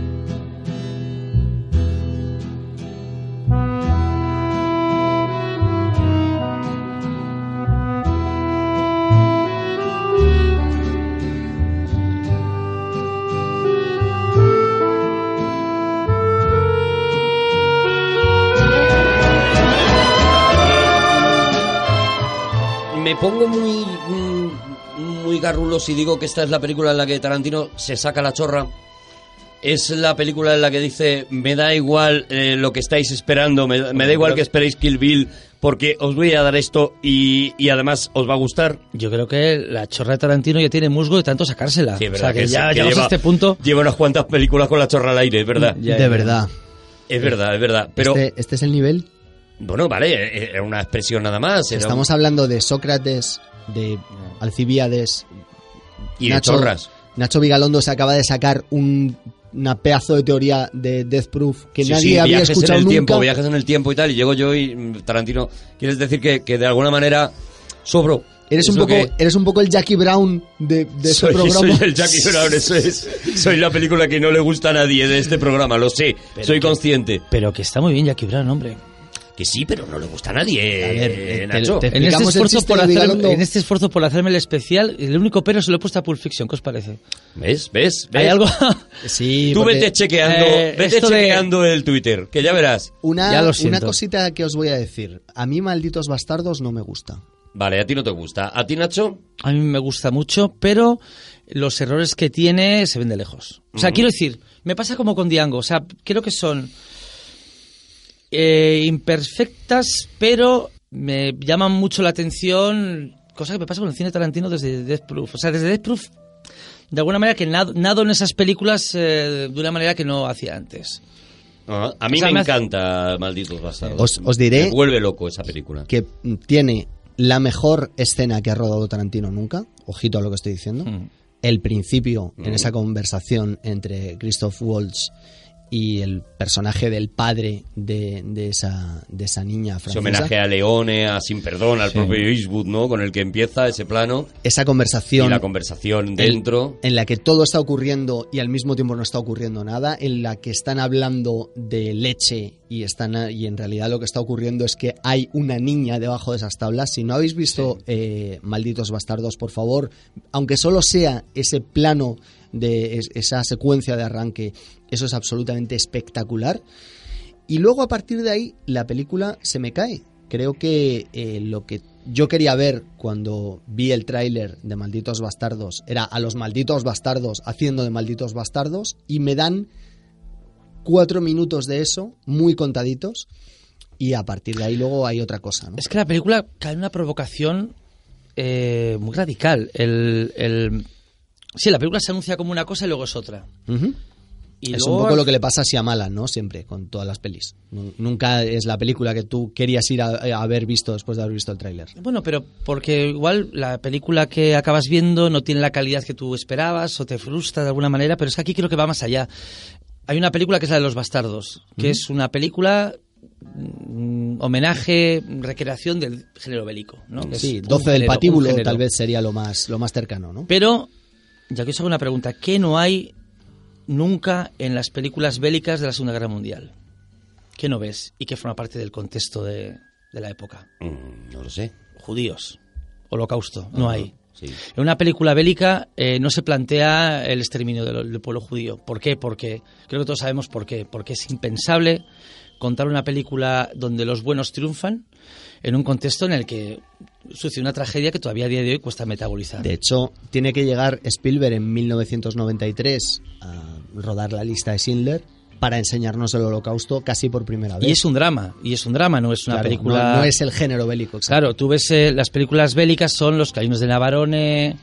Me pongo muy muy garrulo si digo que esta es la película en la que Tarantino se saca la chorra. Es la película en la que dice, me da igual eh, lo que estáis esperando, me, me da igual que esperéis Kill Bill, porque os voy a dar esto y, y además os va a gustar. Yo creo que la chorra de Tarantino ya tiene musgo de tanto sacársela. Sí, o sea, que, que ya que llegamos lleva, a este punto. Lleva unas cuantas películas con la chorra al aire, es verdad. Ya, de verdad. Es verdad, es verdad. Pero este, este es el nivel. Bueno, vale, era una expresión nada más. Era Estamos un... hablando de Sócrates, de Alcibíades y Nacho, de chorras. Nacho Vigalondo se acaba de sacar un una pedazo de teoría de Death Proof que sí, nadie sí, había viajes escuchado en el nunca. Tiempo, viajes en el tiempo y tal, y llego yo y Tarantino, ¿quieres decir que, que de alguna manera sobro? Eres un, poco, que... eres un poco el Jackie Brown de, de soy, este programa. Soy el Jackie Brown, eso es. Soy la película que no le gusta a nadie de este programa, lo sé, pero soy que, consciente. Pero que está muy bien Jackie Brown, hombre. Que sí, pero no le gusta a nadie, a ver, eh, Nacho. Te, te en, este esfuerzo por de hacer, en este esfuerzo por hacerme el especial, el único pero se lo he puesto a Pulp Fiction, ¿qué os parece? ¿Ves? ¿Ves? ¿Ves? ¿Hay algo? Sí, Tú porque, vete chequeando, eh, vete esto chequeando de... el Twitter, que ya verás. Una, ya lo una siento. cosita que os voy a decir. A mí Malditos Bastardos no me gusta. Vale, a ti no te gusta. ¿A ti, Nacho? A mí me gusta mucho, pero los errores que tiene se ven de lejos. O sea, uh-huh. quiero decir, me pasa como con Django. O sea, creo que son eh, imperfectas, pero me llaman mucho la atención, cosa que me pasa con el cine Tarantino desde Death Proof. O sea, desde Death Proof, de alguna manera que nado, nado en esas películas eh, de una manera que no hacía antes. Ah, a mí O sea, me me hace- encanta Malditos Bastardos. Os- os diré Me vuelve loco esa película. Que tiene la mejor escena que ha rodado Tarantino nunca. Ojito a lo que estoy diciendo. Mm. El principio, en Mm. esa conversación entre Christoph Waltz y el personaje del padre de, de, esa, de esa niña Ese francesa. homenaje a Leone, a Sin Perdón, al Sí. propio Eastwood, ¿no? Con el que empieza ese plano Esa y conversación la conversación en- dentro. en la que todo está ocurriendo y al mismo tiempo no está ocurriendo nada, en la que están hablando de leche y están y en realidad lo que está ocurriendo es que hay una niña debajo de esas tablas. Si no habéis visto eh, Malditos Bastardos, por favor, aunque solo sea ese plano de es- esa secuencia de arranque, eso es absolutamente espectacular. Y luego a partir de ahí la película se me cae. Creo que eh, lo que yo quería ver cuando vi el tráiler de Malditos Bastardos era a los malditos bastardos haciendo de malditos bastardos, y me dan cuatro minutos de eso, muy contaditos, y a partir de ahí luego hay otra cosa, ¿no? Es que la película cae en una provocación eh, muy radical. El, el... Sí, la película se anuncia como una cosa y luego es otra. Ujú. Y Es luego- un poco lo que le pasa a Shyamalan, ¿no? Siempre, con todas las pelis. Nu- Nunca es la película que tú querías ir a, a haber visto después de haber visto el tráiler. Bueno, pero porque igual la película que acabas viendo no tiene la calidad que tú esperabas o te frustra de alguna manera, pero es que aquí creo que va más allá. Hay una película que es la de Los Bastardos, que es una película mm, homenaje, recreación del género bélico, ¿no? Que es Sí, un doce del género, un patíbulo género. tal vez sería lo más, lo más cercano, ¿no? Pero, ya que os hago una pregunta, ¿qué no hay nunca en las películas bélicas de la Segunda Guerra Mundial? ¿Qué no ves y que forma parte del contexto de, de la época? Mm, no lo sé. Judíos, holocausto, no Ajá, hay. sí. En una película bélica eh, no se plantea el exterminio del, del pueblo judío. ¿Por qué? Porque creo que todos sabemos por qué. Porque es impensable contar una película donde los buenos triunfan en un contexto en el que sucede una tragedia que todavía a día de hoy cuesta metabolizar. De hecho, tiene que llegar Spielberg en mil novecientos noventa y tres a rodar la lista de Schindler para enseñarnos el holocausto casi por primera vez. Y es un drama, y es un drama, no es una Claro, película... No, no es el género bélico, exacto. Claro, tú ves eh, las películas bélicas son Los Caminos de Navarone,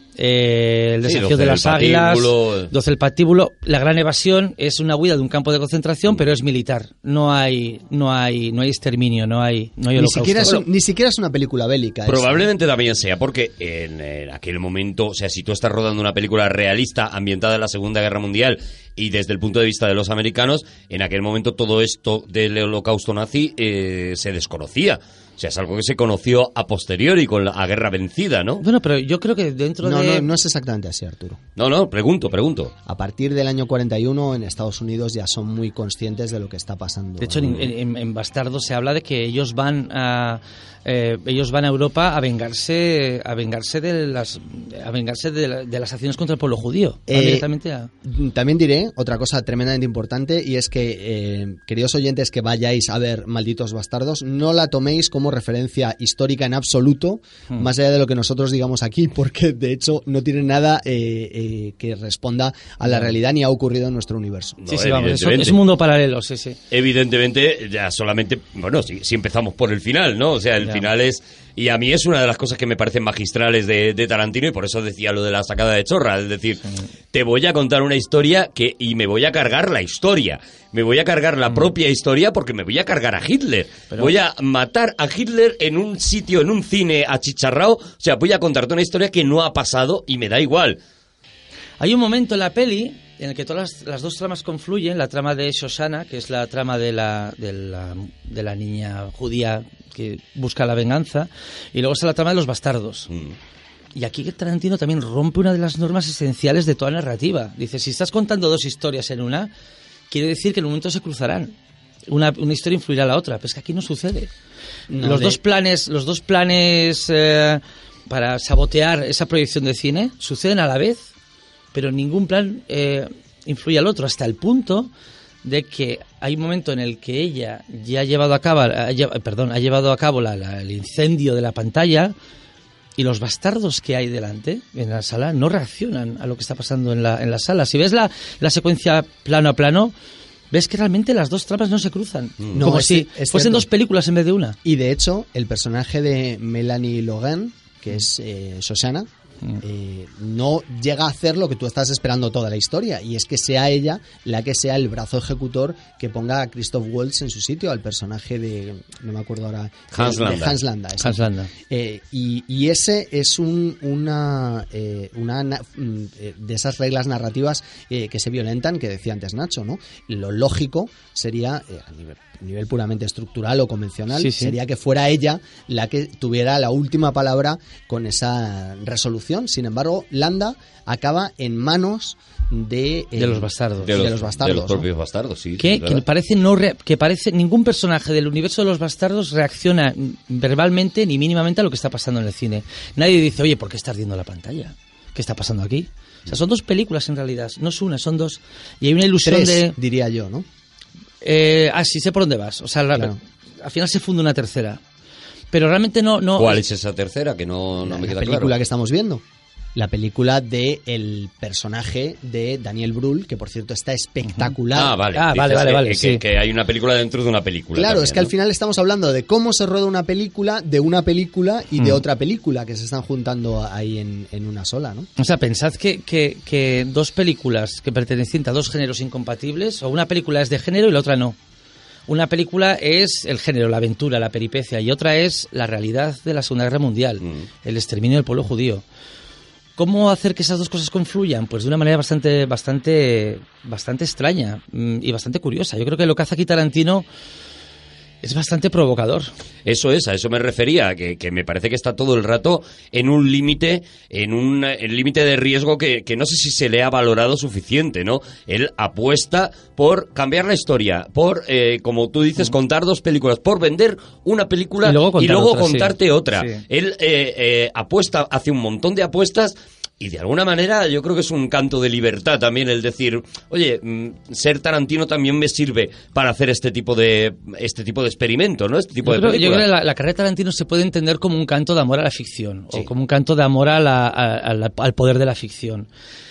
eh, El Sí, desafío doce de del las águilas, patíbulo. doce del patíbulo. La gran evasión es una huida de un campo de concentración, pero es militar. No hay, no hay, no hay exterminio, no hay, no hay Ni holocausto. siquiera, es un- Bueno, ni siquiera es una película bélica. esa. Probablemente también sea porque en, en aquel momento, o sea, si tú estás rodando una película realista ambientada en la Segunda Guerra Mundial y desde el punto de vista de los americanos, en aquel momento todo esto del holocausto nazi eh, se desconocía. O sea, es algo que se conoció a posteriori con la a guerra vencida, ¿no? Bueno, pero yo creo que dentro No, de... no, no es exactamente así, Arturo. No, no, pregunto, pregunto. A partir del año cuarenta y uno en Estados Unidos ya son muy conscientes de lo que está pasando. De hecho, en, en, en Bastardo se habla de que ellos van a eh, ellos van a Europa a vengarse a vengarse de las a vengarse de, la- de las acciones contra el pueblo judío. Van Eh, directamente a... También diré otra cosa tremendamente importante, y es que, eh, queridos oyentes que vayáis a ver Malditos Bastardos, no la toméis como referencia histórica en absoluto, Hmm. más allá de lo que nosotros digamos aquí, porque de hecho no tiene nada eh, eh, que responda a la realidad ni ha ocurrido en nuestro universo. No, sí, sí, vamos, es, evidentemente. es un mundo paralelo, sí, sí. Evidentemente, ya solamente, bueno, si, si empezamos por el final, ¿no? O sea, el Ya. final es, y a mí es una de las cosas que me parecen magistrales de, de Tarantino, y por eso decía lo de la sacada de chorra, es decir, te voy a contar una historia que, y me voy a cargar la historia, me voy a cargar la propia historia porque me voy a cargar a Hitler, Pero- voy a matar a Hitler en un sitio, en un cine achicharrado, o sea, voy a contarte una historia que no ha pasado y me da igual. Hay un momento en la peli en el que todas las, las dos tramas confluyen, la trama de Shoshana, que es la trama de la, de la, de la niña judía que busca la venganza, y luego está la trama de los bastardos. Mm. Y aquí Tarantino también rompe una de las normas esenciales de toda narrativa. Dice, si estás contando dos historias en una, quiere decir que en un momento se cruzarán. Una, una historia influirá a la otra, pero es que aquí no sucede. No, los, de- dos planes, los dos planes eh, para sabotear esa proyección de cine suceden a la vez, pero ningún plan eh, influye al otro, hasta el punto de que hay un momento en el que ella ya ha llevado a cabo, ha lle- perdón, ha llevado a cabo la- la- el incendio de la pantalla, y los bastardos que hay delante en la sala no reaccionan a lo que está pasando en la, en la sala. Si ves la, la secuencia plano a plano, ves que realmente las dos tramas no se cruzan. No, como es- si es fuesen cierto. dos películas en vez de una. Y de hecho, el personaje de Melanie Logan, que es eh, Shoshana, eh, no llega a hacer lo que tú estás esperando toda la historia, y es que sea ella la que sea el brazo ejecutor que ponga a Christoph Waltz en su sitio, al personaje de, no me acuerdo ahora, Hans de, de Landa. Hans Landa, exacto. Hans Landa. Eh, y, y ese es un, una, eh, una na- mm, eh, de esas reglas narrativas eh, que se violentan, que decía antes Nacho, ¿no? Lo lógico sería, eh, a nivel, a nivel puramente estructural o convencional, Sí, sí. sería que fuera ella la que tuviera la última palabra con esa resolución. Sin embargo, Landa acaba en manos de, eh, De los bastardos. de, los bastardos, de los ¿no? propios bastardos, sí. Que, sí, que ¿verdad? parece no rea- que parece ningún personaje del universo de los bastardos reacciona verbalmente ni mínimamente a lo que está pasando en el cine. Nadie dice, oye, ¿por qué está ardiendo la pantalla? ¿Qué está pasando aquí? O sea, son dos películas en realidad, no es una, son dos. Y hay una ilusión Tres, de... diría yo, ¿no? Eh, ah, sí, sé por dónde vas. O sea, la- Claro. al final se funde una tercera. Pero realmente no... no ¿Cuál es esa tercera? Que no, no la, me la queda película claro. que estamos viendo. La película de el personaje de Daniel Brühl, que por cierto está espectacular. Ah, vale. Ah, Dices vale, vale, que- vale, que, sí. que hay una película dentro de una película. Claro, también, es que al ¿no? final estamos hablando de cómo se rueda una película, de una película y de Mm. otra película que se están juntando ahí en, en una sola, ¿no? O sea, pensad que, que, que dos películas que pertenecen a dos géneros incompatibles, o una película es de género y la otra no. Una película es el género, la aventura, la peripecia, y otra es la realidad de la Segunda Guerra Mundial, Mm. el exterminio del pueblo judío. ¿Cómo hacer que esas dos cosas confluyan? Pues de una manera bastante, bastante, bastante extraña mm, y bastante curiosa. Yo creo que lo que hace aquí Tarantino es bastante provocador. Eso es, a eso me refería, que, que me parece que está todo el rato en un límite, en un en límite de riesgo que, que no sé si se le ha valorado suficiente, ¿no? Él apuesta por cambiar la historia, por, eh, como tú dices, contar dos películas, por vender una película Y luego contar otra, contarte sí. otra. Sí. Él eh, eh, apuesta, hace un montón de apuestas. Y de alguna manera yo creo que es un canto de libertad también el decir, oye, mm, ser Tarantino también me sirve para hacer este tipo de este tipo de experimento, ¿no? Este tipo Yo de creo, yo película. creo que la, la carrera de Tarantino se puede entender como un canto de amor a la ficción, Sí. o como un canto de amor a la- a- a la- al poder de la ficción.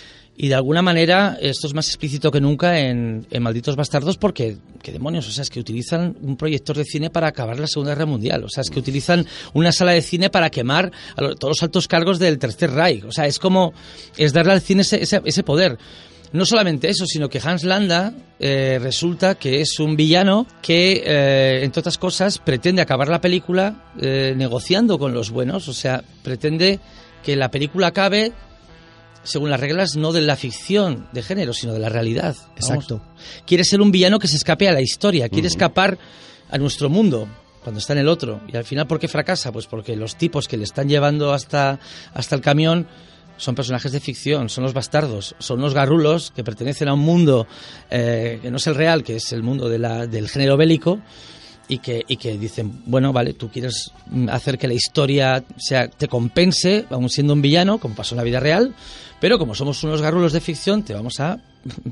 Y de alguna manera esto es más explícito que nunca en, en Malditos Bastardos porque, ¿qué demonios? O sea, es que utilizan un proyector de cine para acabar la Segunda Guerra Mundial. O sea, es que utilizan una sala de cine para quemar a lo- todos los altos cargos del Tercer Reich. O sea, es como, es darle al cine ese, ese, ese poder. No solamente eso, sino que Hans Landa eh, resulta que es un villano que, eh, entre otras cosas, pretende acabar la película eh, negociando con los buenos. O sea, pretende que la película acabe según las reglas no de la ficción de género, sino de la realidad. Vamos. Exacto. Quiere ser un villano que se escape a la historia, quiere Ujú. escapar a nuestro mundo cuando está en el otro. Y al final, ¿por qué fracasa? Pues porque los tipos que le están llevando hasta, hasta el camión son personajes de ficción, son los bastardos, son los garrulos que pertenecen a un mundo eh, que no es el real, que es el mundo de la, del género bélico, y que, y que dicen, bueno, vale, tú quieres mm, hacer que la historia sea, te compense, aún siendo un villano, como pasó en la vida real, pero como somos unos garrulos de ficción, te vamos a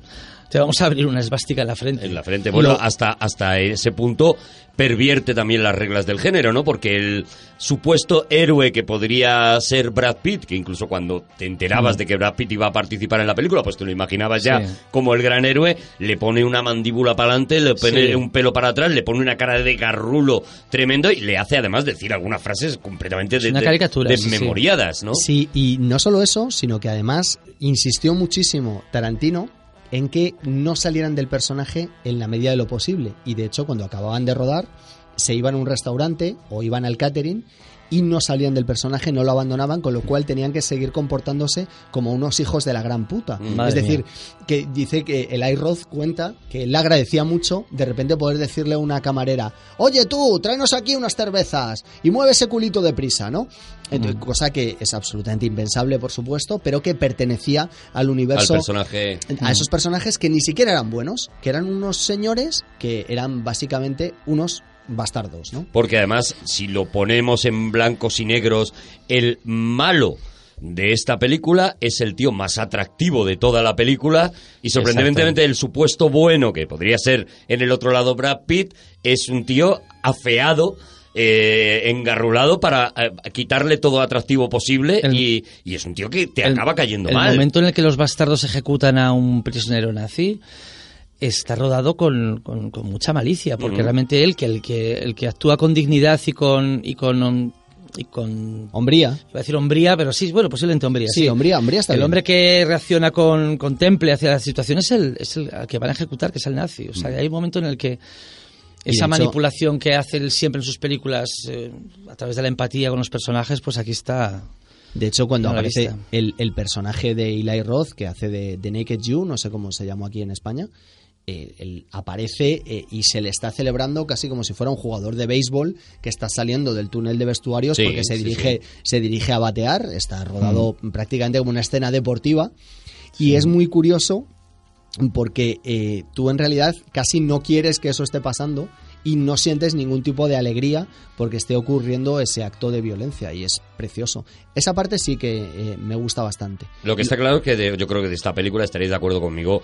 te vamos a abrir una esvástica en la frente. En la frente. Bueno, Lo- hasta, hasta ese punto pervierte también las reglas del género, ¿no? Porque el supuesto héroe que podría ser Brad Pitt, que incluso cuando te enterabas Mm. de que Brad Pitt iba a participar en la película, pues te lo imaginabas ya Sí. como el gran héroe, le pone una mandíbula para adelante, le pone Sí. un pelo para atrás, le pone una cara de garrulo tremendo y le hace además decir algunas frases completamente Es de- una de- caricatura, sí, sí. desmemoriadas, ¿no? Sí, y no solo eso, sino que además insistió muchísimo Tarantino en que no salieran del personaje en la medida de lo posible. Y de hecho, cuando acababan de rodar, se iban a un restaurante o iban al catering y no salían del personaje, no lo abandonaban, con lo cual tenían que seguir comportándose como unos hijos de la gran puta. Madre es decir, mía. que dice que el Roth cuenta que él le agradecía mucho de repente poder decirle a una camarera, oye tú, tráenos aquí unas cervezas y mueve ese culito deprisa, ¿no? Entonces, Mm. cosa que es absolutamente impensable, por supuesto, pero que pertenecía al universo, Al personaje. a esos personajes que ni siquiera eran buenos, que eran unos señores que eran básicamente unos bastardos, ¿no? Porque además, si lo ponemos en blancos y negros, el malo de esta película es el tío más atractivo de toda la película y sorprendentemente el supuesto bueno, que podría ser en el otro lado Brad Pitt, es un tío afeado, eh, engarrulado para eh, quitarle todo atractivo posible El- y, y es un tío que te el- acaba cayendo el mal. momento en el que los bastardos ejecutan a un prisionero nazi está rodado con, con- con mucha malicia, porque Ujú. realmente él, que el que el que actúa con dignidad y con y con um, y con... Hombría. Iba a decir hombría, pero sí, bueno, posiblemente hombría. Sí, sí. hombría, hombría está El bien. hombre que reacciona con, con temple hacia la situación es el, es el al que van a ejecutar, que es el nazi. O sea, hay un momento en el que Y esa de hecho- manipulación que hace él siempre en sus películas eh, a través de la empatía con los personajes, pues aquí está. De hecho, cuando No la aparece vista. el, el personaje de Eli Roth, que hace de, de Naked Jew, no sé cómo se llamó aquí en España, eh, él aparece eh, y se le está celebrando casi como si fuera un jugador de béisbol que está saliendo del túnel de vestuarios Sí, porque se sí, dirige, se dirige a batear, está rodado prácticamente como una escena deportiva, y es muy curioso porque eh, tú en realidad casi no quieres que eso esté pasando y no sientes ningún tipo de alegría porque esté ocurriendo ese acto de violencia, y es precioso. Esa parte sí que eh, me gusta bastante. Lo que está claro es que de- yo creo que de esta película estaréis de acuerdo conmigo,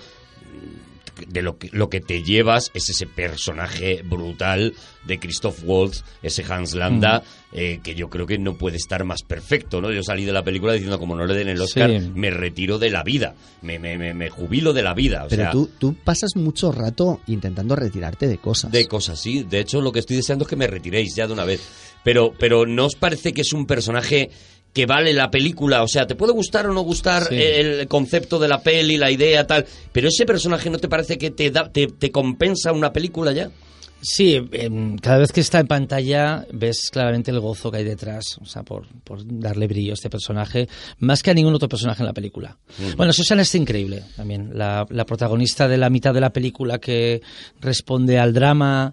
de lo que, lo que te llevas es ese personaje brutal de Christoph Waltz, ese Hans Landa, mm. eh, que yo creo que no puede estar más perfecto, ¿no? Yo salí de la película diciendo, como no le den el Oscar, Sí. me retiro de la vida, me, me, me, me jubilo de la vida. O Pero sea, tú, tú pasas mucho rato intentando retirarte de cosas. de cosas, sí. De hecho, lo que estoy deseando es que me retiréis ya de una vez. Pero, pero ¿no os parece que es un personaje que vale la película? O sea, te puede gustar o no gustar Sí. el concepto de la peli, la idea, tal, pero ese personaje ¿no te parece que te da, te, te compensa una película ya? Sí, eh, cada vez que está en pantalla ves claramente el gozo que hay detrás, o sea, por, por darle brillo a este personaje, más que a ningún otro personaje en la película. Mm. Bueno, Susan es increíble también, la, la protagonista de la mitad de la película que responde al drama,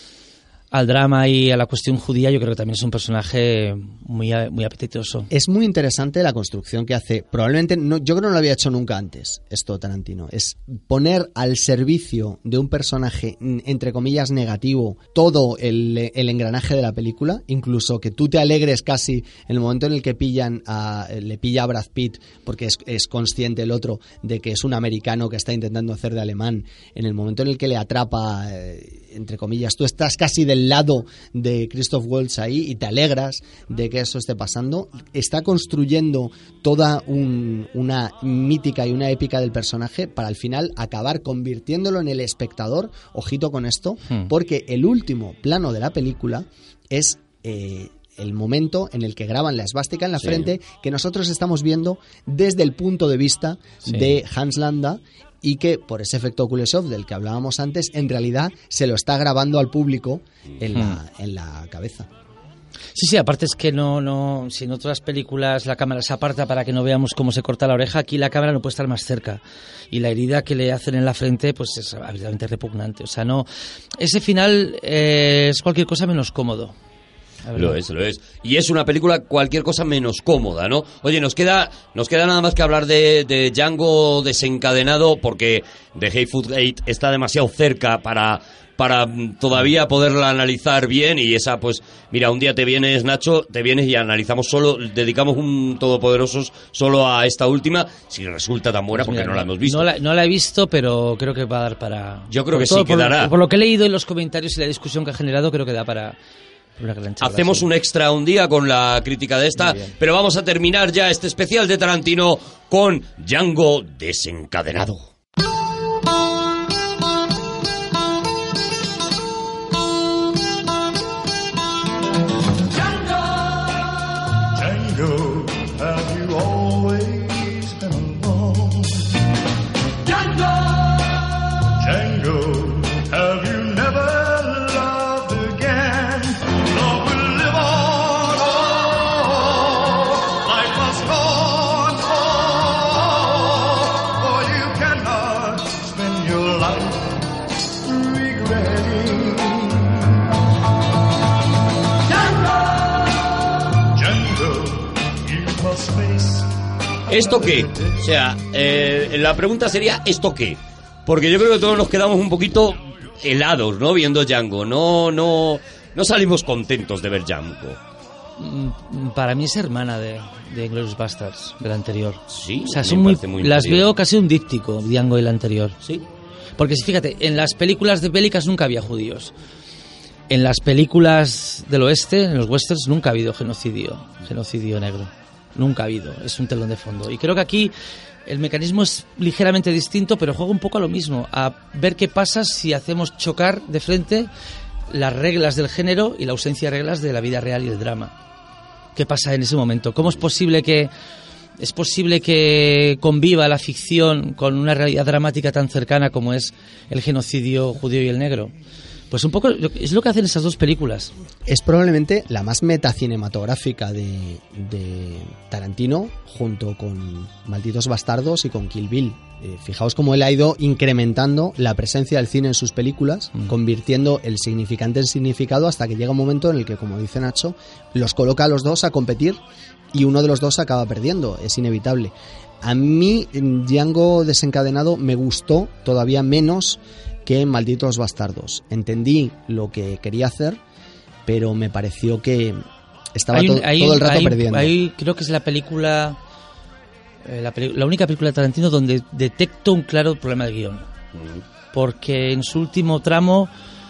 al drama y a la cuestión judía, yo creo que también es un personaje muy, muy apetitoso. Es muy interesante la construcción que hace. Probablemente, no, yo creo que no lo había hecho nunca antes, esto Tarantino. Es poner al servicio de un personaje, entre comillas, negativo, todo el, el engranaje de la película, incluso que tú te alegres casi en el momento en el que pillan a, le pilla a Brad Pitt, porque es, es consciente el otro de que es un americano que está intentando hacer de alemán. En el momento en el que le atrapa, eh, entre comillas, tú estás casi del lado de Christoph Waltz ahí y te alegras de que eso esté pasando. Está construyendo toda un, una mítica y una épica del personaje para al final acabar convirtiéndolo en el espectador, ojito con esto, hmm. porque el último plano de la película es eh, el momento en el que graban la esvástica en la sí. frente, que nosotros estamos viendo desde el punto de vista sí. de Hans Landa, y que por ese efecto Kuleshov del que hablábamos antes, en realidad se lo está grabando al público en la, en la cabeza. Sí, sí, aparte es que no, no, si en otras películas la cámara se aparta para que no veamos cómo se corta la oreja, aquí la cámara no puede estar más cerca. Y la herida que le hacen en la frente, pues es absolutamente repugnante. O sea, no, ese final eh, es cualquier cosa menos cómodo. Lo es, lo es. Y es una película cualquier cosa menos cómoda, ¿no? Oye, nos queda nos queda nada más que hablar de, de Django desencadenado, porque The Hateful Eight está demasiado cerca para, para todavía poderla analizar bien. Y esa, pues, mira, un día te vienes, Nacho, te vienes y analizamos solo, dedicamos un Todopoderosos solo a esta última, si resulta tan buena, pues porque mira, no la hemos visto. No la, no la he visto, pero creo que va a dar para... Yo creo que todo, sí que por, dará. Por lo que he leído en los comentarios y la discusión que ha generado, creo que da para... Hacemos un extra un día con la crítica de esta, pero vamos a terminar ya este especial de Tarantino con Django desencadenado. Django, have you always been alone? Django, Django, have you never ¿Esto qué? O sea, eh, la pregunta sería ¿esto qué? Porque yo creo que todos nos quedamos un poquito helados, ¿no? Viendo Django. No, no, no salimos contentos de ver Django. Para mí es hermana de, de Inglourious Basterds, de la anterior. Sí, o sea, son muy, muy las veo casi un díptico, Django y la anterior. Sí. Porque si fíjate, en las películas de bélicas nunca había judíos. En las películas del oeste, en los westerns, nunca ha habido genocidio, genocidio negro. Nunca ha habido, es un telón de fondo. Y creo que aquí el mecanismo es ligeramente distinto, pero juega un poco a lo mismo, a ver qué pasa si hacemos chocar de frente las reglas del género y la ausencia de reglas de la vida real y el drama. qué pasa en ese momento. ¿Cómo es posible que es posible que conviva la ficción con una realidad dramática tan cercana como es el genocidio judío y el negro? Pues un poco es lo que hacen esas dos películas. Es probablemente la más metacinematográfica de, de Tarantino, junto con Malditos Bastardos y con Kill Bill. Eh, fijaos cómo él ha ido incrementando la presencia del cine en sus películas, mm. convirtiendo el significante en significado, hasta que llega un momento en el que, como dice Nacho, los coloca a los dos a competir y uno de los dos acaba perdiendo. Es inevitable. A mí, Django desencadenado me gustó todavía menos que Malditos Bastardos. Entendí lo que quería hacer, pero me pareció que estaba un, to- todo el rato hay, perdiendo. Hay, creo que es la película, eh, la, peli- la única película de Tarantino donde detecto un claro problema de guión. Mm. Porque en su último tramo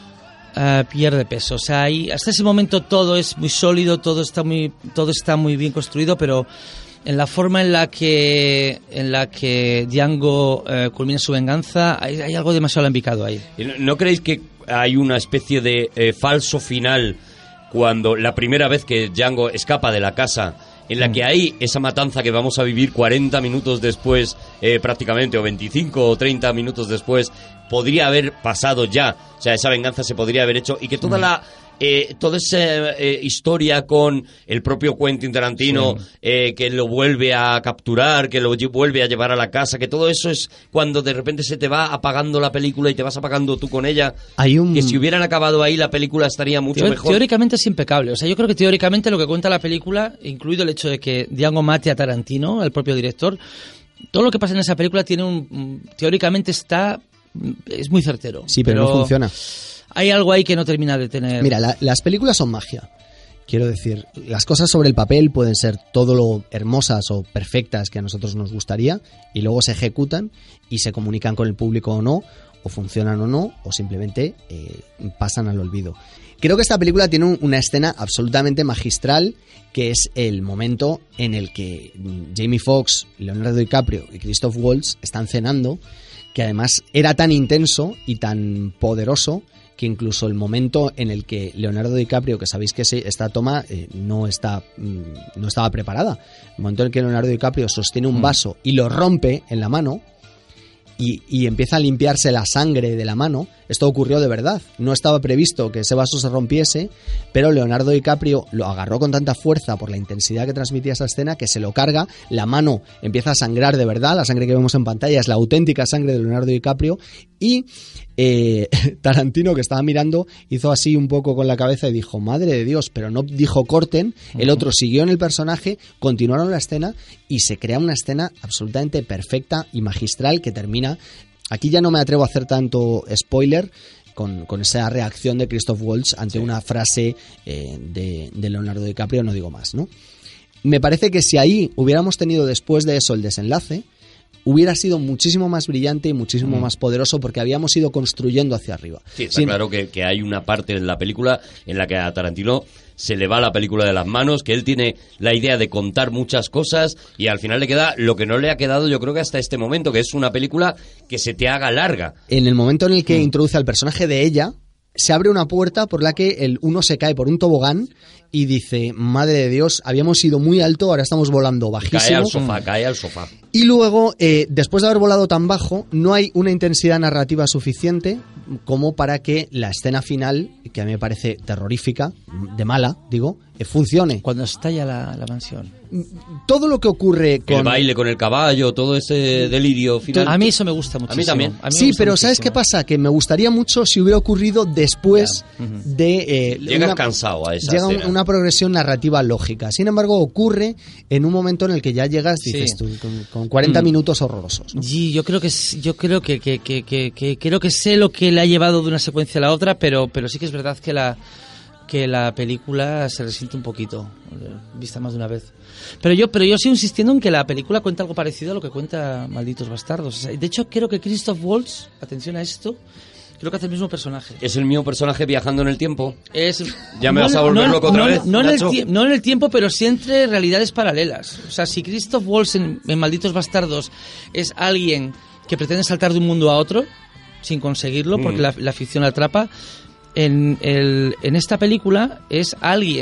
uh, pierde peso. O sea, hay, hasta ese momento todo es muy sólido, todo está muy, todo está muy bien construido, pero en la forma en la que en la que Django eh, culmina su venganza hay, hay algo demasiado alambicado ahí. ¿No, ¿No creéis que hay una especie de eh, falso final cuando la primera vez que Django escapa de la casa, en la que hay esa matanza que vamos a vivir cuarenta minutos después, eh, prácticamente, o veinticinco o treinta minutos después, podría haber pasado ya? O sea, esa venganza se podría haber hecho, y que toda la Eh, toda esa eh, historia con el propio Quentin Tarantino, sí. eh, que lo vuelve a capturar, que lo vuelve a llevar a la casa, que todo eso es cuando de repente se te va apagando la película y te vas apagando tú con ella. Hay un... Que si hubieran acabado ahí la película estaría mucho Teor- mejor. Teóricamente es impecable. O sea, yo creo que teóricamente lo que cuenta la película, incluido el hecho de que Django mate a Tarantino, al propio director, todo lo que pasa en esa película tiene un... teóricamente está... es muy certero. Sí, pero, pero no funciona. Hay algo ahí que no termina de tener... Mira, la, las películas son magia. Quiero decir, las cosas sobre el papel pueden ser todo lo hermosas o perfectas que a nosotros nos gustaría, y luego se ejecutan y se comunican con el público o no, o funcionan o no, o simplemente eh, pasan al olvido. Creo que esta película tiene un, una escena absolutamente magistral, que es el momento en el que Jamie Foxx, Leonardo DiCaprio y Christoph Waltz están cenando, que además era tan intenso y tan poderoso que incluso el momento en el que Leonardo DiCaprio, que sabéis que esta toma eh, no está no estaba preparada, el momento en el que Leonardo DiCaprio sostiene un vaso y lo rompe en la mano y, y empieza a limpiarse la sangre de la mano, esto ocurrió de verdad, no estaba previsto que ese vaso se rompiese, pero Leonardo DiCaprio lo agarró con tanta fuerza por la intensidad que transmitía esa escena que se lo carga, la mano empieza a sangrar de verdad, la sangre que vemos en pantalla es la auténtica sangre de Leonardo DiCaprio, y eh, Tarantino, que estaba mirando, hizo así un poco con la cabeza y dijo, madre de Dios, pero no dijo corten, el otro siguió en el personaje, continuaron la escena y se crea una escena absolutamente perfecta y magistral que termina. Aquí ya no me atrevo a hacer tanto spoiler con, con esa reacción de Christoph Waltz ante sí. una frase eh, de, de Leonardo DiCaprio, no digo más, ¿no? Me parece que si ahí hubiéramos tenido después de eso el desenlace, hubiera sido muchísimo más brillante y muchísimo mm. más poderoso, porque habíamos ido construyendo hacia arriba. Sí, está Sin... claro que, que hay una parte en la película en la que a Tarantino se le va la película de las manos, que él tiene la idea de contar muchas cosas y al final le queda lo que no le ha quedado, yo creo que hasta este momento, que es una película que se te haga larga. En el momento en el que mm. introduce al personaje de ella, se abre una puerta por la que el uno se cae por un tobogán y dice, madre de Dios, habíamos ido muy alto, ahora estamos volando bajísimo. Cae al sofá, cae al sofá. Y luego, eh, después de haber volado tan bajo, no hay una intensidad narrativa suficiente como para que la escena final, que a mí me parece terrorífica, de mala, digo, eh, funcione. Cuando estalla la, la mansión. Todo lo que ocurre con... El baile con el caballo, todo ese delirio final. A mí eso me gusta muchísimo. A mí también. A mí sí, pero ¿sabes qué pasa? Que me gustaría mucho si hubiera ocurrido después uh-huh. de... Eh, Llegas una, cansado a esa llega escena. una progresión narrativa lógica. Sin embargo, ocurre en un momento en el que ya llegas, dices sí. tú, con, con cuarenta mm. minutos horrorosos, ¿no? Sí, yo creo que yo creo que, que, que, que, que creo que sé lo que le ha llevado de una secuencia a la otra, pero pero sí que es verdad que la que la película se resiente un poquito, vista más de una vez. Pero yo pero yo sigo insistiendo en que la película cuenta algo parecido a lo que cuenta Malditos Bastardos. O sea, de hecho, creo que Christoph Waltz, atención a esto, creo que hace el mismo personaje. ¿Es el mismo personaje viajando en el tiempo? Es, ¿Ya me no, vas a volver no, loco otra no, vez? No en, el tie- no en el tiempo, pero sí entre realidades paralelas. O sea, si Christoph Waltz en, en Malditos Bastardos es alguien que pretende saltar de un mundo a otro sin conseguirlo, porque mm. la, la ficción la atrapa, en, el, en esta película es alguien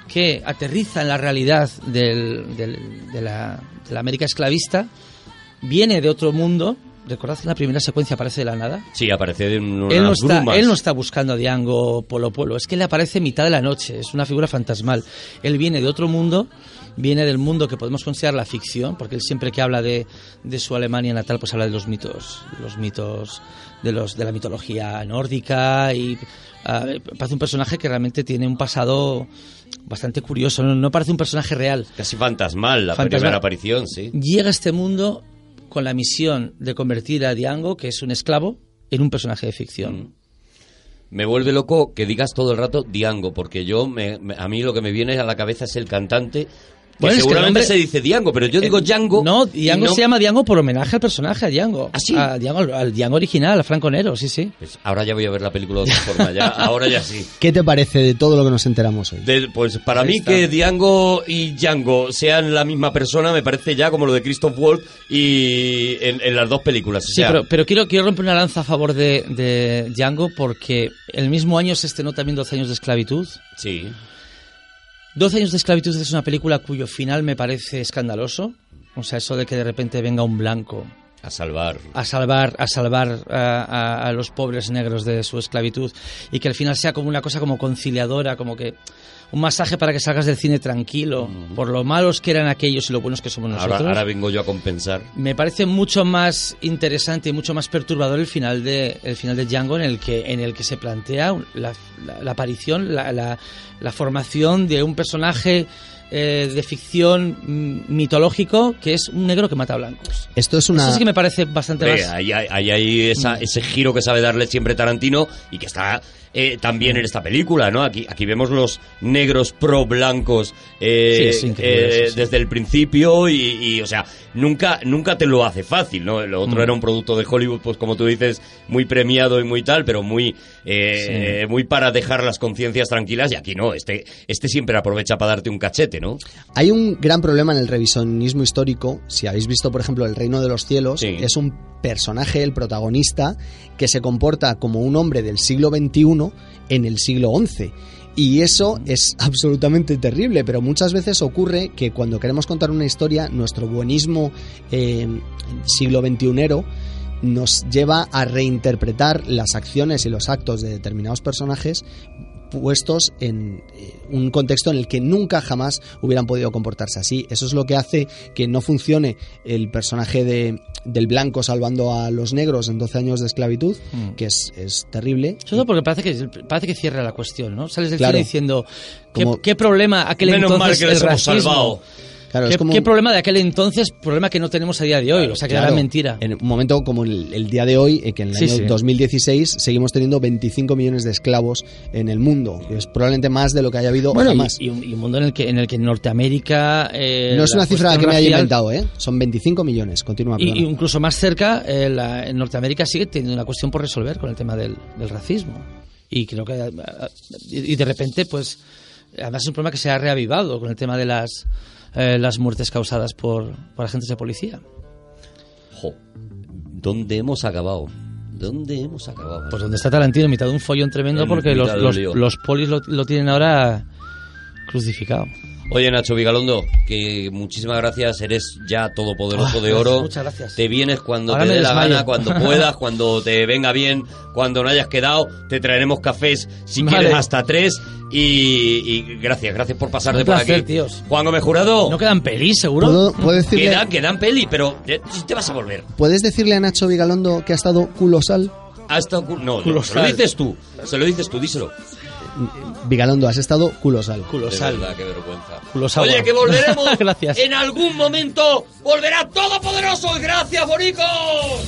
que aterriza en la realidad del, del, de, la, de la América esclavista, viene de otro mundo. ¿Recordad que en la primera secuencia aparece de la nada? Sí, aparece de unas Él no, está, brumas. él no está buscando a Django Polo Polo, es que le aparece en mitad de la noche, es una figura fantasmal. Él viene de otro mundo, viene del mundo que podemos considerar la ficción, porque él siempre que habla de, de su Alemania natal, pues habla de los mitos, los mitos de, los, de la mitología nórdica, y uh, parece un personaje que realmente tiene un pasado bastante curioso, no, no parece un personaje real. Casi fantasmal, la Fantasmal. primera aparición, sí. Llega a este mundo con la misión de convertir a Django, que es un esclavo, en un personaje de ficción. Mm. Me vuelve loco que digas todo el rato Django, porque yo me, me, a mí lo que me viene a la cabeza es el cantante. Que Bueno, es que seguramente el nombre- se dice Django, pero yo digo Django. No, y Django no- se llama Django por homenaje al personaje, a Django. ¿Ah, sí? A Django, al Django original, a Franco Nero, sí, sí. Pues ahora ya voy a ver la película de otra forma, ya, ahora ya sí. ¿Qué te parece de todo lo que nos enteramos hoy? De- pues para Ahí mí está. que Django y Django sean la misma persona me parece ya como lo de Christoph Waltz y en, en las dos películas. O Sí, sea, pero, pero quiero, quiero romper una lanza a favor de, de Django, porque el mismo año se estrenó también doce años de esclavitud. sí. doce años de esclavitud es una película cuyo final me parece escandaloso. O sea, eso de que de repente venga un blanco A salvar. a salvar a salvar a, a- a los pobres negros de su esclavitud, y que al final sea como una cosa como conciliadora, como que un masaje para que salgas del cine tranquilo, por lo malos que eran aquellos y lo buenos que somos nosotros. Ahora, ahora vengo yo a compensar. Me parece mucho más interesante y mucho más perturbador el final de el final de Django, en el que en el que se plantea la, la- la aparición, la, la- la formación de un personaje eh, de ficción mm, mitológico, que es un negro que mata a blancos. Esto es una... Eso sí que me parece bastante Hombre, más... ahí hay, ahí hay esa- ese giro que sabe darle siempre Tarantino y que está eh, también en esta película, ¿no? Aquí, aquí vemos los negros pro blancos eh, Sí, es increíble, eh, sí, sí. desde el principio y, y, o sea, nunca, nunca te lo hace fácil, ¿no? Lo otro Mm. era un producto de Hollywood, pues como tú dices, muy premiado y muy tal, pero muy, eh, Sí. muy para dejar las conciencias tranquilas, y aquí no, este, este siempre aprovecha para darte un cachete, ¿no? Hay un gran problema en el revisionismo histórico. Si habéis visto, por ejemplo, El Reino de los Cielos, Sí. es un personaje, el protagonista, que se comporta como un hombre del siglo veintiuno en el siglo once. Y eso es absolutamente terrible, pero muchas veces ocurre que cuando queremos contar una historia, nuestro buenismo eh, siglo veintiunero nos lleva a reinterpretar las acciones y los actos de determinados personajes puestos en eh, un contexto en el que nunca jamás hubieran podido comportarse así. Eso es lo que hace que no funcione el personaje de, del blanco salvando a los negros en doce años de esclavitud, Mm. que es, es terrible. Sobre todo porque parece que parece que cierra la cuestión, ¿no? Sales del Claro. cine diciendo ¿qué, Como- qué problema aquel Menos entonces mal que les el hemos racismo? salvado. Claro, ¿Qué, es como qué problema de aquel entonces? Problema que no tenemos a día de hoy, Claro, o sea que claro, era mentira. En un momento como el, el día de hoy, eh, que en el Sí, año sí. dos mil dieciséis seguimos teniendo veinticinco millones de esclavos en el mundo, que es probablemente más de lo que haya habido Bueno, jamás. y, y un, y un mundo en el que en el que en Norteamérica eh, No es la una cifra cuestión que me haya racial- inventado, ¿eh? Son veinticinco millones. Continúa, Y, perdona. y incluso más cerca, eh, la- en Norteamérica sigue teniendo una cuestión por resolver con el tema del, del racismo. Y creo que. eh, Y y de repente, pues. Además, es un problema que se ha reavivado con el tema de las, eh, las muertes causadas por, por agentes de policía. Jo, ¿dónde hemos acabado? ¿Dónde hemos acabado? Pues donde está Tarantino, en mitad de un follón tremendo, En porque los, mitad de un los, lío. los polis lo, lo tienen ahora crucificado. Oye, Nacho Vigalondo, que muchísimas gracias, eres ya todopoderoso Ah, de oro. muchas gracias. Te vienes cuando Ahora te me dé la desmayo. gana, cuando puedas, cuando te venga bien, cuando no hayas quedado, te traeremos cafés si Vale. quieres hasta tres. Y, y gracias, gracias por pasar Un de por placer, aquí. tíos. Juan Gómez Jurado, ¿No quedan pelis, seguro? ¿Puedo, puedo decirle, quedan, quedan peli, pero eh, te vas a volver. ¿Puedes decirle a Nacho Vigalondo que ha estado culosal? Hasta, no, no, se Culosal. lo dices tú, se lo dices tú, díselo. Vigalondo, has estado culosal. De Culosal. verdad, qué vergüenza. Culosal. Oye, que volveremos. Gracias. En algún momento volverá Todopoderoso. Gracias, bonicos.